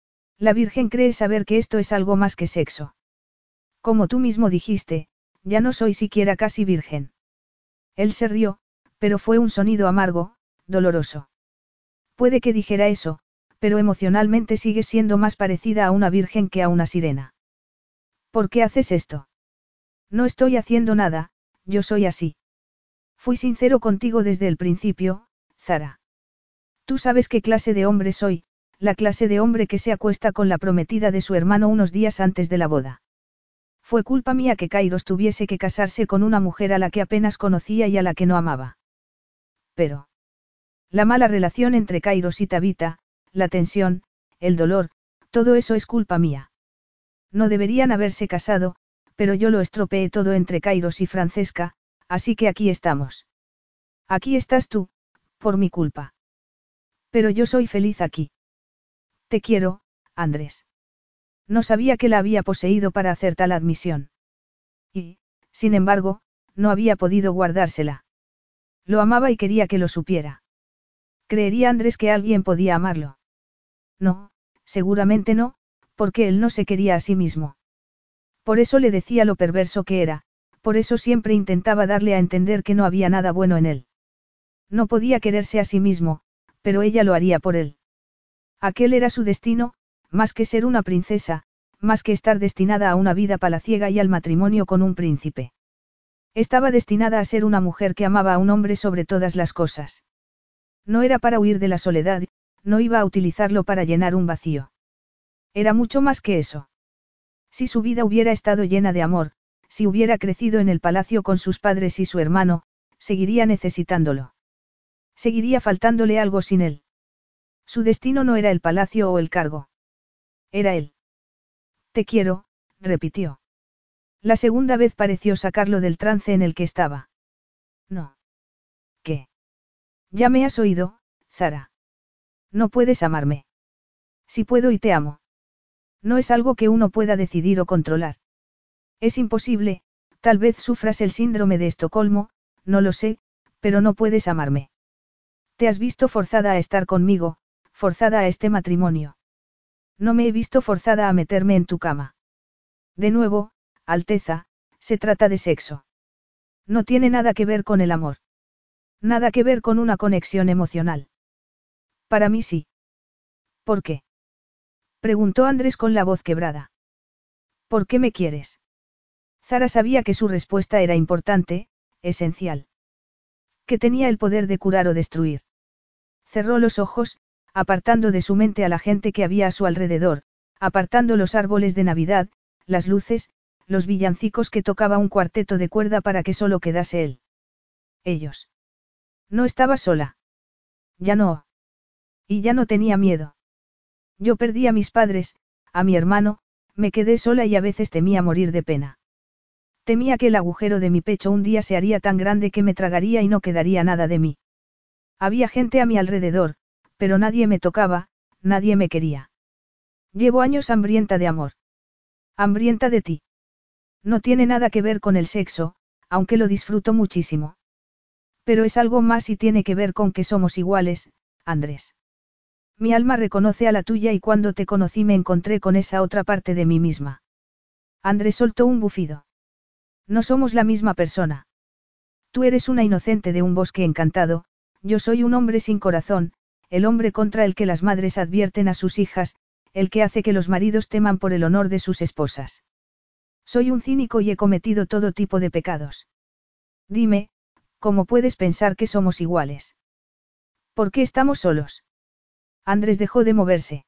La Virgen cree saber que esto es algo más que sexo. Como tú mismo dijiste, ya no soy siquiera casi virgen. Él se rió, pero fue un sonido amargo, doloroso. Puede que dijera eso, pero emocionalmente sigue siendo más parecida a una virgen que a una sirena. ¿Por qué haces esto? No estoy haciendo nada, yo soy así. Fui sincero contigo desde el principio, Zara. Tú sabes qué clase de hombre soy, la clase de hombre que se acuesta con la prometida de su hermano unos días antes de la boda. Fue culpa mía que Kairos tuviese que casarse con una mujer a la que apenas conocía y a la que no amaba. Pero la mala relación entre Kairos y Tabitha, la tensión, el dolor, todo eso es culpa mía. No deberían haberse casado, pero yo lo estropeé todo entre Kairos y Francesca, así que aquí estamos. Aquí estás tú, por mi culpa. Pero yo soy feliz aquí. Te quiero, Andrés. No sabía que la había poseído para hacer tal admisión. Y, sin embargo, no había podido guardársela. Lo amaba y quería que lo supiera. ¿Creería Andrés que alguien podía amarlo? No, seguramente no, porque él no se quería a sí mismo. Por eso le decía lo perverso que era, por eso siempre intentaba darle a entender que no había nada bueno en él. No podía quererse a sí mismo, pero ella lo haría por él. Aquel era su destino, más que ser una princesa, más que estar destinada a una vida palaciega y al matrimonio con un príncipe. Estaba destinada a ser una mujer que amaba a un hombre sobre todas las cosas. No era para huir de la soledad, no iba a utilizarlo para llenar un vacío. Era mucho más que eso. Si su vida hubiera estado llena de amor, si hubiera crecido en el palacio con sus padres y su hermano, seguiría necesitándolo. Seguiría faltándole algo sin él. Su destino no era el palacio o el cargo. Era él. Te quiero, repitió. La segunda vez pareció sacarlo del trance en el que estaba. No. ¿Qué? Ya me has oído, Zara. No puedes amarme. Si puedo y te amo. No es algo que uno pueda decidir o controlar. Es imposible, tal vez sufras el síndrome de Estocolmo, no lo sé, pero no puedes amarme. Te has visto forzada a estar conmigo, forzada a este matrimonio. No me he visto forzada a meterme en tu cama. De nuevo, Alteza, se trata de sexo. No tiene nada que ver con el amor. Nada que ver con una conexión emocional. Para mí sí. ¿Por qué? Preguntó Andrés con la voz quebrada. ¿Por qué me quieres? Zara sabía que su respuesta era importante, esencial. Que tenía el poder de curar o destruir. Cerró los ojos, apartando de su mente a la gente que había a su alrededor, apartando los árboles de Navidad, las luces, los villancicos que tocaba un cuarteto de cuerda para que solo quedase él. Ellos. No estaba sola. Ya no. Y ya no tenía miedo. Yo perdí a mis padres, a mi hermano, me quedé sola y a veces temía morir de pena. Temía que el agujero de mi pecho un día se haría tan grande que me tragaría y no quedaría nada de mí. Había gente a mi alrededor, pero nadie me tocaba, nadie me quería. Llevo años hambrienta de amor. Hambrienta de ti. No tiene nada que ver con el sexo, aunque lo disfruto muchísimo. Pero es algo más y tiene que ver con que somos iguales, Andrés. Mi alma reconoce a la tuya y cuando te conocí me encontré con esa otra parte de mí misma. Andrés soltó un bufido. No somos la misma persona. Tú eres una inocente de un bosque encantado, yo soy un hombre sin corazón, el hombre contra el que las madres advierten a sus hijas, el que hace que los maridos teman por el honor de sus esposas. Soy un cínico y he cometido todo tipo de pecados. Dime, ¿cómo puedes pensar que somos iguales? ¿Por qué estamos solos? Andrés dejó de moverse.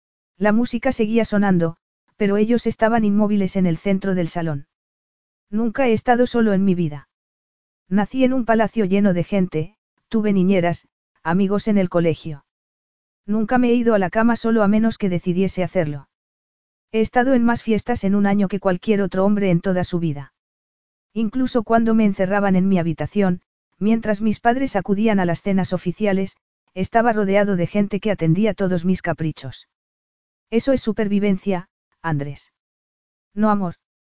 La música seguía sonando, pero ellos estaban inmóviles en el centro del salón. Nunca he estado solo en mi vida. Nací en un palacio lleno de gente, tuve niñeras, amigos en el colegio. Nunca me he ido a la cama solo a menos que decidiese hacerlo. He estado en más fiestas en un año que cualquier otro hombre en toda su vida. Incluso cuando me encerraban en mi habitación, mientras mis padres acudían a las cenas oficiales, estaba rodeado de gente que atendía todos mis caprichos. Eso es supervivencia, Andrés. No amor.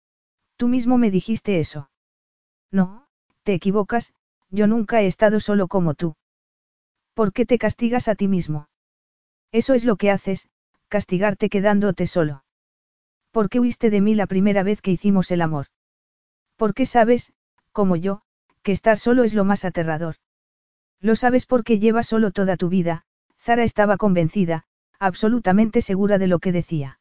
Tú mismo me dijiste eso. No, te equivocas, yo nunca he estado solo como tú. ¿Por qué te castigas a ti mismo? Eso es lo que haces, castigarte quedándote solo. ¿Por qué huiste de mí la primera vez que hicimos el amor? Porque sabes, como yo, que estar solo es lo más aterrador. Lo sabes porque llevas solo toda tu vida, Zara estaba convencida, absolutamente segura de lo que decía.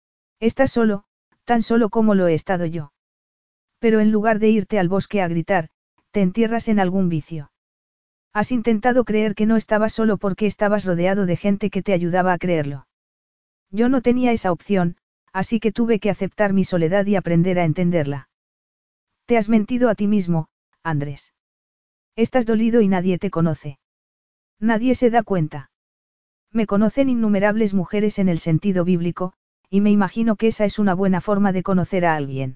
Estás solo, tan solo como lo he estado yo. Pero en lugar de irte al bosque a gritar, te entierras en algún vicio. Has intentado creer que no estabas solo porque estabas rodeado de gente que te ayudaba a creerlo. Yo no tenía esa opción, así que tuve que aceptar mi soledad y aprender a entenderla. Te has mentido a ti mismo, Andrés. Estás dolido y nadie te conoce. Nadie se da cuenta. Me conocen innumerables mujeres en el sentido bíblico, y me imagino que esa es una buena forma de conocer a alguien.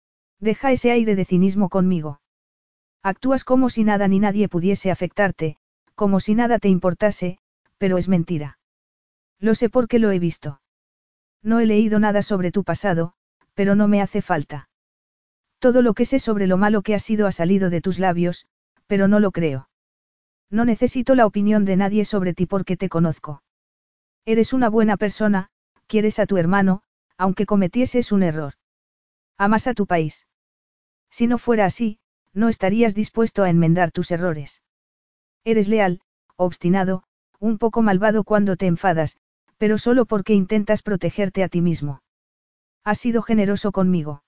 Deja ese aire de cinismo conmigo. Actúas como si nada ni nadie pudiese afectarte, como si nada te importase, pero es mentira. Lo sé porque lo he visto. No he leído nada sobre tu pasado, pero no me hace falta. Todo lo que sé sobre lo malo que has sido ha salido de tus labios, pero no lo creo. No necesito la opinión de nadie sobre ti porque te conozco. Eres una buena persona, quieres a tu hermano, aunque cometieses un error. Amas a tu país. Si no fuera así, no estarías dispuesto a enmendar tus errores. Eres leal, obstinado, un poco malvado cuando te enfadas, pero solo porque intentas protegerte a ti mismo. Has sido generoso conmigo.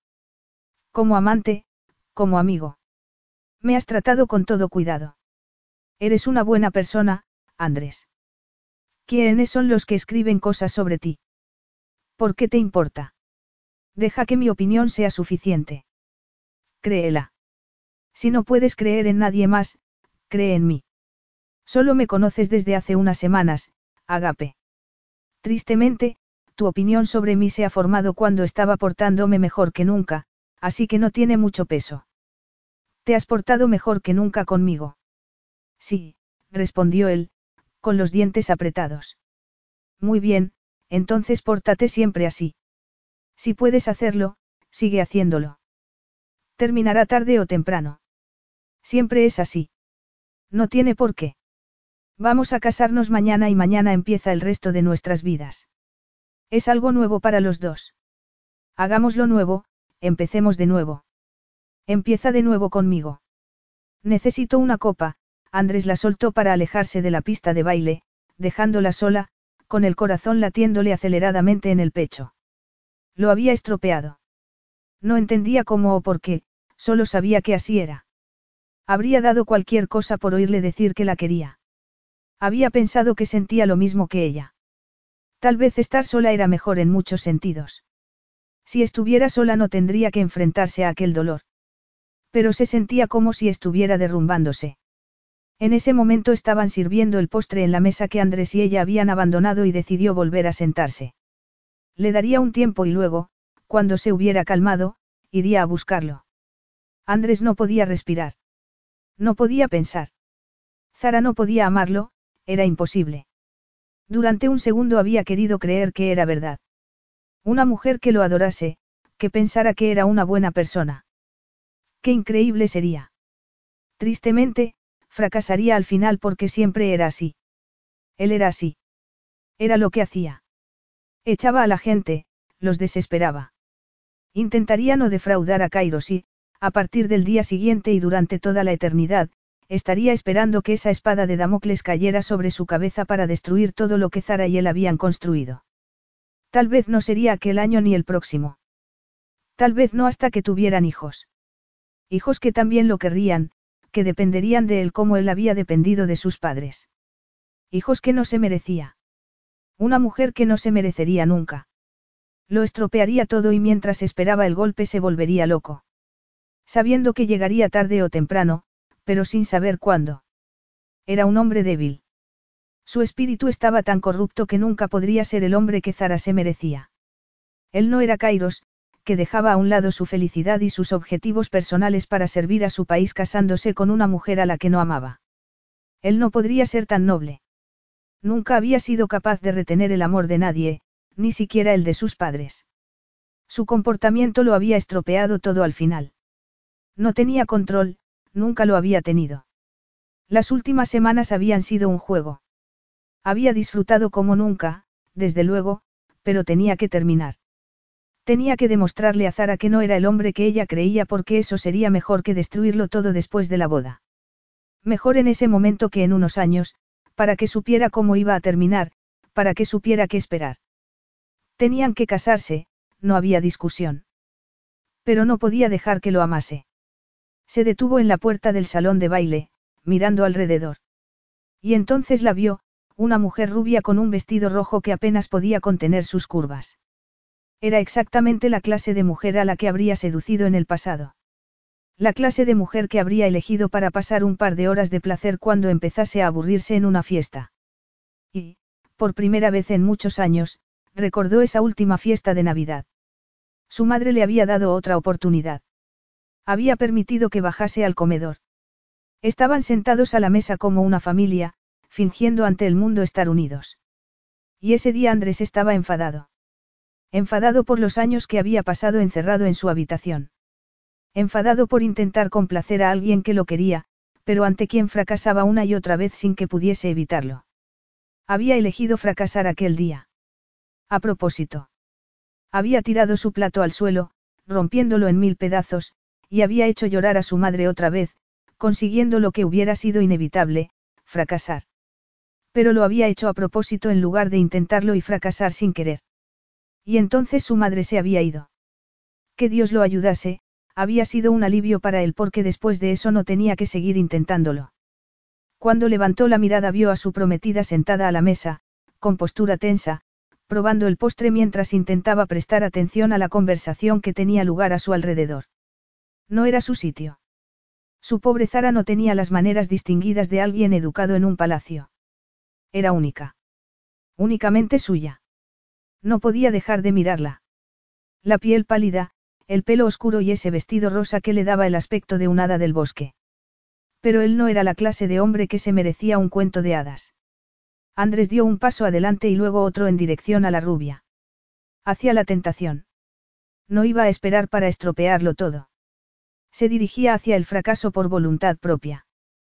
Como amante, como amigo. Me has tratado con todo cuidado. Eres una buena persona, Andrés. ¿Quiénes son los que escriben cosas sobre ti? ¿Por qué te importa? Deja que mi opinión sea suficiente. Créela. Si no puedes creer en nadie más, cree en mí. Solo me conoces desde hace unas semanas, Agape. Tristemente, tu opinión sobre mí se ha formado cuando estaba portándome mejor que nunca, así que no tiene mucho peso. Te has portado mejor que nunca conmigo. Sí, respondió él, con los dientes apretados. Muy bien, entonces pórtate siempre así. Si puedes hacerlo, sigue haciéndolo. Terminará tarde o temprano. Siempre es así. No tiene por qué. Vamos a casarnos mañana y mañana empieza el resto de nuestras vidas. Es algo nuevo para los dos. Hagámoslo nuevo, empecemos de nuevo. Empieza de nuevo conmigo. Necesito una copa. Andrés la soltó para alejarse de la pista de baile, dejándola sola, con el corazón latiéndole aceleradamente en el pecho. Lo había estropeado. No entendía cómo o por qué, solo sabía que así era. Habría dado cualquier cosa por oírle decir que la quería. Había pensado que sentía lo mismo que ella. Tal vez estar sola era mejor en muchos sentidos. Si estuviera sola no tendría que enfrentarse a aquel dolor. Pero se sentía como si estuviera derrumbándose. En ese momento estaban sirviendo el postre en la mesa que Andrés y ella habían abandonado y decidió volver a sentarse. Le daría un tiempo y luego, cuando se hubiera calmado, iría a buscarlo. Andrés no podía respirar. No podía pensar. Zara no podía amarlo, era imposible. Durante un segundo había querido creer que era verdad. Una mujer que lo adorase, que pensara que era una buena persona. Qué increíble sería. Tristemente, fracasaría al final porque siempre era así. Él era así. Era lo que hacía. Echaba a la gente, los desesperaba. Intentaría no defraudar a Kairos y, a partir del día siguiente y durante toda la eternidad, estaría esperando que esa espada de Damocles cayera sobre su cabeza para destruir todo lo que Zara y él habían construido. Tal vez no sería aquel año ni el próximo. Tal vez no hasta que tuvieran hijos. Hijos que también lo querrían, que dependerían de él como él había dependido de sus padres. Hijos que no se merecía. Una mujer que no se merecería nunca. Lo estropearía todo y mientras esperaba el golpe se volvería loco. Sabiendo que llegaría tarde o temprano, pero sin saber cuándo. Era un hombre débil. Su espíritu estaba tan corrupto que nunca podría ser el hombre que Zara se merecía. Él no era Kairos, que dejaba a un lado su felicidad y sus objetivos personales para servir a su país casándose con una mujer a la que no amaba. Él no podría ser tan noble. Nunca había sido capaz de retener el amor de nadie, ni siquiera el de sus padres. Su comportamiento lo había estropeado todo al final. No tenía control, nunca lo había tenido. Las últimas semanas habían sido un juego. Había disfrutado como nunca, desde luego, pero tenía que terminar. Tenía que demostrarle a Zara que no era el hombre que ella creía porque eso sería mejor que destruirlo todo después de la boda. Mejor en ese momento que en unos años, para que supiera cómo iba a terminar, para que supiera qué esperar. Tenían que casarse, no había discusión. Pero no podía dejar que lo amase. Se detuvo en la puerta del salón de baile, mirando alrededor. Y entonces la vio, una mujer rubia con un vestido rojo que apenas podía contener sus curvas. Era exactamente la clase de mujer a la que habría seducido en el pasado. La clase de mujer que habría elegido para pasar un par de horas de placer cuando empezase a aburrirse en una fiesta. Y, por primera vez en muchos años, recordó esa última fiesta de Navidad. Su madre le había dado otra oportunidad. Había permitido que bajase al comedor. Estaban sentados a la mesa como una familia, fingiendo ante el mundo estar unidos. Y ese día Andrés estaba enfadado. Enfadado por los años que había pasado encerrado en su habitación. Enfadado por intentar complacer a alguien que lo quería, pero ante quien fracasaba una y otra vez sin que pudiese evitarlo. Había elegido fracasar aquel día. A propósito. Había tirado su plato al suelo, rompiéndolo en 1000 pedazos, y había hecho llorar a su madre otra vez, consiguiendo lo que hubiera sido inevitable, fracasar. Pero lo había hecho a propósito en lugar de intentarlo y fracasar sin querer. Y entonces su madre se había ido. Que Dios lo ayudase, había sido un alivio para él porque después de eso no tenía que seguir intentándolo. Cuando levantó la mirada vio a su prometida sentada a la mesa, con postura tensa, probando el postre mientras intentaba prestar atención a la conversación que tenía lugar a su alrededor. No era su sitio. Su pobre Zara no tenía las maneras distinguidas de alguien educado en un palacio. Era única. Únicamente suya. No podía dejar de mirarla. La piel pálida, el pelo oscuro y ese vestido rosa que le daba el aspecto de un hada del bosque. Pero él no era la clase de hombre que se merecía un cuento de hadas. Andrés dio un paso adelante y luego otro en dirección a la rubia. Hacia la tentación. No iba a esperar para estropearlo todo. Se dirigía hacia el fracaso por voluntad propia.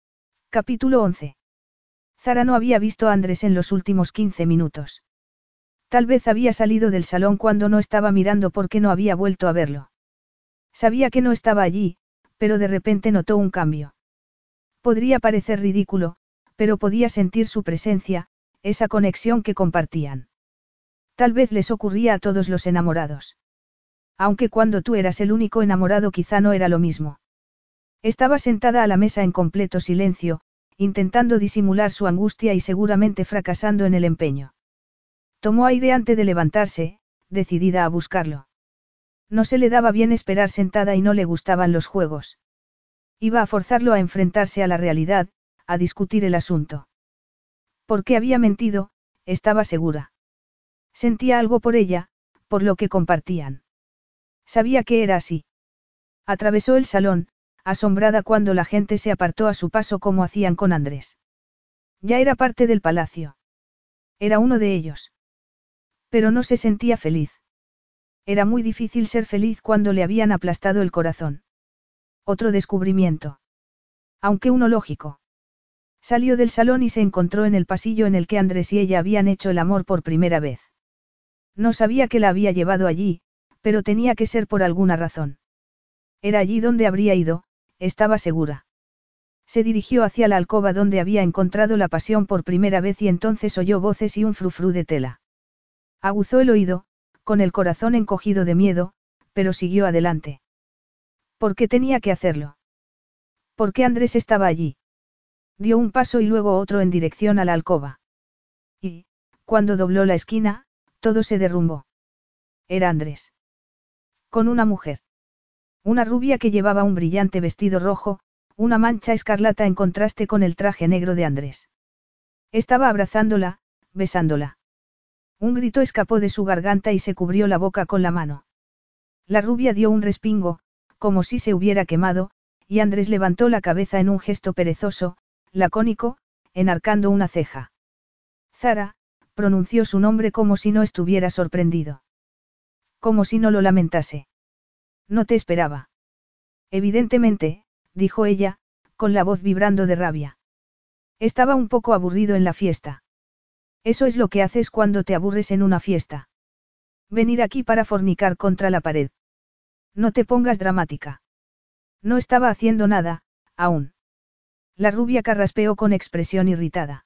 Capítulo 11. Zara no había visto a Andrés en los últimos 15 minutos. Tal vez había salido del salón cuando no estaba mirando porque no había vuelto a verlo. Sabía que no estaba allí, pero de repente notó un cambio. Podría parecer ridículo, pero podía sentir su presencia, esa conexión que compartían. Tal vez les ocurría a todos los enamorados. Aunque cuando tú eras el único enamorado quizá no era lo mismo. Estaba sentada a la mesa en completo silencio, intentando disimular su angustia y seguramente fracasando en el empeño. Tomó aire antes de levantarse, decidida a buscarlo. No se le daba bien esperar sentada y no le gustaban los juegos. Iba a forzarlo a enfrentarse a la realidad, a discutir el asunto. Porque había mentido, estaba segura. Sentía algo por ella, por lo que compartían. Sabía que era así. Atravesó el salón, asombrada cuando la gente se apartó a su paso como hacían con Andrés. Ya era parte del palacio. Era uno de ellos. Pero no se sentía feliz. Era muy difícil ser feliz cuando le habían aplastado el corazón. Otro descubrimiento. Aunque uno lógico. Salió del salón y se encontró en el pasillo en el que Andrés y ella habían hecho el amor por primera vez. No sabía que la había llevado allí, pero tenía que ser por alguna razón. Era allí donde habría ido, estaba segura. Se dirigió hacia la alcoba donde había encontrado la pasión por primera vez y entonces oyó voces y un frufrú de tela. Aguzó el oído, con el corazón encogido de miedo, pero siguió adelante. ¿Por qué tenía que hacerlo? ¿Por qué Andrés estaba allí? Dio un paso y luego otro en dirección a la alcoba. Y, cuando dobló la esquina, todo se derrumbó. Era Andrés. Con una mujer. Una rubia que llevaba un brillante vestido rojo, una mancha escarlata en contraste con el traje negro de Andrés. Estaba abrazándola, besándola. Un grito escapó de su garganta y se cubrió la boca con la mano. La rubia dio un respingo, como si se hubiera quemado, y Andrés levantó la cabeza en un gesto perezoso, lacónico, enarcando una ceja. Zara, pronunció su nombre como si no estuviera sorprendido. Como si no lo lamentase. No te esperaba. Evidentemente, dijo ella, con la voz vibrando de rabia. Estaba un poco aburrido en la fiesta. Eso es lo que haces cuando te aburres en una fiesta. Venir aquí para fornicar contra la pared. No te pongas dramática. No estaba haciendo nada, aún. La rubia carraspeó con expresión irritada.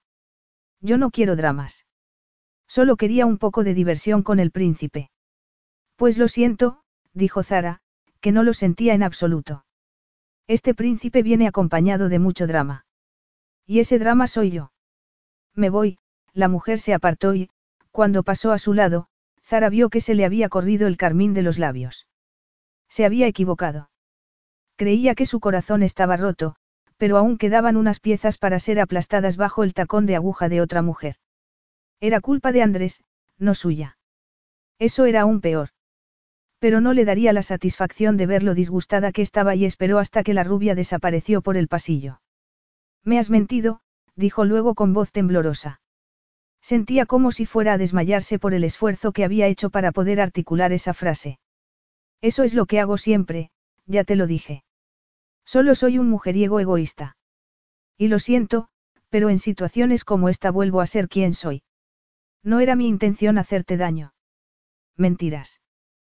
Yo no quiero dramas. Solo quería un poco de diversión con el príncipe. Pues lo siento, dijo Zara, que no lo sentía en absoluto. Este príncipe viene acompañado de mucho drama. Y ese drama soy yo. Me voy, la mujer se apartó y, cuando pasó a su lado, Zara vio que se le había corrido el carmín de los labios. Se había equivocado. Creía que su corazón estaba roto, pero aún quedaban unas piezas para ser aplastadas bajo el tacón de aguja de otra mujer. Era culpa de Andrés, no suya. Eso era aún peor. Pero no le daría la satisfacción de ver lo disgustada que estaba y esperó hasta que la rubia desapareció por el pasillo. Me has mentido, dijo luego con voz temblorosa. Sentía como si fuera a desmayarse por el esfuerzo que había hecho para poder articular esa frase. Eso es lo que hago siempre, ya te lo dije. Solo soy un mujeriego egoísta. Y lo siento, pero en situaciones como esta vuelvo a ser quien soy. No era mi intención hacerte daño. Mentiras.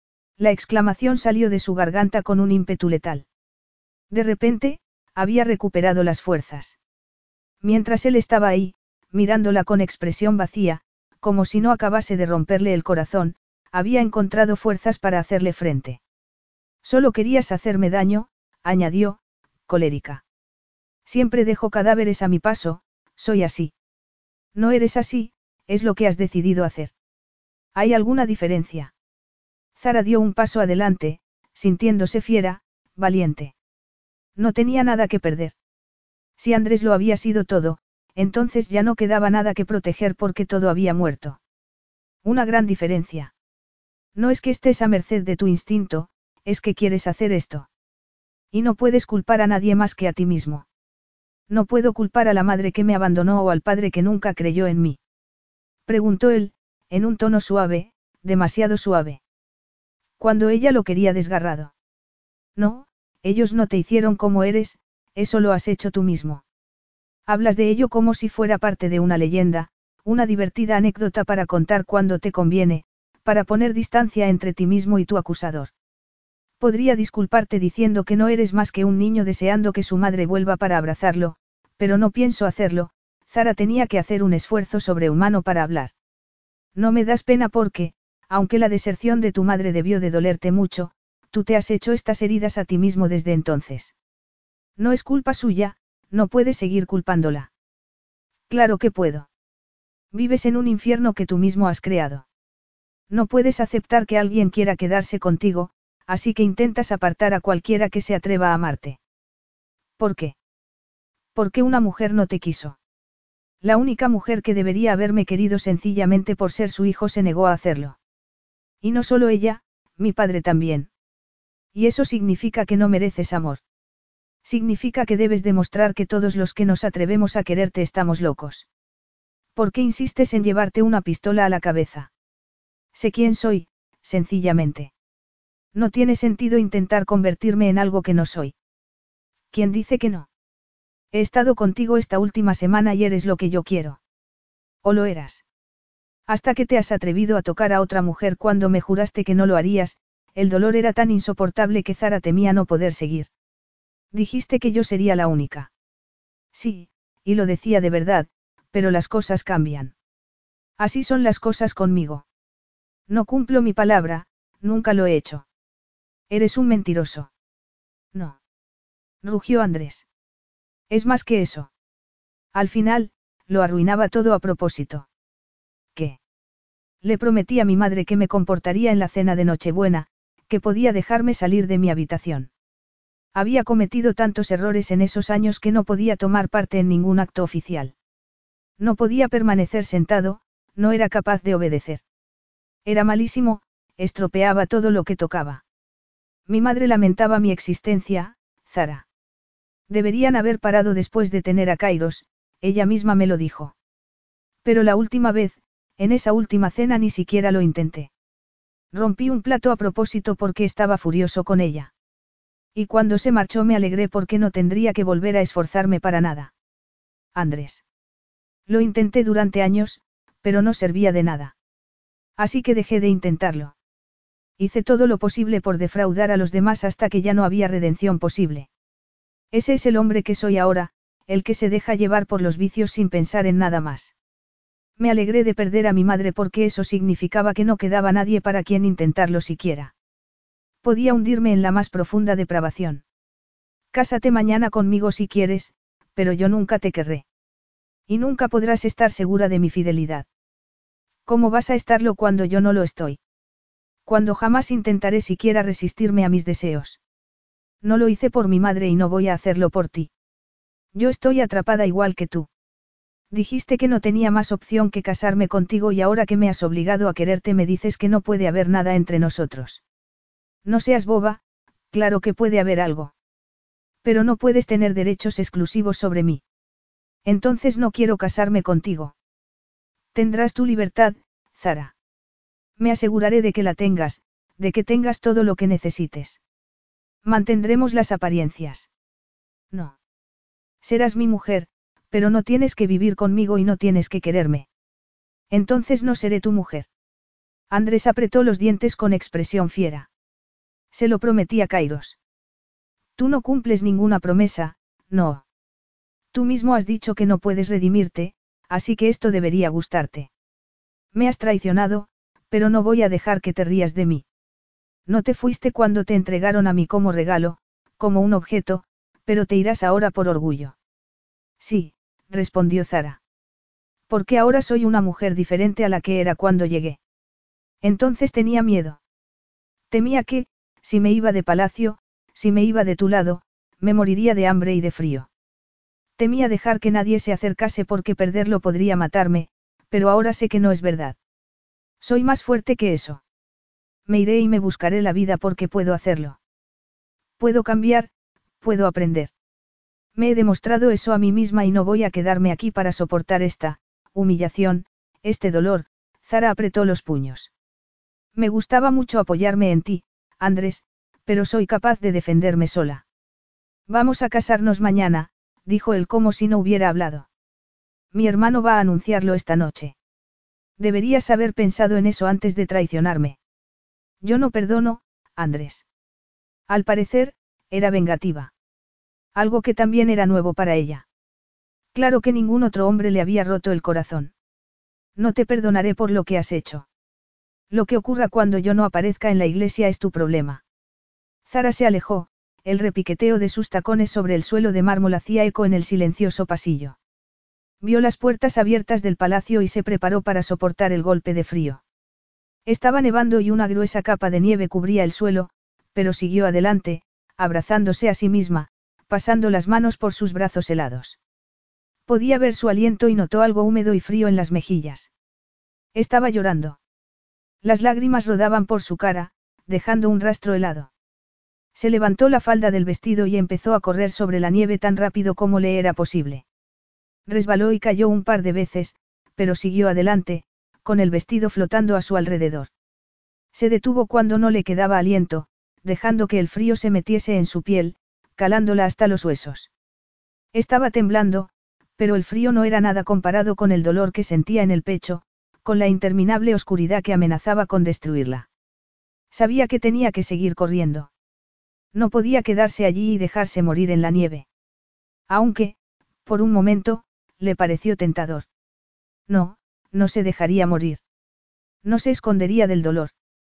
La exclamación salió de su garganta con un ímpetu letal. De repente, había recuperado las fuerzas. Mientras él estaba ahí, mirándola con expresión vacía, como si no acabase de romperle el corazón, había encontrado fuerzas para hacerle frente. Solo querías hacerme daño, añadió, colérica. Siempre dejo cadáveres a mi paso, soy así. No eres así, es lo que has decidido hacer. ¿Hay alguna diferencia? Zara dio un paso adelante, sintiéndose fiera, valiente. No tenía nada que perder. Si Andrés lo había sido todo, entonces ya no quedaba nada que proteger porque todo había muerto. Una gran diferencia. No es que estés a merced de tu instinto, es que quieres hacer esto. Y no puedes culpar a nadie más que a ti mismo. No puedo culpar a la madre que me abandonó o al padre que nunca creyó en mí. Preguntó él, en un tono suave, demasiado suave. Cuando ella lo quería desgarrado. No, ellos no te hicieron como eres, eso lo has hecho tú mismo. Hablas de ello como si fuera parte de una leyenda, una divertida anécdota para contar cuando te conviene, para poner distancia entre ti mismo y tu acusador. Podría disculparte diciendo que no eres más que un niño deseando que su madre vuelva para abrazarlo, pero no pienso hacerlo. Zara tenía que hacer un esfuerzo sobrehumano para hablar. No me das pena porque, aunque la deserción de tu madre debió de dolerte mucho, tú te has hecho estas heridas a ti mismo desde entonces. No es culpa suya, no puedes seguir culpándola. Claro que puedo. Vives en un infierno que tú mismo has creado. No puedes aceptar que alguien quiera quedarse contigo, así que intentas apartar a cualquiera que se atreva a amarte. ¿Por qué? Porque una mujer no te quiso. La única mujer que debería haberme querido sencillamente por ser su hijo se negó a hacerlo. Y no solo ella, mi padre también. Y eso significa que no mereces amor. Significa que debes demostrar que todos los que nos atrevemos a quererte estamos locos. ¿Por qué insistes en llevarte una pistola a la cabeza? Sé quién soy, sencillamente. No tiene sentido intentar convertirme en algo que no soy. ¿Quién dice que no? He estado contigo esta última semana y eres lo que yo quiero. ¿O lo eras? Hasta que te has atrevido a tocar a otra mujer cuando me juraste que no lo harías, el dolor era tan insoportable que Zara temía no poder seguir. Dijiste que yo sería la única. Sí, y lo decía de verdad, pero las cosas cambian. Así son las cosas conmigo. No cumplo mi palabra, nunca lo he hecho. Eres un mentiroso. No. Rugió Andrés. Es más que eso. Al final, lo arruinaba todo a propósito. ¿Qué? Le prometí a mi madre que me comportaría en la cena de Nochebuena, que podía dejarme salir de mi habitación. Había cometido tantos errores en esos años que no podía tomar parte en ningún acto oficial. No podía permanecer sentado, no era capaz de obedecer. Era malísimo, estropeaba todo lo que tocaba. Mi madre lamentaba mi existencia, Zara. Deberían haber parado después de tener a Kairos, ella misma me lo dijo. Pero la última vez, en esa última cena ni siquiera lo intenté. Rompí un plato a propósito porque estaba furioso con ella. Y cuando se marchó me alegré porque no tendría que volver a esforzarme para nada. Andrés. Lo intenté durante años, pero no servía de nada. Así que dejé de intentarlo. Hice todo lo posible por defraudar a los demás hasta que ya no había redención posible. Ese es el hombre que soy ahora, el que se deja llevar por los vicios sin pensar en nada más. Me alegré de perder a mi madre porque eso significaba que no quedaba nadie para quien intentarlo siquiera. Podía hundirme en la más profunda depravación. Cásate mañana conmigo si quieres, pero yo nunca te querré. Y nunca podrás estar segura de mi fidelidad. ¿Cómo vas a estarlo cuando yo no lo estoy? Cuando jamás intentaré siquiera resistirme a mis deseos. No lo hice por mi madre y no voy a hacerlo por ti. Yo estoy atrapada igual que tú. Dijiste que no tenía más opción que casarme contigo y ahora que me has obligado a quererte me dices que no puede haber nada entre nosotros. No seas boba, claro que puede haber algo. Pero no puedes tener derechos exclusivos sobre mí. Entonces no quiero casarme contigo. Tendrás tu libertad, Zara. Me aseguraré de que la tengas, de que tengas todo lo que necesites. Mantendremos las apariencias. No. Serás mi mujer, pero no tienes que vivir conmigo y no tienes que quererme. Entonces no seré tu mujer. Andrés apretó los dientes con expresión fiera. Se lo prometí a Kairos. Tú no cumples ninguna promesa, no. Tú mismo has dicho que no puedes redimirte, así que esto debería gustarte. Me has traicionado, pero no voy a dejar que te rías de mí. No te fuiste cuando te entregaron a mí como regalo, como un objeto, pero te irás ahora por orgullo. Sí, respondió Zara. Porque ahora soy una mujer diferente a la que era cuando llegué. Entonces tenía miedo. Temía que, si me iba de palacio, si me iba de tu lado, me moriría de hambre y de frío. Temía dejar que nadie se acercase porque perderlo podría matarme, pero ahora sé que no es verdad. Soy más fuerte que eso. Me iré y me buscaré la vida porque puedo hacerlo. Puedo cambiar, puedo aprender. Me he demostrado eso a mí misma y no voy a quedarme aquí para soportar esta humillación, este dolor. Zara apretó los puños. Me gustaba mucho apoyarme en ti, Andrés, pero soy capaz de defenderme sola. Vamos a casarnos mañana, dijo él como si no hubiera hablado. Mi hermano va a anunciarlo esta noche. Deberías haber pensado en eso antes de traicionarme. Yo no perdono, Andrés. Al parecer, era vengativa. Algo que también era nuevo para ella. Claro que ningún otro hombre le había roto el corazón. No te perdonaré por lo que has hecho. Lo que ocurra cuando yo no aparezca en la iglesia es tu problema. Zara se alejó, el repiqueteo de sus tacones sobre el suelo de mármol hacía eco en el silencioso pasillo. Vio las puertas abiertas del palacio y se preparó para soportar el golpe de frío. Estaba nevando y una gruesa capa de nieve cubría el suelo, pero siguió adelante, abrazándose a sí misma, pasando las manos por sus brazos helados. Podía ver su aliento y notó algo húmedo y frío en las mejillas. Estaba llorando. Las lágrimas rodaban por su cara, dejando un rastro helado. Se levantó la falda del vestido y empezó a correr sobre la nieve tan rápido como le era posible. Resbaló y cayó un par de veces, pero siguió adelante, con el vestido flotando a su alrededor. Se detuvo cuando no le quedaba aliento, dejando que el frío se metiese en su piel, calándola hasta los huesos. Estaba temblando, pero el frío no era nada comparado con el dolor que sentía en el pecho, con la interminable oscuridad que amenazaba con destruirla. Sabía que tenía que seguir corriendo. No podía quedarse allí y dejarse morir en la nieve. Aunque, por un momento, le pareció tentador. No, no se dejaría morir. No se escondería del dolor.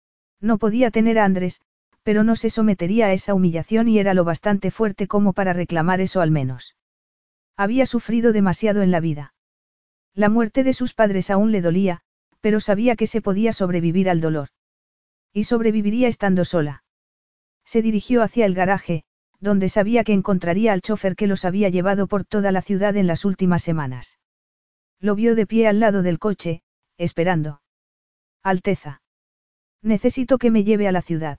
No podía tener a Andrés, pero no se sometería a esa humillación y era lo bastante fuerte como para reclamar eso al menos. Había sufrido demasiado en la vida. La muerte de sus padres aún le dolía, pero sabía que se podía sobrevivir al dolor. Y sobreviviría estando sola. Se dirigió hacia el garaje, donde sabía que encontraría al chofer que los había llevado por toda la ciudad en las últimas semanas. Lo vio de pie al lado del coche, esperando. Alteza. Necesito que me lleve a la ciudad.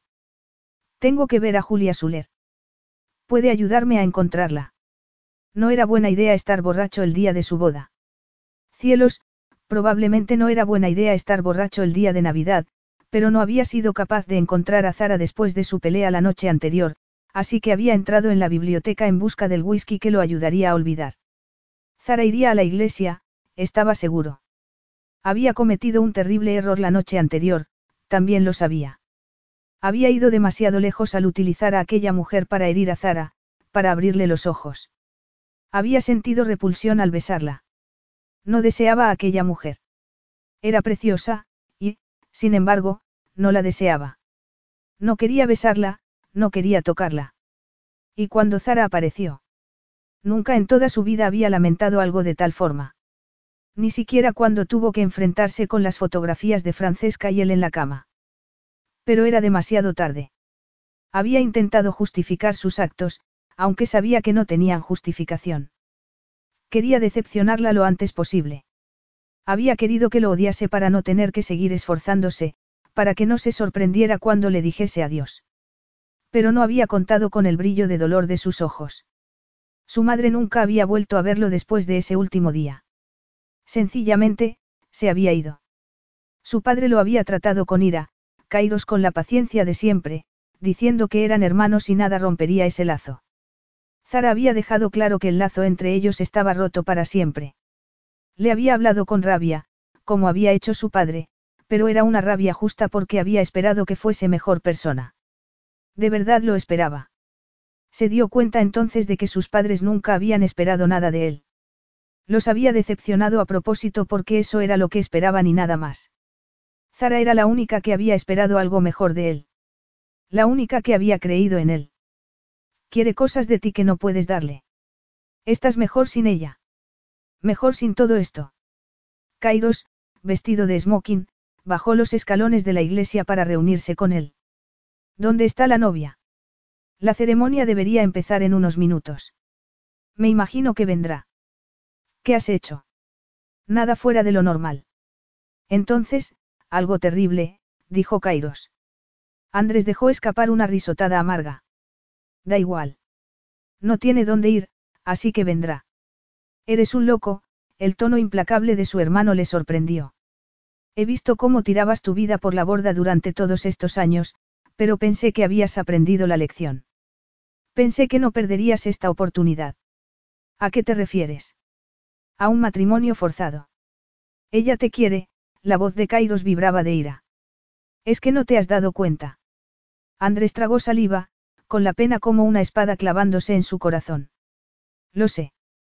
Tengo que ver a Julia Suler. ¿Puede ayudarme a encontrarla? No era buena idea estar borracho el día de su boda. Cielos, probablemente no era buena idea estar borracho el día de Navidad, pero no había sido capaz de encontrar a Zara después de su pelea la noche anterior, así que había entrado en la biblioteca en busca del whisky que lo ayudaría a olvidar. Zara iría a la iglesia, estaba seguro. Había cometido un terrible error la noche anterior, también lo sabía. Había ido demasiado lejos al utilizar a aquella mujer para herir a Zara, para abrirle los ojos. Había sentido repulsión al besarla. No deseaba a aquella mujer. Era preciosa, y, sin embargo, no la deseaba. No quería besarla, no quería tocarla. ¿Y cuando Zara apareció? Nunca en toda su vida había lamentado algo de tal forma. Ni siquiera cuando tuvo que enfrentarse con las fotografías de Francesca y él en la cama. Pero era demasiado tarde. Había intentado justificar sus actos, aunque sabía que no tenían justificación. Quería decepcionarla lo antes posible. Había querido que lo odiase para no tener que seguir esforzándose, para que no se sorprendiera cuando le dijese adiós. Pero no había contado con el brillo de dolor de sus ojos. Su madre nunca había vuelto a verlo después de ese último día. Sencillamente, se había ido. Su padre lo había tratado con ira, Kairos con la paciencia de siempre, diciendo que eran hermanos y nada rompería ese lazo. Zara había dejado claro que el lazo entre ellos estaba roto para siempre. Le había hablado con rabia, como había hecho su padre, pero era una rabia justa porque había esperado que fuese mejor persona. De verdad lo esperaba. Se dio cuenta entonces de que sus padres nunca habían esperado nada de él. Los había decepcionado a propósito porque eso era lo que esperaban y nada más. Zara era la única que había esperado algo mejor de él. La única que había creído en él. Quiere cosas de ti que no puedes darle. Estás mejor sin ella. Mejor sin todo esto. Kairos, vestido de smoking, bajó los escalones de la iglesia para reunirse con él. ¿Dónde está la novia? La ceremonia debería empezar en unos minutos. Me imagino que vendrá. ¿Qué has hecho? Nada fuera de lo normal. Entonces, algo terrible, dijo Kairos. Andrés dejó escapar una risotada amarga. Da igual. No tiene dónde ir, así que vendrá. Eres un loco, el tono implacable de su hermano le sorprendió. He visto cómo tirabas tu vida por la borda durante todos estos años, pero pensé que habías aprendido la lección. Pensé que no perderías esta oportunidad. ¿A qué te refieres? A un matrimonio forzado. Ella te quiere, la voz de Kairos vibraba de ira. ¿Es que no te has dado cuenta? Andrés tragó saliva, con la pena como una espada clavándose en su corazón. Lo sé.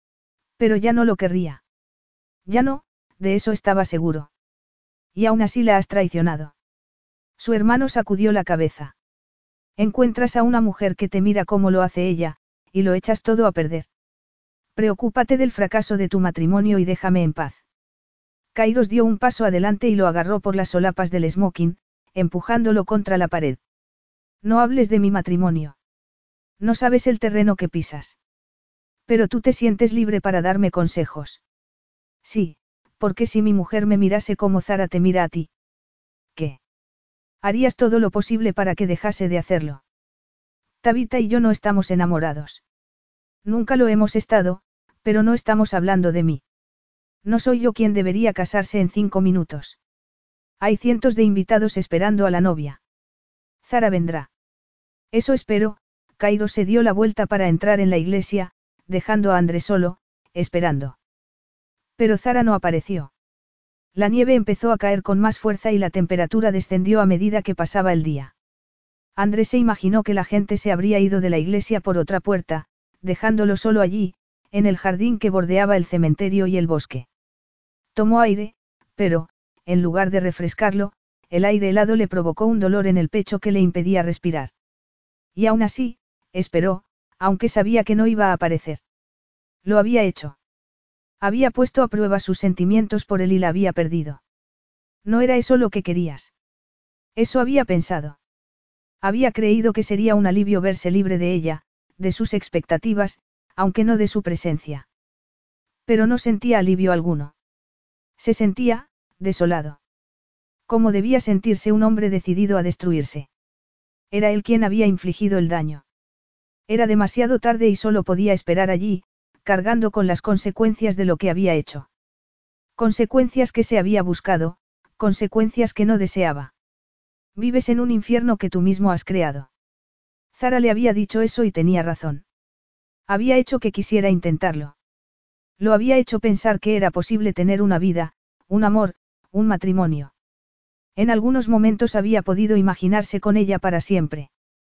Pero ya no lo querría. Ya no, de eso estaba seguro. Y aún así la has traicionado. Su hermano sacudió la cabeza. Encuentras a una mujer que te mira como lo hace ella, y lo echas todo a perder. Preocúpate del fracaso de tu matrimonio y déjame en paz. Kairos dio un paso adelante y lo agarró por las solapas del smoking, empujándolo contra la pared. No hables de mi matrimonio. No sabes el terreno que pisas. Pero tú te sientes libre para darme consejos. Sí, porque si mi mujer me mirase como Zara te mira a ti. ¿Qué? Harías todo lo posible para que dejase de hacerlo. Tabitha y yo no estamos enamorados. Nunca lo hemos estado, pero no estamos hablando de mí. No soy yo quien debería casarse en 5 minutos. Hay cientos de invitados esperando a la novia. Zara vendrá. Eso espero. Kairos se dio la vuelta para entrar en la iglesia, dejando a Andrés solo, esperando. Pero Zara no apareció. La nieve empezó a caer con más fuerza y la temperatura descendió a medida que pasaba el día. Andrés se imaginó que la gente se habría ido de la iglesia por otra puerta, dejándolo solo allí, en el jardín que bordeaba el cementerio y el bosque. Tomó aire, pero, en lugar de refrescarlo, el aire helado le provocó un dolor en el pecho que le impedía respirar. Y aún así, esperó, aunque sabía que no iba a aparecer. Lo había hecho. Había puesto a prueba sus sentimientos por él y la había perdido. No era eso lo que querías. Eso había pensado. Había creído que sería un alivio verse libre de ella, de sus expectativas, aunque no de su presencia. Pero no sentía alivio alguno. Se sentía, desolado. ¿Cómo debía sentirse un hombre decidido a destruirse? Era él quien había infligido el daño. Era demasiado tarde y solo podía esperar allí, cargando con las consecuencias de lo que había hecho. Consecuencias que se había buscado, consecuencias que no deseaba. Vives en un infierno que tú mismo has creado. Zara le había dicho eso y tenía razón. Había hecho que quisiera intentarlo. Lo había hecho pensar que era posible tener una vida, un amor, un matrimonio. En algunos momentos había podido imaginarse con ella para siempre.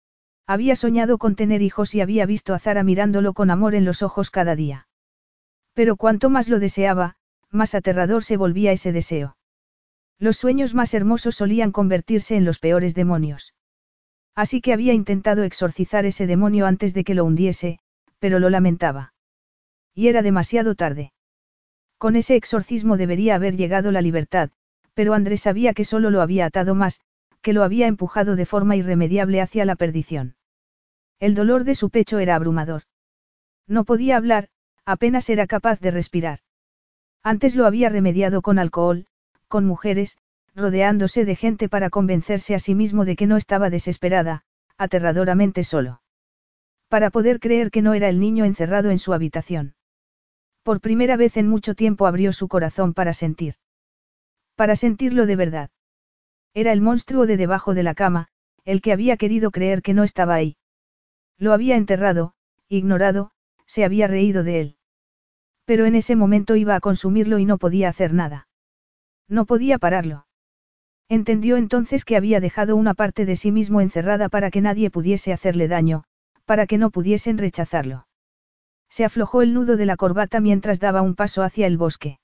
Había soñado con tener hijos y había visto a Zara mirándolo con amor en los ojos cada día. Pero cuanto más lo deseaba, más aterrador se volvía ese deseo. Los sueños más hermosos solían convertirse en los peores demonios. Así que había intentado exorcizar ese demonio antes de que lo hundiese, pero lo lamentaba. Y era demasiado tarde. Con ese exorcismo debería haber llegado la libertad, pero Andrés sabía que solo lo había atado más, que lo había empujado de forma irremediable hacia la perdición. El dolor de su pecho era abrumador. No podía hablar, apenas era capaz de respirar. Antes lo había remediado con alcohol, con mujeres, rodeándose de gente para convencerse a sí mismo de que no estaba desesperada, aterradoramente solo. Para poder creer que no era el niño encerrado en su habitación. Por primera vez en mucho tiempo abrió su corazón para sentir. Para sentirlo de verdad. Era el monstruo de debajo de la cama, el que había querido creer que no estaba ahí. Lo había enterrado, ignorado, se había reído de él. Pero en ese momento iba a consumirlo y no podía hacer nada. No podía pararlo. Entendió entonces que había dejado una parte de sí mismo encerrada para que nadie pudiese hacerle daño, para que no pudiesen rechazarlo. Se aflojó el nudo de la corbata mientras daba un paso hacia el bosque.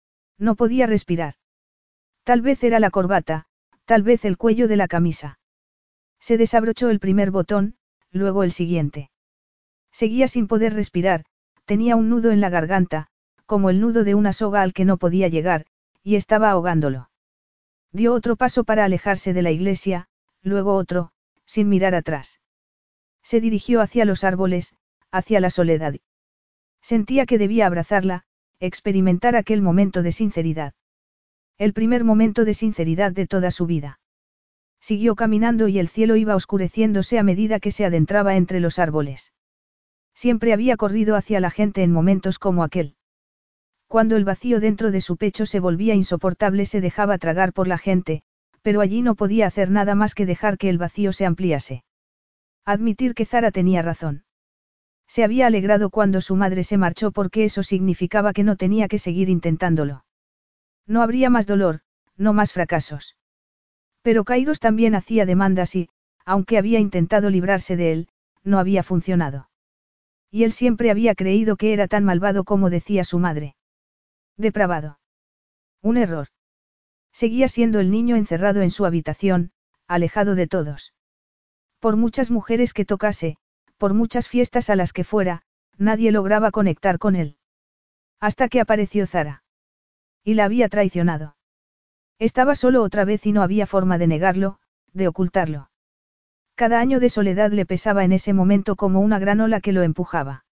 No podía respirar. Tal vez era la corbata, tal vez el cuello de la camisa. Se desabrochó el primer botón, luego el siguiente. Seguía sin poder respirar, tenía un nudo en la garganta, como el nudo de una soga al que no podía llegar, y estaba ahogándolo. Dio otro paso para alejarse de la iglesia, luego otro, sin mirar atrás. Se dirigió hacia los árboles, hacia la soledad. Sentía que debía abrazarla, experimentar aquel momento de sinceridad. El primer momento de sinceridad de toda su vida. Siguió caminando y el cielo iba oscureciéndose a medida que se adentraba entre los árboles. Siempre había corrido hacia la gente en momentos como aquel. Cuando el vacío dentro de su pecho se volvía insoportable se dejaba tragar por la gente, pero allí no podía hacer nada más que dejar que el vacío se ampliase. Admitir que Zara tenía razón. Se había alegrado cuando su madre se marchó porque eso significaba que no tenía que seguir intentándolo. No habría más dolor, no más fracasos. Pero Kairos también hacía demandas y, aunque había intentado librarse de él, no había funcionado. Y él siempre había creído que era tan malvado como decía su madre. Depravado. Un error. Seguía siendo el niño encerrado en su habitación, alejado de todos. Por muchas mujeres que tocase, por muchas fiestas a las que fuera, nadie lograba conectar con él. Hasta que apareció Zara. Y la había traicionado. Estaba solo otra vez y no había forma de negarlo, de ocultarlo. Cada año de soledad le pesaba en ese momento como una gran ola que lo empujaba.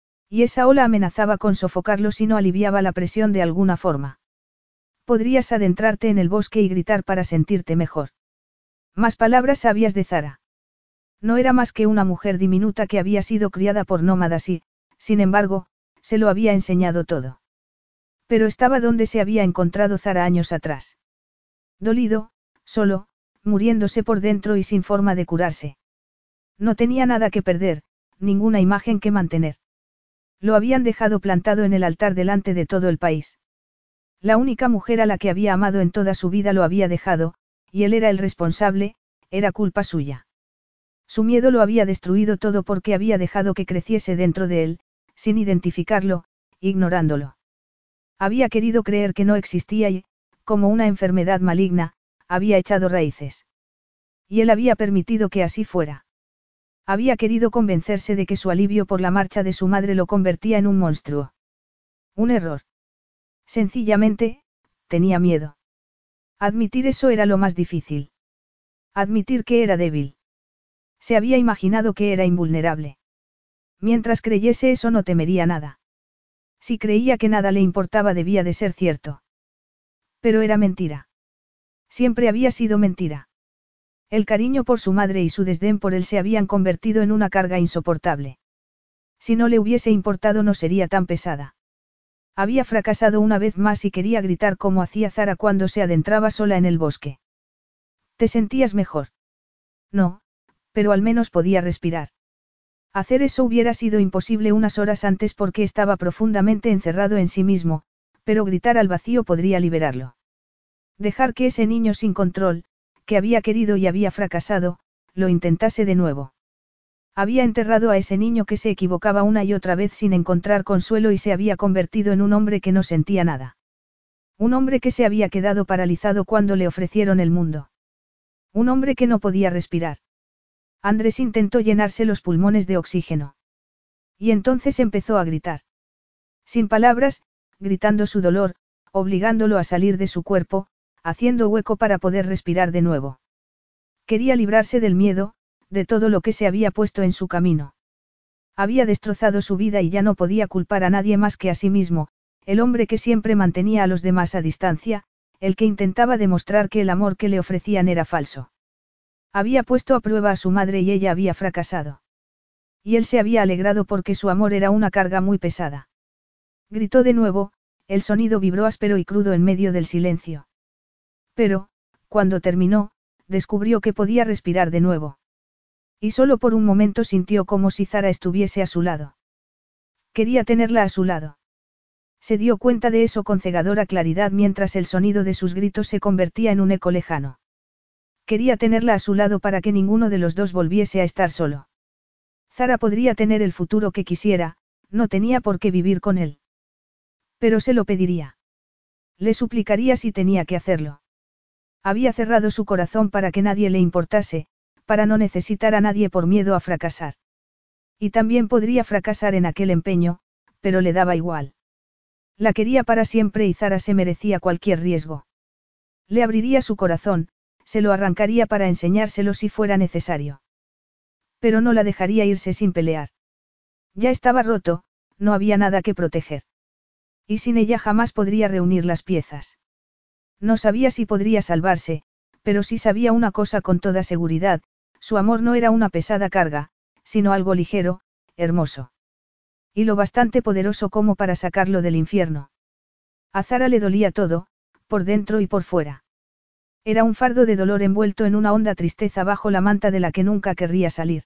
Y esa ola amenazaba con sofocarlo si no aliviaba la presión de alguna forma. Podrías adentrarte en el bosque y gritar para sentirte mejor. Más palabras sabias de Zara. No era más que una mujer diminuta que había sido criada por nómadas y, sin embargo, se lo había enseñado todo. Pero estaba donde se había encontrado Zara años atrás. Dolido, solo, muriéndose por dentro y sin forma de curarse. No tenía nada que perder, ninguna imagen que mantener. Lo habían dejado plantado en el altar delante de todo el país. La única mujer a la que había amado en toda su vida lo había dejado, y él era el responsable, era culpa suya. Su miedo lo había destruido todo porque había dejado que creciese dentro de él, sin identificarlo, ignorándolo. Había querido creer que no existía y, como una enfermedad maligna, había echado raíces. Y él había permitido que así fuera. Había querido convencerse de que su alivio por la marcha de su madre lo convertía en un monstruo. Un error. Sencillamente, tenía miedo. Admitir eso era lo más difícil. Admitir que era débil. Se había imaginado que era invulnerable. Mientras creyese eso no temería nada. Si creía que nada le importaba debía de ser cierto. Pero era mentira. Siempre había sido mentira. El cariño por su madre y su desdén por él se habían convertido en una carga insoportable. Si no le hubiese importado no sería tan pesada. Había fracasado una vez más y quería gritar como hacía Zara cuando se adentraba sola en el bosque. ¿Te sentías mejor? No, pero al menos podía respirar. Hacer eso hubiera sido imposible unas horas antes porque estaba profundamente encerrado en sí mismo, pero gritar al vacío podría liberarlo. Dejar que ese niño sin control, que había querido y había fracasado, lo intentase de nuevo. Había enterrado a ese niño que se equivocaba una y otra vez sin encontrar consuelo y se había convertido en un hombre que no sentía nada. Un hombre que se había quedado paralizado cuando le ofrecieron el mundo. Un hombre que no podía respirar. Andrés intentó llenarse los pulmones de oxígeno. Y entonces empezó a gritar. Sin palabras, gritando su dolor, obligándolo a salir de su cuerpo, haciendo hueco para poder respirar de nuevo. Quería librarse del miedo, de todo lo que se había puesto en su camino. Había destrozado su vida y ya no podía culpar a nadie más que a sí mismo, el hombre que siempre mantenía a los demás a distancia, el que intentaba demostrar que el amor que le ofrecían era falso. Había puesto a prueba a su madre y ella había fracasado. Y él se había alegrado porque su amor era una carga muy pesada. Gritó de nuevo, el sonido vibró áspero y crudo en medio del silencio. Pero, cuando terminó, descubrió que podía respirar de nuevo. Y solo por un momento sintió como si Zara estuviese a su lado. Quería tenerla a su lado. Se dio cuenta de eso con cegadora claridad mientras el sonido de sus gritos se convertía en un eco lejano. Quería tenerla a su lado para que ninguno de los dos volviese a estar solo. Zara podría tener el futuro que quisiera, no tenía por qué vivir con él. Pero se lo pediría. Le suplicaría si tenía que hacerlo. Había cerrado su corazón para que nadie le importase, para no necesitar a nadie por miedo a fracasar. Y también podría fracasar en aquel empeño, pero le daba igual. La quería para siempre y Zara se merecía cualquier riesgo. Le abriría su corazón, se lo arrancaría para enseñárselo si fuera necesario. Pero no la dejaría irse sin pelear. Ya estaba roto, no había nada que proteger. Y sin ella jamás podría reunir las piezas. No sabía si podría salvarse, pero sí sabía una cosa con toda seguridad, su amor no era una pesada carga, sino algo ligero, hermoso. Y lo bastante poderoso como para sacarlo del infierno. A Zara le dolía todo, por dentro y por fuera. Era un fardo de dolor envuelto en una honda tristeza bajo la manta de la que nunca querría salir.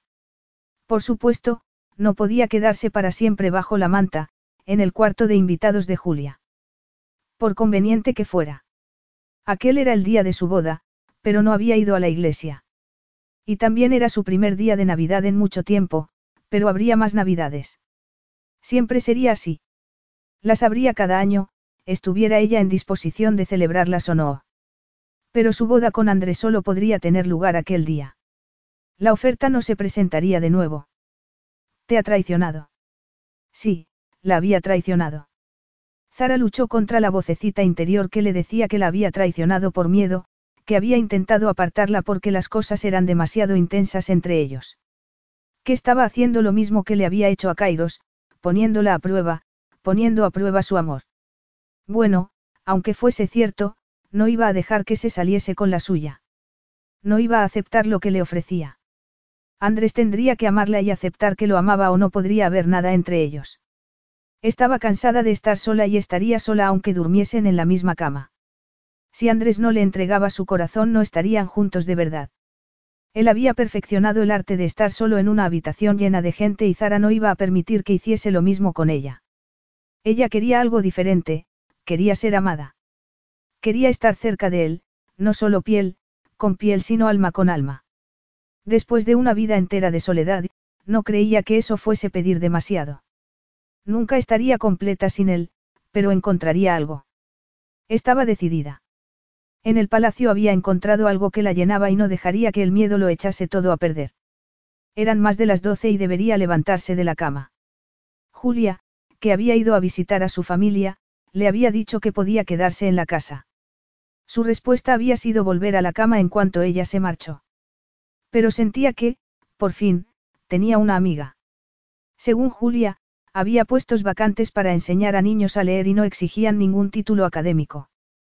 Por supuesto, no podía quedarse para siempre bajo la manta, en el cuarto de invitados de Julia. Por conveniente que fuera. Aquel era el día de su boda, pero no había ido a la iglesia. Y también era su primer día de Navidad en mucho tiempo, pero habría más Navidades. Siempre sería así. Las habría cada año, estuviera ella en disposición de celebrarlas o no. Pero su boda con Andrés solo podría tener lugar aquel día. La oferta no se presentaría de nuevo. ¿Te ha traicionado? Sí, la había traicionado. Zara luchó contra la vocecita interior que le decía que la había traicionado por miedo, que había intentado apartarla porque las cosas eran demasiado intensas entre ellos. Que estaba haciendo lo mismo que le había hecho a Kairos, poniéndola a prueba, poniendo a prueba su amor. Bueno, aunque fuese cierto, no iba a dejar que se saliese con la suya. No iba a aceptar lo que le ofrecía. Andrés tendría que amarla y aceptar que lo amaba o no podría haber nada entre ellos. Estaba cansada de estar sola y estaría sola aunque durmiesen en la misma cama. Si Andrés no le entregaba su corazón no estarían juntos de verdad. Él había perfeccionado el arte de estar solo en una habitación llena de gente y Zara no iba a permitir que hiciese lo mismo con ella. Ella quería algo diferente, quería ser amada. Quería estar cerca de él, no solo piel, con piel sino alma con alma. Después de una vida entera de soledad, no creía que eso fuese pedir demasiado. Nunca estaría completa sin él, pero encontraría algo. Estaba decidida. En el palacio había encontrado algo que la llenaba y no dejaría que el miedo lo echase todo a perder. Eran más de las 12 y debería levantarse de la cama. Julia, que había ido a visitar a su familia, le había dicho que podía quedarse en la casa. Su respuesta había sido volver a la cama en cuanto ella se marchó. Pero sentía que, por fin, tenía una amiga. Según Julia, había puestos vacantes para enseñar a niños a leer y no exigían ningún título académico.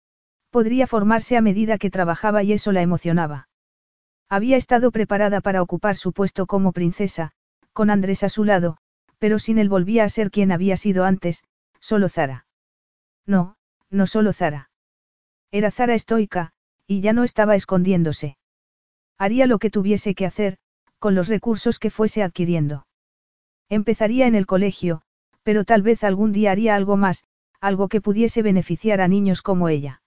Podría formarse a medida que trabajaba y eso la emocionaba. Había estado preparada para ocupar su puesto como princesa, con Andrés a su lado, pero sin él volvía a ser quien había sido antes, solo Zara. No, no solo Zara. Era Zara estoica, y ya no estaba escondiéndose. Haría lo que tuviese que hacer, con los recursos que fuese adquiriendo. Empezaría en el colegio, pero tal vez algún día haría algo más, algo que pudiese beneficiar a niños como ella.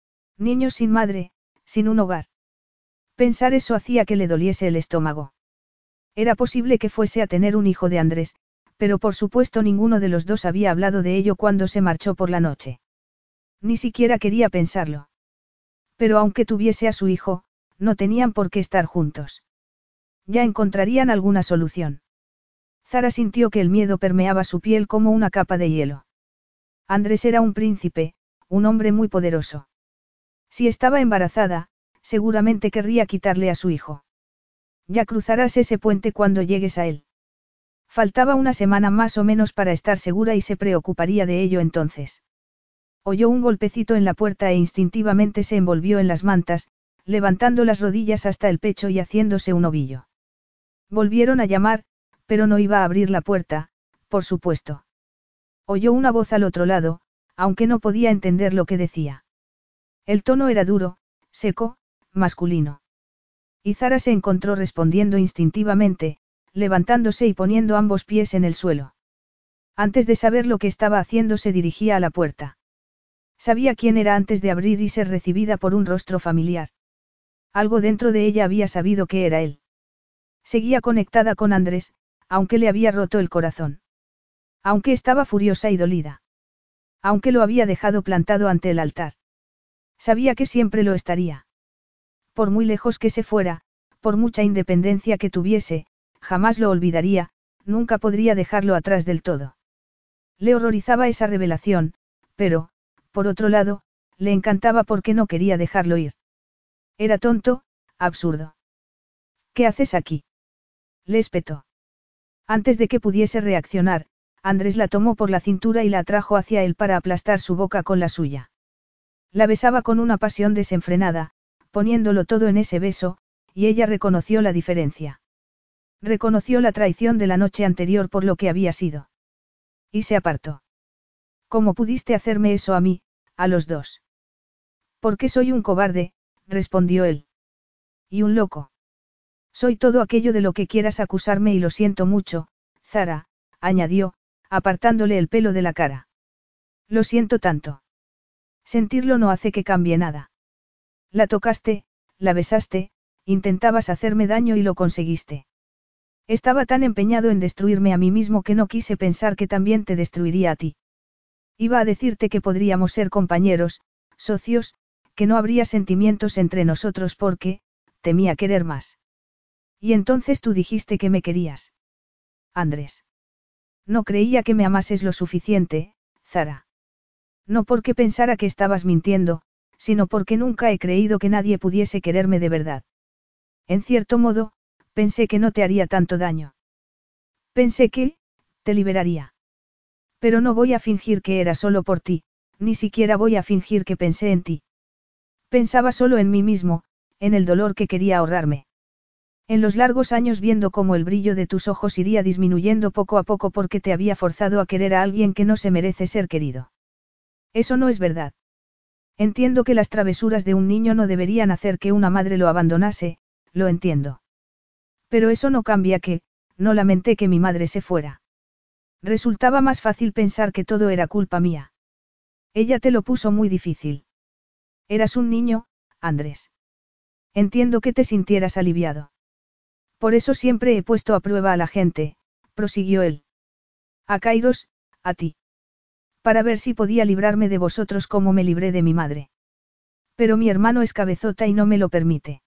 Niños sin madre, sin un hogar. Pensar eso hacía que le doliese el estómago. Era posible que fuese a tener un hijo de Andrés, pero por supuesto ninguno de los dos había hablado de ello cuando se marchó por la noche. Ni siquiera quería pensarlo. Pero aunque tuviese a su hijo, no tenían por qué estar juntos. Ya encontrarían alguna solución. Zara sintió que el miedo permeaba su piel como una capa de hielo. Andrés era un príncipe, un hombre muy poderoso. Si estaba embarazada, seguramente querría quitarle a su hijo. Ya cruzarás ese puente cuando llegues a él. Faltaba una semana más o menos para estar segura y se preocuparía de ello entonces. Oyó un golpecito en la puerta e instintivamente se envolvió en las mantas, levantando las rodillas hasta el pecho y haciéndose un ovillo. Volvieron a llamar, pero no iba a abrir la puerta, por supuesto. Oyó una voz al otro lado, aunque no podía entender lo que decía. El tono era duro, seco, masculino. Y Zara se encontró respondiendo instintivamente, levantándose y poniendo ambos pies en el suelo. Antes de saber lo que estaba haciendo se dirigía a la puerta. Sabía quién era antes de abrir y ser recibida por un rostro familiar. Algo dentro de ella había sabido que era él. Seguía conectada con Andrés, Aunque le había roto el corazón. Aunque estaba furiosa y dolida. Aunque lo había dejado plantado ante el altar. Sabía que siempre lo estaría. Por muy lejos que se fuera, por mucha independencia que tuviese, jamás lo olvidaría, nunca podría dejarlo atrás del todo. Le horrorizaba esa revelación, pero, por otro lado, le encantaba porque no quería dejarlo ir. Era tonto, absurdo. ¿Qué haces aquí? Le espetó. Antes de que pudiese reaccionar, Andrés la tomó por la cintura y la atrajo hacia él para aplastar su boca con la suya. La besaba con una pasión desenfrenada, poniéndolo todo en ese beso, y ella reconoció la diferencia. Reconoció la traición de la noche anterior por lo que había sido. Y se apartó. ¿Cómo pudiste hacerme eso a mí, a los dos? Porque soy un cobarde, respondió él. Y un loco. Soy todo aquello de lo que quieras acusarme y lo siento mucho, Zara, añadió, apartándole el pelo de la cara. Lo siento tanto. Sentirlo no hace que cambie nada. La tocaste, la besaste, intentabas hacerme daño y lo conseguiste. Estaba tan empeñado en destruirme a mí mismo que no quise pensar que también te destruiría a ti. Iba a decirte que podríamos ser compañeros, socios, que no habría sentimientos entre nosotros porque, temía querer más. Y entonces tú dijiste que me querías. Andrés. No creía que me amases lo suficiente, Zara. No porque pensara que estabas mintiendo, sino porque nunca he creído que nadie pudiese quererme de verdad. En cierto modo, pensé que no te haría tanto daño. Pensé que, te liberaría. Pero no voy a fingir que era solo por ti, ni siquiera voy a fingir que pensé en ti. Pensaba solo en mí mismo, en el dolor que quería ahorrarme. En los largos años viendo cómo el brillo de tus ojos iría disminuyendo poco a poco porque te había forzado a querer a alguien que no se merece ser querido. Eso no es verdad. Entiendo que las travesuras de un niño no deberían hacer que una madre lo abandonase, lo entiendo. Pero eso no cambia que, no lamenté que mi madre se fuera. Resultaba más fácil pensar que todo era culpa mía. Ella te lo puso muy difícil. Eras un niño, Andrés. Entiendo que te sintieras aliviado. Por eso siempre he puesto a prueba a la gente, prosiguió él. A Kairos, a ti. Para ver si podía librarme de vosotros como me libré de mi madre. Pero mi hermano es cabezota y no me lo permite.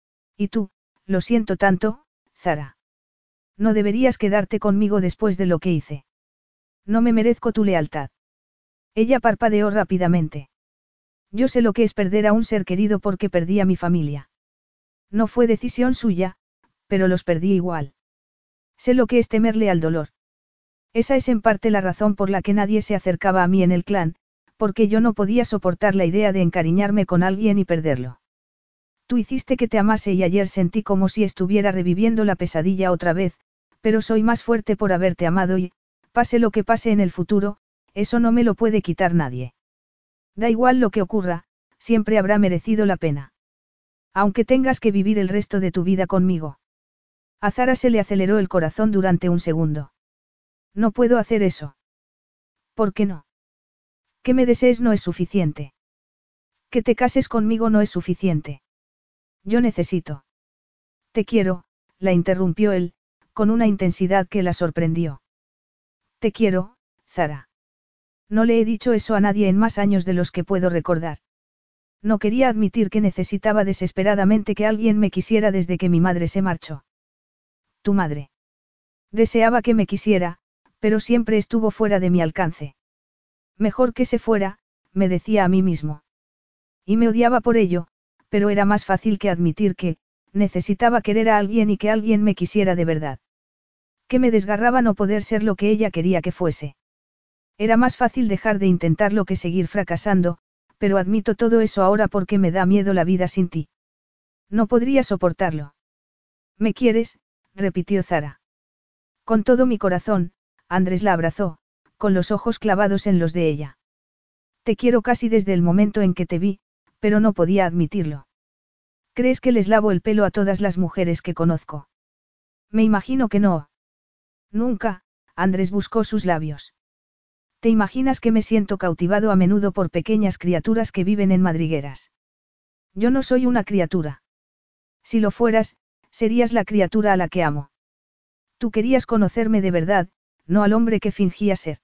Y tú, lo siento tanto, Zara. No deberías quedarte conmigo después de lo que hice. No me merezco tu lealtad. Ella parpadeó rápidamente. Yo sé lo que es perder a un ser querido porque perdí a mi familia. No fue decisión suya, pero los perdí igual. Sé lo que es temerle al dolor. Esa es en parte la razón por la que nadie se acercaba a mí en el clan, porque yo no podía soportar la idea de encariñarme con alguien y perderlo. Tú hiciste que te amase y ayer sentí como si estuviera reviviendo la pesadilla otra vez, pero soy más fuerte por haberte amado y, pase lo que pase en el futuro, eso no me lo puede quitar nadie. Da igual lo que ocurra, siempre habrá merecido la pena. Aunque tengas que vivir el resto de tu vida conmigo. A Zara se le aceleró el corazón durante un segundo. No puedo hacer eso. ¿Por qué no? Que me desees no es suficiente. Que te cases conmigo no es suficiente. Yo necesito. Te quiero, la interrumpió él, con una intensidad que la sorprendió. Te quiero, Zara. No le he dicho eso a nadie en más años de los que puedo recordar. No quería admitir que necesitaba desesperadamente que alguien me quisiera desde que mi madre se marchó. Tu madre. Deseaba que me quisiera, pero siempre estuvo fuera de mi alcance. Mejor que se fuera, me decía a mí mismo. Y me odiaba por ello, pero era más fácil que admitir que, necesitaba querer a alguien y que alguien me quisiera de verdad. Que me desgarraba no poder ser lo que ella quería que fuese. Era más fácil dejar de intentarlo que seguir fracasando, pero admito todo eso ahora porque me da miedo la vida sin ti. No podría soportarlo. ¿Me quieres?, repitió Zara. Con todo mi corazón, Andrés la abrazó, con los ojos clavados en los de ella. Te quiero casi desde el momento en que te vi, pero no podía admitirlo. ¿Crees que les lavo el pelo a todas las mujeres que conozco? Me imagino que no. Nunca, Andrés buscó sus labios. ¿Te imaginas que me siento cautivado a menudo por pequeñas criaturas que viven en madrigueras? Yo no soy una criatura. Si lo fueras, serías la criatura a la que amo. Tú querías conocerme de verdad, no al hombre que fingía ser.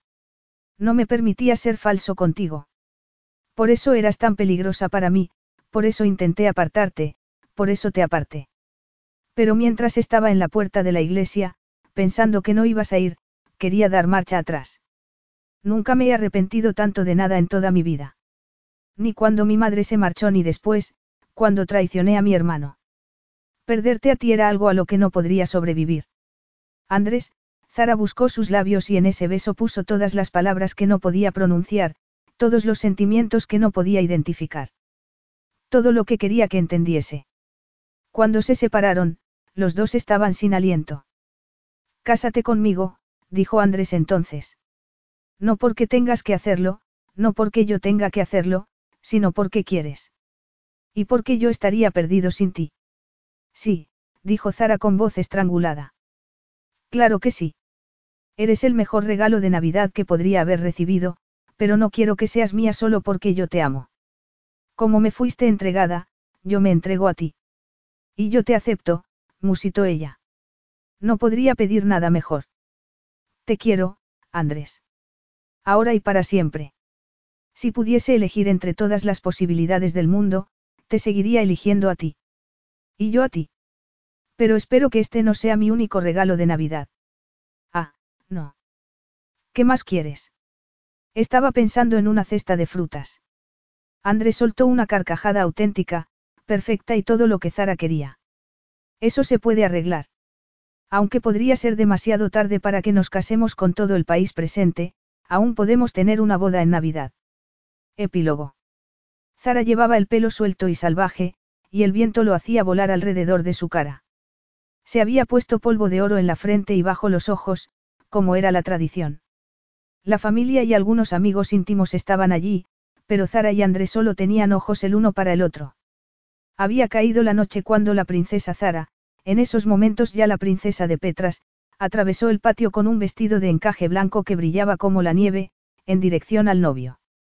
No me permitía ser falso contigo. Por eso eras tan peligrosa para mí, por eso intenté apartarte, por eso te aparté. Pero mientras estaba en la puerta de la iglesia, pensando que no ibas a ir, quería dar marcha atrás. Nunca me he arrepentido tanto de nada en toda mi vida. Ni cuando mi madre se marchó ni después, cuando traicioné a mi hermano. Perderte a ti era algo a lo que no podría sobrevivir. Andrés, Zara buscó sus labios y en ese beso puso todas las palabras que no podía pronunciar, todos los sentimientos que no podía identificar. Todo lo que quería que entendiese. Cuando se separaron, los dos estaban sin aliento. Cásate conmigo, dijo Andrés entonces. No porque tengas que hacerlo, no porque yo tenga que hacerlo, sino porque quieres. Y porque yo estaría perdido sin ti. Sí, dijo Zara con voz estrangulada. Claro que sí. Eres el mejor regalo de Navidad que podría haber recibido, pero no quiero que seas mía solo porque yo te amo. Como me fuiste entregada, yo me entrego a ti. Y yo te acepto, musitó ella. No podría pedir nada mejor. Te quiero, Andrés. Ahora y para siempre. Si pudiese elegir entre todas las posibilidades del mundo, te seguiría eligiendo a ti. Y yo a ti. Pero espero que este no sea mi único regalo de Navidad. Ah, no. ¿Qué más quieres? Estaba pensando en una cesta de frutas. Andrés soltó una carcajada auténtica, perfecta y todo lo que Zara quería. Eso se puede arreglar. Aunque podría ser demasiado tarde para que nos casemos con todo el país presente, aún podemos tener una boda en Navidad. Epílogo. Zara llevaba el pelo suelto y salvaje, y el viento lo hacía volar alrededor de su cara. Se había puesto polvo de oro en la frente y bajo los ojos, como era la tradición. La familia y algunos amigos íntimos estaban allí, pero Zara y Andrés solo tenían ojos el uno para el otro. Había caído la noche cuando la princesa Zara, en esos momentos ya la princesa de Petras, atravesó el patio con un vestido de encaje blanco que brillaba como la nieve, en dirección al novio.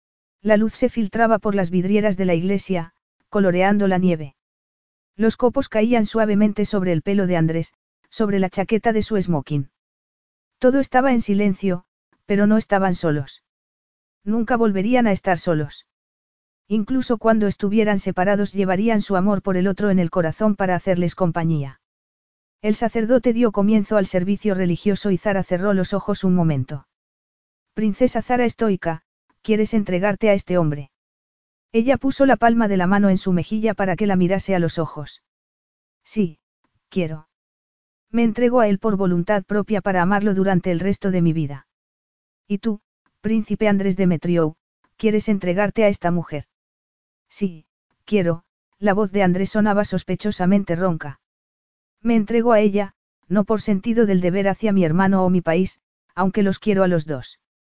La luz se filtraba por las vidrieras de la iglesia, coloreando la nieve. Los copos caían suavemente sobre el pelo de Andrés, sobre la chaqueta de su smoking. Todo estaba en silencio, pero no estaban solos. Nunca volverían a estar solos. Incluso cuando estuvieran separados llevarían su amor por el otro en el corazón para hacerles compañía. El sacerdote dio comienzo al servicio religioso y Zara cerró los ojos un momento. Princesa Zara estoica, ¿quieres entregarte a este hombre? Ella puso la palma de la mano en su mejilla para que la mirase a los ojos. Sí, quiero. Me entrego a él por voluntad propia para amarlo durante el resto de mi vida. ¿Y tú, príncipe Andrés Demetriou, quieres entregarte a esta mujer? Sí, quiero, la voz de Andrés sonaba sospechosamente ronca. Me entrego a ella, no por sentido del deber hacia mi hermano o mi país, aunque los quiero a los dos.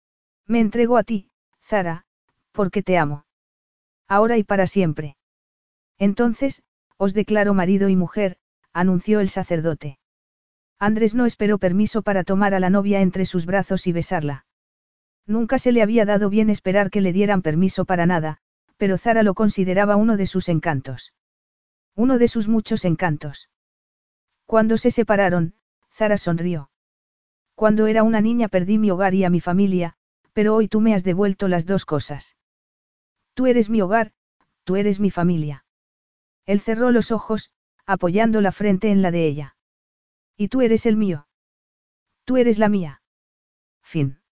Me entrego a ti, Zara, porque te amo. Ahora y para siempre. Entonces, os declaro marido y mujer, anunció el sacerdote. Andrés no esperó permiso para tomar a la novia entre sus brazos y besarla. Nunca se le había dado bien esperar que le dieran permiso para nada, pero Zara lo consideraba uno de sus encantos. Uno de sus muchos encantos. Cuando se separaron, Zara sonrió. Cuando era una niña perdí mi hogar y a mi familia, pero hoy tú me has devuelto las dos cosas. Tú eres mi hogar, tú eres mi familia. Él cerró los ojos, apoyando la frente en la de ella. Y tú eres el mío. Tú eres la mía. Fin.